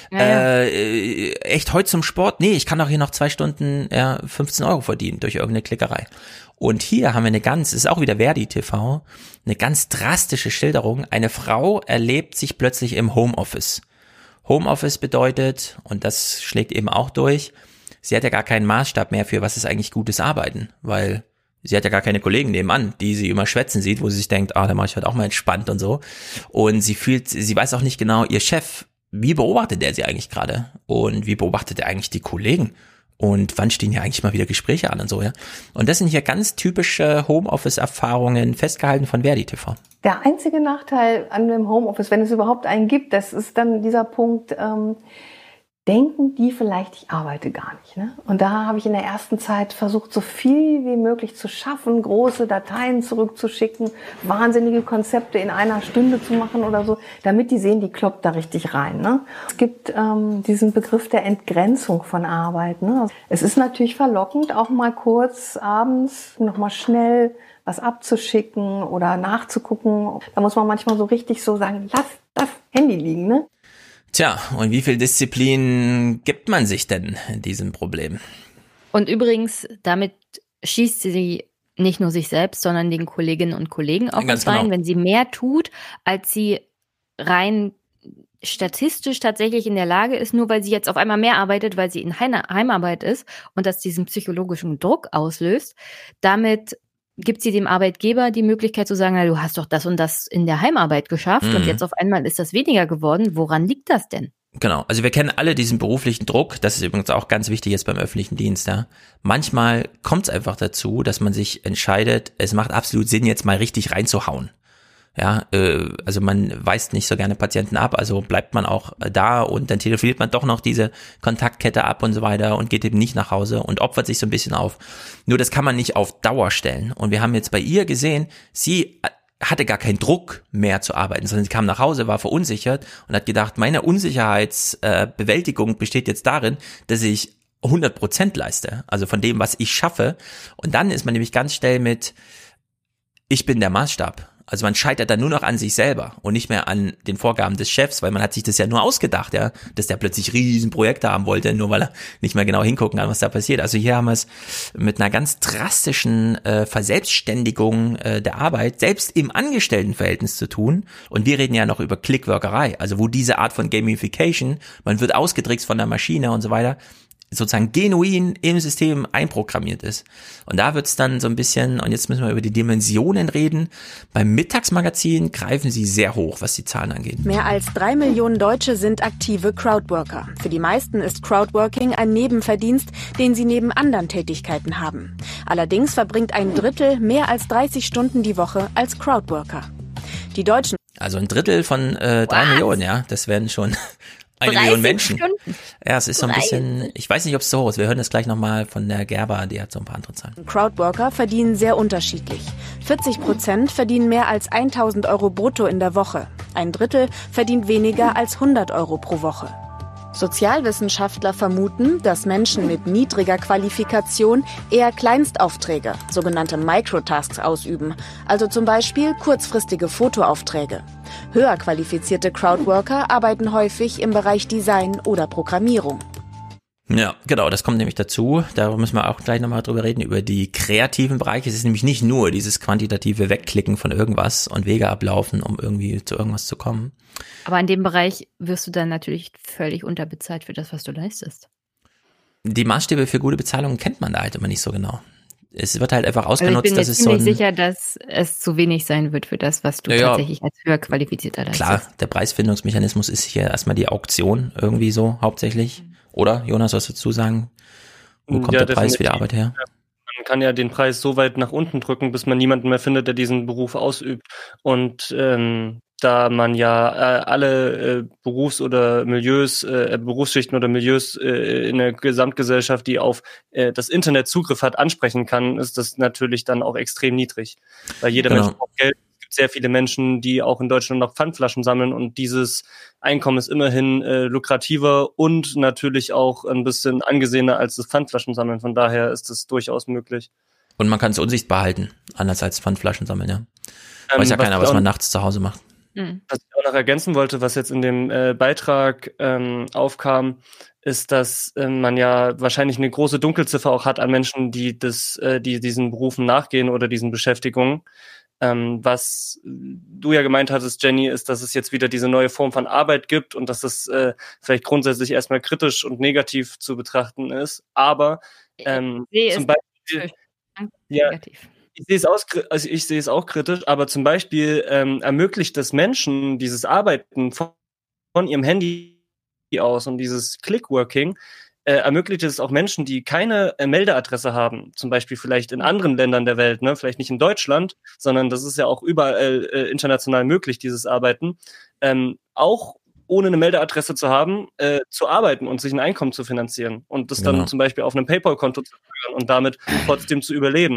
S1: echt heute zum Sport? Nee, ich kann doch hier noch 2 Stunden 15 Euro verdienen durch irgendeine Klickerei. Und hier haben wir ist auch wieder Verdi TV, eine ganz drastische Schilderung. Eine Frau erlebt sich plötzlich im Homeoffice. Homeoffice bedeutet, und das schlägt eben auch durch, sie hat ja gar keinen Maßstab mehr für, was ist eigentlich gutes Arbeiten, weil sie hat ja gar keine Kollegen nebenan, die sie immer schwätzen sieht, wo sie sich denkt, da mache ich halt auch mal entspannt und so. Und sie weiß auch nicht genau, ihr Chef, wie beobachtet der sie eigentlich gerade? Und wie beobachtet er eigentlich die Kollegen? Und wann stehen hier eigentlich mal wieder Gespräche an und so, ja? Und das sind hier ganz typische Homeoffice-Erfahrungen, festgehalten von Verdi TV.
S6: Der einzige Nachteil an dem Homeoffice, wenn es überhaupt einen gibt, das ist dann dieser Punkt, denken die vielleicht, ich arbeite gar nicht. Ne? Und da habe ich in der ersten Zeit versucht, so viel wie möglich zu schaffen, große Dateien zurückzuschicken, wahnsinnige Konzepte in einer Stunde zu machen oder so, damit die sehen, die kloppt da richtig rein. Ne? Es gibt diesen Begriff der Entgrenzung von Arbeit. Ne? Es ist natürlich verlockend, auch mal kurz abends nochmal schnell was abzuschicken oder nachzugucken. Da muss man manchmal so richtig so sagen, lass das Handy liegen, ne?
S1: Tja, und wie viel Disziplin gibt man sich denn in diesem Problem?
S11: Und übrigens, damit schießt sie nicht nur sich selbst, sondern den Kolleginnen und Kollegen auch ins Bein, wenn sie mehr tut, als sie rein statistisch tatsächlich in der Lage ist, nur weil sie jetzt auf einmal mehr arbeitet, weil sie in Heimarbeit ist und das diesen psychologischen Druck auslöst. Damit gibt sie dem Arbeitgeber die Möglichkeit zu sagen, na, du hast doch das und das in der Heimarbeit geschafft und jetzt auf einmal ist das weniger geworden. Woran liegt das denn?
S1: Genau, also wir kennen alle diesen beruflichen Druck, das ist übrigens auch ganz wichtig jetzt beim öffentlichen Dienst, ja. Manchmal kommt es einfach dazu, dass man sich entscheidet, es macht absolut Sinn, jetzt mal richtig reinzuhauen. Ja, also man weist nicht so gerne Patienten ab, also bleibt man auch da und dann telefoniert man doch noch diese Kontaktkette ab und so weiter und geht eben nicht nach Hause und opfert sich so ein bisschen auf. Nur das kann man nicht auf Dauer stellen. Und wir haben jetzt bei ihr gesehen, sie hatte gar keinen Druck mehr zu arbeiten, sondern sie kam nach Hause, war verunsichert und hat gedacht, meine Unsicherheitsbewältigung besteht jetzt darin, dass ich 100% leiste, also von dem, was ich schaffe. Und dann ist man nämlich ganz schnell mit, ich bin der Maßstab. Also man scheitert dann nur noch an sich selber und nicht mehr an den Vorgaben des Chefs, weil man hat sich das ja nur ausgedacht, ja, dass der plötzlich Riesenprojekte haben wollte, nur weil er nicht mehr genau hingucken kann, was da passiert. Also hier haben wir es mit einer ganz drastischen Verselbstständigung der Arbeit, selbst im Angestelltenverhältnis zu tun. Und wir reden ja noch über Clickworkerei, also wo diese Art von Gamification, man wird ausgetrickst von der Maschine und so weiter, sozusagen genuin im System einprogrammiert ist. Und da wird's dann so ein bisschen, und jetzt müssen wir über die Dimensionen reden. Beim Mittagsmagazin greifen sie sehr hoch, was die Zahlen angeht.
S20: Mehr als 3 Millionen Deutsche sind aktive Crowdworker. Für die meisten ist Crowdworking ein Nebenverdienst, den sie neben anderen Tätigkeiten haben. Allerdings verbringt ein Drittel mehr als 30 Stunden die Woche als Crowdworker. Die Deutschen...
S1: Also ein Drittel von 3 Millionen, ja, das werden schon... 1 Million Menschen. Stunden. Ja, es ist so ein bisschen, ich weiß nicht, ob es so hoch ist. Wir hören das gleich nochmal von der Gerber, die hat so ein paar andere Zahlen.
S20: Crowdworker verdienen sehr unterschiedlich. 40% verdienen mehr als 1.000 Euro brutto in der Woche. Ein Drittel verdient weniger als 100 Euro pro Woche. Sozialwissenschaftler vermuten, dass Menschen mit niedriger Qualifikation eher Kleinstaufträge, sogenannte Microtasks, ausüben, also zum Beispiel kurzfristige Fotoaufträge. Höher qualifizierte Crowdworker arbeiten häufig im Bereich Design oder Programmierung.
S1: Ja, genau, das kommt nämlich dazu. Da müssen wir auch gleich nochmal drüber reden, über die kreativen Bereiche. Es ist nämlich nicht nur dieses quantitative Wegklicken von irgendwas und Wege ablaufen, um irgendwie zu irgendwas zu kommen.
S11: Aber in dem Bereich wirst du dann natürlich völlig unterbezahlt für das, was du leistest.
S1: Die Maßstäbe für gute Bezahlung kennt man da halt immer nicht so genau. Es wird halt einfach ausgenutzt,
S11: also
S1: dass es so
S11: Ich bin mir ziemlich sicher, dass es zu wenig sein wird für das, was du tatsächlich als höher qualifizierter leistest.
S1: Klar, der Preisfindungsmechanismus ist hier erstmal die Auktion irgendwie so hauptsächlich. Oder, Jonas, was würdest du sagen? Wo kommt der Preis für die Arbeit her?
S10: Man kann ja den Preis so weit nach unten drücken, bis man niemanden mehr findet, der diesen Beruf ausübt. Und da man ja alle Berufs- oder Milieus, Berufsschichten oder Milieus in der Gesamtgesellschaft, die auf das Internet Zugriff hat, ansprechen kann, ist das natürlich dann auch extrem niedrig. Weil jeder Mensch braucht Geld. Es gibt sehr viele Menschen, die auch in Deutschland noch Pfandflaschen sammeln und dieses Einkommen ist immerhin lukrativer und natürlich auch ein bisschen angesehener als das Pfandflaschensammeln. Von daher ist es durchaus möglich.
S1: Und man kann es unsichtbar halten, anders als Pfandflaschen sammeln, ja. Weiß ja keiner, was man nachts zu Hause macht.
S10: Was ich auch noch ergänzen wollte, was jetzt in dem Beitrag aufkam, ist, dass man ja wahrscheinlich eine große Dunkelziffer auch hat an Menschen, die diesen Berufen nachgehen oder diesen Beschäftigungen. Was du ja gemeint hattest, Jenny, ist, dass es jetzt wieder diese neue Form von Arbeit gibt und dass es vielleicht grundsätzlich erstmal kritisch und negativ zu betrachten ist. Aber zum Beispiel negativ. Ich sehe es auch kritisch, aber zum Beispiel ermöglicht es Menschen dieses Arbeiten von ihrem Handy aus und dieses Clickworking ermöglicht es auch Menschen, die keine Meldeadresse haben, zum Beispiel vielleicht in anderen Ländern der Welt, ne, vielleicht nicht in Deutschland, sondern das ist ja auch überall international möglich, dieses Arbeiten, auch ohne eine Meldeadresse zu haben, zu arbeiten und sich ein Einkommen zu finanzieren und das dann zum Beispiel auf einem PayPal-Konto zu führen und damit trotzdem zu überleben.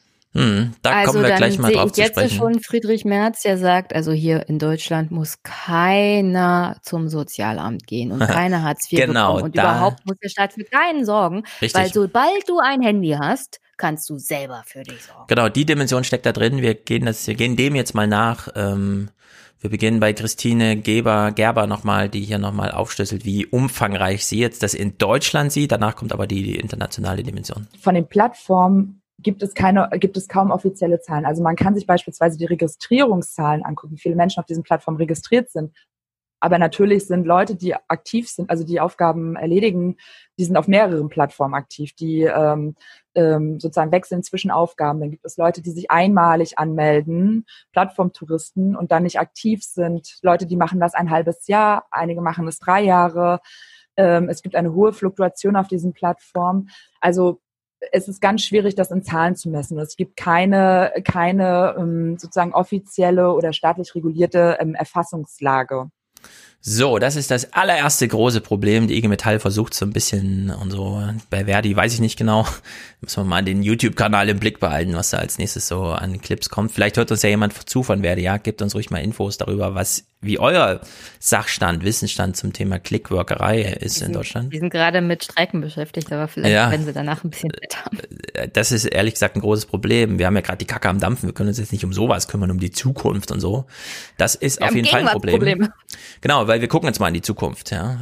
S1: Da kommen wir gleich mal drauf zu sprechen.
S11: Jetzt schon Friedrich Merz, der sagt, also hier in Deutschland muss keiner zum Sozialamt gehen und keiner Hartz IV bekommen und überhaupt muss der Staat für keinen sorgen, weil sobald du ein Handy hast, kannst du selber für dich sorgen.
S1: Genau, die Dimension steckt da drin. Wir gehen dem jetzt mal nach. Wir beginnen bei Christine Gerber nochmal, die hier nochmal aufschlüsselt, wie umfangreich sie jetzt das in Deutschland sieht. Danach kommt aber die internationale Dimension.
S9: Von den Plattformen gibt es kaum offizielle Zahlen. Also man kann sich beispielsweise die Registrierungszahlen angucken, wie viele Menschen auf diesen Plattformen registriert sind. Aber natürlich sind Leute, die aktiv sind, also die Aufgaben erledigen, die sind auf mehreren Plattformen aktiv. Die sozusagen wechseln zwischen Aufgaben. Dann gibt es Leute, die sich einmalig anmelden, Plattformtouristen und dann nicht aktiv sind. Leute, die machen das ein halbes Jahr, einige machen es 3 Jahre. Es gibt eine hohe Fluktuation auf diesen Plattformen. Also es ist ganz schwierig, das in Zahlen zu messen. Es gibt keine sozusagen offizielle oder staatlich regulierte Erfassungslage.
S1: So, das ist das allererste große Problem. Die IG Metall versucht so ein bisschen und so. Bei Verdi weiß ich nicht genau. Müssen wir mal den YouTube-Kanal im Blick behalten, was da als nächstes so an Clips kommt. Vielleicht hört uns ja jemand zu von Verdi. Ja, gebt uns ruhig mal Infos darüber, wie euer Sachstand, Wissensstand zum Thema Clickworkerei ist in Deutschland.
S11: Die sind gerade mit Streiken beschäftigt, aber vielleicht, wenn sie danach ein bisschen Zeit haben.
S1: Das ist ehrlich gesagt ein großes Problem. Wir haben ja gerade die Kacke am Dampfen. Wir können uns jetzt nicht um sowas kümmern, um die Zukunft und so. Das ist auf jeden Fall ein Problem. Genau, weil wir gucken jetzt mal in die Zukunft. Ja.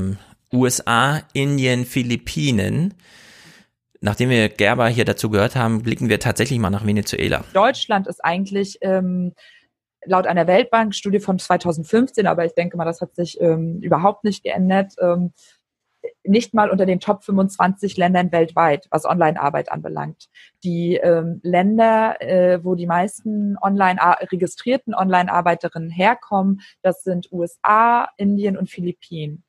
S1: USA, Indien, Philippinen. Nachdem wir Gerber hier dazu gehört haben, blicken wir tatsächlich mal nach Venezuela.
S9: Deutschland ist eigentlich laut einer Weltbank-Studie von 2015, aber ich denke mal, das hat sich überhaupt nicht geändert, nicht mal unter den Top 25 Ländern weltweit, was Online-Arbeit anbelangt. Die Länder, wo die meisten registrierten Online-Arbeiterinnen herkommen, das sind USA, Indien und Philippinen.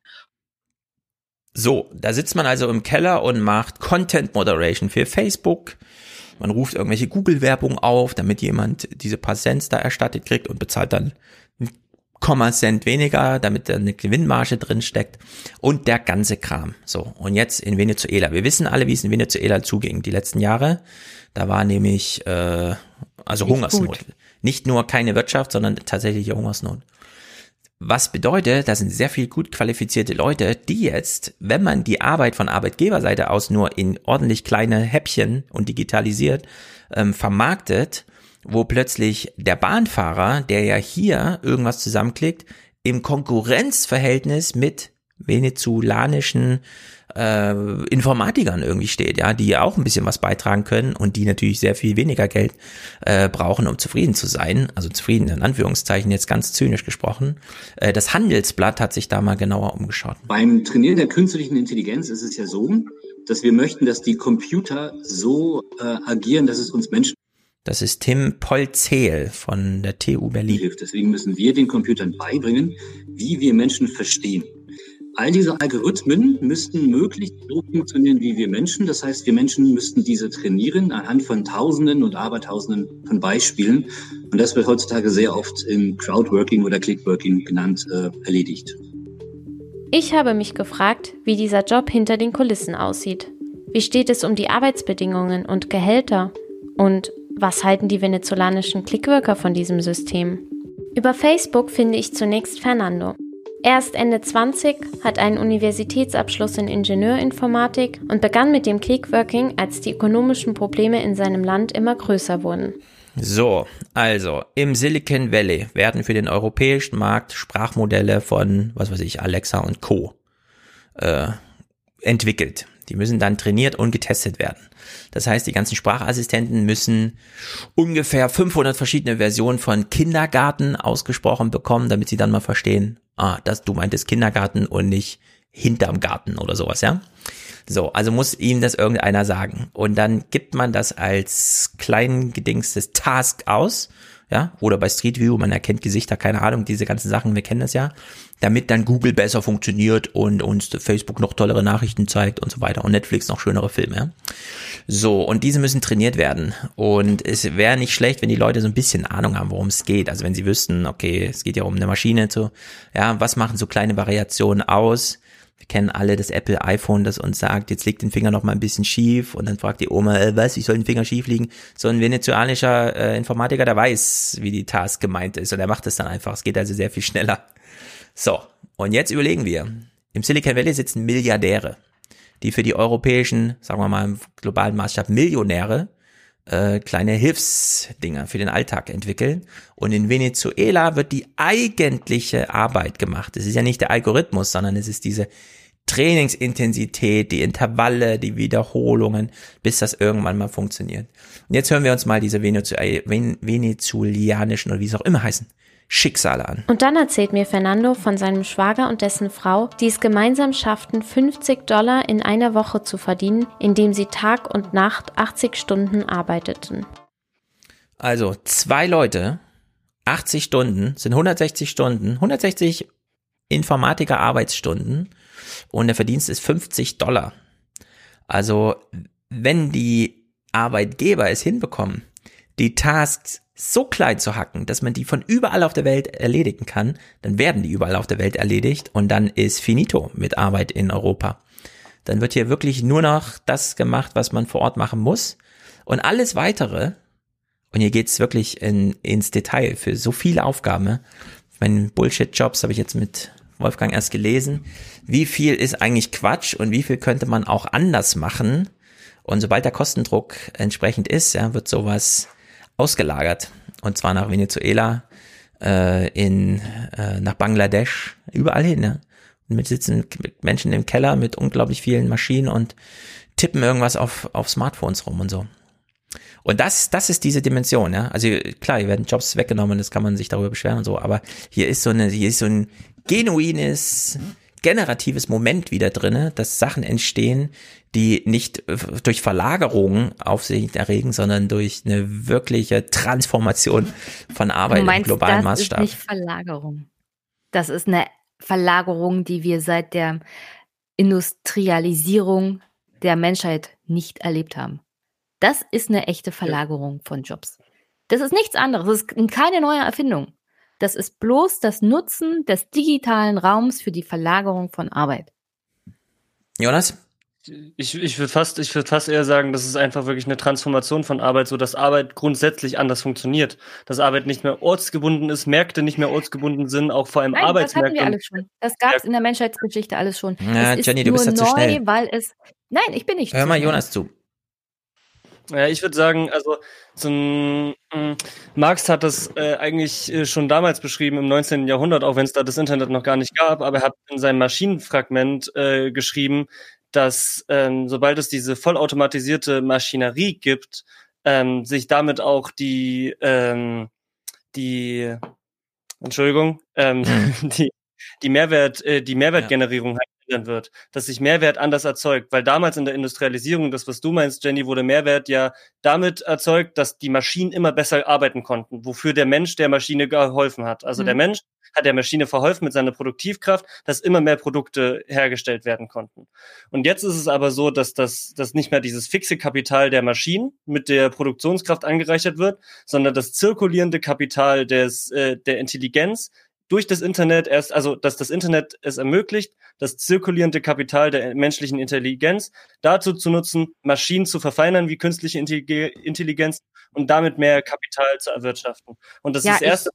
S1: So, da sitzt man also im Keller und macht Content Moderation für Facebook. Man ruft irgendwelche Google-Werbung auf, damit jemand diese paar Cents da erstattet kriegt und bezahlt dann 0,1 Cent weniger, damit da eine Gewinnmarge drin steckt und der ganze Kram. So, und jetzt in Venezuela. Wir wissen alle, wie es in Venezuela zuging die letzten Jahre. Da war nämlich Hungersnot. Nicht nur keine Wirtschaft, sondern tatsächliche Hungersnot. Was bedeutet, da sind sehr viel gut qualifizierte Leute, die jetzt, wenn man die Arbeit von Arbeitgeberseite aus nur in ordentlich kleine Häppchen und digitalisiert vermarktet, wo plötzlich der Bahnfahrer, der ja hier irgendwas zusammenklickt, im Konkurrenzverhältnis mit venezolanischen Informatikern irgendwie steht, ja, die auch ein bisschen was beitragen können und die natürlich sehr viel weniger Geld brauchen, um zufrieden zu sein. Also zufrieden in Anführungszeichen, jetzt ganz zynisch gesprochen. Das Handelsblatt hat sich da mal genauer umgeschaut.
S13: Beim Trainieren der künstlichen Intelligenz ist es ja so, dass wir möchten, dass die Computer so agieren, dass es uns Menschen.
S1: Das ist Tim Polzel von der TU Berlin.
S13: Hilft. Deswegen müssen wir den Computern beibringen, wie wir Menschen verstehen. All diese Algorithmen müssten möglichst so funktionieren wie wir Menschen. Das heißt, wir Menschen müssten diese trainieren anhand von Tausenden und Abertausenden von Beispielen. Und das wird heutzutage sehr oft im Crowdworking oder Clickworking genannt, erledigt.
S22: Ich habe mich gefragt, wie dieser Job hinter den Kulissen aussieht. Wie steht es um die Arbeitsbedingungen und Gehälter? Und was halten die venezolanischen Clickworker von diesem System? Über Facebook finde ich zunächst Fernando. Er ist Ende 20, hat einen Universitätsabschluss in Ingenieurinformatik und begann mit dem Clickworking, als die ökonomischen Probleme in seinem Land immer größer wurden.
S1: So, also im Silicon Valley werden für den europäischen Markt Sprachmodelle von, Alexa und Co. Entwickelt. Die müssen dann trainiert und getestet werden. Das heißt, die ganzen Sprachassistenten müssen ungefähr 500 verschiedene Versionen von Kindergarten ausgesprochen bekommen, damit sie dann mal verstehen, du meintest Kindergarten und nicht hinterm Garten oder sowas, ja? So, also muss ihm das irgendeiner sagen. Und dann gibt man das als klein gedingstes Task aus, ja? Oder bei Street View, man erkennt Gesichter, keine Ahnung, diese ganzen Sachen, wir kennen das ja. Damit dann Google besser funktioniert und uns Facebook noch tollere Nachrichten zeigt und so weiter und Netflix noch schönere Filme, ja? So, und diese müssen trainiert werden. Und es wäre nicht schlecht, wenn die Leute so ein bisschen Ahnung haben, worum es geht. Also wenn sie wüssten, okay, es geht ja um eine Maschine, was machen so kleine Variationen aus? Wir kennen alle das Apple iPhone, das uns sagt, jetzt legt den Finger noch mal ein bisschen schief und dann fragt die Oma, ich soll den Finger schief liegen? So ein venezuelanischer Informatiker, der weiß, wie die Task gemeint ist und er macht es dann einfach. Es geht also sehr viel schneller. So, und jetzt überlegen wir, im Silicon Valley sitzen Milliardäre, die für die europäischen, sagen wir mal im globalen Maßstab Millionäre, kleine Hilfsdinger für den Alltag entwickeln. Und in Venezuela wird die eigentliche Arbeit gemacht. Es ist ja nicht der Algorithmus, sondern es ist diese Trainingsintensität, die Intervalle, die Wiederholungen, bis das irgendwann mal funktioniert. Und jetzt hören wir uns mal diese venezuelanischen oder wie es auch immer heißen, Schicksale an.
S22: Und dann erzählt mir Fernando von seinem Schwager und dessen Frau, die es gemeinsam schafften, $50 in einer Woche zu verdienen, indem sie Tag und Nacht 80 Stunden arbeiteten.
S1: Also 2 Leute, 80 Stunden, sind 160 Stunden, 160 Informatiker-Arbeitsstunden und der Verdienst ist $50. Also wenn die Arbeitgeber es hinbekommen, die Tasks so klein zu hacken, dass man die von überall auf der Welt erledigen kann, dann werden die überall auf der Welt erledigt und dann ist finito mit Arbeit in Europa. Dann wird hier wirklich nur noch das gemacht, was man vor Ort machen muss und alles Weitere, und hier geht's wirklich ins Detail für so viele Aufgaben. Meine Bullshit-Jobs habe ich jetzt mit Wolfgang erst gelesen. Wie viel ist eigentlich Quatsch und wie viel könnte man auch anders machen? Und sobald der Kostendruck entsprechend ist, ja, wird sowas ausgelagert. Und zwar nach Venezuela, nach Bangladesch, überall hin. Ja. Und mit sitzen Menschen im Keller mit unglaublich vielen Maschinen und tippen irgendwas auf Smartphones rum und so. Und das ist diese Dimension, ja. Also klar, hier werden Jobs weggenommen, das kann man sich darüber beschweren und so, aber hier ist so ein genuines, generatives Moment wieder drinne, dass Sachen entstehen, die nicht durch Verlagerung Aufsehen erregen, sondern durch eine wirkliche Transformation von Arbeit im globalen Maßstab.
S11: Das ist nicht Verlagerung. Das ist eine Verlagerung, die wir seit der Industrialisierung der Menschheit nicht erlebt haben. Das ist eine echte Verlagerung von Jobs. Das ist nichts anderes. Das ist keine neue Erfindung. Das ist bloß das Nutzen des digitalen Raums für die Verlagerung von Arbeit.
S1: Jonas?
S10: Ich würde fast eher sagen, das ist einfach wirklich eine Transformation von Arbeit, so dass Arbeit grundsätzlich anders funktioniert. Dass Arbeit nicht mehr ortsgebunden ist, Märkte nicht mehr ortsgebunden sind, auch vor allem Arbeitsmärkte.
S11: Das hatten wir alles schon. Das gab es in der Menschheitsgeschichte alles schon.
S1: Ja,
S11: es
S1: Jenny,
S11: ist
S1: du bist
S11: nur
S1: da zu schnell.
S11: Weil es. Nein, ich bin nicht.
S1: Hör mal Jonas zu.
S10: Ja, ich würde sagen, also Marx hat das eigentlich schon damals beschrieben im 19. Jahrhundert, auch wenn es da das Internet noch gar nicht gab, aber er hat in seinem Maschinenfragment geschrieben, dass sobald es diese vollautomatisierte Maschinerie gibt, sich damit auch die Mehrwertgenerierung halt ändern wird, dass sich Mehrwert anders erzeugt, weil damals in der Industrialisierung, das was du meinst, Jenny, wurde Mehrwert ja damit erzeugt, dass die Maschinen immer besser arbeiten konnten, wofür der Mensch der Maschine geholfen hat. Also der Mensch hat der Maschine verholfen mit seiner Produktivkraft, dass immer mehr Produkte hergestellt werden konnten. Und jetzt ist es aber so, dass nicht mehr dieses fixe Kapital der Maschinen mit der Produktionskraft angereichert wird, sondern das zirkulierende Kapital der Intelligenz durch das Internet dass das Internet es ermöglicht, das zirkulierende Kapital der menschlichen Intelligenz dazu zu nutzen, Maschinen zu verfeinern wie künstliche Intelligenz und damit mehr Kapital zu erwirtschaften. Und das ist das erste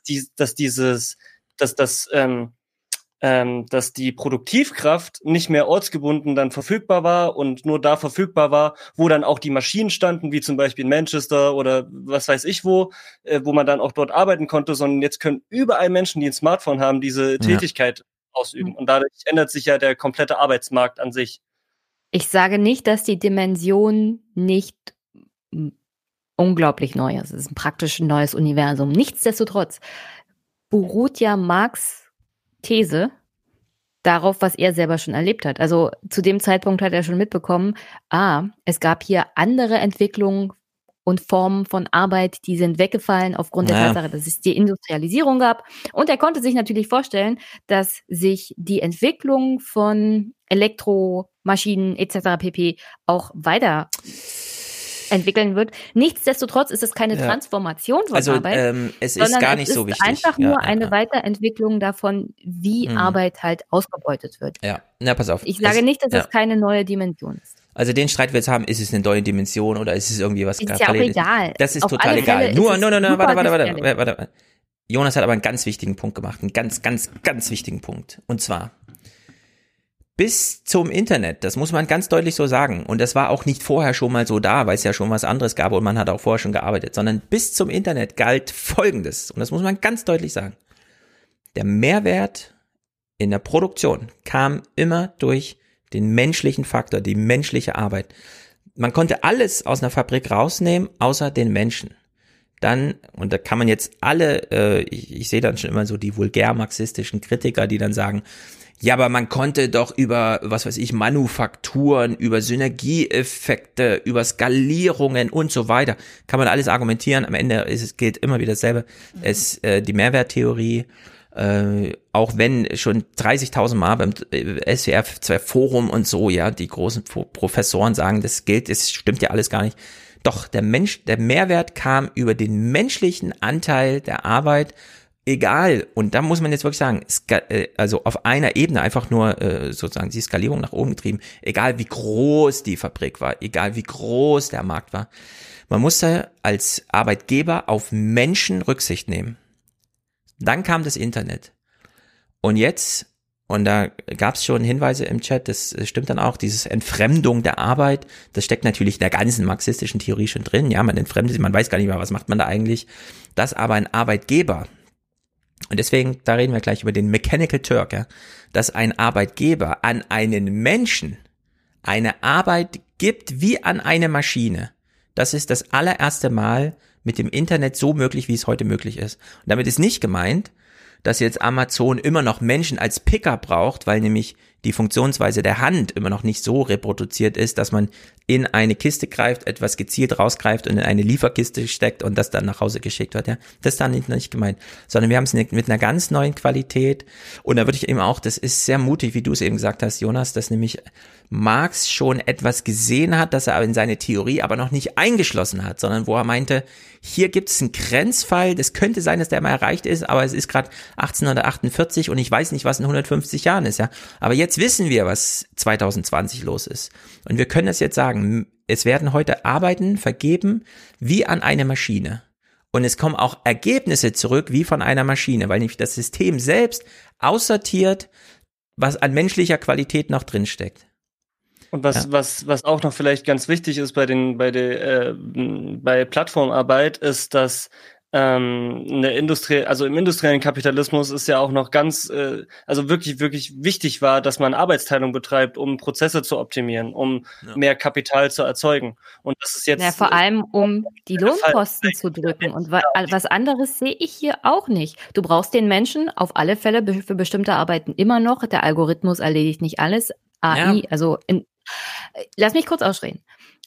S10: Mal, dass die Produktivkraft nicht mehr ortsgebunden dann verfügbar war und nur da verfügbar war, wo dann auch die Maschinen standen, wie zum Beispiel in Manchester oder was weiß ich wo man dann auch dort arbeiten konnte, sondern jetzt können überall Menschen, die ein Smartphone haben, diese Tätigkeit ausüben. Und dadurch ändert sich ja der komplette Arbeitsmarkt an sich.
S11: Ich sage nicht, dass die Dimension nicht unglaublich neu ist. Es ist praktisch ein neues Universum. Nichtsdestotrotz beruht ja Marx' These darauf, was er selber schon erlebt hat. Also zu dem Zeitpunkt hat er schon mitbekommen, es gab hier andere Entwicklungen und Formen von Arbeit, die sind weggefallen aufgrund der Tatsache, dass es die Industrialisierung gab. Und er konnte sich natürlich vorstellen, dass sich die Entwicklung von Elektromaschinen etc. pp. Auch weiter entwickeln wird. Nichtsdestotrotz ist es keine Transformation von Arbeit,
S1: es ist gar nicht so wichtig.
S11: Es ist einfach nur eine Weiterentwicklung davon, wie Arbeit halt ausgebeutet wird.
S1: Ja, na pass auf.
S11: Ich sage nicht, dass es keine neue Dimension ist.
S1: Also den Streit, wir jetzt haben, ist es eine neue Dimension oder ist es irgendwie was?
S11: Ist ja auch egal.
S1: Das ist auf total egal. Warte. Jonas hat aber einen ganz wichtigen Punkt gemacht. Einen ganz, ganz, ganz wichtigen Punkt. Und zwar bis zum Internet, das muss man ganz deutlich so sagen. Und das war auch nicht vorher schon mal so da, weil es ja schon was anderes gab und man hat auch vorher schon gearbeitet, sondern bis zum Internet galt Folgendes. Und das muss man ganz deutlich sagen. Der Mehrwert in der Produktion kam immer durch den menschlichen Faktor, die menschliche Arbeit. Man konnte alles aus einer Fabrik rausnehmen, außer den Menschen. dann, und da kann man jetzt alle, ich sehe dann schon immer so die vulgär-marxistischen Kritiker, die dann sagen, ja, aber man konnte doch über, was weiß ich, Manufakturen, über Synergieeffekte, über Skalierungen und so weiter, kann man alles argumentieren. Am Ende gilt immer wieder dasselbe. Die Mehrwerttheorie, auch wenn schon 30.000 Mal beim SWR 2 Forum und so, ja, die großen Professoren sagen, das stimmt ja alles gar nicht. Doch, der Mehrwert kam über den menschlichen Anteil der Arbeit, egal, und da muss man jetzt wirklich sagen, also auf einer Ebene einfach nur sozusagen die Skalierung nach oben getrieben, egal wie groß die Fabrik war, egal wie groß der Markt war. Man musste als Arbeitgeber auf Menschen Rücksicht nehmen. Dann kam das Internet. Und jetzt, und da gab es schon Hinweise im Chat, das stimmt dann auch, dieses Entfremdung der Arbeit, das steckt natürlich in der ganzen marxistischen Theorie schon drin. Ja, man entfremdet sich, man weiß gar nicht mehr, was macht man da eigentlich. Dass aber ein Arbeitgeber, und deswegen, da reden wir gleich über den Mechanical Turk, ja, dass ein Arbeitgeber an einen Menschen eine Arbeit gibt wie an eine Maschine. Das ist das allererste Mal mit dem Internet so möglich, wie es heute möglich ist. Und damit ist nicht gemeint, dass jetzt Amazon immer noch Menschen als Picker braucht, weil nämlich die Funktionsweise der Hand immer noch nicht so reproduziert ist, dass man in eine Kiste greift, etwas gezielt rausgreift und in eine Lieferkiste steckt und das dann nach Hause geschickt wird. Ja, das ist dann nicht gemeint, sondern wir haben es mit einer ganz neuen Qualität. Und da würde ich eben auch, das ist sehr mutig, wie du es eben gesagt hast, Jonas, dass nämlich Marx schon etwas gesehen hat, das er in seine Theorie aber noch nicht eingeschlossen hat, sondern wo er meinte, hier gibt es einen Grenzfall, das könnte sein, dass der mal erreicht ist, aber es ist gerade 1848 und ich weiß nicht, was in 150 Jahren ist, ja. Aber jetzt wissen wir, was 2020 los ist. Und wir können es jetzt sagen, es werden heute Arbeiten vergeben wie an eine Maschine. Und es kommen auch Ergebnisse zurück wie von einer Maschine, weil nämlich das System selbst aussortiert, was an menschlicher Qualität noch drinsteckt.
S10: Und was auch noch vielleicht ganz wichtig ist bei Plattformarbeit, ist, dass eine Industrie, also im industriellen Kapitalismus ist ja auch noch ganz, also wirklich, wirklich wichtig war, dass man Arbeitsteilung betreibt, um Prozesse zu optimieren, um mehr Kapital zu erzeugen. Und das ist jetzt.
S11: Ja, vor allem, um die Lohnkosten zu drücken. Und was anderes sehe ich hier auch nicht. Du brauchst den Menschen auf alle Fälle für bestimmte Arbeiten immer noch. Der Algorithmus erledigt nicht alles. AI, also lass mich kurz ausreden.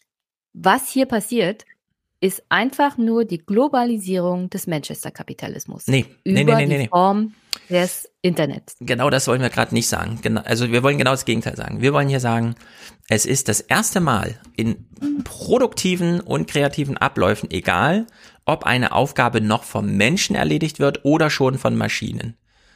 S11: Was hier passiert, ist einfach nur die Globalisierung des Manchester-Kapitalismus. Nee. Die Form des Internets.
S1: Genau das wollen wir gerade nicht sagen. Also wir wollen genau das Gegenteil sagen. Wir wollen hier sagen, es ist das erste Mal in produktiven und kreativen Abläufen, egal, ob eine Aufgabe noch vom Menschen erledigt wird oder schon von Maschinen.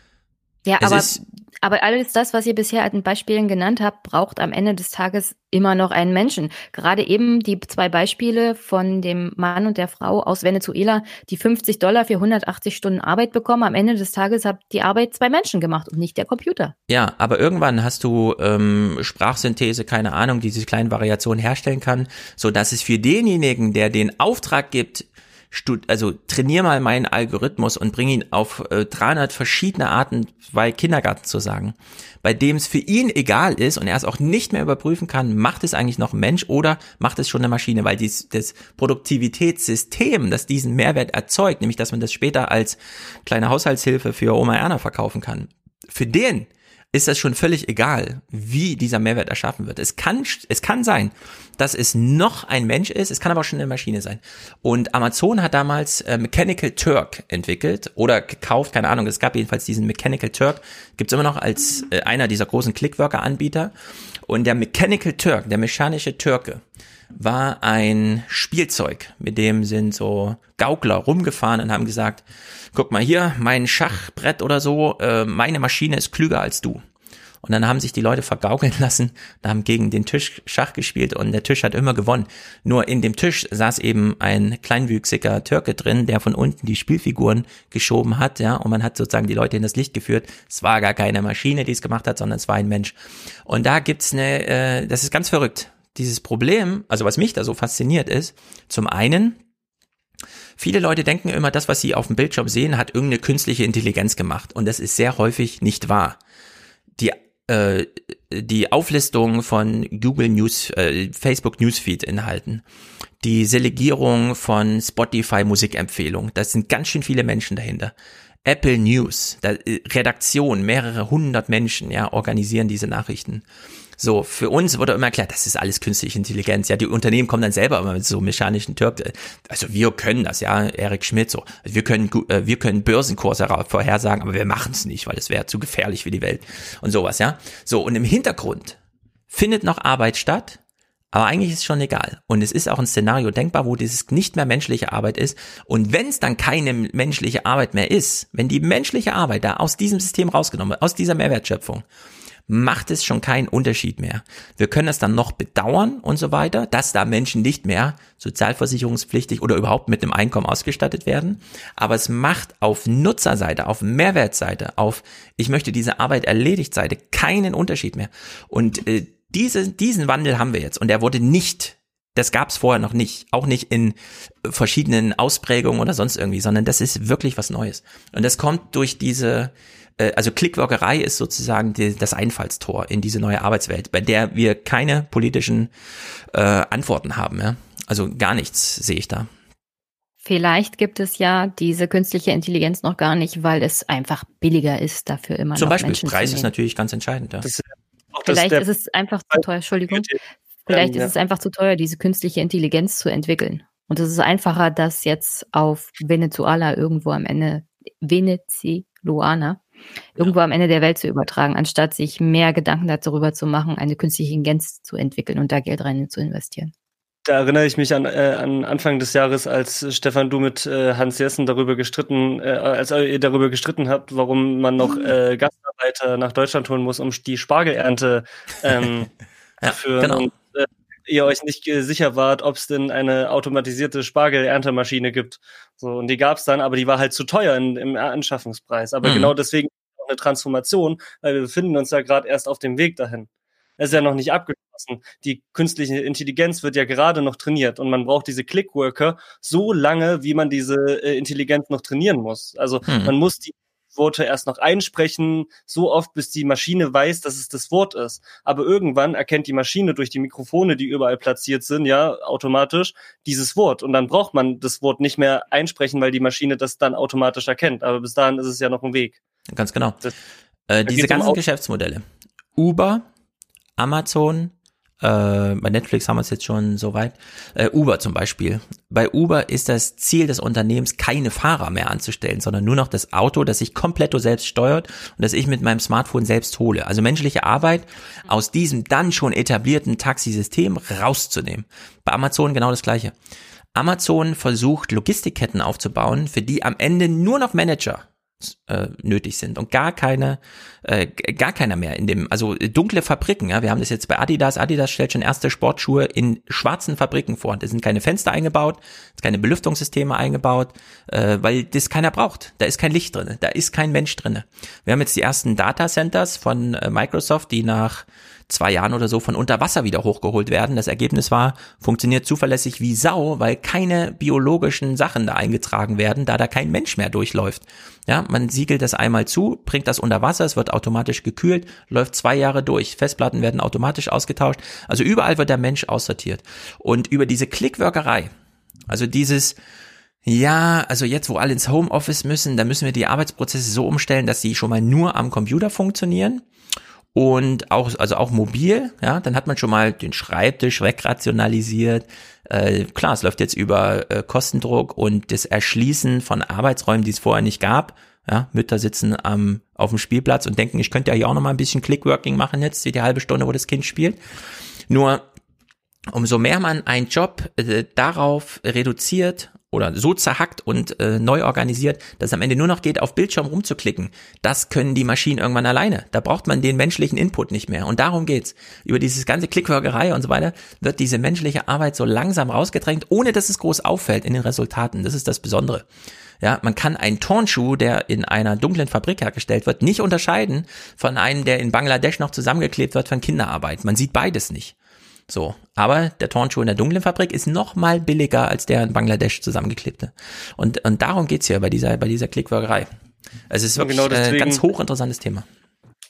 S11: Ja, aber alles das, was ihr bisher an Beispielen genannt habt, braucht am Ende des Tages immer noch einen Menschen. Gerade eben die 2 Beispiele von dem Mann und der Frau aus Venezuela, die $50 für 180 Stunden Arbeit bekommen. Am Ende des Tages hat die Arbeit 2 Menschen gemacht und nicht der Computer.
S1: Ja, aber irgendwann hast du Sprachsynthese, keine Ahnung, die diese kleinen Variationen herstellen kann, so dass es für denjenigen, der den Auftrag gibt, also trainier mal meinen Algorithmus und bring ihn auf 300 verschiedene Arten bei Kindergarten zu sagen, bei dem es für ihn egal ist und er es auch nicht mehr überprüfen kann, macht es eigentlich noch ein Mensch oder macht es schon eine Maschine, weil das Produktivitätssystem, das diesen Mehrwert erzeugt, nämlich dass man das später als kleine Haushaltshilfe für Oma Erna verkaufen kann, für den ist das schon völlig egal, wie dieser Mehrwert erschaffen wird. Es kann sein, dass es noch ein Mensch ist, es kann aber auch schon eine Maschine sein. Und Amazon hat damals Mechanical Turk entwickelt oder gekauft, keine Ahnung, es gab jedenfalls diesen Mechanical Turk, gibt's immer noch als einer dieser großen Clickworker-Anbieter. Und der Mechanical Turk, der mechanische Türke, war ein Spielzeug, mit dem sind so Gaukler rumgefahren und haben gesagt, guck mal hier, mein Schachbrett oder so, meine Maschine ist klüger als du. Und dann haben sich die Leute vergaukeln lassen, haben gegen den Tisch Schach gespielt und der Tisch hat immer gewonnen. Nur in dem Tisch saß eben ein kleinwüchsiger Türke drin, der von unten die Spielfiguren geschoben hat, ja, und man hat sozusagen die Leute in das Licht geführt. Es war gar keine Maschine, die es gemacht hat, sondern es war ein Mensch. Und da gibt's das ist ganz verrückt. Dieses Problem, also was mich da so fasziniert ist, zum einen, viele Leute denken immer, das, was sie auf dem Bildschirm sehen, hat irgendeine künstliche Intelligenz gemacht. Und das ist sehr häufig nicht wahr. Die die Auflistung von Google News, Facebook Newsfeed Inhalten, die Selekierung von Spotify Musikempfehlungen, das sind ganz schön viele Menschen dahinter. Apple News, Redaktion, mehrere hundert Menschen, ja, organisieren diese Nachrichten. So, für uns wurde immer erklärt, das ist alles künstliche Intelligenz. Ja, die Unternehmen kommen dann selber immer mit so mechanischen also wir können das, ja, Eric Schmidt so. Wir können Börsenkurse vorhersagen, aber wir machen es nicht, weil es wäre zu gefährlich für die Welt und sowas, ja. So, und im Hintergrund findet noch Arbeit statt, aber eigentlich ist es schon egal. Und es ist auch ein Szenario denkbar, wo dieses nicht mehr menschliche Arbeit ist. Und wenn es dann keine menschliche Arbeit mehr ist, wenn die menschliche Arbeit da aus diesem System rausgenommen wird, aus dieser Mehrwertschöpfung, macht es schon keinen Unterschied mehr. Wir können es dann noch bedauern und so weiter, dass da Menschen nicht mehr sozialversicherungspflichtig oder überhaupt mit einem Einkommen ausgestattet werden. Aber es macht auf Nutzerseite, auf Mehrwertseite, auf ich möchte diese Arbeit erledigt Seite keinen Unterschied mehr. Und diesen Wandel haben wir jetzt. Und der wurde nicht, das gab es vorher noch nicht, auch nicht in verschiedenen Ausprägungen oder sonst irgendwie, sondern das ist wirklich was Neues. Und das kommt durch also Clickworkerei ist sozusagen das Einfallstor in diese neue Arbeitswelt, bei der wir keine politischen Antworten haben. Ja? Also gar nichts sehe ich da.
S11: Vielleicht gibt es ja diese künstliche Intelligenz noch gar nicht, weil es einfach billiger ist, dafür immer
S1: zum
S11: noch
S1: Beispiel
S11: Menschen
S1: Preis
S11: zu
S1: ist
S11: nehmen.
S1: natürlich ganz entscheidend. Ja.
S11: Vielleicht ist es einfach zu teuer, Entschuldigung. Vielleicht ist es einfach zu teuer, diese künstliche Intelligenz zu entwickeln. Und es ist einfacher, das jetzt auf Venezuela irgendwo am Ende der Welt zu übertragen, anstatt sich mehr Gedanken darüber zu machen, eine künstliche Intelligenz zu entwickeln und da Geld rein zu investieren.
S10: Da erinnere ich mich an Anfang des Jahres, als Stefan, du mit Hans Jessen darüber gestritten habt, warum man noch Gastarbeiter nach Deutschland holen muss, um die Spargelernte zu führen.
S1: Genau.
S10: Und ihr euch nicht sicher wart, ob es denn eine automatisierte Spargelerntermaschine gibt. So, und die gab es dann, aber die war halt zu teuer im Anschaffungspreis. Aber genau deswegen auch eine Transformation, weil wir befinden uns ja gerade erst auf dem Weg dahin. Es ist ja noch nicht abgeschlossen. Die künstliche Intelligenz wird ja gerade noch trainiert und man braucht diese Clickworker so lange, wie man diese Intelligenz noch trainieren muss. Also man muss die Worte erst noch einsprechen, so oft, bis die Maschine weiß, dass es das Wort ist. Aber irgendwann erkennt die Maschine durch die Mikrofone, die überall platziert sind, ja, automatisch dieses Wort. Und dann braucht man das Wort nicht mehr einsprechen, weil die Maschine das dann automatisch erkennt. Aber bis dahin ist es ja noch ein Weg.
S1: Ganz genau. Diese ganzen Geschäftsmodelle. Uber, Amazon, bei Netflix haben wir es jetzt schon so weit. Uber zum Beispiel. Bei Uber ist das Ziel des Unternehmens, keine Fahrer mehr anzustellen, sondern nur noch das Auto, das sich komplett selbst steuert und das ich mit meinem Smartphone selbst hole. Also menschliche Arbeit aus diesem dann schon etablierten Taxisystem rauszunehmen. Bei Amazon genau das Gleiche. Amazon versucht, Logistikketten aufzubauen, für die am Ende nur noch Manager nötig sind und gar keiner mehr also dunkle Fabriken, ja, wir haben das jetzt bei Adidas stellt schon erste Sportschuhe in schwarzen Fabriken vor, da sind keine Fenster eingebaut, keine Belüftungssysteme eingebaut, weil das keiner braucht, da ist kein Licht drin, da ist kein Mensch drin. Wir haben jetzt die ersten Datacenters von Microsoft, die nach 2 Jahren oder so von unter Wasser wieder hochgeholt werden. Das Ergebnis war, funktioniert zuverlässig wie Sau, weil keine biologischen Sachen da eingetragen werden, da kein Mensch mehr durchläuft. Ja, man siegelt das einmal zu, bringt das unter Wasser, es wird automatisch gekühlt, läuft 2 Jahre durch. Festplatten werden automatisch ausgetauscht. Also überall wird der Mensch aussortiert. Und über diese Clickworkerei, also dieses, ja, also jetzt, wo alle ins Homeoffice müssen, da müssen wir die Arbeitsprozesse so umstellen, dass sie schon mal nur am Computer funktionieren. Und auch mobil, ja, dann hat man schon mal den Schreibtisch wegrationalisiert. Klar, es läuft jetzt über Kostendruck und das Erschließen von Arbeitsräumen, die es vorher nicht gab. Ja, Mütter sitzen auf dem Spielplatz und denken, ich könnte ja hier auch noch mal ein bisschen Clickworking machen jetzt, wie die halbe Stunde, wo das Kind spielt. Nur, umso mehr man einen Job darauf reduziert oder so zerhackt und neu organisiert, dass es am Ende nur noch geht, auf Bildschirm rumzuklicken. Das können die Maschinen irgendwann alleine. Da braucht man den menschlichen Input nicht mehr. Und darum geht's. Über dieses ganze Clickworkerei und so weiter wird diese menschliche Arbeit so langsam rausgedrängt, ohne dass es groß auffällt in den Resultaten. Das ist das Besondere. Ja, man kann einen Turnschuh, der in einer dunklen Fabrik hergestellt wird, nicht unterscheiden von einem, der in Bangladesch noch zusammengeklebt wird von Kinderarbeit. Man sieht beides nicht. So, aber der Turnschuh in der dunklen Fabrik ist noch mal billiger als der in Bangladesch zusammengeklebte. Und darum geht's hier bei dieser Clickworkerei. Also es ist wirklich ein ganz hochinteressantes Thema.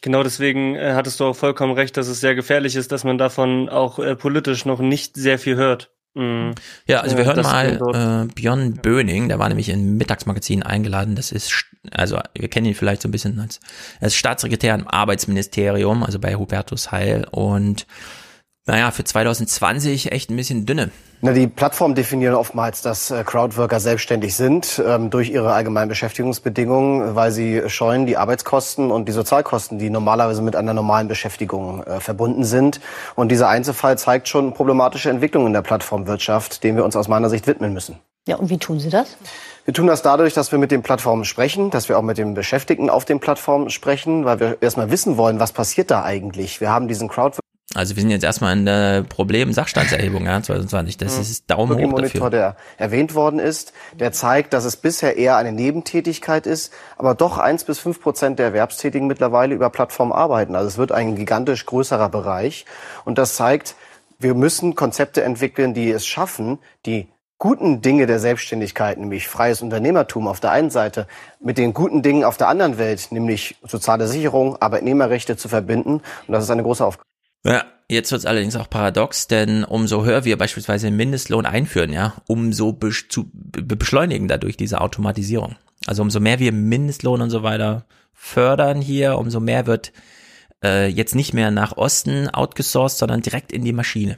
S10: Genau deswegen hattest du auch vollkommen recht, dass es sehr gefährlich ist, dass man davon auch politisch noch nicht sehr viel hört. Mhm.
S1: Ja, also wir hören mal Björn Böning, der war nämlich im Mittagsmagazin eingeladen. Das ist, also wir kennen ihn vielleicht so ein bisschen als Staatssekretär im Arbeitsministerium, also bei Hubertus Heil, und naja, für 2020 echt ein bisschen dünne.
S12: Die Plattformen definieren oftmals, dass Crowdworker selbstständig sind durch ihre allgemeinen Beschäftigungsbedingungen, weil sie scheuen die Arbeitskosten und die Sozialkosten, die normalerweise mit einer normalen Beschäftigung verbunden sind. Und dieser Einzelfall zeigt schon problematische Entwicklungen in der Plattformwirtschaft, denen wir uns aus meiner Sicht widmen müssen.
S15: Ja, und wie tun Sie das?
S12: Wir tun das dadurch, dass wir mit den Plattformen sprechen, dass wir auch mit den Beschäftigten auf den Plattformen sprechen, weil wir erstmal wissen wollen, was passiert da eigentlich. Wir haben diesen Crowdworker.
S1: Also wir sind jetzt erstmal in der Problem-Sachstandserhebung 2020. Das ist Daumen hoch
S12: Monitor, der erwähnt worden ist, der zeigt, dass es bisher eher eine Nebentätigkeit ist, aber doch 1-5% der Erwerbstätigen mittlerweile über Plattformen arbeiten. Also es wird ein gigantisch größerer Bereich. Und das zeigt, wir müssen Konzepte entwickeln, die es schaffen, die guten Dinge der Selbstständigkeit, nämlich freies Unternehmertum auf der einen Seite, mit den guten Dingen auf der anderen Welt, nämlich soziale Sicherung, Arbeitnehmerrechte zu verbinden. Und das ist eine große Aufgabe.
S1: Ja, jetzt wird's allerdings auch paradox, denn umso höher wir beispielsweise den Mindestlohn einführen, ja, umso beschleunigen dadurch diese Automatisierung. Also umso mehr wir Mindestlohn und so weiter fördern hier, umso mehr wird jetzt nicht mehr nach Osten outgesourced, sondern direkt in die Maschine.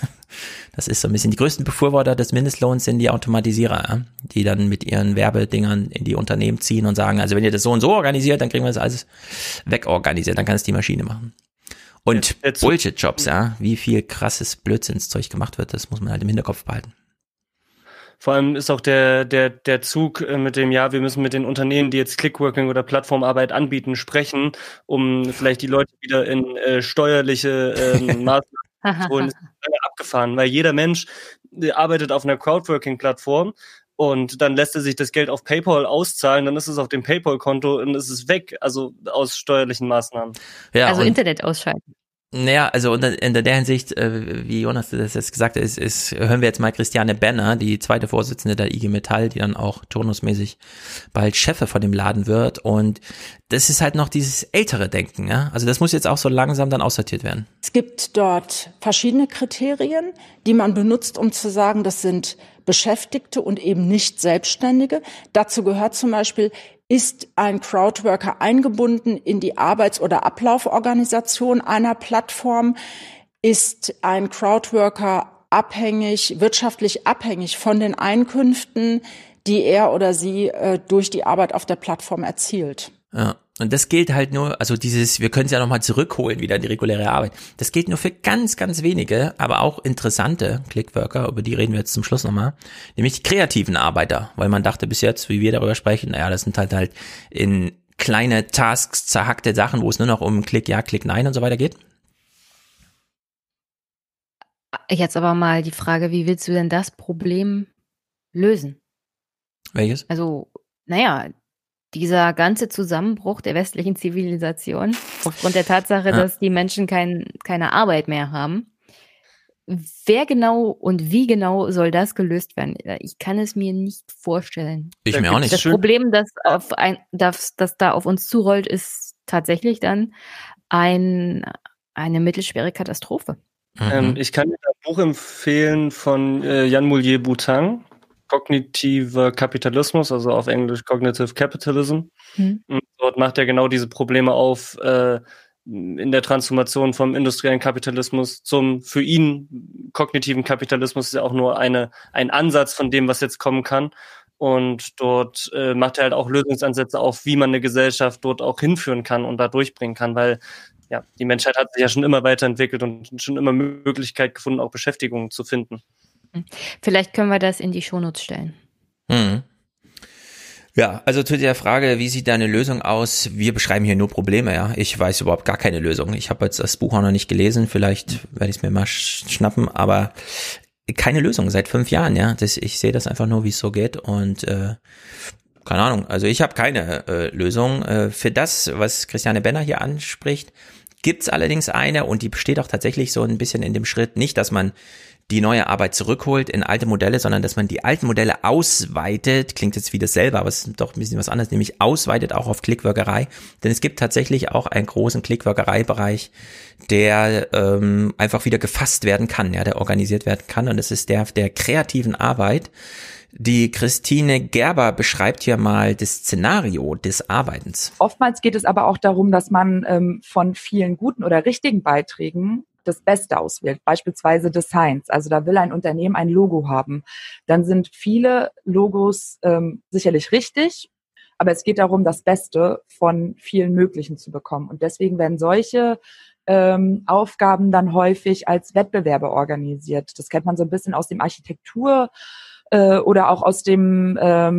S1: Das ist so ein bisschen, die größten Befürworter des Mindestlohns sind die Automatisierer, ja, die dann mit ihren Werbedingern in die Unternehmen ziehen und sagen, also wenn ihr das so und so organisiert, dann kriegen wir das alles wegorganisiert, dann kann es die Maschine machen. Und Bullshit-Jobs, ja, wie viel krasses Blödsinnszeug gemacht wird, das muss man halt im Hinterkopf behalten.
S10: Vor allem ist auch der Zug mit dem, ja, wir müssen mit den Unternehmen, die jetzt Clickworking oder Plattformarbeit anbieten, sprechen, um vielleicht die Leute wieder in steuerliche Maßnahmen zu holen. Das ist lange abgefahren, weil jeder Mensch arbeitet auf einer Crowdworking-Plattform und dann lässt er sich das Geld auf PayPal auszahlen, dann ist es auf dem PayPal-Konto und ist es weg, also aus steuerlichen Maßnahmen.
S11: Ja, also Internet ausschalten.
S1: Naja, also in der Hinsicht, wie Jonas das jetzt gesagt hat, hören wir jetzt mal Christiane Benner, die zweite Vorsitzende der IG Metall, die dann auch turnusmäßig bald Chefin von dem Laden wird. Und das ist halt noch dieses ältere Denken, ja. Also das muss jetzt auch so langsam dann aussortiert werden.
S23: Es gibt dort verschiedene Kriterien, die man benutzt, um zu sagen, das sind Beschäftigte und eben nicht Selbstständige. Dazu gehört zum Beispiel, ist ein Crowdworker eingebunden in die Arbeits- oder Ablauforganisation einer Plattform? Ist ein Crowdworker wirtschaftlich abhängig von den Einkünften, die er oder sie durch die Arbeit auf der Plattform erzielt?
S1: Ja. Und das gilt halt nur, also wir können es ja nochmal zurückholen, wieder in die reguläre Arbeit. Das gilt nur für ganz, ganz wenige, aber auch interessante Clickworker, über die reden wir jetzt zum Schluss nochmal, nämlich die kreativen Arbeiter, weil man dachte bis jetzt, wie wir darüber sprechen, naja, das sind halt in kleine Tasks zerhackte Sachen, wo es nur noch um Klick ja, Klick nein und so weiter geht.
S11: Jetzt aber mal die Frage, wie willst du denn das Problem lösen?
S1: Welches?
S11: Also, naja, dieser ganze Zusammenbruch der westlichen Zivilisation aufgrund der Tatsache, dass die Menschen keine Arbeit mehr haben. Wer genau und wie genau soll das gelöst werden? Ich kann es mir nicht vorstellen.
S1: Ich mir auch nicht.
S11: Das Problem, das da auf uns zurollt, ist tatsächlich dann eine mittelschwere Katastrophe.
S10: Ich kann dir ein Buch empfehlen von Jan Moulier-Boutang, Kognitiver Kapitalismus, also auf Englisch Cognitive Capitalism. Und dort macht er genau diese Probleme auf in der Transformation vom industriellen Kapitalismus zum für ihn kognitiven Kapitalismus ist ja auch nur ein Ansatz von dem, was jetzt kommen kann. Und dort macht er halt auch Lösungsansätze auf, wie man eine Gesellschaft dort auch hinführen kann und da durchbringen kann, weil ja, die Menschheit hat sich ja schon immer weiterentwickelt und schon immer Möglichkeit gefunden, auch Beschäftigung zu finden.
S11: Vielleicht können wir das in die Shownotes stellen.
S1: Ja, also zu der Frage, wie sieht deine Lösung aus? Wir beschreiben hier nur Probleme, ja. Ich weiß überhaupt gar keine Lösung. Ich habe jetzt das Buch auch noch nicht gelesen. Vielleicht werde ich es mir mal schnappen, aber keine Lösung seit 5 Jahren, ja. Ich sehe das einfach nur, wie es so geht und keine Ahnung. Also ich habe keine Lösung. Für das, was Christiane Benner hier anspricht, gibt's allerdings eine und die besteht auch tatsächlich so ein bisschen in dem Schritt, nicht, dass man die neue Arbeit zurückholt in alte Modelle, sondern dass man die alten Modelle ausweitet, klingt jetzt wie dasselbe, aber es ist doch ein bisschen was anderes, nämlich ausweitet auch auf Clickworkerei, denn es gibt tatsächlich auch einen großen Clickworkerei-Bereich, der einfach wieder gefasst werden kann, ja, der organisiert werden kann, und das ist der kreativen Arbeit. Die Christine Gerber beschreibt hier mal das Szenario des Arbeitens.
S9: Oftmals geht es aber auch darum, dass man von vielen guten oder richtigen Beiträgen das Beste auswählt, beispielsweise Designs. Also da will ein Unternehmen ein Logo haben. Dann sind viele Logos sicherlich richtig, aber es geht darum, das Beste von vielen Möglichen zu bekommen. Und deswegen werden solche Aufgaben dann häufig als Wettbewerbe organisiert. Das kennt man so ein bisschen aus dem Architektur oder auch aus dem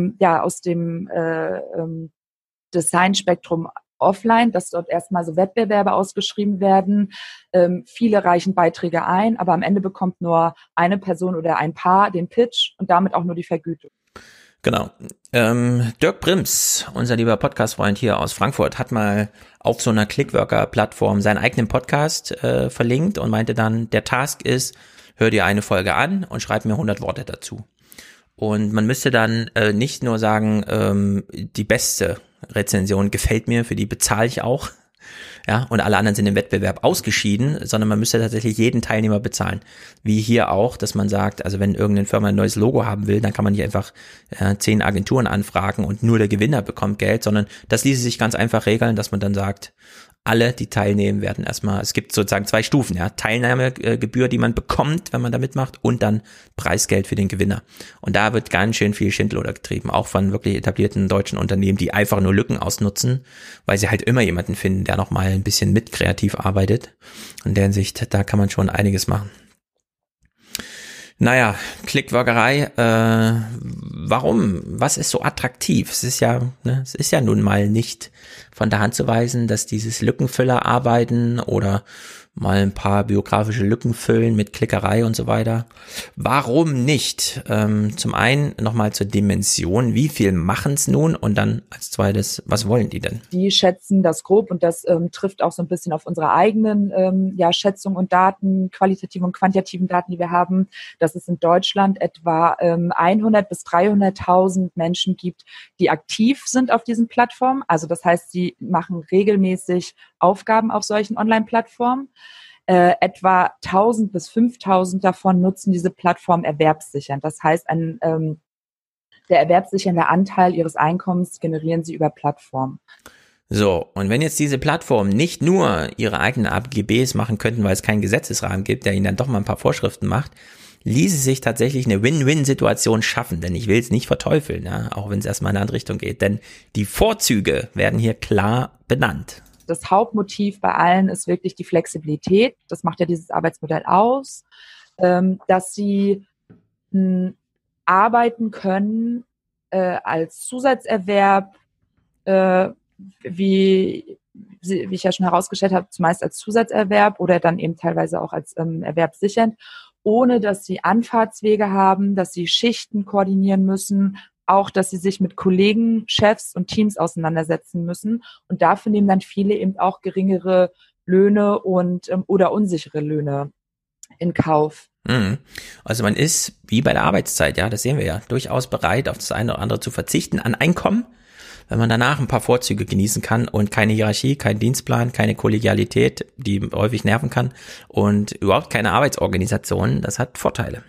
S9: Designspektrum offline, dass dort erstmal so Wettbewerbe ausgeschrieben werden. Viele reichen Beiträge ein, aber am Ende bekommt nur eine Person oder ein Paar den Pitch und damit auch nur die Vergütung.
S1: Genau. Dirk Brims, unser lieber Podcast-Freund hier aus Frankfurt, hat mal auf so einer Clickworker-Plattform seinen eigenen Podcast verlinkt und meinte dann, der Task ist, hör dir eine Folge an und schreib mir 100 Worte dazu. Und man müsste dann nicht nur sagen, die beste Rezension gefällt mir, für die bezahle ich auch, ja, und alle anderen sind im Wettbewerb ausgeschieden, sondern man müsste tatsächlich jeden Teilnehmer bezahlen. Wie hier auch, dass man sagt, also wenn irgendeine Firma ein neues Logo haben will, dann kann man nicht einfach 10 Agenturen anfragen und nur der Gewinner bekommt Geld, sondern das ließe sich ganz einfach regeln, dass man dann sagt, alle, die teilnehmen, werden erstmal, es gibt sozusagen 2 Stufen, ja, Teilnahmegebühr, die man bekommt, wenn man da mitmacht, und dann Preisgeld für den Gewinner. Und da wird ganz schön viel Schindluder getrieben, auch von wirklich etablierten deutschen Unternehmen, die einfach nur Lücken ausnutzen, weil sie halt immer jemanden finden, der nochmal ein bisschen mit kreativ arbeitet. In der Hinsicht, da kann man schon einiges machen. Naja, Clickworkerei, warum? Was ist so attraktiv? Es ist ja nun mal nicht von der Hand zu weisen, dass dieses Lückenfüllerarbeiten oder mal ein paar biografische Lücken füllen mit Klickerei und so weiter. Warum nicht? Zum einen nochmal zur Dimension, wie viel machen es nun? Und dann als zweites, was wollen die denn?
S9: Die schätzen das grob und das trifft auch so ein bisschen auf unsere eigenen Schätzungen und Daten, qualitativen und quantitativen Daten, die wir haben, dass es in Deutschland etwa 100 bis 300.000 Menschen gibt, die aktiv sind auf diesen Plattformen. Also das heißt, sie machen regelmäßig Aufgaben auf solchen Online-Plattformen. Etwa 1.000 bis 5.000 davon nutzen diese Plattform erwerbssichernd. Das heißt, der erwerbssichernde Anteil ihres Einkommens generieren sie über Plattformen.
S1: So, und wenn jetzt diese Plattformen nicht nur ihre eigenen AGBs machen könnten, weil es keinen Gesetzesrahmen gibt, der ihnen dann doch mal ein paar Vorschriften macht, ließe sich tatsächlich eine Win-Win-Situation schaffen, denn ich will es nicht verteufeln, ja, auch wenn es erstmal in eine andere Richtung geht, denn die Vorzüge werden hier klar benannt.
S9: Das Hauptmotiv bei allen ist wirklich die Flexibilität. Das macht ja dieses Arbeitsmodell aus, dass sie arbeiten können als Zusatzerwerb, wie ich ja schon herausgestellt habe, zumeist als Zusatzerwerb oder dann eben teilweise auch als erwerbssichernd, ohne dass sie Anfahrtswege haben, dass sie Schichten koordinieren müssen, auch, dass sie sich mit Kollegen, Chefs und Teams auseinandersetzen müssen. Und dafür nehmen dann viele eben auch geringere Löhne und oder unsichere Löhne in Kauf.
S1: Also man ist, wie bei der Arbeitszeit, ja, das sehen wir ja, durchaus bereit, auf das eine oder andere zu verzichten an Einkommen, wenn man danach ein paar Vorzüge genießen kann und keine Hierarchie, kein Dienstplan, keine Kollegialität, die häufig nerven kann, und überhaupt keine Arbeitsorganisation. Das hat Vorteile.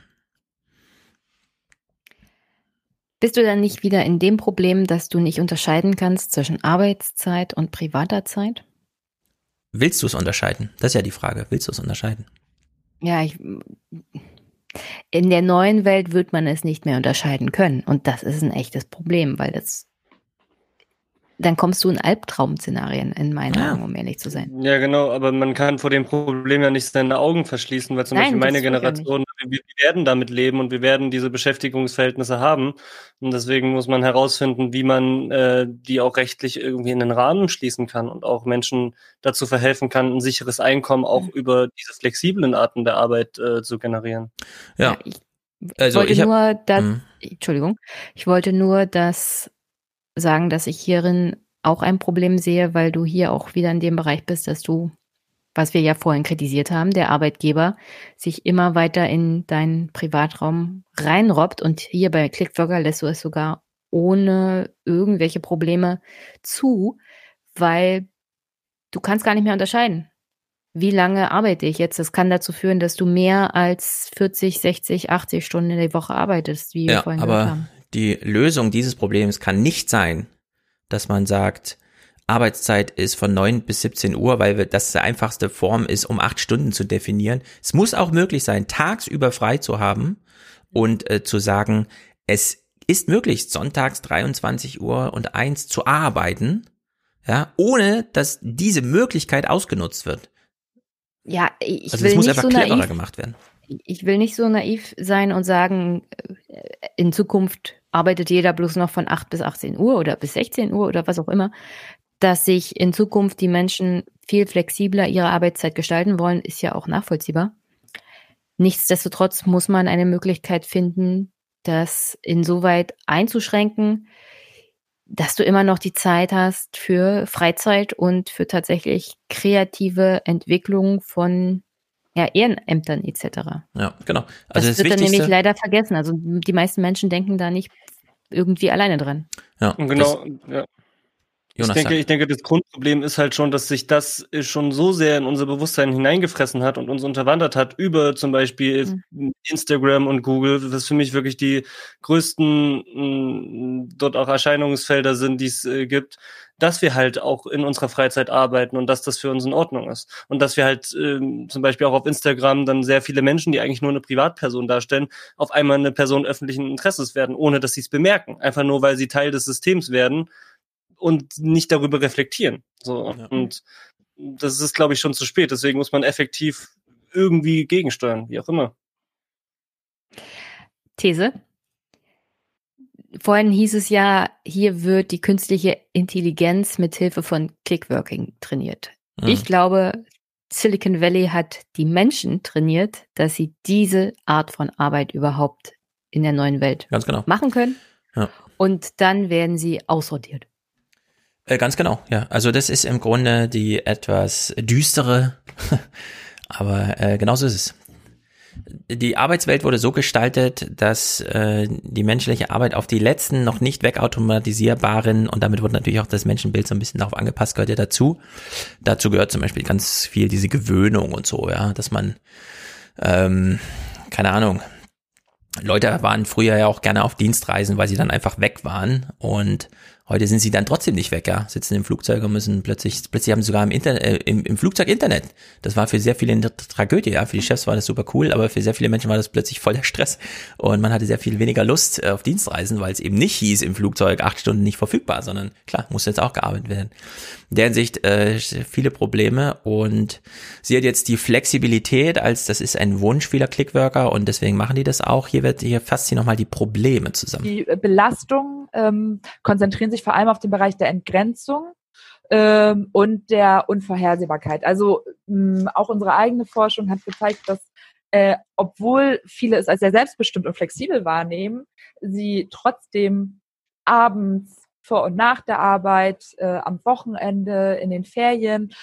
S11: Bist du dann nicht wieder in dem Problem, dass du nicht unterscheiden kannst zwischen Arbeitszeit und privater Zeit?
S1: Willst du es unterscheiden? Das ist ja die Frage. Willst du es unterscheiden?
S11: Ja, in der neuen Welt wird man es nicht mehr unterscheiden können. Und das ist ein echtes Problem, weil dann kommst du in Albtraum-Szenarien in meinen Augen, um ehrlich zu sein.
S10: Ja, genau, aber man kann vor dem Problem ja nicht seine Augen verschließen, weil zum Beispiel meine Generation, wir werden damit leben und wir werden diese Beschäftigungsverhältnisse haben. Und deswegen muss man herausfinden, wie man die auch rechtlich irgendwie in den Rahmen schließen kann und auch Menschen dazu verhelfen kann, ein sicheres Einkommen auch über diese flexiblen Arten der Arbeit zu generieren.
S1: Ja.
S11: Ich wollte nur das sagen, dass ich hierin auch ein Problem sehe, weil du hier auch wieder in dem Bereich bist, dass du was wir ja vorhin kritisiert haben, der Arbeitgeber sich immer weiter in deinen Privatraum reinrobbt. Und hier bei Clickworker lässt du es sogar ohne irgendwelche Probleme zu, weil du kannst gar nicht mehr unterscheiden. Wie lange arbeite ich jetzt? Das kann dazu führen, dass du mehr als 40, 60, 80 Stunden in der Woche arbeitest, wie wir vorhin gehört haben.
S1: Die Lösung dieses Problems kann nicht sein, dass man sagt, Arbeitszeit ist von 9 bis 17 Uhr, weil das die einfachste Form ist, um 8 Stunden zu definieren. Es muss auch möglich sein, tagsüber frei zu haben und zu sagen, es ist möglich, sonntags 23 Uhr und 1 zu arbeiten, ja, ohne dass diese Möglichkeit ausgenutzt wird.
S11: Ja, ich
S1: Also
S11: will
S1: es muss
S11: nicht
S1: einfach
S11: so
S1: cleverer
S11: naiv
S1: gemacht werden.
S11: Ich will nicht so naiv sein und sagen, in Zukunft arbeitet jeder bloß noch von 8 bis 18 Uhr oder bis 16 Uhr oder was auch immer. Dass sich in Zukunft die Menschen viel flexibler ihre Arbeitszeit gestalten wollen, ist ja auch nachvollziehbar. Nichtsdestotrotz muss man eine Möglichkeit finden, das insoweit einzuschränken, dass du immer noch die Zeit hast für Freizeit und für tatsächlich kreative Entwicklung von Ehrenämtern etc.
S1: Ja, genau. Also
S11: das wird dann nämlich leider vergessen. Also die meisten Menschen denken da nicht irgendwie alleine dran.
S1: Ja,
S10: genau. Ja. Ich denke, das Grundproblem ist halt schon, dass sich das schon so sehr in unser Bewusstsein hineingefressen hat und uns unterwandert hat über zum Beispiel Instagram und Google, was für mich wirklich die größten dort auch Erscheinungsfelder sind, die es gibt, dass wir halt auch in unserer Freizeit arbeiten und dass das für uns in Ordnung ist. Und dass wir halt zum Beispiel auch auf Instagram dann sehr viele Menschen, die eigentlich nur eine Privatperson darstellen, auf einmal eine Person öffentlichen Interesses werden, ohne dass sie es bemerken. Einfach nur, weil sie Teil des Systems werden und nicht darüber reflektieren. So. Ja. Und das ist, glaube ich, schon zu spät. Deswegen muss man effektiv irgendwie gegensteuern, wie auch immer.
S11: These. Vorhin hieß es ja, hier wird die künstliche Intelligenz mithilfe von Clickworking trainiert. Ich glaube, Silicon Valley hat die Menschen trainiert, dass sie diese Art von Arbeit überhaupt in der neuen Welt machen können. Ja. Und dann werden sie aussortiert.
S1: Ganz genau, ja. Also das ist im Grunde die etwas düstere, aber genauso ist es. Die Arbeitswelt wurde so gestaltet, dass die menschliche Arbeit auf die letzten noch nicht wegautomatisierbaren, und damit wird natürlich auch das Menschenbild so ein bisschen darauf angepasst, gehört ja dazu. Dazu gehört zum Beispiel ganz viel diese Gewöhnung und so, ja, dass man, keine Ahnung, Leute waren früher ja auch gerne auf Dienstreisen, weil sie dann einfach weg waren, und heute sind sie dann trotzdem nicht weg, ja, sitzen im Flugzeug und müssen plötzlich haben sie sogar im Flugzeug Internet. Das war für sehr viele eine Tragödie, ja, für die Chefs war das super cool, aber für sehr viele Menschen war das plötzlich voll der Stress und man hatte sehr viel weniger Lust auf Dienstreisen, weil es eben nicht hieß, im Flugzeug 8 Stunden nicht verfügbar, sondern klar, muss jetzt auch gearbeitet werden. In der Hinsicht viele Probleme, und sie hat jetzt die Flexibilität, als das ist ein Wunsch vieler Clickworker, und deswegen machen die das auch. Hier fasst sie nochmal die Probleme zusammen.
S9: Die Belastung konzentrieren sich vor allem auf den Bereich der Entgrenzung und der Unvorhersehbarkeit. Also auch unsere eigene Forschung hat gezeigt, dass obwohl viele es als sehr selbstbestimmt und flexibel wahrnehmen, sie trotzdem abends, vor und nach der Arbeit, am Wochenende, in den Ferien,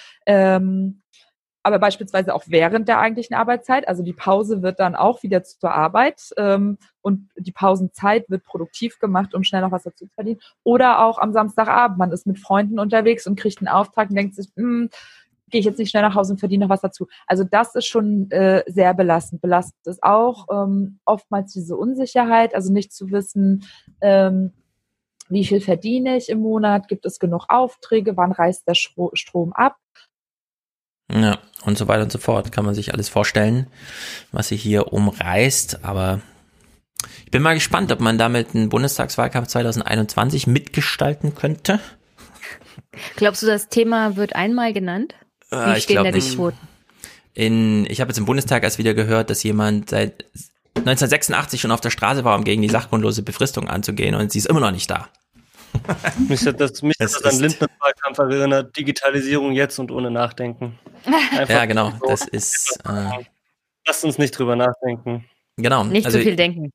S9: aber beispielsweise auch während der eigentlichen Arbeitszeit. Also die Pause wird dann auch wieder zur Arbeit und die Pausenzeit wird produktiv gemacht, um schnell noch was dazu zu verdienen. Oder auch am Samstagabend, man ist mit Freunden unterwegs und kriegt einen Auftrag und denkt sich, gehe ich jetzt nicht schnell nach Hause und verdiene noch was dazu. Also das ist schon sehr belastend. Belastend ist auch oftmals diese Unsicherheit, also nicht zu wissen, wie viel verdiene ich im Monat, gibt es genug Aufträge, wann reißt der Strom ab.
S1: Ja, und so weiter und so fort. Kann man sich alles vorstellen, was sie hier umreißt. Aber ich bin mal gespannt, ob man damit einen Bundestagswahlkampf 2021 mitgestalten könnte.
S11: Glaubst du, das Thema wird einmal genannt?
S1: Ich glaube nicht. Ich habe jetzt im Bundestag erst wieder gehört, dass jemand seit 1986 schon auf der Straße war, um gegen die sachgrundlose Befristung anzugehen, und sie ist immer noch nicht da.
S10: Mich hat das an Lindners Wahlkampf erinnert, Digitalisierung jetzt und ohne Nachdenken.
S1: Ja, genau, das ist...
S10: Lasst uns nicht drüber nachdenken.
S1: Genau.
S11: Nicht so viel denken.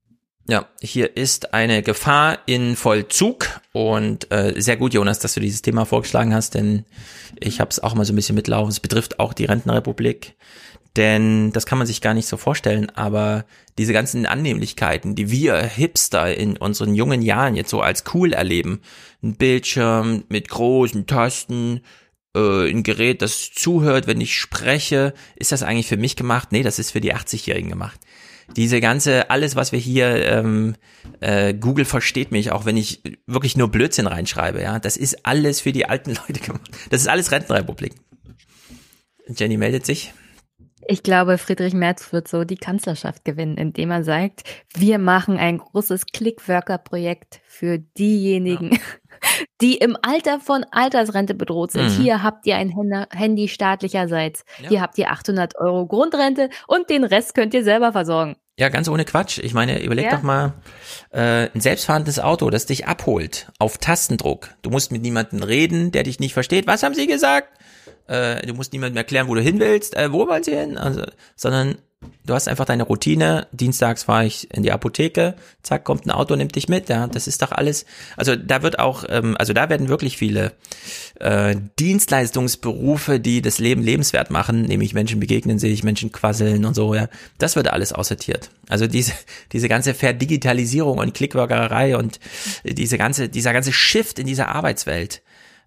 S1: Ja, hier ist eine Gefahr in Vollzug und sehr gut, Jonas, dass du dieses Thema vorgeschlagen hast, denn ich habe es auch mal so ein bisschen mitlaufen. Es betrifft auch die Rentenrepublik, denn das kann man sich gar nicht so vorstellen, aber diese ganzen Annehmlichkeiten, die wir Hipster in unseren jungen Jahren jetzt so als cool erleben, ein Bildschirm mit großen Tasten, ein Gerät, das zuhört, wenn ich spreche, ist das eigentlich für mich gemacht? Nee, das ist für die 80-Jährigen gemacht. Diese ganze, alles was wir hier, Google versteht mich, auch wenn ich wirklich nur Blödsinn reinschreibe, ja, das ist alles für die alten Leute gemacht. Das ist alles Rentenrepublik. Jenny meldet sich.
S11: Ich glaube, Friedrich Merz wird so die Kanzlerschaft gewinnen, indem er sagt, wir machen ein großes Clickworker-Projekt für diejenigen, die im Alter von Altersrente bedroht sind. Hier habt ihr ein Handy staatlicherseits. Hier habt ihr 800 € Grundrente und den Rest könnt ihr selber versorgen.
S1: Ja, ganz ohne Quatsch. Ich meine, überleg doch mal, ein selbstfahrendes Auto, das dich abholt, auf Tastendruck. Du musst mit niemandem reden, der dich nicht versteht. Was haben sie gesagt? Du musst niemandem erklären, wo du hin willst. Wo wollen sie hin? Also, sondern du hast einfach deine Routine. Dienstags fahre ich in die Apotheke. Zack, kommt ein Auto, nimmt dich mit. Ja, das ist doch alles. Also da wird auch, da werden wirklich viele Dienstleistungsberufe, die das Leben lebenswert machen, nämlich Menschen begegnen sich, Menschen quasseln und so. Ja, das wird alles aussortiert. Also diese ganze Verdigitalisierung und Klickworkerei und dieser ganze Shift in dieser Arbeitswelt.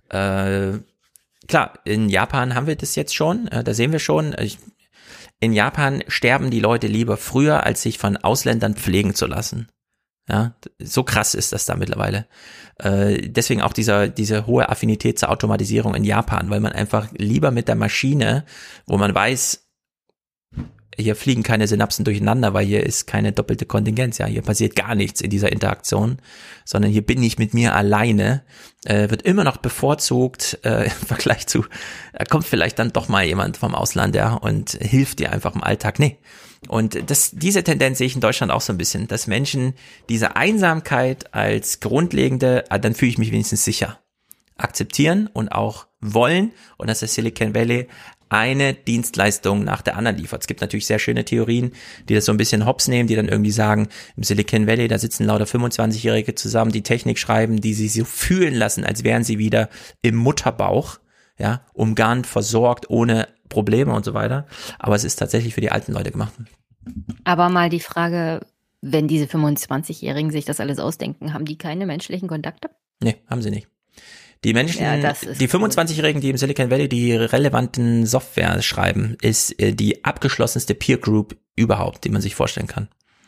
S1: Klar, in Japan haben wir das jetzt schon, da sehen wir schon, in Japan sterben die Leute lieber früher, als sich von Ausländern pflegen zu lassen. Ja, so krass ist das da mittlerweile. Deswegen auch diese hohe Affinität zur Automatisierung in Japan, weil man einfach lieber mit der Maschine, wo man weiß, hier fliegen keine Synapsen durcheinander, weil hier ist keine doppelte Kontingenz, ja, hier passiert gar nichts in dieser Interaktion, sondern hier bin ich mit mir alleine, wird immer noch bevorzugt im Vergleich zu, da kommt vielleicht dann doch mal jemand vom Ausland, ja, und hilft dir einfach im Alltag, nee. Und diese Tendenz sehe ich in Deutschland auch so ein bisschen, dass Menschen diese Einsamkeit als grundlegende, dann fühle ich mich wenigstens sicher, akzeptieren und auch wollen, und dass das Silicon Valley eine Dienstleistung nach der anderen liefert. Es gibt natürlich sehr schöne Theorien, die das so ein bisschen hops nehmen, die dann irgendwie sagen, im Silicon Valley, da sitzen lauter 25-Jährige zusammen, die Technik schreiben, die sich so fühlen lassen, als wären sie wieder im Mutterbauch, ja, umgarnt, versorgt, ohne Probleme und so weiter. Aber es ist tatsächlich für die alten Leute gemacht.
S11: Aber mal die Frage, wenn diese 25-Jährigen sich das alles ausdenken, haben die keine menschlichen Kontakte?
S1: Nee, haben sie nicht. Die Menschen, die 25-Jährigen, die im Silicon Valley die relevanten Software schreiben, ist die abgeschlossenste Peer Group überhaupt, die man sich vorstellen kann.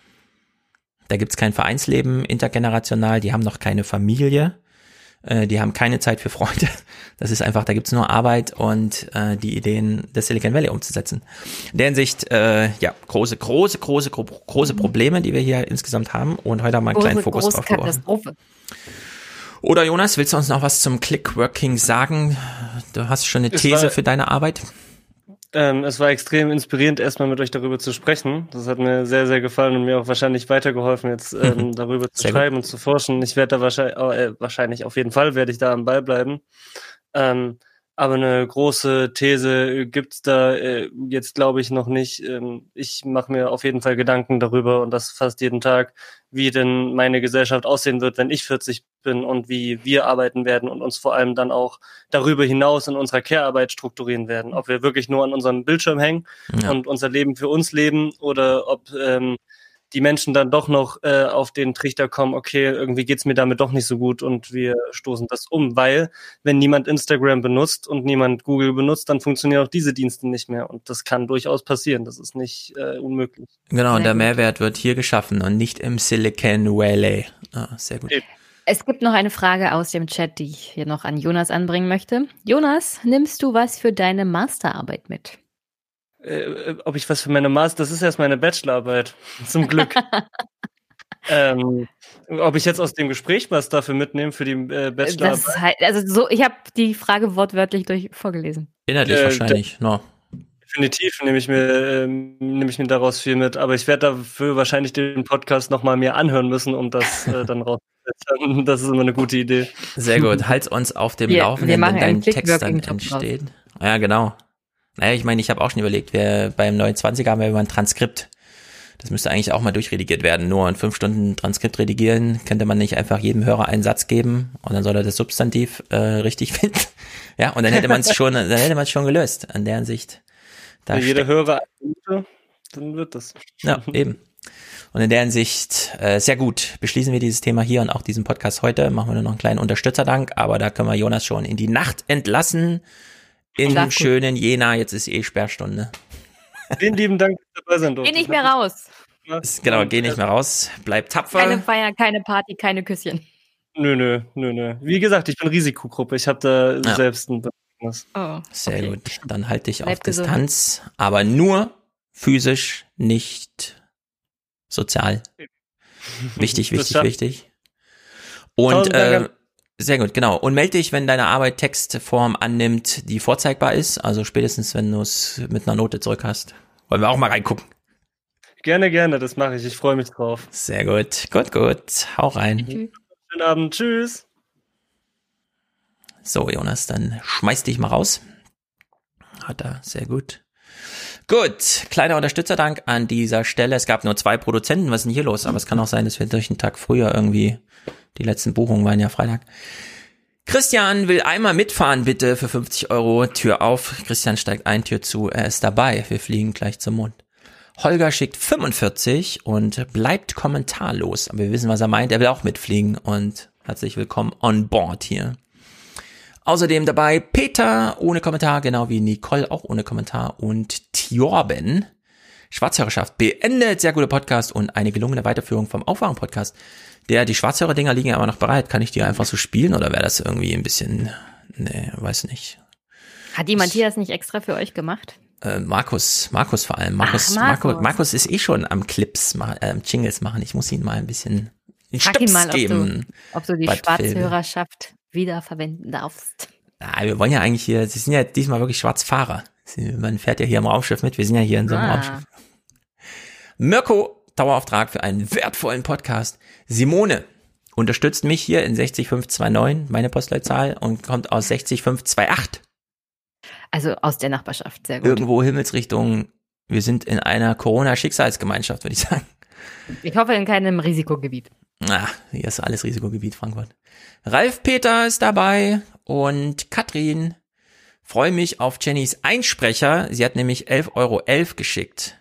S1: Da gibt's kein Vereinsleben intergenerational, die haben noch keine Familie, die haben keine Zeit für Freunde. Das ist einfach, da gibt's nur Arbeit und die Ideen des Silicon Valley umzusetzen. In der Hinsicht, große Probleme, die wir hier insgesamt haben, und heute haben wir einen kleinen Fokus drauf geworfen. Oder Jonas, willst du uns noch was zum Clickworking sagen? Du hast schon eine These für deine Arbeit?
S10: Es war extrem inspirierend, erstmal mit euch darüber zu sprechen. Das hat mir sehr, sehr gefallen und mir auch wahrscheinlich weitergeholfen, jetzt darüber zu schreiben und zu forschen. Ich werde da wahrscheinlich auf jeden Fall werde ich da am Ball bleiben. Aber eine große These gibt's da jetzt, glaube ich, noch nicht. Ich mache mir auf jeden Fall Gedanken darüber, und das fast jeden Tag, wie denn meine Gesellschaft aussehen wird, wenn ich 40 bin, und wie wir arbeiten werden und uns vor allem dann auch darüber hinaus in unserer Care-Arbeit strukturieren werden. Ob wir wirklich nur an unserem Bildschirm hängen und unser Leben für uns leben, oder ob die Menschen dann doch noch auf den Trichter kommen, okay, irgendwie geht's mir damit doch nicht so gut und wir stoßen das um, weil wenn niemand Instagram benutzt und niemand Google benutzt, dann funktionieren auch diese Dienste nicht mehr, und das kann durchaus passieren, das ist nicht unmöglich.
S1: Genau, und der Mehrwert wird hier geschaffen und nicht im Silicon Valley. Sehr gut.
S11: Es gibt noch eine Frage aus dem Chat, die ich hier noch an Jonas anbringen möchte. Jonas, nimmst du was für deine Masterarbeit mit?
S10: Ob ich was für meine das ist erst meine Bachelorarbeit, zum Glück. Ob ich jetzt aus dem Gespräch was dafür mitnehme für die Bachelorarbeit?
S11: Das heißt, ich habe die Frage wortwörtlich vorgelesen.
S1: Inhaltlich wahrscheinlich,
S10: Definitiv nehme ich mir daraus viel mit, aber ich werde dafür wahrscheinlich den Podcast nochmal mir anhören müssen, um das dann rauszusetzen. Das ist immer eine gute Idee.
S1: Sehr gut, halt's uns auf dem Laufenden, wenn dein Text dann entsteht. Ja, genau. Naja, ich meine, ich habe auch schon überlegt, beim 29er haben wir immer ein Transkript. Das müsste eigentlich auch mal durchredigiert werden. Nur in 5 Stunden Transkript redigieren, könnte man nicht einfach jedem Hörer einen Satz geben und dann soll er das Substantiv richtig finden. Ja, und dann hätte man es schon gelöst. An deren Sicht.
S10: Wenn jeder Hörer dann wird das.
S1: Ja, eben. Und in der Hinsicht, sehr gut, beschließen wir dieses Thema hier und auch diesen Podcast heute. Machen wir nur noch einen kleinen Unterstützerdank, aber da können wir Jonas schon in die Nacht entlassen. In schönen Jena, jetzt ist Sperrstunde.
S10: Vielen lieben Dank, dass ihr dabei sein durfte.
S11: Geh nicht mehr raus.
S1: Genau, geh nicht mehr raus. Bleib tapfer.
S11: Keine Feier, keine Party, keine Küsschen.
S10: Nö. Wie gesagt, ich bin Risikogruppe. Ich habe da selbst ein Bedürfnis.
S1: Sehr gut. Dann halte dich auf Distanz, aber nur physisch, nicht sozial. Wichtig. Und sehr gut, genau. Und melde dich, wenn deine Arbeit Textform annimmt, die vorzeigbar ist. Also spätestens, wenn du es mit einer Note zurück hast. Wollen wir auch mal reingucken.
S10: Gerne, das mache ich. Ich freue mich drauf.
S1: Sehr gut. Gut. Hau rein.
S10: Schönen Abend. Tschüss.
S1: So, Jonas, dann schmeiß dich mal raus. Hat er. Sehr gut. Gut, kleiner Unterstützerdank an dieser Stelle. Es gab nur 2 Produzenten. Was ist denn hier los? Aber es kann auch sein, dass wir durch den Tag früher irgendwie, die letzten Buchungen waren ja Freitag. Christian will einmal mitfahren, bitte, für 50 €. Tür auf. Christian steigt ein, Tür zu. Er ist dabei. Wir fliegen gleich zum Mond. Holger schickt 45 und bleibt kommentarlos. Aber wir wissen, was er meint. Er will auch mitfliegen und herzlich willkommen on board hier. Außerdem dabei Peter ohne Kommentar, genau wie Nicole auch ohne Kommentar und Thjorben. Schwarzhörerschaft beendet, sehr guter Podcast und eine gelungene Weiterführung vom Aufwachen-Podcast. Die Schwarzhörer-Dinger liegen ja aber noch bereit. Kann ich die einfach so spielen oder wäre das irgendwie ein bisschen, nee, weiß nicht.
S11: Hat die Matthias nicht extra für euch gemacht?
S1: Markus vor allem. Markus ist schon am Clips, Jingles machen. Ich muss ihn mal ein bisschen Stups geben.
S11: Ob du die Schwarzhörerschaft wiederverwenden darfst.
S1: Ja, wir wollen ja eigentlich hier, sie sind ja diesmal wirklich Schwarzfahrer. Man fährt ja hier im Raumschiff mit, wir sind ja hier in so einem Raumschiff. Mirko, Dauerauftrag für einen wertvollen Podcast. Simone unterstützt mich hier in 60529, meine Postleitzahl, und kommt aus 60528.
S11: Also aus der Nachbarschaft, sehr gut.
S1: Irgendwo Himmelsrichtung, wir sind in einer Corona-Schicksalsgemeinschaft, würde ich sagen.
S11: Ich hoffe in keinem Risikogebiet.
S1: Hier ist alles Risikogebiet, Frankfurt. Ralf Peter ist dabei und Katrin. Freue mich auf Jennys Einsprecher. Sie hat nämlich 11,11 € geschickt.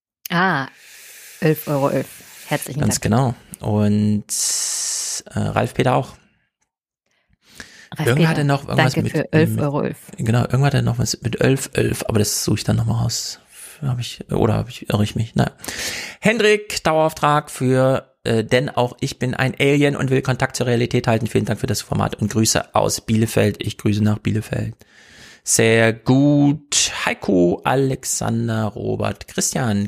S11: 11,11 €. Herzlichen Dank.
S1: Ganz genau. Und Ralf Peter auch. Irgendwann hat er noch irgendwas
S11: danke für 11,11 €.
S1: Genau, irgendwann hat er noch was mit 11,11 €, aber das suche ich dann nochmal raus. Irre ich mich? Naja. Hendrik, Dauerauftrag für denn auch ich bin ein Alien und will Kontakt zur Realität halten. Vielen Dank für das Format und Grüße aus Bielefeld. Ich grüße nach Bielefeld. Sehr gut. Heiko, Alexander, Robert, Christian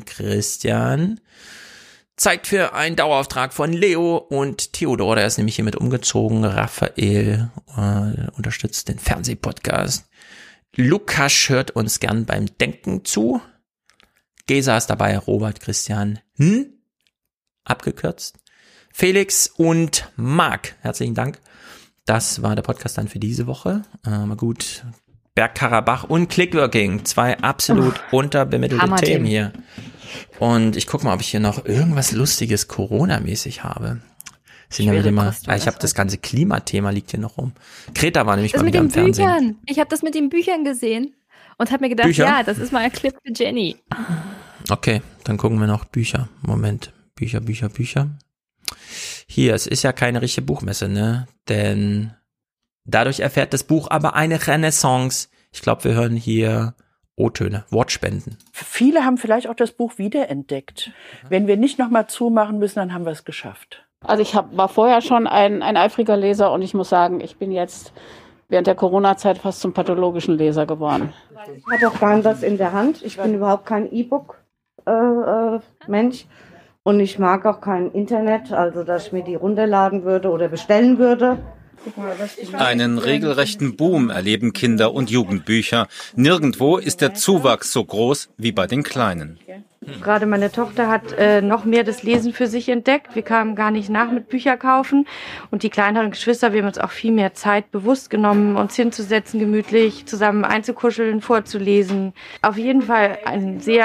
S1: zeigt für einen Dauerauftrag von Leo und Theodor, der ist nämlich hiermit umgezogen. Raphael unterstützt den Fernsehpodcast. Lukas hört uns gern beim Denken zu. Gesa ist dabei, Robert, Christian, abgekürzt. Felix und Marc, herzlichen Dank. Das war der Podcast dann für diese Woche. Mal gut. Bergkarabach und Clickworking, 2 absolut unterbemittelte Themen hier. Und ich gucke mal, ob ich hier noch irgendwas Lustiges Corona-mäßig habe. Ich habe das ganze Klimathema liegt hier noch rum. Greta war nämlich mal wieder im Fernsehen.
S11: Ich habe das mit den Büchern gesehen und habe mir gedacht, ja, das ist mal ein Clip für Jenny.
S1: Okay, dann gucken wir noch Bücher. Moment, Bücher. Hier, es ist ja keine richtige Buchmesse, ne? Denn dadurch erfährt das Buch aber eine Renaissance. Ich glaube, wir hören hier O-Töne, Wortspenden.
S8: Viele haben vielleicht auch das Buch wiederentdeckt. Wenn wir nicht nochmal zumachen müssen, dann haben wir es geschafft.
S15: Also ich war vorher schon ein eifriger Leser und ich muss sagen, ich bin jetzt während der Corona-Zeit fast zum pathologischen Leser geworden.
S16: Ich habe auch gar nicht was in der Hand. Ich bin überhaupt kein E-Book-Mensch. Und ich mag auch kein Internet, also dass ich mir die runterladen würde oder bestellen würde.
S24: Einen regelrechten Boom erleben Kinder- und Jugendbücher. Nirgendwo ist der Zuwachs so groß wie bei den Kleinen.
S25: Gerade meine Tochter hat noch mehr das Lesen für sich entdeckt. Wir kamen gar nicht nach mit Bücher kaufen. Und die kleineren Geschwister, wir haben uns auch viel mehr Zeit bewusst genommen, uns hinzusetzen, gemütlich zusammen einzukuscheln, vorzulesen. Auf jeden Fall ein sehr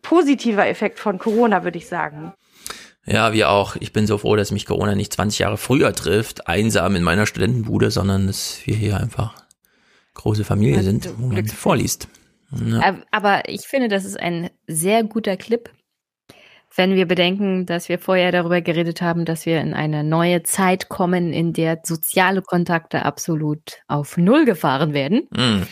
S25: positiver Effekt von Corona, würde ich sagen.
S1: Ja, wir auch. Ich bin so froh, dass mich Corona nicht 20 Jahre früher trifft, einsam in meiner Studentenbude, sondern dass wir hier einfach große Familie sind, wo man vorliest. Ja.
S11: Aber ich finde, das ist ein sehr guter Clip, wenn wir bedenken, dass wir vorher darüber geredet haben, dass wir in eine neue Zeit kommen, in der soziale Kontakte absolut auf Null gefahren werden.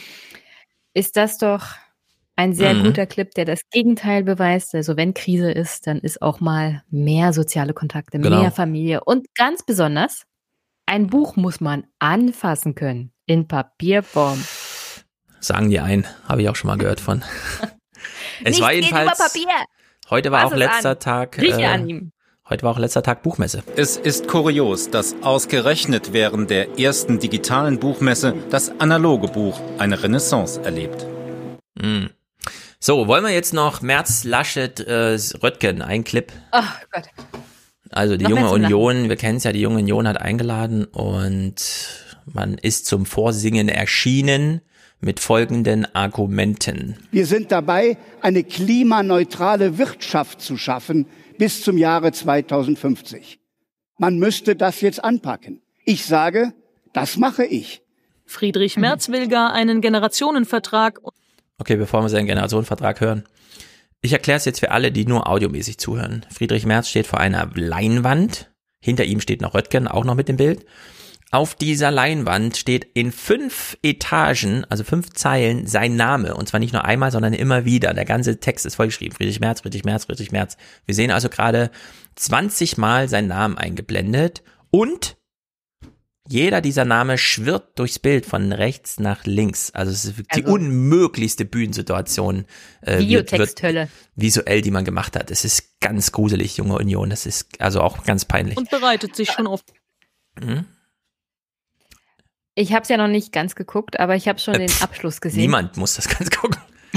S11: Ist das doch ein sehr guter Clip, der das Gegenteil beweist. Also wenn Krise ist, dann ist auch mal mehr soziale Kontakte, mehr Familie. Und ganz besonders, ein Buch muss man anfassen können, in Papierform.
S1: Sagen die einen, habe ich auch schon mal gehört von. Es war jedenfalls
S11: über Papier.
S1: Heute war auch letzter Tag.
S11: Rieche an ihm.
S1: Heute war auch letzter Tag Buchmesse.
S24: Es ist kurios, dass ausgerechnet während der ersten digitalen Buchmesse das analoge Buch eine Renaissance erlebt.
S1: So, wollen wir jetzt noch Merz, Laschet, Röttgen, ein Clip?
S11: Ach Gott.
S1: Also die Junge Union, wir kennen es ja, die Junge Union hat eingeladen und man ist zum Vorsingen erschienen mit folgenden Argumenten.
S2: Wir sind dabei, eine klimaneutrale Wirtschaft zu schaffen bis zum Jahre 2050. Man müsste das jetzt anpacken. Ich sage, das mache ich.
S3: Friedrich Merz will gar einen Generationenvertrag.
S1: Okay, bevor wir seinen Generationenvertrag hören. Ich erkläre es jetzt für alle, die nur audiomäßig zuhören. Friedrich Merz steht vor einer Leinwand. Hinter ihm steht noch Röttgen, auch noch mit dem Bild. Auf dieser Leinwand steht in 5 Etagen, also 5 Zeilen, sein Name. Und zwar nicht nur einmal, sondern immer wieder. Der ganze Text ist vollgeschrieben. Friedrich Merz, Friedrich Merz, Friedrich Merz. Wir sehen also gerade 20 Mal seinen Namen eingeblendet. Und jeder dieser Name schwirrt durchs Bild von rechts nach links. Also es ist die unmöglichste Bühnensituation.
S11: Videotexthölle.
S1: Visuell, die man gemacht hat. Es ist ganz gruselig, Junge Union. Das ist also auch ganz peinlich.
S3: Und bereitet sich schon auf.
S11: Ich habe es ja noch nicht ganz geguckt, aber ich habe schon den Abschluss gesehen.
S1: Niemand muss das ganz gucken.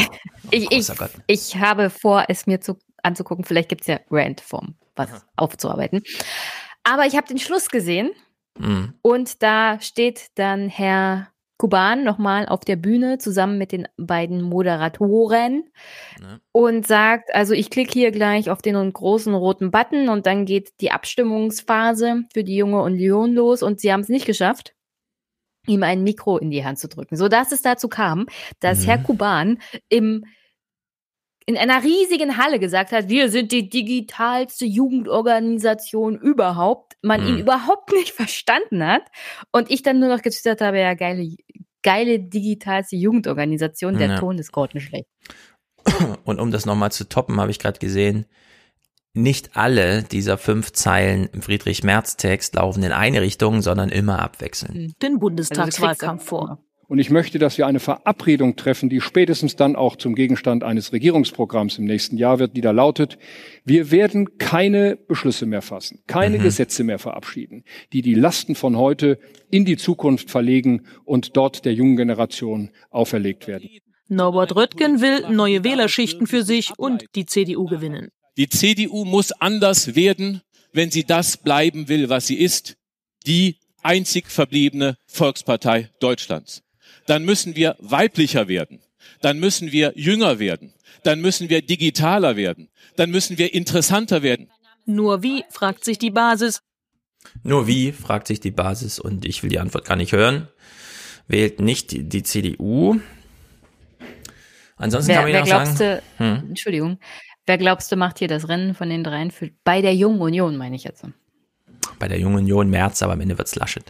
S11: Ich habe vor, es mir anzugucken. Vielleicht gibt es ja Rant-Form, was aufzuarbeiten. Aber ich habe den Schluss gesehen und da steht dann Herr Kuban nochmal auf der Bühne zusammen mit den beiden Moderatoren und sagt, also ich klicke hier gleich auf den großen roten Button und dann geht die Abstimmungsphase für die Junge Union los und sie haben es nicht geschafft, ihm ein Mikro in die Hand zu drücken, sodass es dazu kam, dass Herr Kuban in einer riesigen Halle gesagt hat, wir sind die digitalste Jugendorganisation überhaupt, man ihn überhaupt nicht verstanden hat und ich dann nur noch getwittert habe, ja, geile digitalste Jugendorganisation, der Ton ist grottenschlecht.
S1: Und um das nochmal zu toppen, habe ich gerade gesehen, nicht alle dieser 5 Zeilen im Friedrich-Merz-Text laufen in eine Richtung, sondern immer abwechselnd.
S3: Den Bundestagswahlkampf vor.
S4: Und ich möchte, dass wir eine Verabredung treffen, die spätestens dann auch zum Gegenstand eines Regierungsprogramms im nächsten Jahr wird, die da lautet, wir werden keine Beschlüsse mehr fassen, keine Gesetze mehr verabschieden, die die Lasten von heute in die Zukunft verlegen und dort der jungen Generation auferlegt werden.
S3: Norbert Röttgen will neue Wählerschichten für sich und die CDU gewinnen.
S5: Die CDU muss anders werden, wenn sie das bleiben will, was sie ist, die einzig verbliebene Volkspartei Deutschlands. Dann müssen wir weiblicher werden, dann müssen wir jünger werden, dann müssen wir digitaler werden, dann müssen wir interessanter werden.
S3: Nur wie, fragt sich die Basis.
S1: Nur wie, fragt sich die Basis und ich will die Antwort gar nicht hören. Wählt nicht die CDU. Ansonsten kann man ja noch sagen...
S11: Entschuldigung. Wer glaubst du, macht hier das Rennen von den dreien bei der Jungen Union, meine ich jetzt?
S1: Bei der Jungen Union Merz, aber am Ende wird's Laschet.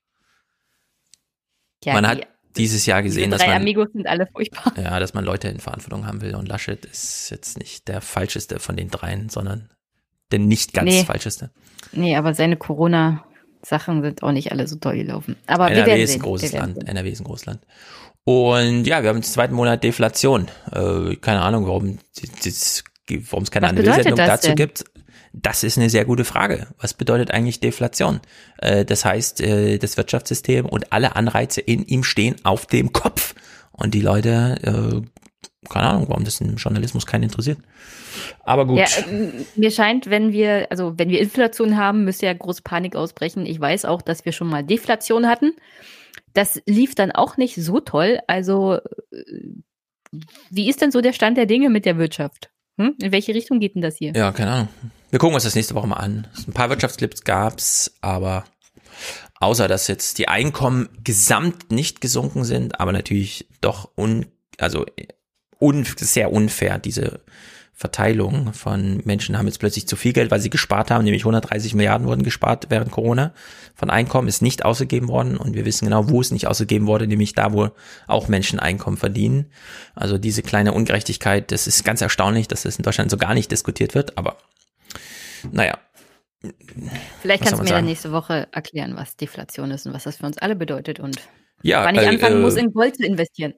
S1: Ja, man hat dieses Jahr gesehen, dass
S11: drei Amigos sind alle furchtbar.
S1: Ja, dass man Leute in Verantwortung haben will und Laschet ist jetzt nicht der falscheste von den dreien, sondern der nicht ganz falscheste.
S11: Nee, aber seine Corona-Sachen sind auch nicht alle so toll gelaufen. Aber wir werden sehen.
S1: NRW ist ein großes Land. Und ja, wir haben den 2. Monat Deflation. Keine Ahnung, warum es keine Analysesendung dazu gibt. Das ist eine sehr gute Frage. Was bedeutet eigentlich Deflation? Das heißt, das Wirtschaftssystem und alle Anreize in ihm stehen auf dem Kopf. Und die Leute, keine Ahnung, warum das im Journalismus keinen interessiert. Aber gut.
S11: Ja, mir scheint, wenn wir Inflation haben, müsste ja große Panik ausbrechen. Ich weiß auch, dass wir schon mal Deflation hatten. Das lief dann auch nicht so toll. Also, wie ist denn so der Stand der Dinge mit der Wirtschaft? In welche Richtung geht denn das hier?
S1: Ja, keine Ahnung. Wir gucken uns das nächste Woche mal an. Ein paar Wirtschaftsclips gab's, aber außer dass jetzt die Einkommen gesamt nicht gesunken sind, aber natürlich doch sehr unfair, diese Verteilung von Menschen haben jetzt plötzlich zu viel Geld, weil sie gespart haben, nämlich 130 Milliarden wurden gespart während Corona. Von Einkommen ist nicht ausgegeben worden und wir wissen genau, wo es nicht ausgegeben wurde, nämlich da, wo auch Menschen Einkommen verdienen. Also diese kleine Ungerechtigkeit, das ist ganz erstaunlich, dass das in Deutschland so gar nicht diskutiert wird, aber naja.
S11: Vielleicht kannst du mir dann nächste Woche erklären, was Deflation ist und was das für uns alle bedeutet und
S1: ja,
S11: wann ich anfangen muss, in Gold zu investieren.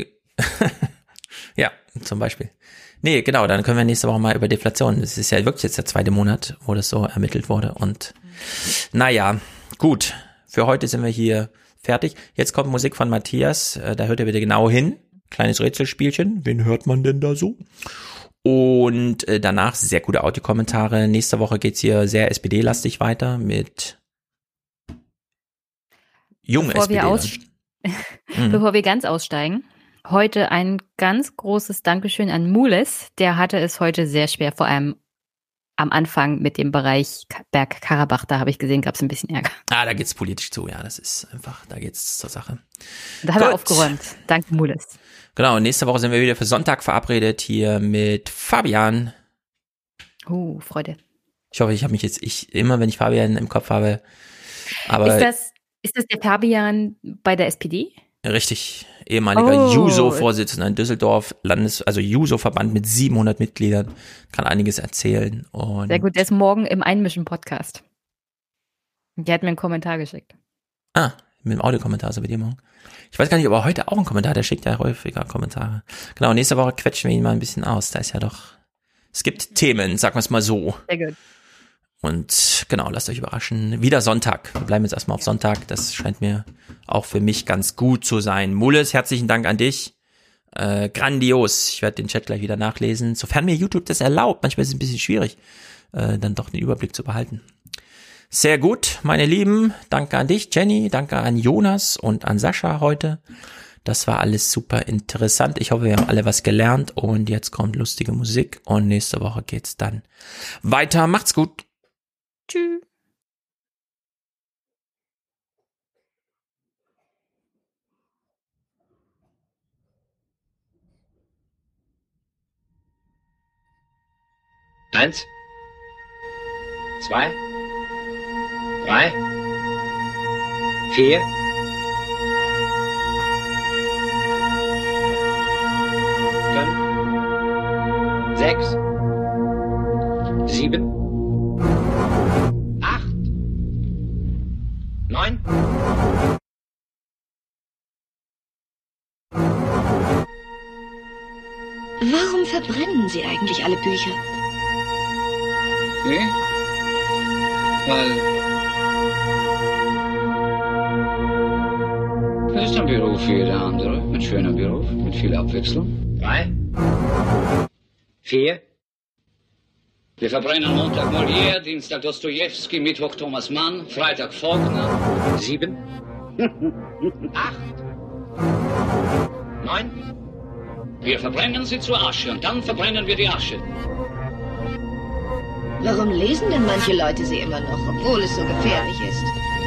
S1: Ja, zum Beispiel. Nee, genau, dann können wir nächste Woche mal über Deflation. Das ist ja wirklich jetzt der 2. Monat, wo das so ermittelt wurde. Und naja, gut, für heute sind wir hier fertig. Jetzt kommt Musik von Matthias, da hört ihr bitte genau hin. Kleines Rätselspielchen, wen hört man denn da so? Und danach sehr gute Audiokommentare. Nächste Woche geht's hier sehr SPD-lastig weiter mit jungen SPD.
S11: Bevor wir ganz aussteigen, heute ein ganz großes Dankeschön an Mules. Der hatte es heute sehr schwer, vor allem am Anfang mit dem Bereich Bergkarabach. Da habe ich gesehen, gab es ein bisschen Ärger.
S1: Da geht's politisch zu, ja, das ist einfach, da geht's zur Sache.
S11: Da hat er aufgeräumt. Danke, Mules.
S1: Genau, nächste Woche sind wir wieder für Sonntag verabredet hier mit Fabian.
S11: Freude.
S1: Ich hoffe, ich habe mich jetzt, immer wenn ich Fabian im Kopf habe, aber...
S11: Ist das der Fabian bei der SPD?
S1: Richtig, ehemaliger Juso-Vorsitzender in Düsseldorf, also Juso-Verband mit 700 Mitgliedern, kann einiges erzählen. Und
S11: sehr gut, der ist morgen im Einmischen-Podcast. Der hat mir einen Kommentar geschickt.
S1: Mit dem Audiokommentar, so wie dir morgen. Ich weiß gar nicht, ob er heute auch einen Kommentar, der schickt ja häufiger Kommentare. Genau, nächste Woche quetschen wir ihn mal ein bisschen aus, da ist ja doch, es gibt Themen, sagen wir es mal so.
S11: Sehr gut.
S1: Und genau, lasst euch überraschen. Wieder Sonntag. Wir bleiben jetzt erstmal auf Sonntag. Das scheint mir auch für mich ganz gut zu sein. Mules, herzlichen Dank an dich. Grandios. Ich werde den Chat gleich wieder nachlesen. Sofern mir YouTube das erlaubt. Manchmal ist es ein bisschen schwierig, dann doch den Überblick zu behalten. Sehr gut, meine Lieben. Danke an dich, Jenny. Danke an Jonas und an Sascha heute. Das war alles super interessant. Ich hoffe, wir haben alle was gelernt. Und jetzt kommt lustige Musik. Und nächste Woche geht's dann weiter. Macht's gut.
S11: Tschüss.
S7: Eins, 2, 3, 4, 5, 6, 7, 8, 9.
S17: Warum verbrennen Sie eigentlich alle Bücher?
S7: Nee? Weil das ist ein Beruf wie jeder andere. Ein schöner Beruf mit viel Abwechslung. 3, 4. Wir verbrennen Montag Molière, Dienstag Dostojewski, Mittwoch Thomas Mann, Freitag Faulkner. 7, 8, 9. Wir verbrennen sie zur Asche und dann verbrennen wir die Asche.
S17: Warum lesen denn manche Leute sie immer noch, obwohl es so gefährlich ist?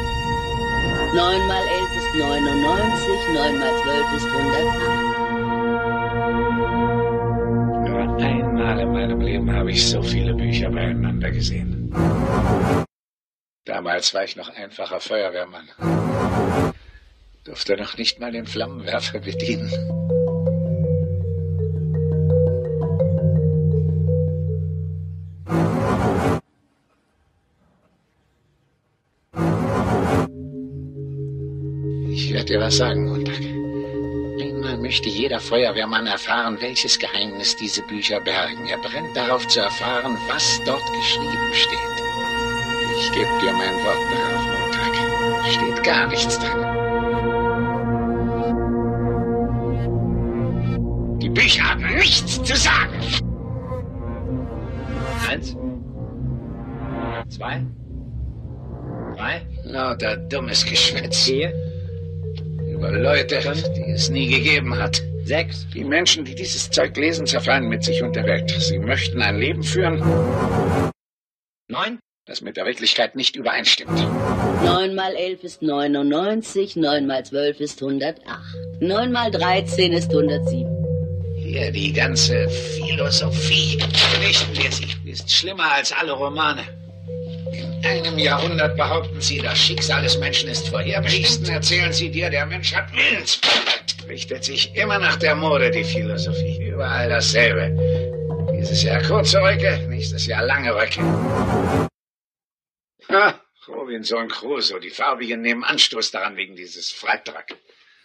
S18: 9 mal 11 ist 99, 9 mal 12 ist 108.
S7: Nur einmal in meinem Leben habe ich so viele Bücher beieinander gesehen. Damals war ich noch einfacher Feuerwehrmann. Durfte noch nicht mal den Flammenwerfer bedienen. Ich werde dir was sagen, Montag. Einmal möchte jeder Feuerwehrmann erfahren, welches Geheimnis diese Bücher bergen. Er brennt darauf zu erfahren, was dort geschrieben steht. Ich gebe dir mein Wort darauf, Montag. Steht gar nichts drin. Die Bücher haben nichts zu sagen. 1, 2, 3. Lauter dummes Geschwätz. 4. Über Leute, die es nie gegeben hat. 6. Die Menschen, die dieses Zeug lesen, zerfallen mit sich und der Welt. Sie möchten ein Leben führen, 9. das mit der Wirklichkeit nicht übereinstimmt.
S18: 9 mal 11 ist 99, 9 mal 12 ist 108. 9 mal 13 ist 107.
S7: Hier, die ganze Philosophie. Vernichten wir sie. Die ist schlimmer als alle Romane. In einem Jahrhundert behaupten sie, das Schicksal des Menschen ist vorherbestimmt. Am nächsten erzählen sie dir, der Mensch hat Willensfreiheit. Richtet sich immer nach der Mode, die Philosophie. Überall dasselbe. Dieses Jahr kurze Röcke, nächstes Jahr lange Röcke. Ah, Robinson Crusoe, die Farbigen nehmen Anstoß daran wegen dieses Freitag.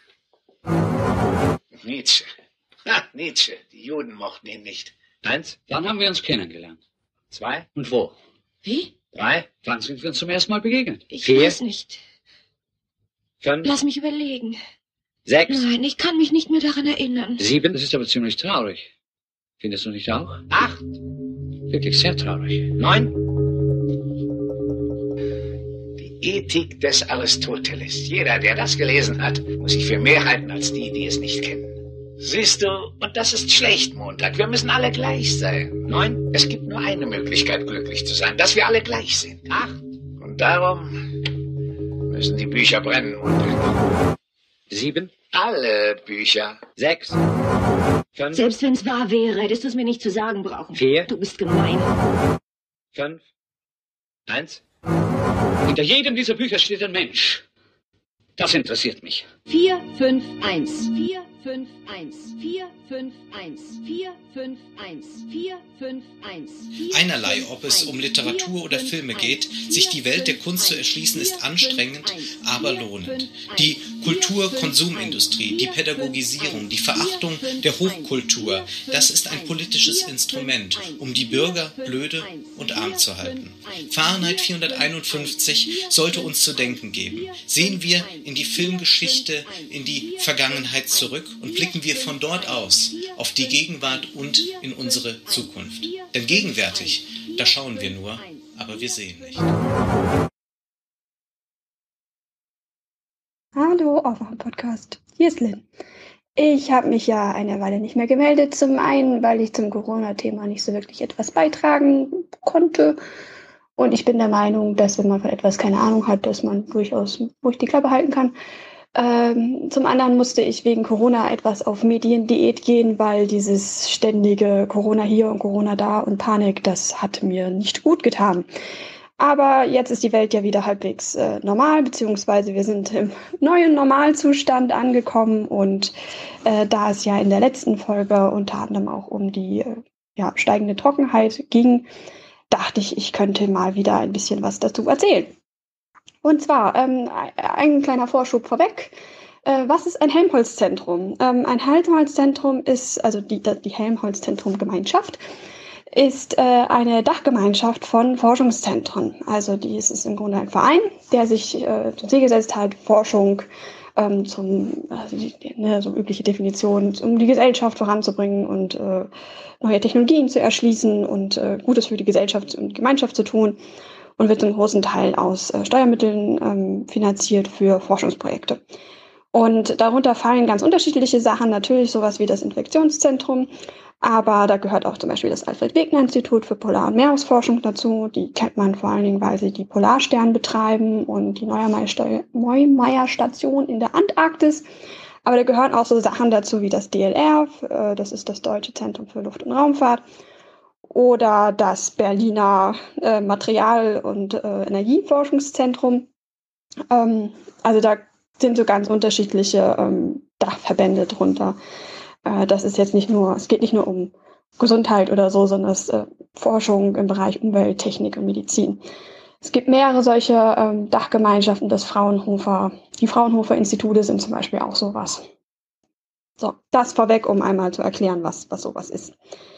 S7: Nietzsche. Nietzsche. Die Juden mochten ihn nicht. 1.
S6: Wann haben wir uns kennengelernt?
S7: 2.
S6: Und wo?
S18: Wie?
S7: 3.
S6: Wann sind wir uns zum ersten Mal begegnet?
S18: Ich
S6: 4.
S18: weiß nicht.
S6: 5.
S18: Lass mich überlegen.
S6: 6.
S18: Nein, ich kann mich nicht mehr daran erinnern.
S6: 7. Das ist aber ziemlich traurig. Findest du nicht auch?
S7: 8.
S6: Wirklich sehr traurig.
S7: 9. Die Ethik des Aristoteles. Jeder, der das gelesen hat, muss sich für mehr halten als die, die es nicht kennen. Siehst du, und das ist schlecht, Montag. Wir müssen alle gleich sein. 9. Es gibt nur eine Möglichkeit, glücklich zu sein, dass wir alle gleich sind. 8. Und darum müssen die Bücher brennen, Montag.
S6: 7.
S7: Alle Bücher.
S6: 6. 5.
S18: Selbst wenn es wahr wäre, hättest du es mir nicht zu sagen brauchen.
S6: 4.
S18: Du bist gemein.
S6: 5. 1. Hinter jedem dieser Bücher steht ein Mensch. Das interessiert mich.
S18: 4, 5, 1. 4, 5, 1. 4, 5, 1. 4, 5, 1. 4, 5, 1.
S14: Einerlei, ob es um Literatur oder Filme geht, sich die Welt der Kunst zu erschließen, ist anstrengend, aber lohnend. Die Kultur-Konsumindustrie, die Pädagogisierung, die Verachtung der Hochkultur, das ist ein politisches Instrument, um die Bürger blöde und arm zu halten. Fahrenheit 451 sollte uns zu denken geben. Sehen wir in die Filmgeschichte, in die Vergangenheit zurück und blicken wir von dort aus auf die Gegenwart und in unsere Zukunft. Denn gegenwärtig, da schauen wir nur, aber wir sehen nicht.
S19: Hallo, Aufwachen-Podcast. Hier ist Lynn. Ich habe mich ja eine Weile nicht mehr gemeldet. Zum einen, weil ich zum Corona-Thema nicht so wirklich etwas beitragen konnte. Und ich bin der Meinung, dass wenn man von etwas keine Ahnung hat, dass man durchaus ruhig die Klappe halten kann. Zum anderen musste ich wegen Corona etwas auf Mediendiät gehen, weil dieses ständige Corona hier und Corona da und Panik, das hat mir nicht gut getan. Aber jetzt ist die Welt ja wieder halbwegs normal, beziehungsweise wir sind im neuen Normalzustand angekommen. Und da es ja in der letzten Folge unter anderem auch um die steigende Trockenheit ging, dachte ich, ich könnte mal wieder ein bisschen was dazu erzählen. Und zwar ein kleiner Vorschub vorweg. Was ist ein Helmholtz-Zentrum? Ein Helmholtz-Zentrum ist, also die Helmholtz-Zentrum-Gemeinschaft, ist eine Dachgemeinschaft von Forschungszentren. Also es ist im Grunde ein Verein, der sich zum Ziel gesetzt hat, Forschung so übliche Definitionen, um die Gesellschaft voranzubringen und neue Technologien zu erschließen und Gutes für die Gesellschaft und Gemeinschaft zu tun, und wird zum großen Teil aus Steuermitteln finanziert für Forschungsprojekte. Und darunter fallen ganz unterschiedliche Sachen, natürlich sowas wie das Infektionszentrum, aber da gehört auch zum Beispiel das Alfred-Wegener-Institut für Polar- und Meeresforschung dazu. Die kennt man vor allen Dingen, weil sie die Polarstern betreiben und die Neumayer-Station in der Antarktis. Aber da gehören auch so Sachen dazu wie das DLR, das ist das Deutsche Zentrum für Luft- und Raumfahrt, oder das Berliner Material- und Energieforschungszentrum. Also da sind so ganz unterschiedliche Dachverbände drunter. Das ist jetzt es geht nicht nur um Gesundheit oder so, sondern es ist Forschung im Bereich Umwelt, Technik und Medizin. Es gibt mehrere solche Dachgemeinschaften, die Fraunhofer-Institute sind zum Beispiel auch sowas. So, das vorweg, um einmal zu erklären, was sowas ist.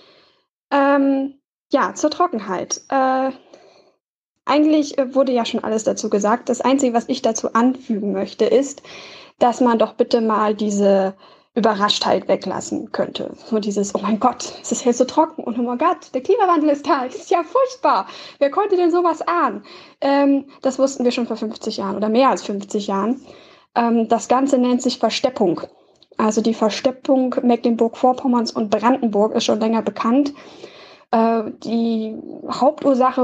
S19: Zur Trockenheit. Eigentlich wurde ja schon alles dazu gesagt. Das Einzige, was ich dazu anfügen möchte, ist, dass man doch bitte mal diese Überraschtheit weglassen könnte. So dieses, oh mein Gott, es ist jetzt so trocken und oh mein Gott, der Klimawandel ist da, das ist ja furchtbar. Wer konnte denn sowas ahnen? Das wussten wir schon vor 50 Jahren oder mehr als 50 Jahren. Das Ganze nennt sich Versteppung. Also die Versteppung Mecklenburg-Vorpommerns und Brandenburg ist schon länger bekannt. Die Hauptursache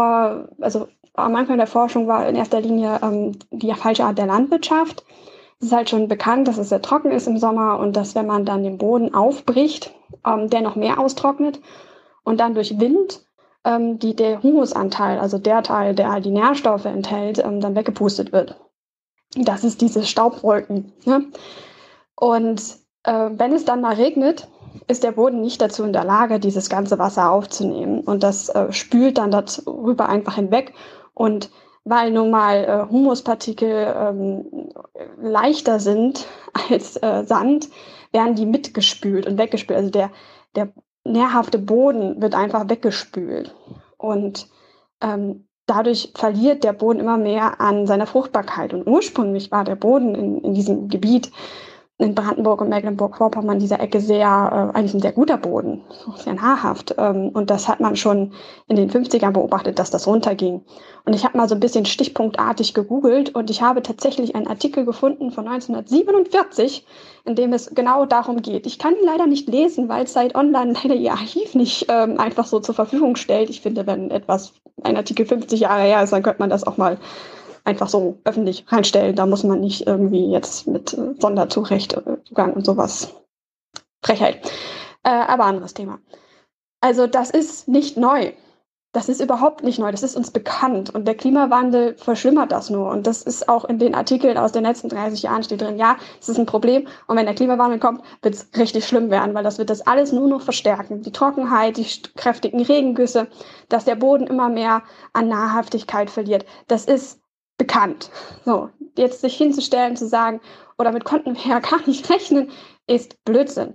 S19: am Anfang der Forschung war in erster Linie die falsche Art der Landwirtschaft. Es ist halt schon bekannt, dass es sehr trocken ist im Sommer und dass, wenn man dann den Boden aufbricht, der noch mehr austrocknet und dann durch Wind der Humusanteil, also der Teil, der die Nährstoffe enthält, dann weggepustet wird. Das ist diese Staubwolken. Ne? Und wenn es dann mal regnet, ist der Boden nicht dazu in der Lage, dieses ganze Wasser aufzunehmen. Und das spült dann darüber einfach hinweg. Und weil nun mal Humuspartikel leichter sind als Sand, werden die mitgespült und weggespült. Also der nährhafte Boden wird einfach weggespült. Und dadurch verliert der Boden immer mehr an seiner Fruchtbarkeit. Und ursprünglich war der Boden in diesem Gebiet in Brandenburg und Mecklenburg-Vorpommern, dieser Ecke, eigentlich ein sehr guter Boden, sehr nahrhaft. Und das hat man schon in den 50ern beobachtet, dass das runterging. Und ich habe mal so ein bisschen stichpunktartig gegoogelt und ich habe tatsächlich einen Artikel gefunden von 1947, in dem es genau darum geht. Ich kann ihn leider nicht lesen, weil Zeit Online leider ihr Archiv nicht einfach so zur Verfügung stellt. Ich finde, wenn ein Artikel 50 Jahre her ist, dann könnte man das auch mal einfach so öffentlich reinstellen. Da muss man nicht irgendwie jetzt mit Sonderzugang und sowas. Frechheit. Aber anderes Thema. Also das ist nicht neu. Das ist überhaupt nicht neu. Das ist uns bekannt. Und der Klimawandel verschlimmert das nur. Und das ist auch in den Artikeln aus den letzten 30 Jahren steht drin, ja, es ist ein Problem. Und wenn der Klimawandel kommt, wird es richtig schlimm werden, weil das wird das alles nur noch verstärken. Die Trockenheit, die kräftigen Regengüsse, dass der Boden immer mehr an Nahrhaftigkeit verliert. Das ist bekannt. So, jetzt sich hinzustellen, zu sagen, oh, damit konnten wir ja gar nicht rechnen, ist Blödsinn.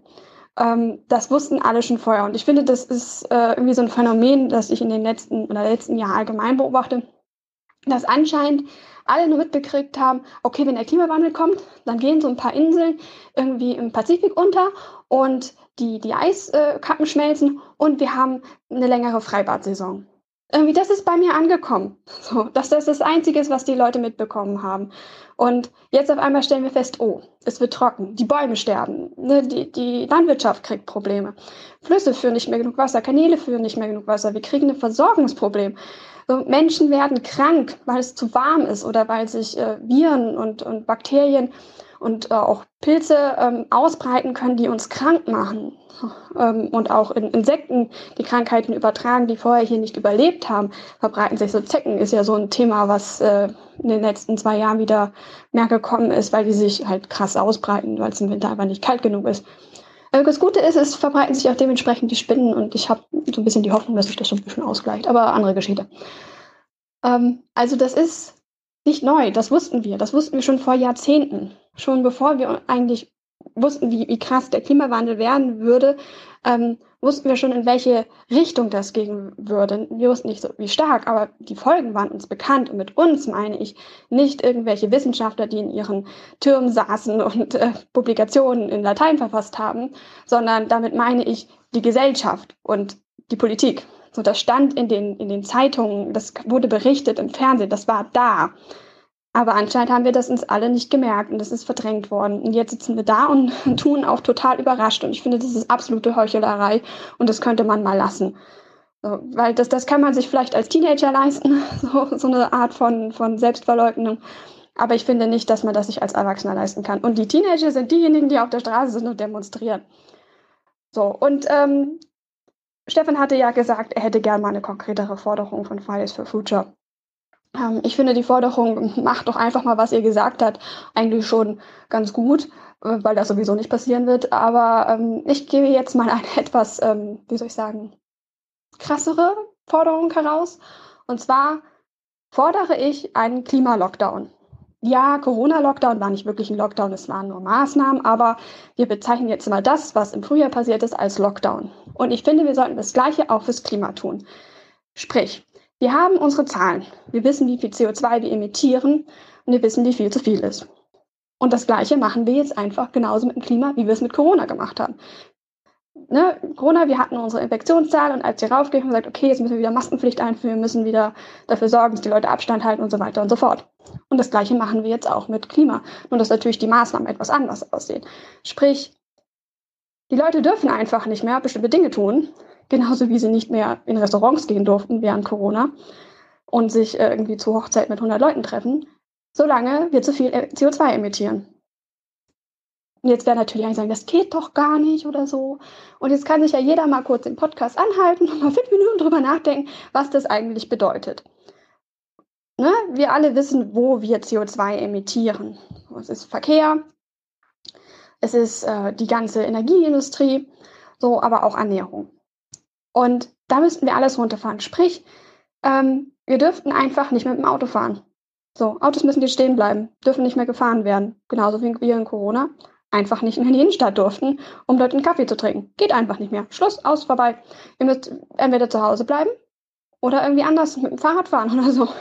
S19: Das wussten alle schon vorher. Und ich finde, das ist irgendwie so ein Phänomen, das ich in den letzten Jahren allgemein beobachte, dass anscheinend alle nur mitbekriegt haben, okay, wenn der Klimawandel kommt, dann gehen so ein paar Inseln irgendwie im Pazifik unter und die Eiskappen schmelzen und wir haben eine längere Freibadsaison. Irgendwie, das ist bei mir angekommen. So, das ist das Einzige, was die Leute mitbekommen haben. Und jetzt auf einmal stellen wir fest, oh, es wird trocken, die Bäume sterben, ne, die Landwirtschaft kriegt Probleme. Flüsse führen nicht mehr genug Wasser, Kanäle führen nicht mehr genug Wasser, wir kriegen ein Versorgungsproblem. So, Menschen werden krank, weil es zu warm ist oder weil sich Viren und Bakterien und auch Pilze ausbreiten können, die uns krank machen. Und auch Insekten, die Krankheiten übertragen, die vorher hier nicht überlebt haben, verbreiten sich. So Zecken ist ja so ein Thema, was in den letzten 2 Jahren wieder mehr gekommen ist, weil die sich halt krass ausbreiten, weil es im Winter einfach nicht kalt genug ist. Das Gute ist, es verbreiten sich auch dementsprechend die Spinnen und ich habe so ein bisschen die Hoffnung, dass sich das so ein bisschen ausgleicht, aber andere Geschichte. Also das ist nicht neu, das wussten wir schon vor Jahrzehnten. Schon bevor wir eigentlich wussten, wie krass der Klimawandel werden würde, wussten wir schon, in welche Richtung das gehen würde. Wir wussten nicht so, wie stark, aber die Folgen waren uns bekannt. Und mit uns meine ich nicht irgendwelche Wissenschaftler, die in ihren Türmen saßen und Publikationen in Latein verfasst haben, sondern damit meine ich die Gesellschaft und die Politik. So, das stand in den Zeitungen, das wurde berichtet im Fernsehen, das war da. Aber anscheinend haben wir das uns alle nicht gemerkt und das ist verdrängt worden. Und jetzt sitzen wir da und tun auch total überrascht. Und ich finde, das ist absolute Heuchlerei und das könnte man mal lassen. So, weil das kann man sich vielleicht als Teenager leisten, so eine Art von Selbstverleugnung. Aber ich finde nicht, dass man das sich als Erwachsener leisten kann. Und die Teenager sind diejenigen, die auf der Straße sind und demonstrieren. So, und Stefan hatte ja gesagt, er hätte gerne mal eine konkretere Forderung von Fridays for Future. Ich finde, die Forderung, macht doch einfach mal, was ihr gesagt habt, eigentlich schon ganz gut, weil das sowieso nicht passieren wird. Aber ich gebe jetzt mal eine etwas, krassere Forderung heraus. Und zwar fordere ich einen Klimalockdown. Ja, Corona-Lockdown war nicht wirklich ein Lockdown, es waren nur Maßnahmen, aber wir bezeichnen jetzt mal das, was im Frühjahr passiert ist, als Lockdown. Und ich finde, wir sollten das Gleiche auch fürs Klima tun. Sprich, wir haben unsere Zahlen. Wir wissen, wie viel CO2 wir emittieren und wir wissen, wie viel zu viel ist. Und das Gleiche machen wir jetzt einfach genauso mit dem Klima, wie wir es mit Corona gemacht haben. Corona, wir hatten unsere Infektionszahl und als wir raufgehen, haben wir gesagt, okay, jetzt müssen wir wieder Maskenpflicht einführen, wir müssen wieder dafür sorgen, dass die Leute Abstand halten und so weiter und so fort. Und das Gleiche machen wir jetzt auch mit Klima. Nur, dass natürlich die Maßnahmen etwas anders aussehen. Sprich, die Leute dürfen einfach nicht mehr bestimmte Dinge tun, genauso wie sie nicht mehr in Restaurants gehen durften während Corona und sich irgendwie zur Hochzeit mit 100 Leuten treffen, solange wir zu viel CO2 emittieren. Und jetzt werden natürlich einige sagen, das geht doch gar nicht oder so. Und jetzt kann sich ja jeder mal kurz den Podcast anhalten und mal 5 Minuten drüber nachdenken, was das eigentlich bedeutet. Ne? Wir alle wissen, wo wir CO2 emittieren. Es ist Verkehr, es ist die ganze Energieindustrie, so, aber auch Ernährung. Und da müssten wir alles runterfahren. Sprich, wir dürften einfach nicht mit dem Auto fahren. So, Autos müssen jetzt stehen bleiben, dürfen nicht mehr gefahren werden. Genauso wie wir in Corona einfach nicht in die Innenstadt durften, um dort einen Kaffee zu trinken. Geht einfach nicht mehr. Schluss, aus, vorbei. Ihr müsst entweder zu Hause bleiben oder irgendwie anders mit dem Fahrrad fahren oder so.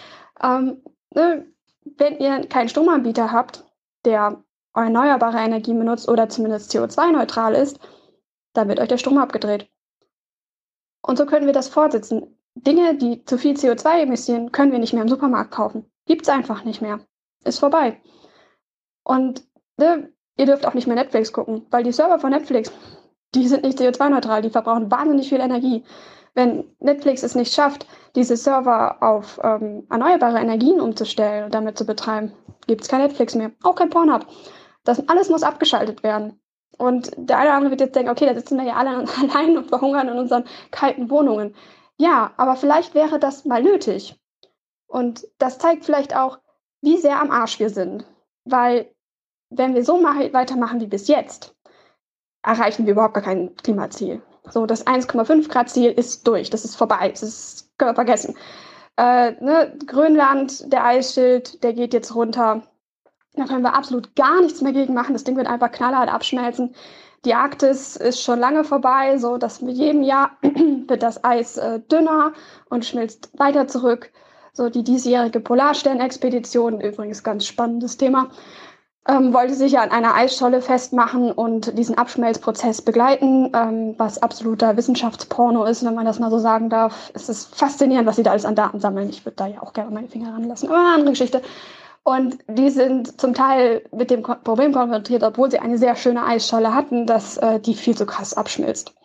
S19: Wenn ihr keinen Stromanbieter habt, der erneuerbare Energien benutzt oder zumindest CO2-neutral ist, dann wird euch der Strom abgedreht. Und so können wir das fortsetzen. Dinge, die zu viel CO2 emittieren, können wir nicht mehr im Supermarkt kaufen. Gibt's einfach nicht mehr. Ist vorbei. Und ihr dürft auch nicht mehr Netflix gucken, weil die Server von Netflix, die sind nicht CO2-neutral, die verbrauchen wahnsinnig viel Energie. Wenn Netflix es nicht schafft, diese Server auf erneuerbare Energien umzustellen und damit zu betreiben, gibt es kein Netflix mehr, auch kein Pornhub. Das alles muss abgeschaltet werden. Und der eine oder andere wird jetzt denken, okay, da sitzen wir ja alle allein und verhungern in unseren kalten Wohnungen. Ja, aber vielleicht wäre das mal nötig. Und das zeigt vielleicht auch, wie sehr am Arsch wir sind. Weil wenn wir so weitermachen wie bis jetzt, erreichen wir überhaupt gar kein Klimaziel. So, das 1,5 Grad Ziel ist durch, das ist vorbei, das können wir vergessen. Grönland, der Eisschild, der geht jetzt runter. Da können wir absolut gar nichts mehr gegen machen. Das Ding wird einfach knallhart abschmelzen. Die Arktis ist schon lange vorbei, so dass mit jedem Jahr wird das Eis dünner und schmilzt weiter zurück. So die diesjährige Polarstern-Expedition, übrigens ganz spannendes Thema, wollte sich ja an einer Eisscholle festmachen und diesen Abschmelzprozess begleiten, was absoluter Wissenschaftsporno ist, wenn man das mal so sagen darf. Es ist faszinierend, was sie da alles an Daten sammeln. Ich würde da ja auch gerne meine Finger ranlassen, aber eine andere Geschichte. Und die sind zum Teil mit dem Problem konfrontiert, obwohl sie eine sehr schöne Eisscholle hatten, dass die viel zu krass abschmilzt.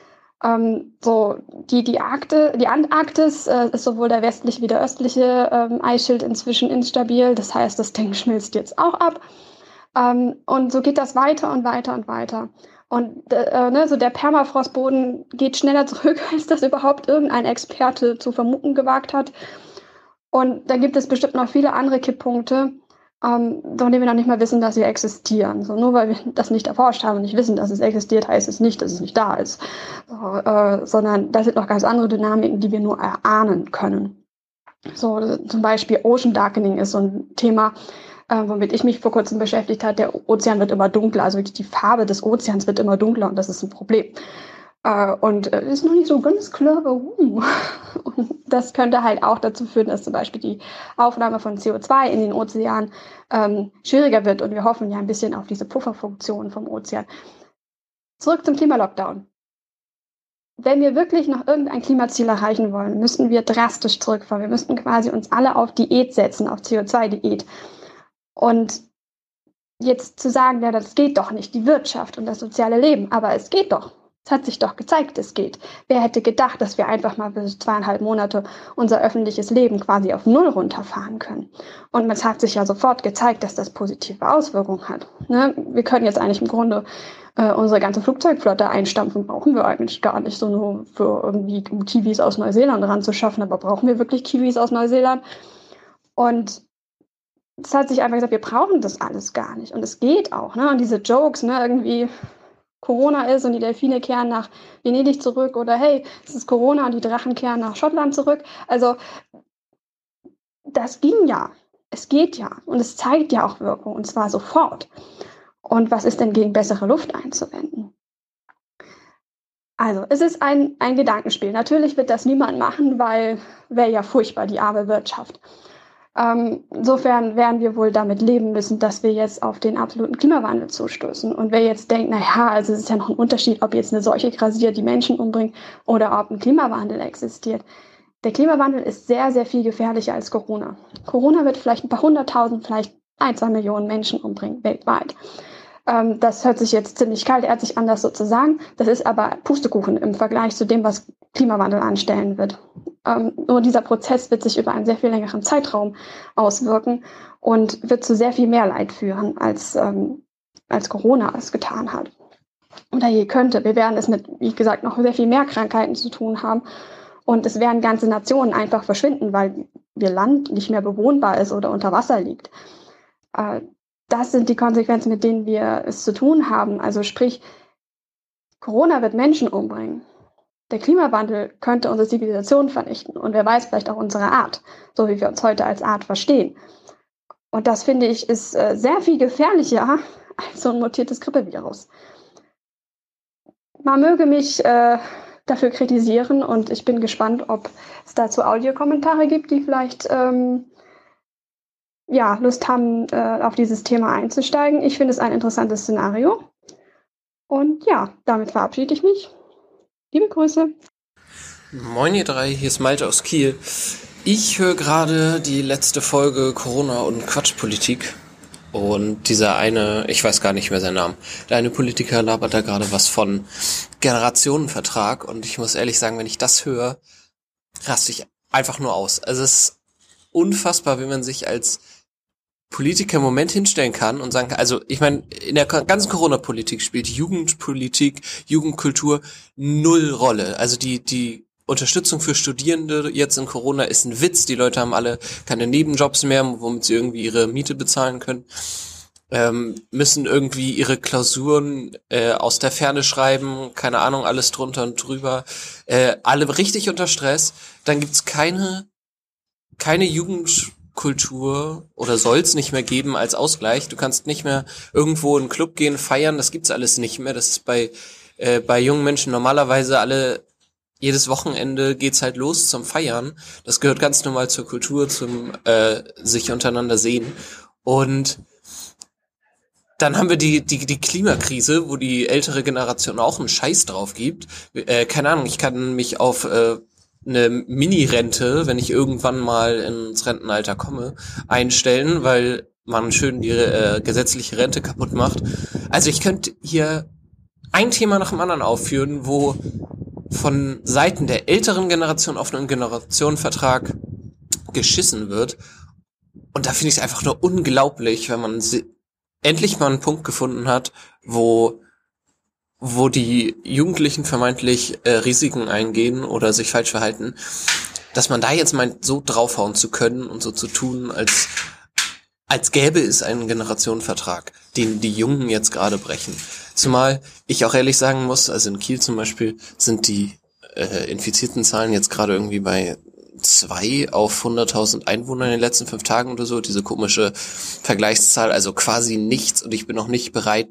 S19: Die Antarktis ist sowohl der westliche wie der östliche Eisschild inzwischen instabil. Das heißt, das Ding schmilzt jetzt auch ab. Und so geht das weiter und weiter und weiter. Und so der Permafrostboden geht schneller zurück, als das überhaupt irgendein Experte zu vermuten gewagt hat. Und da gibt es bestimmt noch viele andere Kipppunkte, von denen wir noch nicht mal wissen, dass sie existieren. So, nur weil wir das nicht erforscht haben und nicht wissen, dass es existiert, heißt es nicht, dass es nicht da ist. Sondern da sind noch ganz andere Dynamiken, die wir nur erahnen können. So, zum Beispiel Ocean Darkening ist so ein Thema, womit ich mich vor kurzem beschäftigt habe. Der Ozean wird immer dunkler, also die Farbe des Ozeans wird immer dunkler und das ist ein Problem. Und ist noch nicht so ganz klar, warum. Und das könnte halt auch dazu führen, dass zum Beispiel die Aufnahme von CO2 in den Ozean schwieriger wird. Und wir hoffen ja ein bisschen auf diese Pufferfunktion vom Ozean. Zurück zum Klimalockdown. Wenn wir wirklich noch irgendein Klimaziel erreichen wollen, müssen wir drastisch zurückfahren. Wir müssten quasi uns alle auf Diät setzen, auf CO2-Diät. Und jetzt zu sagen, ja, das geht doch nicht, die Wirtschaft und das soziale Leben, aber es geht doch. Es hat sich doch gezeigt, es geht. Wer hätte gedacht, dass wir einfach mal bis 2,5 Monate unser öffentliches Leben quasi auf Null runterfahren können? Und es hat sich ja sofort gezeigt, dass das positive Auswirkungen hat. Ne? Wir können jetzt eigentlich im Grunde unsere ganze Flugzeugflotte einstampfen. Brauchen wir eigentlich gar nicht, so nur für irgendwie Kiwis aus Neuseeland ranzuschaffen. Aber brauchen wir wirklich Kiwis aus Neuseeland? Und es hat sich einfach gesagt, wir brauchen das alles gar nicht. Und es geht auch. Ne? Und diese Jokes, ne, irgendwie Corona ist und die Delfine kehren nach Venedig zurück oder hey, es ist Corona und die Drachen kehren nach Schottland zurück. Also das ging ja. Es geht ja. Und es zeigt ja auch Wirkung und zwar sofort. Und was ist denn gegen bessere Luft einzuwenden? Also es ist ein Gedankenspiel. Natürlich wird das niemand machen, weil wäre ja furchtbar, die arme Wirtschaft. Insofern werden wir wohl damit leben müssen, dass wir jetzt auf den absoluten Klimawandel zustoßen. Und wer jetzt denkt, also es ist ja noch ein Unterschied, ob jetzt eine Seuche grassiert, die Menschen umbringt, oder ob ein Klimawandel existiert. Der Klimawandel ist sehr, sehr viel gefährlicher als Corona. Corona wird vielleicht ein paar 100.000, vielleicht 1-2 Millionen Menschen umbringen, weltweit. Das hört sich jetzt ziemlich kaltherzig an, das so zu sagen. Das ist aber Pustekuchen im Vergleich zu dem, was Klimawandel anstellen wird. Nur dieser Prozess wird sich über einen sehr viel längeren Zeitraum auswirken und wird zu sehr viel mehr Leid führen, als Corona es getan hat. Oder je könnte. Wir werden es mit, wie gesagt, noch sehr viel mehr Krankheiten zu tun haben. Und es werden ganze Nationen einfach verschwinden, weil ihr Land nicht mehr bewohnbar ist oder unter Wasser liegt. Das sind die Konsequenzen, mit denen wir es zu tun haben. Also sprich, Corona wird Menschen umbringen. Der Klimawandel könnte unsere Zivilisation vernichten. Und wer weiß, vielleicht auch unsere Art, so wie wir uns heute als Art verstehen. Und das, finde ich, ist sehr viel gefährlicher als so ein mutiertes Grippevirus. Man möge mich dafür kritisieren und ich bin gespannt, ob es dazu Audiokommentare gibt, die vielleicht Lust haben, auf dieses Thema einzusteigen. Ich finde es ein interessantes Szenario. Und ja, damit verabschiede ich mich. Liebe Grüße.
S12: Moin ihr drei, hier ist Malte aus Kiel. Ich höre gerade die letzte Folge Corona und Quatschpolitik. Und dieser eine, ich weiß gar nicht mehr seinen Namen, der eine Politiker labert da gerade was von Generationenvertrag. Und ich muss ehrlich sagen, wenn ich das höre, raste ich einfach nur aus. Also es ist unfassbar, wie man sich als Politiker im Moment hinstellen kann und sagen kann, also ich meine, in der ganzen Corona-Politik spielt Jugendpolitik, Jugendkultur null Rolle. Also die Unterstützung für Studierende jetzt in Corona ist ein Witz. Die Leute haben alle keine Nebenjobs mehr, womit sie irgendwie ihre Miete bezahlen können. Müssen irgendwie ihre Klausuren aus der Ferne schreiben, keine Ahnung, alles drunter und drüber. Alle richtig unter Stress. Dann gibt's keine Jugendkultur oder soll's nicht mehr geben als Ausgleich. Du kannst nicht mehr irgendwo in einen Club gehen, feiern, das gibt's alles nicht mehr. Das ist bei jungen Menschen normalerweise jedes Wochenende geht's halt los zum Feiern. Das gehört ganz normal zur Kultur, zum sich untereinander sehen. Und dann haben wir die Klimakrise, wo die ältere Generation auch einen Scheiß drauf gibt. Keine Ahnung, ich kann mich auf eine Mini-Rente, wenn ich irgendwann mal ins Rentenalter komme, einstellen, weil man schön die gesetzliche Rente kaputt macht. Also ich könnte hier ein Thema nach dem anderen aufführen, wo von Seiten der älteren Generation auf einen Generationenvertrag geschissen wird. Und da finde ich es einfach nur unglaublich, wenn man endlich mal einen Punkt gefunden hat, wo die Jugendlichen vermeintlich Risiken eingehen oder sich falsch verhalten, dass man da jetzt meint, so draufhauen zu können und so zu tun, als gäbe es einen Generationenvertrag, den die Jungen jetzt gerade brechen. Zumal ich auch ehrlich sagen muss, also in Kiel zum Beispiel sind die infizierten Zahlen jetzt gerade irgendwie bei 2 auf 100.000 Einwohner in den letzten 5 Tagen oder so, diese komische Vergleichszahl, also quasi nichts, und ich bin noch nicht bereit,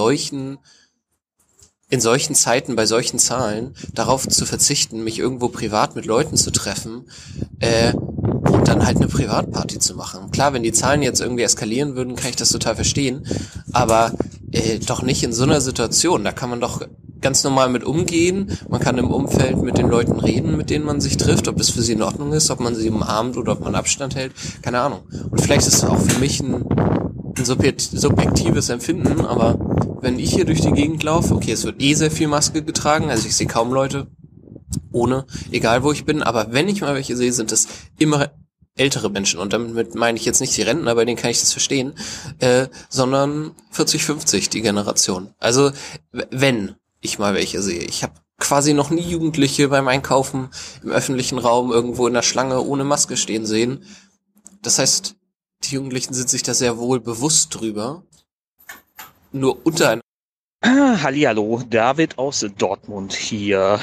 S12: in solchen Zeiten, bei solchen Zahlen, darauf zu verzichten, mich irgendwo privat mit Leuten zu treffen, und dann halt eine Privatparty zu machen. Klar, wenn die Zahlen jetzt irgendwie eskalieren würden, kann ich das total verstehen, aber doch nicht in so einer Situation. Da kann man doch ganz normal mit umgehen. Man kann im Umfeld mit den Leuten reden, mit denen man sich trifft, ob das für sie in Ordnung ist, ob man sie umarmt oder ob man Abstand hält. Keine Ahnung. Und vielleicht ist es auch für mich ein subjektives Empfinden, aber wenn ich hier durch die Gegend laufe, okay, es wird sehr viel Maske getragen, also ich sehe kaum Leute ohne, egal wo ich bin, aber wenn ich mal welche sehe, sind es immer ältere Menschen, und damit meine ich jetzt nicht die Rentner, bei denen kann ich das verstehen, sondern 40, 50, die Generation. Also wenn ich mal welche sehe. Ich habe quasi noch nie Jugendliche beim Einkaufen im öffentlichen Raum irgendwo in der Schlange ohne Maske stehen sehen. Das heißt, die Jugendlichen sind sich da sehr wohl bewusst drüber. Nur untereinander.
S13: Hallihallo, David aus Dortmund hier.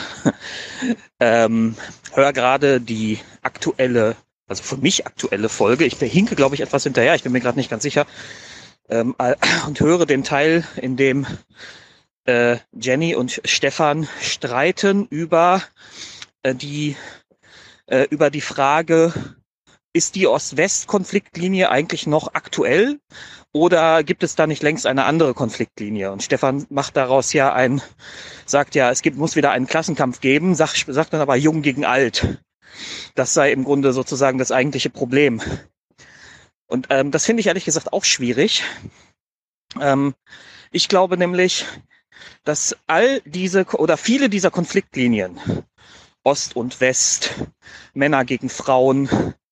S13: Hör gerade die aktuelle, also für mich aktuelle Folge. Ich hinke, glaube ich, etwas hinterher. Ich bin mir gerade nicht ganz sicher. Und höre den Teil, in dem Jenny und Stefan streiten über die Frage, ist die Ost-West-Konfliktlinie eigentlich noch aktuell oder gibt es da nicht längst eine andere Konfliktlinie? Und Stefan macht daraus ja sagt ja, muss wieder einen Klassenkampf geben, sagt dann aber Jung gegen Alt. Das sei im Grunde sozusagen das eigentliche Problem. Und das finde ich ehrlich gesagt auch schwierig. Ich glaube nämlich, dass viele dieser Konfliktlinien, Ost und West, Männer gegen Frauen,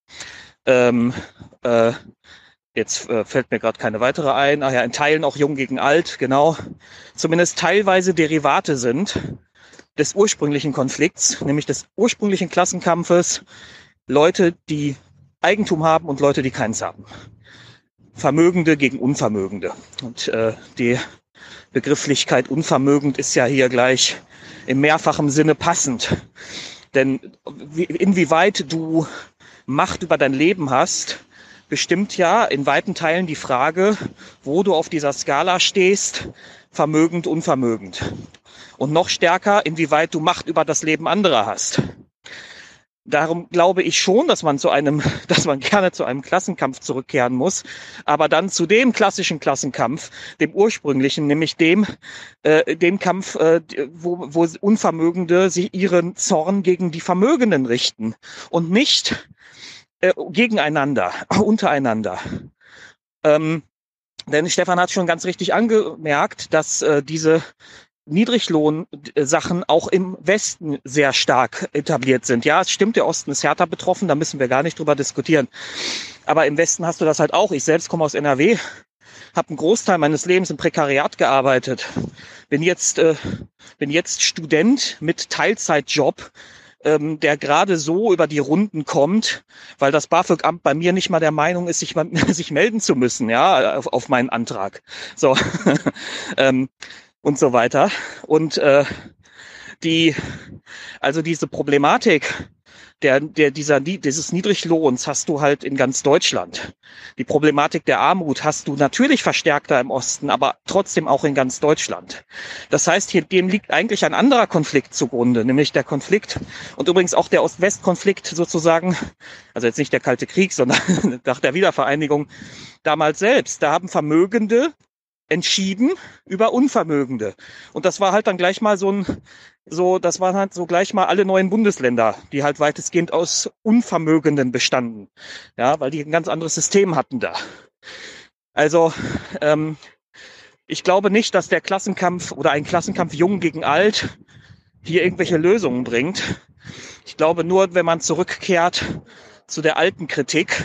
S13: jetzt fällt mir gerade keine weitere ein, in Teilen auch Jung gegen Alt, genau, zumindest teilweise Derivate sind des ursprünglichen Konflikts, nämlich des ursprünglichen Klassenkampfes, Leute, die Eigentum haben und Leute, die keins haben. Vermögende gegen Unvermögende. Und die Begrifflichkeit unvermögend ist ja hier gleich im mehrfachen Sinne passend. Denn inwieweit du Macht über dein Leben hast, bestimmt ja in weiten Teilen die Frage, wo du auf dieser Skala stehst, vermögend, unvermögend. Und noch stärker, inwieweit du Macht über das Leben anderer hast. Darum glaube ich schon, dass man gerne zu einem Klassenkampf zurückkehren muss, aber dann zu dem klassischen Klassenkampf, dem ursprünglichen, nämlich dem Kampf, wo Unvermögende sich ihren Zorn gegen die Vermögenden richten und nicht gegeneinander, untereinander. Denn Stefan hat schon ganz richtig angemerkt, dass diese Niedriglohnsachen auch im Westen sehr stark etabliert sind. Ja, es stimmt, der Osten ist härter betroffen, da müssen wir gar nicht drüber diskutieren. Aber im Westen hast du das halt auch. Ich selbst komme aus NRW, habe einen Großteil meines Lebens im Prekariat gearbeitet, bin jetzt Student mit Teilzeitjob, der gerade so über die Runden kommt, weil das BAföG-Amt bei mir nicht mal der Meinung ist, sich melden zu müssen, ja, auf meinen Antrag. So. Und so weiter. Und diese Problematik dieses Niedriglohns hast du halt in ganz Deutschland. Die Problematik der Armut hast du natürlich verstärkter im Osten, aber trotzdem auch in ganz Deutschland. Das heißt, dem liegt eigentlich ein anderer Konflikt zugrunde, nämlich der Konflikt und übrigens auch der Ost-West-Konflikt sozusagen, also jetzt nicht der Kalte Krieg, sondern nach der Wiedervereinigung damals selbst. Da haben Vermögende entschieden über Unvermögende. Und das war halt dann gleich mal das waren halt so gleich mal alle neuen Bundesländer, die halt weitestgehend aus Unvermögenden bestanden. Ja, weil die ein ganz anderes System hatten da. Also, ich glaube nicht, dass der Klassenkampf oder ein Klassenkampf Jung gegen Alt hier irgendwelche Lösungen bringt. Ich glaube nur, wenn man zurückkehrt zu der alten Kritik,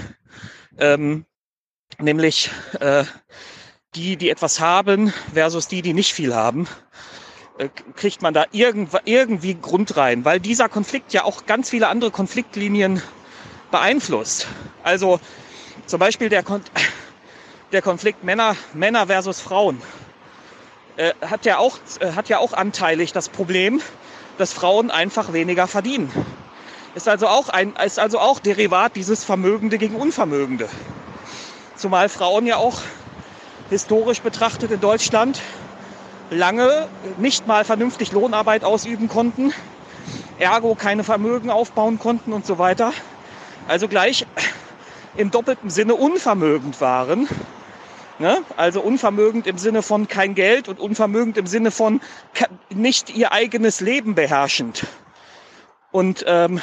S13: nämlich, die etwas haben versus die nicht viel haben, kriegt man da irgendwie Grund rein, weil dieser Konflikt ja auch ganz viele andere Konfliktlinien beeinflusst. Also zum Beispiel der Konflikt Männer versus Frauen hat ja auch anteilig das Problem, dass Frauen einfach weniger verdienen. Ist also auch Derivat dieses Vermögende gegen Unvermögende. Zumal Frauen ja auch historisch betrachtet in Deutschland lange nicht mal vernünftig Lohnarbeit ausüben konnten, ergo keine Vermögen aufbauen konnten und so weiter. Also gleich im doppelten Sinne unvermögend waren. Ne? Also unvermögend im Sinne von kein Geld und unvermögend im Sinne von nicht ihr eigenes Leben beherrschend. Und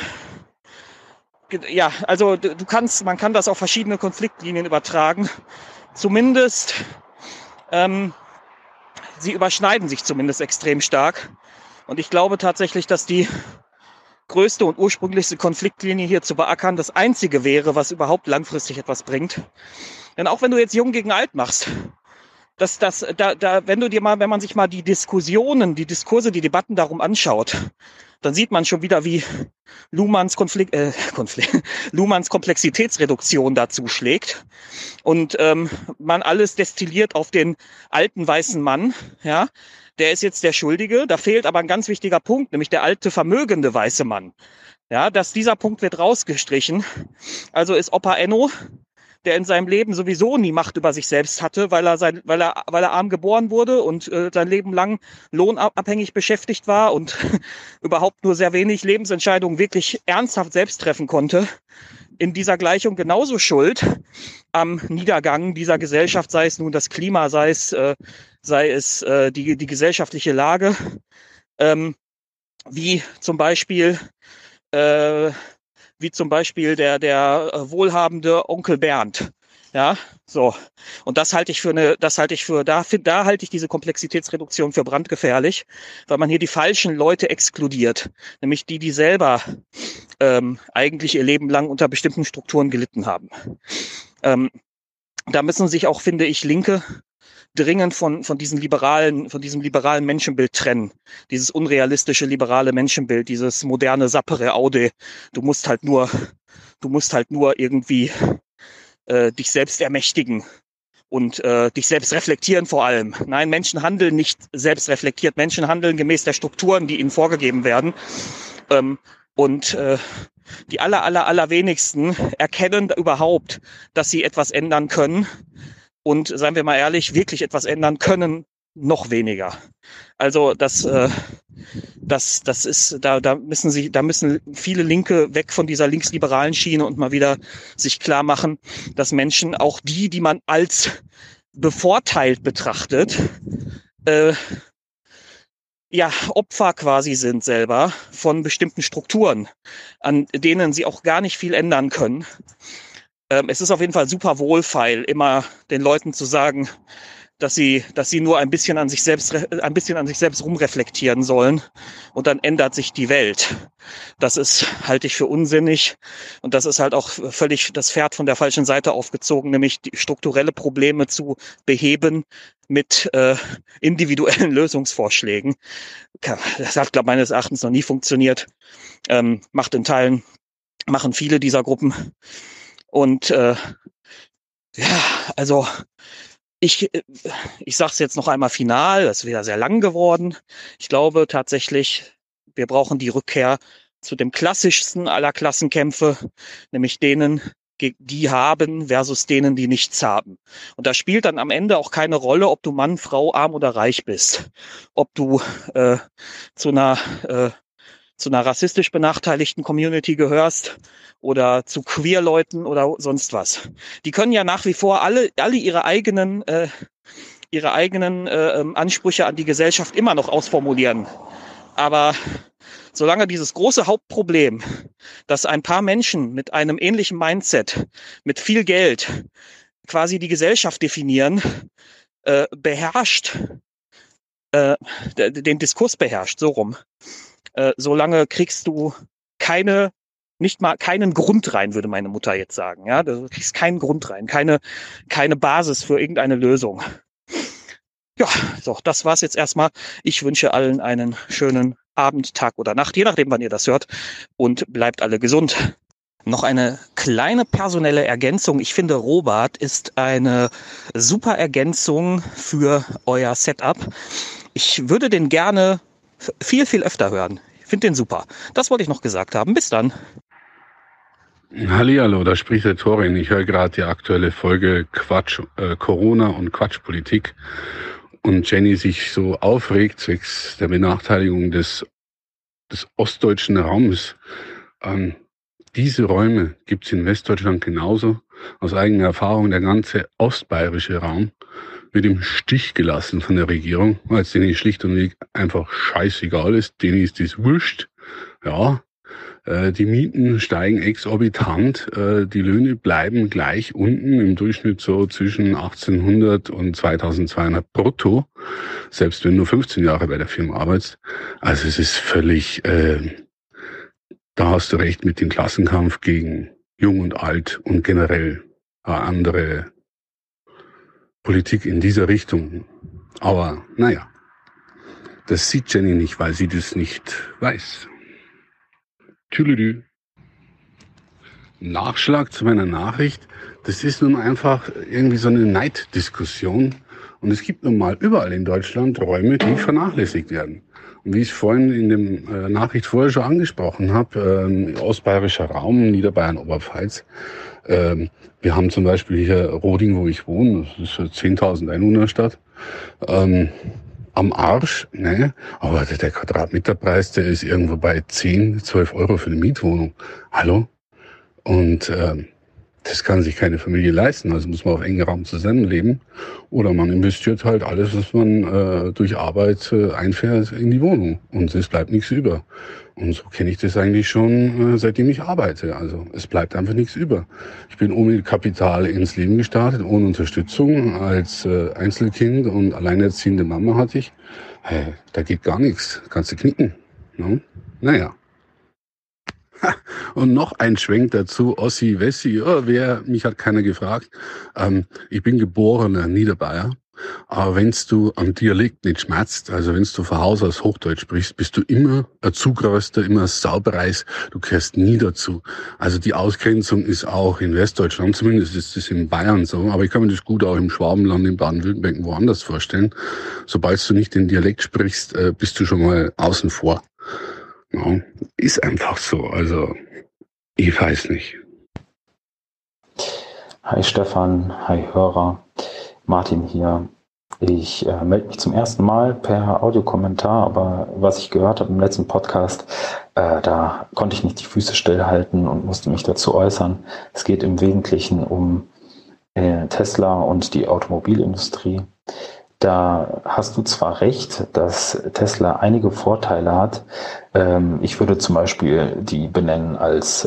S13: ja, also man kann das auf verschiedene Konfliktlinien übertragen. Zumindest, sie überschneiden sich zumindest extrem stark. Und ich glaube tatsächlich, dass die größte und ursprünglichste Konfliktlinie hier zu beackern das einzige wäre, was überhaupt langfristig etwas bringt. Denn auch wenn du jetzt Jung gegen Alt machst, wenn man sich mal die Diskurse, die Debatten darum anschaut, dann sieht man schon wieder, wie Luhmanns Komplexitätsreduktion dazu schlägt und man alles destilliert auf den alten weißen Mann, ja, der ist jetzt der Schuldige, da fehlt aber ein ganz wichtiger Punkt, nämlich der alte vermögende weiße Mann. Ja, dieser Punkt wird rausgestrichen. Also ist Opa Enno der in seinem Leben sowieso nie Macht über sich selbst hatte, weil er arm geboren wurde und sein Leben lang lohnabhängig beschäftigt war und überhaupt nur sehr wenig Lebensentscheidungen wirklich ernsthaft selbst treffen konnte, in dieser Gleichung genauso schuld am Niedergang dieser Gesellschaft, sei es nun das Klima, sei es die gesellschaftliche Lage, wie zum Beispiel der wohlhabende Onkel Bernd. Ja, so. Und da halte ich diese Komplexitätsreduktion für brandgefährlich, weil man hier die falschen Leute exkludiert. Nämlich die selber eigentlich ihr Leben lang unter bestimmten Strukturen gelitten haben. Da müssen sich auch, finde ich, Linke dringend von diesem liberalen Menschenbild trennen. Dieses unrealistische liberale Menschenbild, dieses moderne Sapere Aude. Du musst halt nur irgendwie dich selbst ermächtigen und dich selbst reflektieren vor allem. Nein, Menschen handeln nicht selbst reflektiert. Menschen handeln gemäß der Strukturen, die ihnen vorgegeben werden. Die allerwenigsten erkennen überhaupt, dass sie etwas ändern können. Und seien wir mal ehrlich, wirklich etwas ändern können noch weniger. Also da müssen viele Linke weg von dieser linksliberalen Schiene und mal wieder sich klar machen, dass Menschen, auch die man als bevorteilt betrachtet, Opfer quasi sind selber von bestimmten Strukturen, an denen sie auch gar nicht viel ändern können. Es ist auf jeden Fall super wohlfeil, immer den Leuten zu sagen, dass sie nur ein bisschen an sich selbst rumreflektieren sollen und dann ändert sich die Welt. Das halte ich für unsinnig und das ist halt auch völlig das Pferd von der falschen Seite aufgezogen, nämlich die strukturelle Probleme zu beheben mit individuellen Lösungsvorschlägen. Das hat, glaube ich, meines Erachtens noch nie funktioniert. Machen viele dieser Gruppen. Und also ich sage es jetzt noch einmal final, das ist wieder sehr lang geworden. Ich glaube tatsächlich, wir brauchen die Rückkehr zu dem klassischsten aller Klassenkämpfe, nämlich denen, die haben versus denen, die nichts haben. Und da spielt dann am Ende auch keine Rolle, ob du Mann, Frau, arm oder reich bist. Ob du zu einer rassistisch benachteiligten Community gehörst oder zu Queer-Leuten oder sonst was. Die können ja nach wie vor alle ihre eigenen Ansprüche an die Gesellschaft immer noch ausformulieren. Aber solange dieses große Hauptproblem, dass ein paar Menschen mit einem ähnlichen Mindset, mit viel Geld quasi die Gesellschaft definieren, den Diskurs beherrscht, so rum. Solange kriegst du nicht mal keinen Grund rein, würde meine Mutter jetzt sagen. Ja, du kriegst keinen Grund rein, keine Basis für irgendeine Lösung. Ja, so, das war's jetzt erstmal. Ich wünsche allen einen schönen Abend, Tag oder Nacht, je nachdem, wann ihr das hört. Und bleibt alle gesund. Noch eine kleine personelle Ergänzung. Ich finde, Robert ist eine super Ergänzung für euer Setup. Ich würde den gerne viel, viel öfter hören. Ich finde den super. Das wollte ich noch gesagt haben. Bis dann.
S9: Hallihallo, da spricht der Torin. Ich höre gerade die aktuelle Folge Corona und Quatschpolitik. Und Jenny sich so aufregt zwecks der Benachteiligung des ostdeutschen Raumes. Diese Räume gibt es in Westdeutschland genauso. Aus eigener Erfahrung, der ganze ostbayerische Raum wird im Stich gelassen von der Regierung, weil es denen schlicht und weg einfach scheißegal ist. Denen ist das wurscht. Ja, die Mieten steigen exorbitant, die Löhne bleiben gleich unten, im Durchschnitt so zwischen 1800 und 2200 brutto, selbst wenn du 15 Jahre bei der Firma arbeitest. Also es ist völlig, da hast du recht mit dem Klassenkampf gegen Jung und Alt und generell andere Politik in dieser Richtung. Aber naja, das sieht Jenny nicht, weil sie das nicht weiß. Tüdelü. Nachschlag zu meiner Nachricht. Das ist nun einfach irgendwie so eine Neiddiskussion. Und es gibt nun mal überall in Deutschland Räume, die vernachlässigt werden. Wie ich vorhin in dem Nachricht vorher schon angesprochen habe, ostbayerischer Raum, Niederbayern, Oberpfalz. Wir haben zum Beispiel hier Roding, wo ich wohne, das ist eine 10.000 Einwohnerstadt. Am Arsch, ne? Aber der Quadratmeterpreis, der ist irgendwo bei 10, 12 Euro für eine Mietwohnung. Hallo? Und das kann sich keine Familie leisten, also muss man auf engem Raum zusammenleben. Oder man investiert halt alles, was man durch Arbeit einfährt, in die Wohnung. Und es bleibt nichts über. Und so kenne ich das eigentlich schon, seitdem ich arbeite. Also es bleibt einfach nichts über. Ich bin ohne Kapital ins Leben gestartet, ohne Unterstützung. Als Einzelkind und alleinerziehende Mama hatte ich. Da geht gar nichts. Kannst du knicken. No? Naja. Und noch ein Schwenk dazu, Ossi, Wessi, mich hat keiner gefragt. Ich bin geborener Niederbayer, aber wenn's du am Dialekt nicht schmerzt, also wenn's du von Haus aus Hochdeutsch sprichst, bist du immer ein Zugröster, immer ein Saubereis, du gehörst nie dazu. Also die Ausgrenzung ist auch in Westdeutschland, zumindest ist es in Bayern so, aber ich kann mir das gut auch im Schwabenland, in Baden-Württemberg woanders vorstellen. Sobald du nicht den Dialekt sprichst, bist du schon mal außen vor. Ja, ist einfach so, also ich weiß nicht.
S10: Hi Stefan, hi Hörer, Martin hier. Ich melde mich zum ersten Mal per Audiokommentar, aber was ich gehört habe im letzten Podcast, da konnte ich nicht die Füße stillhalten und musste mich dazu äußern. Es geht im Wesentlichen um Tesla und die Automobilindustrie. Da hast du zwar recht, dass Tesla einige Vorteile hat. Ich würde zum Beispiel die benennen als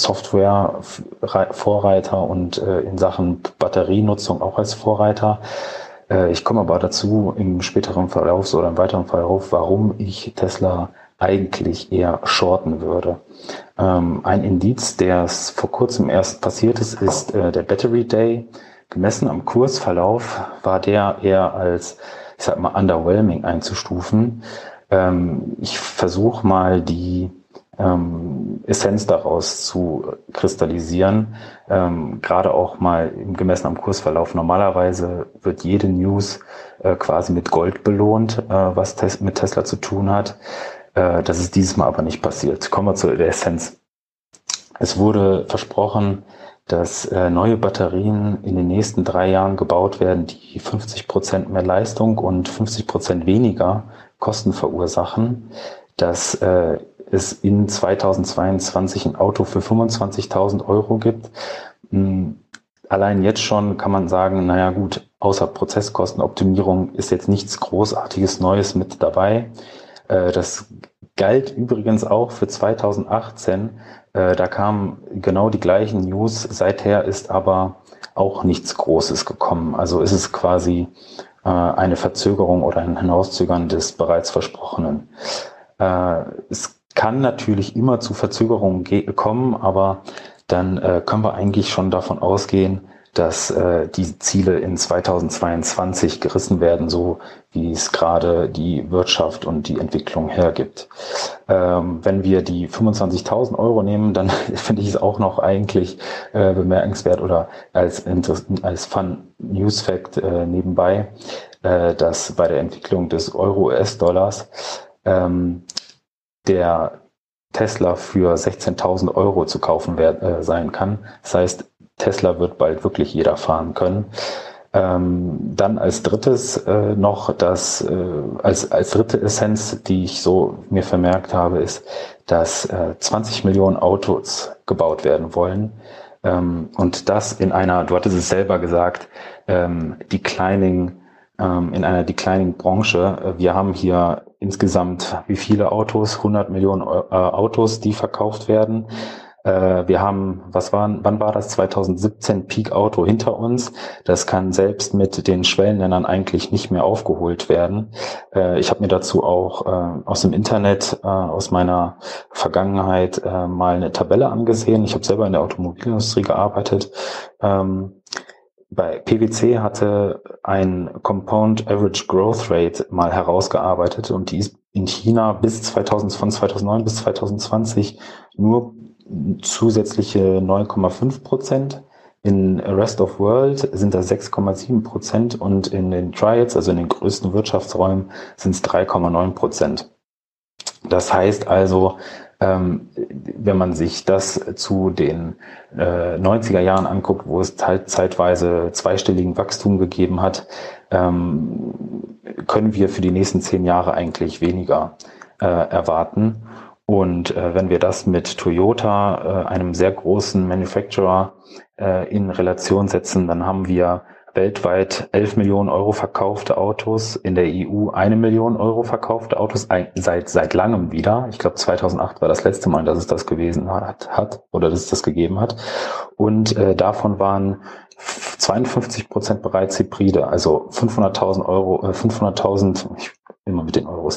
S10: Software-Vorreiter und in Sachen Batterienutzung auch als Vorreiter. Ich komme aber dazu im späteren Verlauf oder im weiteren Verlauf, warum ich Tesla eigentlich eher shorten würde. Ein Indiz, der vor kurzem erst passiert ist der Battery Day. Gemessen am Kursverlauf war der eher als, ich sag mal, underwhelming einzustufen. Ich versuche mal die Essenz daraus zu kristallisieren, gerade auch mal gemessen am Kursverlauf. Normalerweise wird jede News quasi mit Gold belohnt, was mit Tesla zu tun hat. Das ist dieses Mal aber nicht passiert. Kommen wir zu der Essenz. Es wurde versprochen, dass neue Batterien in den nächsten 3 Jahren gebaut werden, die 50% mehr Leistung und 50% weniger Kosten verursachen, dass es in 2022 ein Auto für 25.000 Euro gibt. Allein jetzt schon kann man sagen, naja gut, außer Prozesskostenoptimierung ist jetzt nichts Großartiges Neues mit dabei. Das galt übrigens auch für 2018. Da kamen genau die gleichen News. Seither ist aber auch nichts Großes gekommen. Also ist es quasi eine Verzögerung oder ein Hinauszögern des bereits Versprochenen. Es kann natürlich immer zu Verzögerungen kommen, aber dann können wir eigentlich schon davon ausgehen, dass die Ziele in 2022 gerissen werden, so wie es gerade die Wirtschaft und die Entwicklung hergibt. Wenn wir die 25.000 Euro nehmen, dann finde ich es auch noch eigentlich bemerkenswert oder als Fun News Fact nebenbei, dass bei der Entwicklung des Euro-US-Dollars der Tesla für 16.000 Euro zu kaufen sein kann. Das heißt, Tesla wird bald wirklich jeder fahren können. Dann als drittes noch als dritte Essenz, die ich so mir vermerkt habe, ist, dass 20 Millionen Autos gebaut werden wollen. Und das in einer, du hattest es selber gesagt, in einer declining Branche. Wir haben hier insgesamt wie viele Autos? 100 Millionen Autos, die verkauft werden. Wir haben, wann war das? 2017 Peak Auto hinter uns. Das kann selbst mit den Schwellenländern eigentlich nicht mehr aufgeholt werden. Ich habe mir dazu auch aus dem Internet, aus meiner Vergangenheit mal eine Tabelle angesehen. Ich habe selber in der Automobilindustrie gearbeitet. Bei PwC hatte ein Compound Average Growth Rate mal herausgearbeitet und die ist in China von 2009 bis 2020 nur zusätzliche 9,5%. In Rest of World sind das 6,7% und in den Triads, also in den größten Wirtschaftsräumen, sind es 3,9%. Das heißt also, wenn man sich das zu den 90er Jahren anguckt, wo es halt zeitweise zweistelligen Wachstum gegeben hat, können wir für die nächsten 10 Jahre eigentlich weniger erwarten. Und wenn wir das mit Toyota, einem sehr großen Manufacturer, in Relation setzen, dann haben wir weltweit 11 Millionen Euro verkaufte Autos, in der EU 1 Million Euro verkaufte Autos, seit langem wieder. Ich glaube 2008 war das letzte Mal, dass es das gewesen hat oder dass es das gegeben hat. Und davon waren 52% bereits Hybride, also 500.000, ich immer mit den Euros,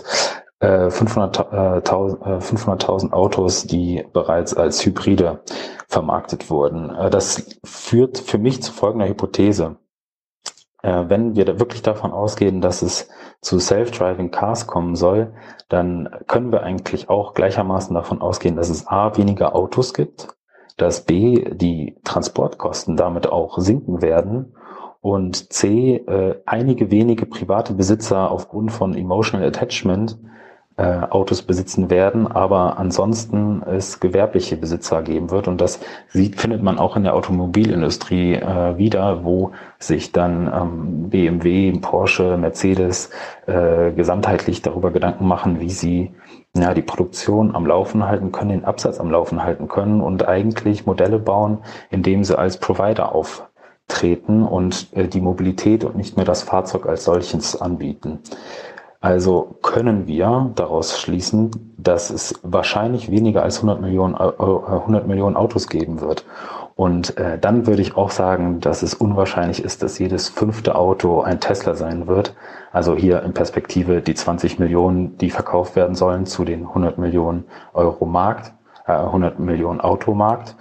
S10: 500.000 Autos, die bereits als Hybride vermarktet wurden. Das führt für mich zu folgender Hypothese. Wenn wir da wirklich davon ausgehen, dass es zu Self-Driving Cars kommen soll, dann können wir eigentlich auch gleichermaßen davon ausgehen, dass es A, weniger Autos gibt, dass B, die Transportkosten damit auch sinken werden und C, einige wenige private Besitzer aufgrund von Emotional Attachment Autos besitzen werden, aber ansonsten es gewerbliche Besitzer geben wird. Und das findet man auch in der Automobilindustrie wieder, wo sich dann BMW, Porsche, Mercedes gesamtheitlich darüber Gedanken machen, wie sie die Produktion am Laufen halten können, den Absatz am Laufen halten können und eigentlich Modelle bauen, indem sie als Provider auftreten und die Mobilität und nicht mehr das Fahrzeug als solches anbieten. Also können wir daraus schließen, dass es wahrscheinlich weniger als 100 Millionen Autos geben wird. Und dann würde ich auch sagen, dass es unwahrscheinlich ist, dass jedes 5. Auto ein Tesla sein wird. Also hier in Perspektive die 20 Millionen, die verkauft werden sollen, zu den 100 Millionen Euro Markt, 100 Millionen Automarkt.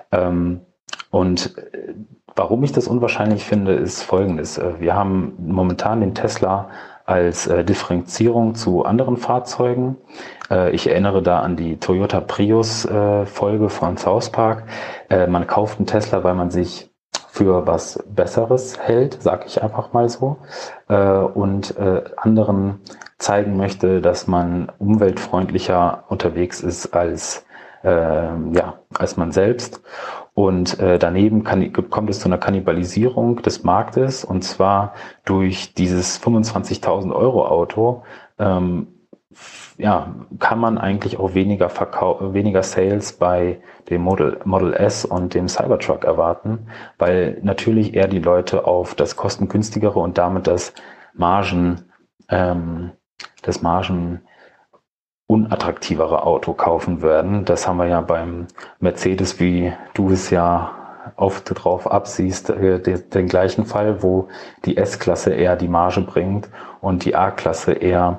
S10: Und warum ich das unwahrscheinlich finde, ist Folgendes. Wir haben momentan den Tesla als Differenzierung zu anderen Fahrzeugen. Ich erinnere da an die Toyota Prius Folge von South Park. Man kauft einen Tesla, weil man sich für was Besseres hält, sag ich einfach mal so, und anderen zeigen möchte, dass man umweltfreundlicher unterwegs ist als man selbst. Und daneben kommt es zu einer Kannibalisierung des Marktes, und zwar durch dieses 25.000 Euro Auto kann man eigentlich auch weniger Sales bei dem Model S und dem Cybertruck erwarten, weil natürlich eher die Leute auf das kostengünstigere und damit das unattraktivere Auto kaufen werden. Das haben wir ja beim Mercedes, wie du es ja oft drauf absiehst, den gleichen Fall, wo die S-Klasse eher die Marge bringt und die A-Klasse eher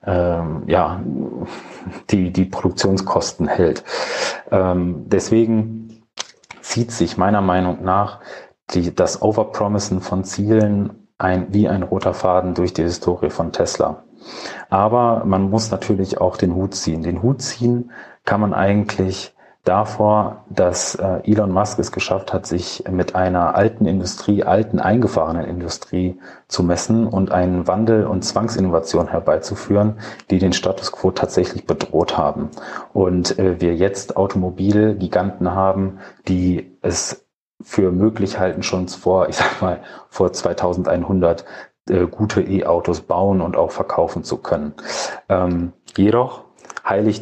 S10: die Produktionskosten hält. Deswegen zieht sich meiner Meinung nach das Overpromisen von Zielen wie ein roter Faden durch die Historie von Tesla. Aber man muss natürlich auch den Hut ziehen. Den Hut ziehen kann man eigentlich davor, dass Elon Musk es geschafft hat, sich mit einer alten eingefahrenen Industrie zu messen und einen Wandel und Zwangsinnovation herbeizuführen, die den Status quo tatsächlich bedroht haben. Und wir jetzt Automobilgiganten haben, die es für möglich halten, schon vor 2100 gute E-Autos bauen und auch verkaufen zu können. Jedoch heiligt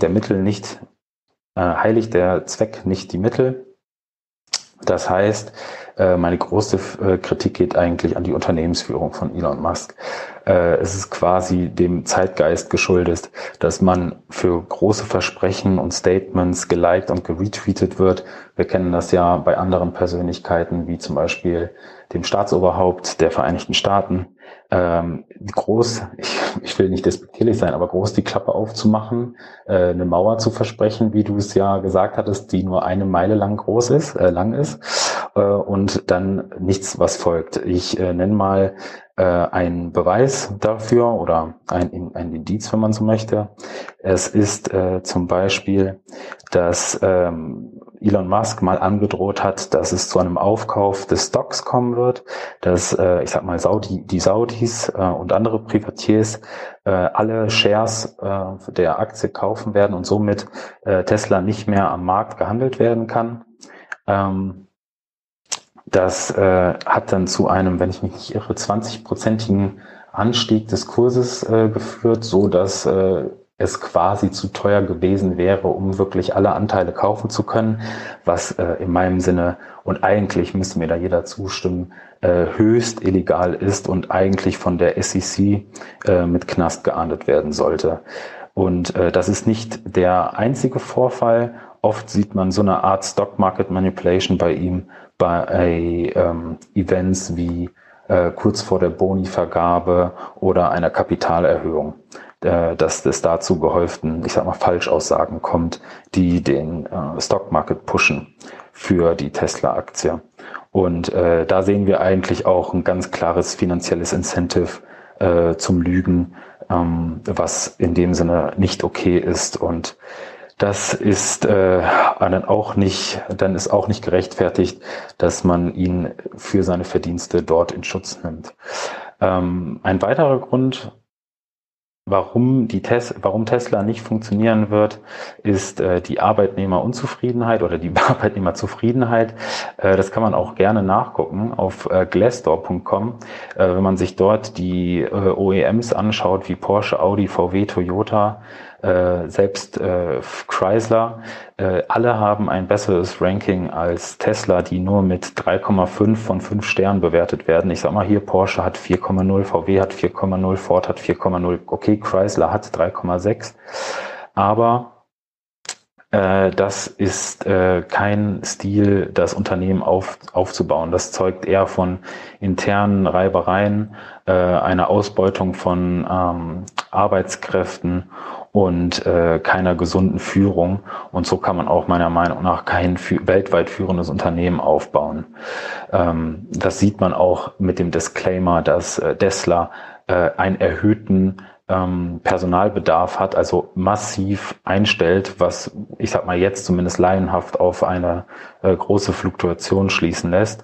S10: der Zweck nicht die Mittel. Das heißt, meine große Kritik geht eigentlich an die Unternehmensführung von Elon Musk. Es ist quasi dem Zeitgeist geschuldet, dass man für große Versprechen und Statements geliked und geretweetet wird. Wir kennen das ja bei anderen Persönlichkeiten, wie zum Beispiel dem Staatsoberhaupt der Vereinigten Staaten. Ich will nicht despektierlich sein, aber groß die Klappe aufzumachen, eine Mauer zu versprechen, wie du es ja gesagt hattest, die nur 1 Meile lang ist und dann nichts, was folgt. Ich nenne mal einen Beweis dafür oder ein Indiz, wenn man so möchte. Es ist zum Beispiel, dass Elon Musk mal angedroht hat, dass es zu einem Aufkauf des Stocks kommen wird, dass ich sag mal die Saudis und andere Privatiers alle Shares der Aktie kaufen werden und somit Tesla nicht mehr am Markt gehandelt werden kann. Das hat dann zu einem, wenn ich mich nicht irre, 20-prozentigen Anstieg des Kurses geführt, so dass es quasi zu teuer gewesen wäre, um wirklich alle Anteile kaufen zu können, was in meinem Sinne, und eigentlich müsste mir da jeder zustimmen, höchst illegal ist und eigentlich von der SEC mit Knast geahndet werden sollte. Und das ist nicht der einzige Vorfall. Oft sieht man so eine Art Stock Market Manipulation bei ihm bei Events wie kurz vor der Boni-Vergabe oder einer Kapitalerhöhung, dass es dazu gehäuften, ich sag mal, Falschaussagen kommt, die den Stock Market pushen für die Tesla-Aktie. Und da sehen wir eigentlich auch ein ganz klares finanzielles Incentive zum Lügen, was in dem Sinne nicht okay ist. Und das ist dann auch nicht gerechtfertigt, dass man ihn für seine Verdienste dort in Schutz nimmt. Ein weiterer Grund, warum Tesla nicht funktionieren wird, ist die Arbeitnehmerunzufriedenheit oder die Arbeitnehmerzufriedenheit. Das kann man auch gerne nachgucken auf Glassdoor.com. Wenn man sich dort die OEMs anschaut, wie Porsche, Audi, VW, Toyota, selbst Chrysler, alle haben ein besseres Ranking als Tesla, die nur mit 3,5 von 5 Sternen bewertet werden. Ich sag mal hier, Porsche hat 4,0, VW hat 4,0, Ford hat 4,0, okay, Chrysler hat 3,6, aber das ist kein Stil, das Unternehmen aufzubauen. Das zeugt eher von internen Reibereien, einer Ausbeutung von Arbeitskräften und keiner gesunden Führung. Und so kann man auch meiner Meinung nach kein weltweit führendes Unternehmen aufbauen. Das sieht man auch mit dem Disclaimer, dass Tesla einen erhöhten Personalbedarf hat, also massiv einstellt, was ich sag mal jetzt zumindest laienhaft auf eine große Fluktuation schließen lässt.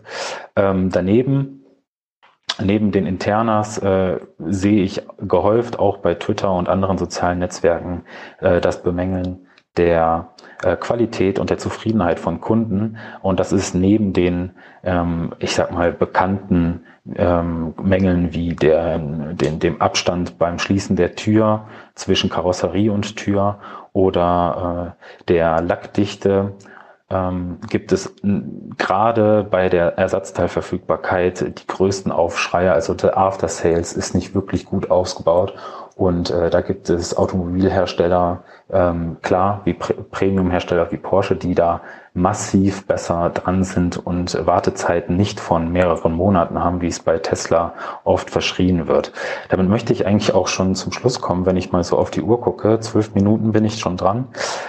S10: Neben den Internas sehe ich gehäuft auch bei Twitter und anderen sozialen Netzwerken das Bemängeln der Qualität und der Zufriedenheit von Kunden. Und das ist neben den, ich sag mal, bekannten Mängeln wie dem Abstand beim Schließen der Tür zwischen Karosserie und Tür oder der Lackdichte, gibt es gerade bei der Ersatzteilverfügbarkeit die größten Aufschreie. Also der After Sales ist nicht wirklich gut ausgebaut und da gibt es Automobilhersteller, klar, wie Premiumhersteller wie Porsche, die da massiv besser dran sind und Wartezeiten nicht von mehreren Monaten haben, wie es bei Tesla oft verschrien wird. Damit möchte ich eigentlich auch schon zum Schluss kommen, wenn ich mal so auf die Uhr gucke. 12 Minuten bin ich schon dran.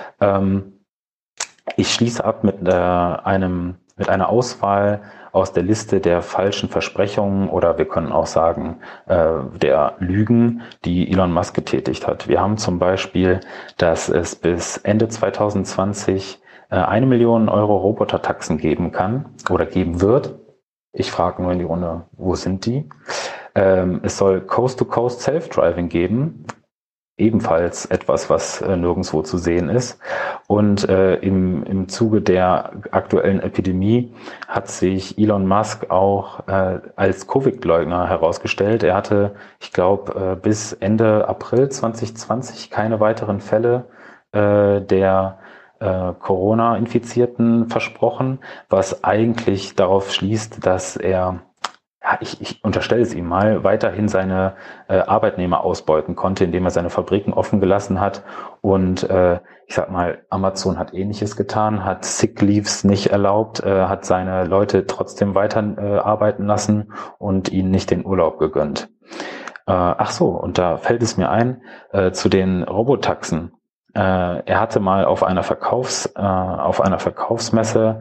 S10: Ich schließe ab mit einer Auswahl aus der Liste der falschen Versprechungen oder wir können auch sagen der Lügen, die Elon Musk getätigt hat. Wir haben zum Beispiel, dass es bis Ende 2020 1 Million Euro Robotertaxen geben kann oder geben wird. Ich frage nur in die Runde, wo sind die? Es soll Coast-to-Coast Self-Driving geben. Ebenfalls etwas, was nirgendwo zu sehen ist. Und im Zuge der aktuellen Epidemie hat sich Elon Musk auch als Covid-Leugner herausgestellt. Er hatte, ich glaube, bis Ende April 2020 keine weiteren Fälle der Corona-Infizierten versprochen, was eigentlich darauf schließt, dass er, ja, ich unterstelle es ihm mal, weiterhin seine Arbeitnehmer ausbeuten konnte, indem er seine Fabriken offen gelassen hat. Und ich sag mal, Amazon hat Ähnliches getan, hat Sick Leaves nicht erlaubt, hat seine Leute trotzdem weiter arbeiten lassen und ihnen nicht den Urlaub gegönnt. Ach so, und da fällt es mir ein, zu den Robotaxen. Er hatte mal auf einer Verkaufsmesse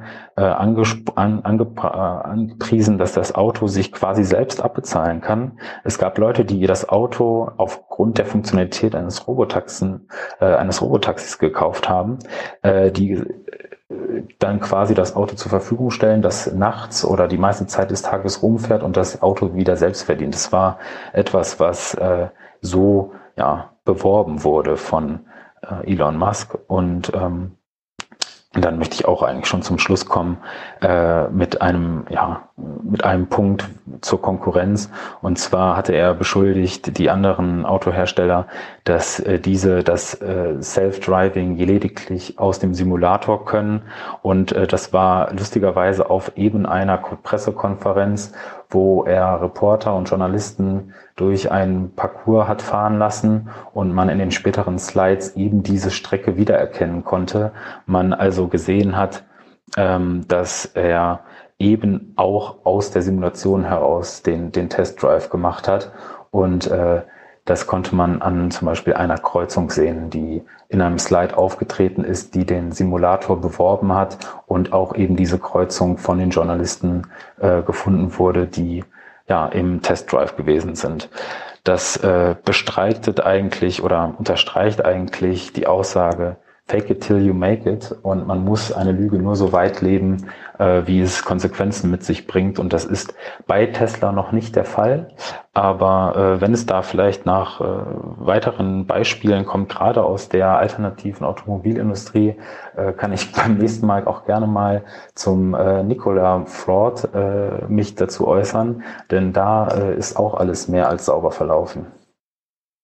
S10: angepriesen, dass das Auto sich quasi selbst abbezahlen kann. Es gab Leute, die das Auto aufgrund der Funktionalität eines Robotaxis gekauft haben, die dann quasi das Auto zur Verfügung stellen, das nachts oder die meiste Zeit des Tages rumfährt und das Auto wieder selbst verdient. Das war etwas, was so beworben wurde von Elon Musk. Und dann möchte ich auch eigentlich schon zum Schluss kommen mit einem Punkt zur Konkurrenz. Und zwar hatte er beschuldigt die anderen Autohersteller, dass diese das Self-Driving lediglich aus dem Simulator können. Und das war lustigerweise auf eben einer Pressekonferenz, wo er Reporter und Journalisten durch einen Parcours hat fahren lassen und man in den späteren Slides eben diese Strecke wiedererkennen konnte. Man also gesehen hat, dass er eben auch aus der Simulation heraus den Testdrive gemacht hat. Und das konnte man an zum Beispiel einer Kreuzung sehen, die in einem Slide aufgetreten ist, die den Simulator beworben hat und auch eben diese Kreuzung von den Journalisten gefunden wurde, die im Testdrive gewesen sind. Das bestreitet eigentlich oder unterstreicht eigentlich die Aussage, fake it till you make it, und man muss eine Lüge nur so weit leben, wie es Konsequenzen mit sich bringt, und das ist bei Tesla noch nicht der Fall, aber wenn es da vielleicht nach weiteren Beispielen kommt, gerade aus der alternativen Automobilindustrie, kann ich beim nächsten Mal auch gerne mal zum Nikola Fraud mich dazu äußern, denn da ist auch alles mehr als sauber verlaufen.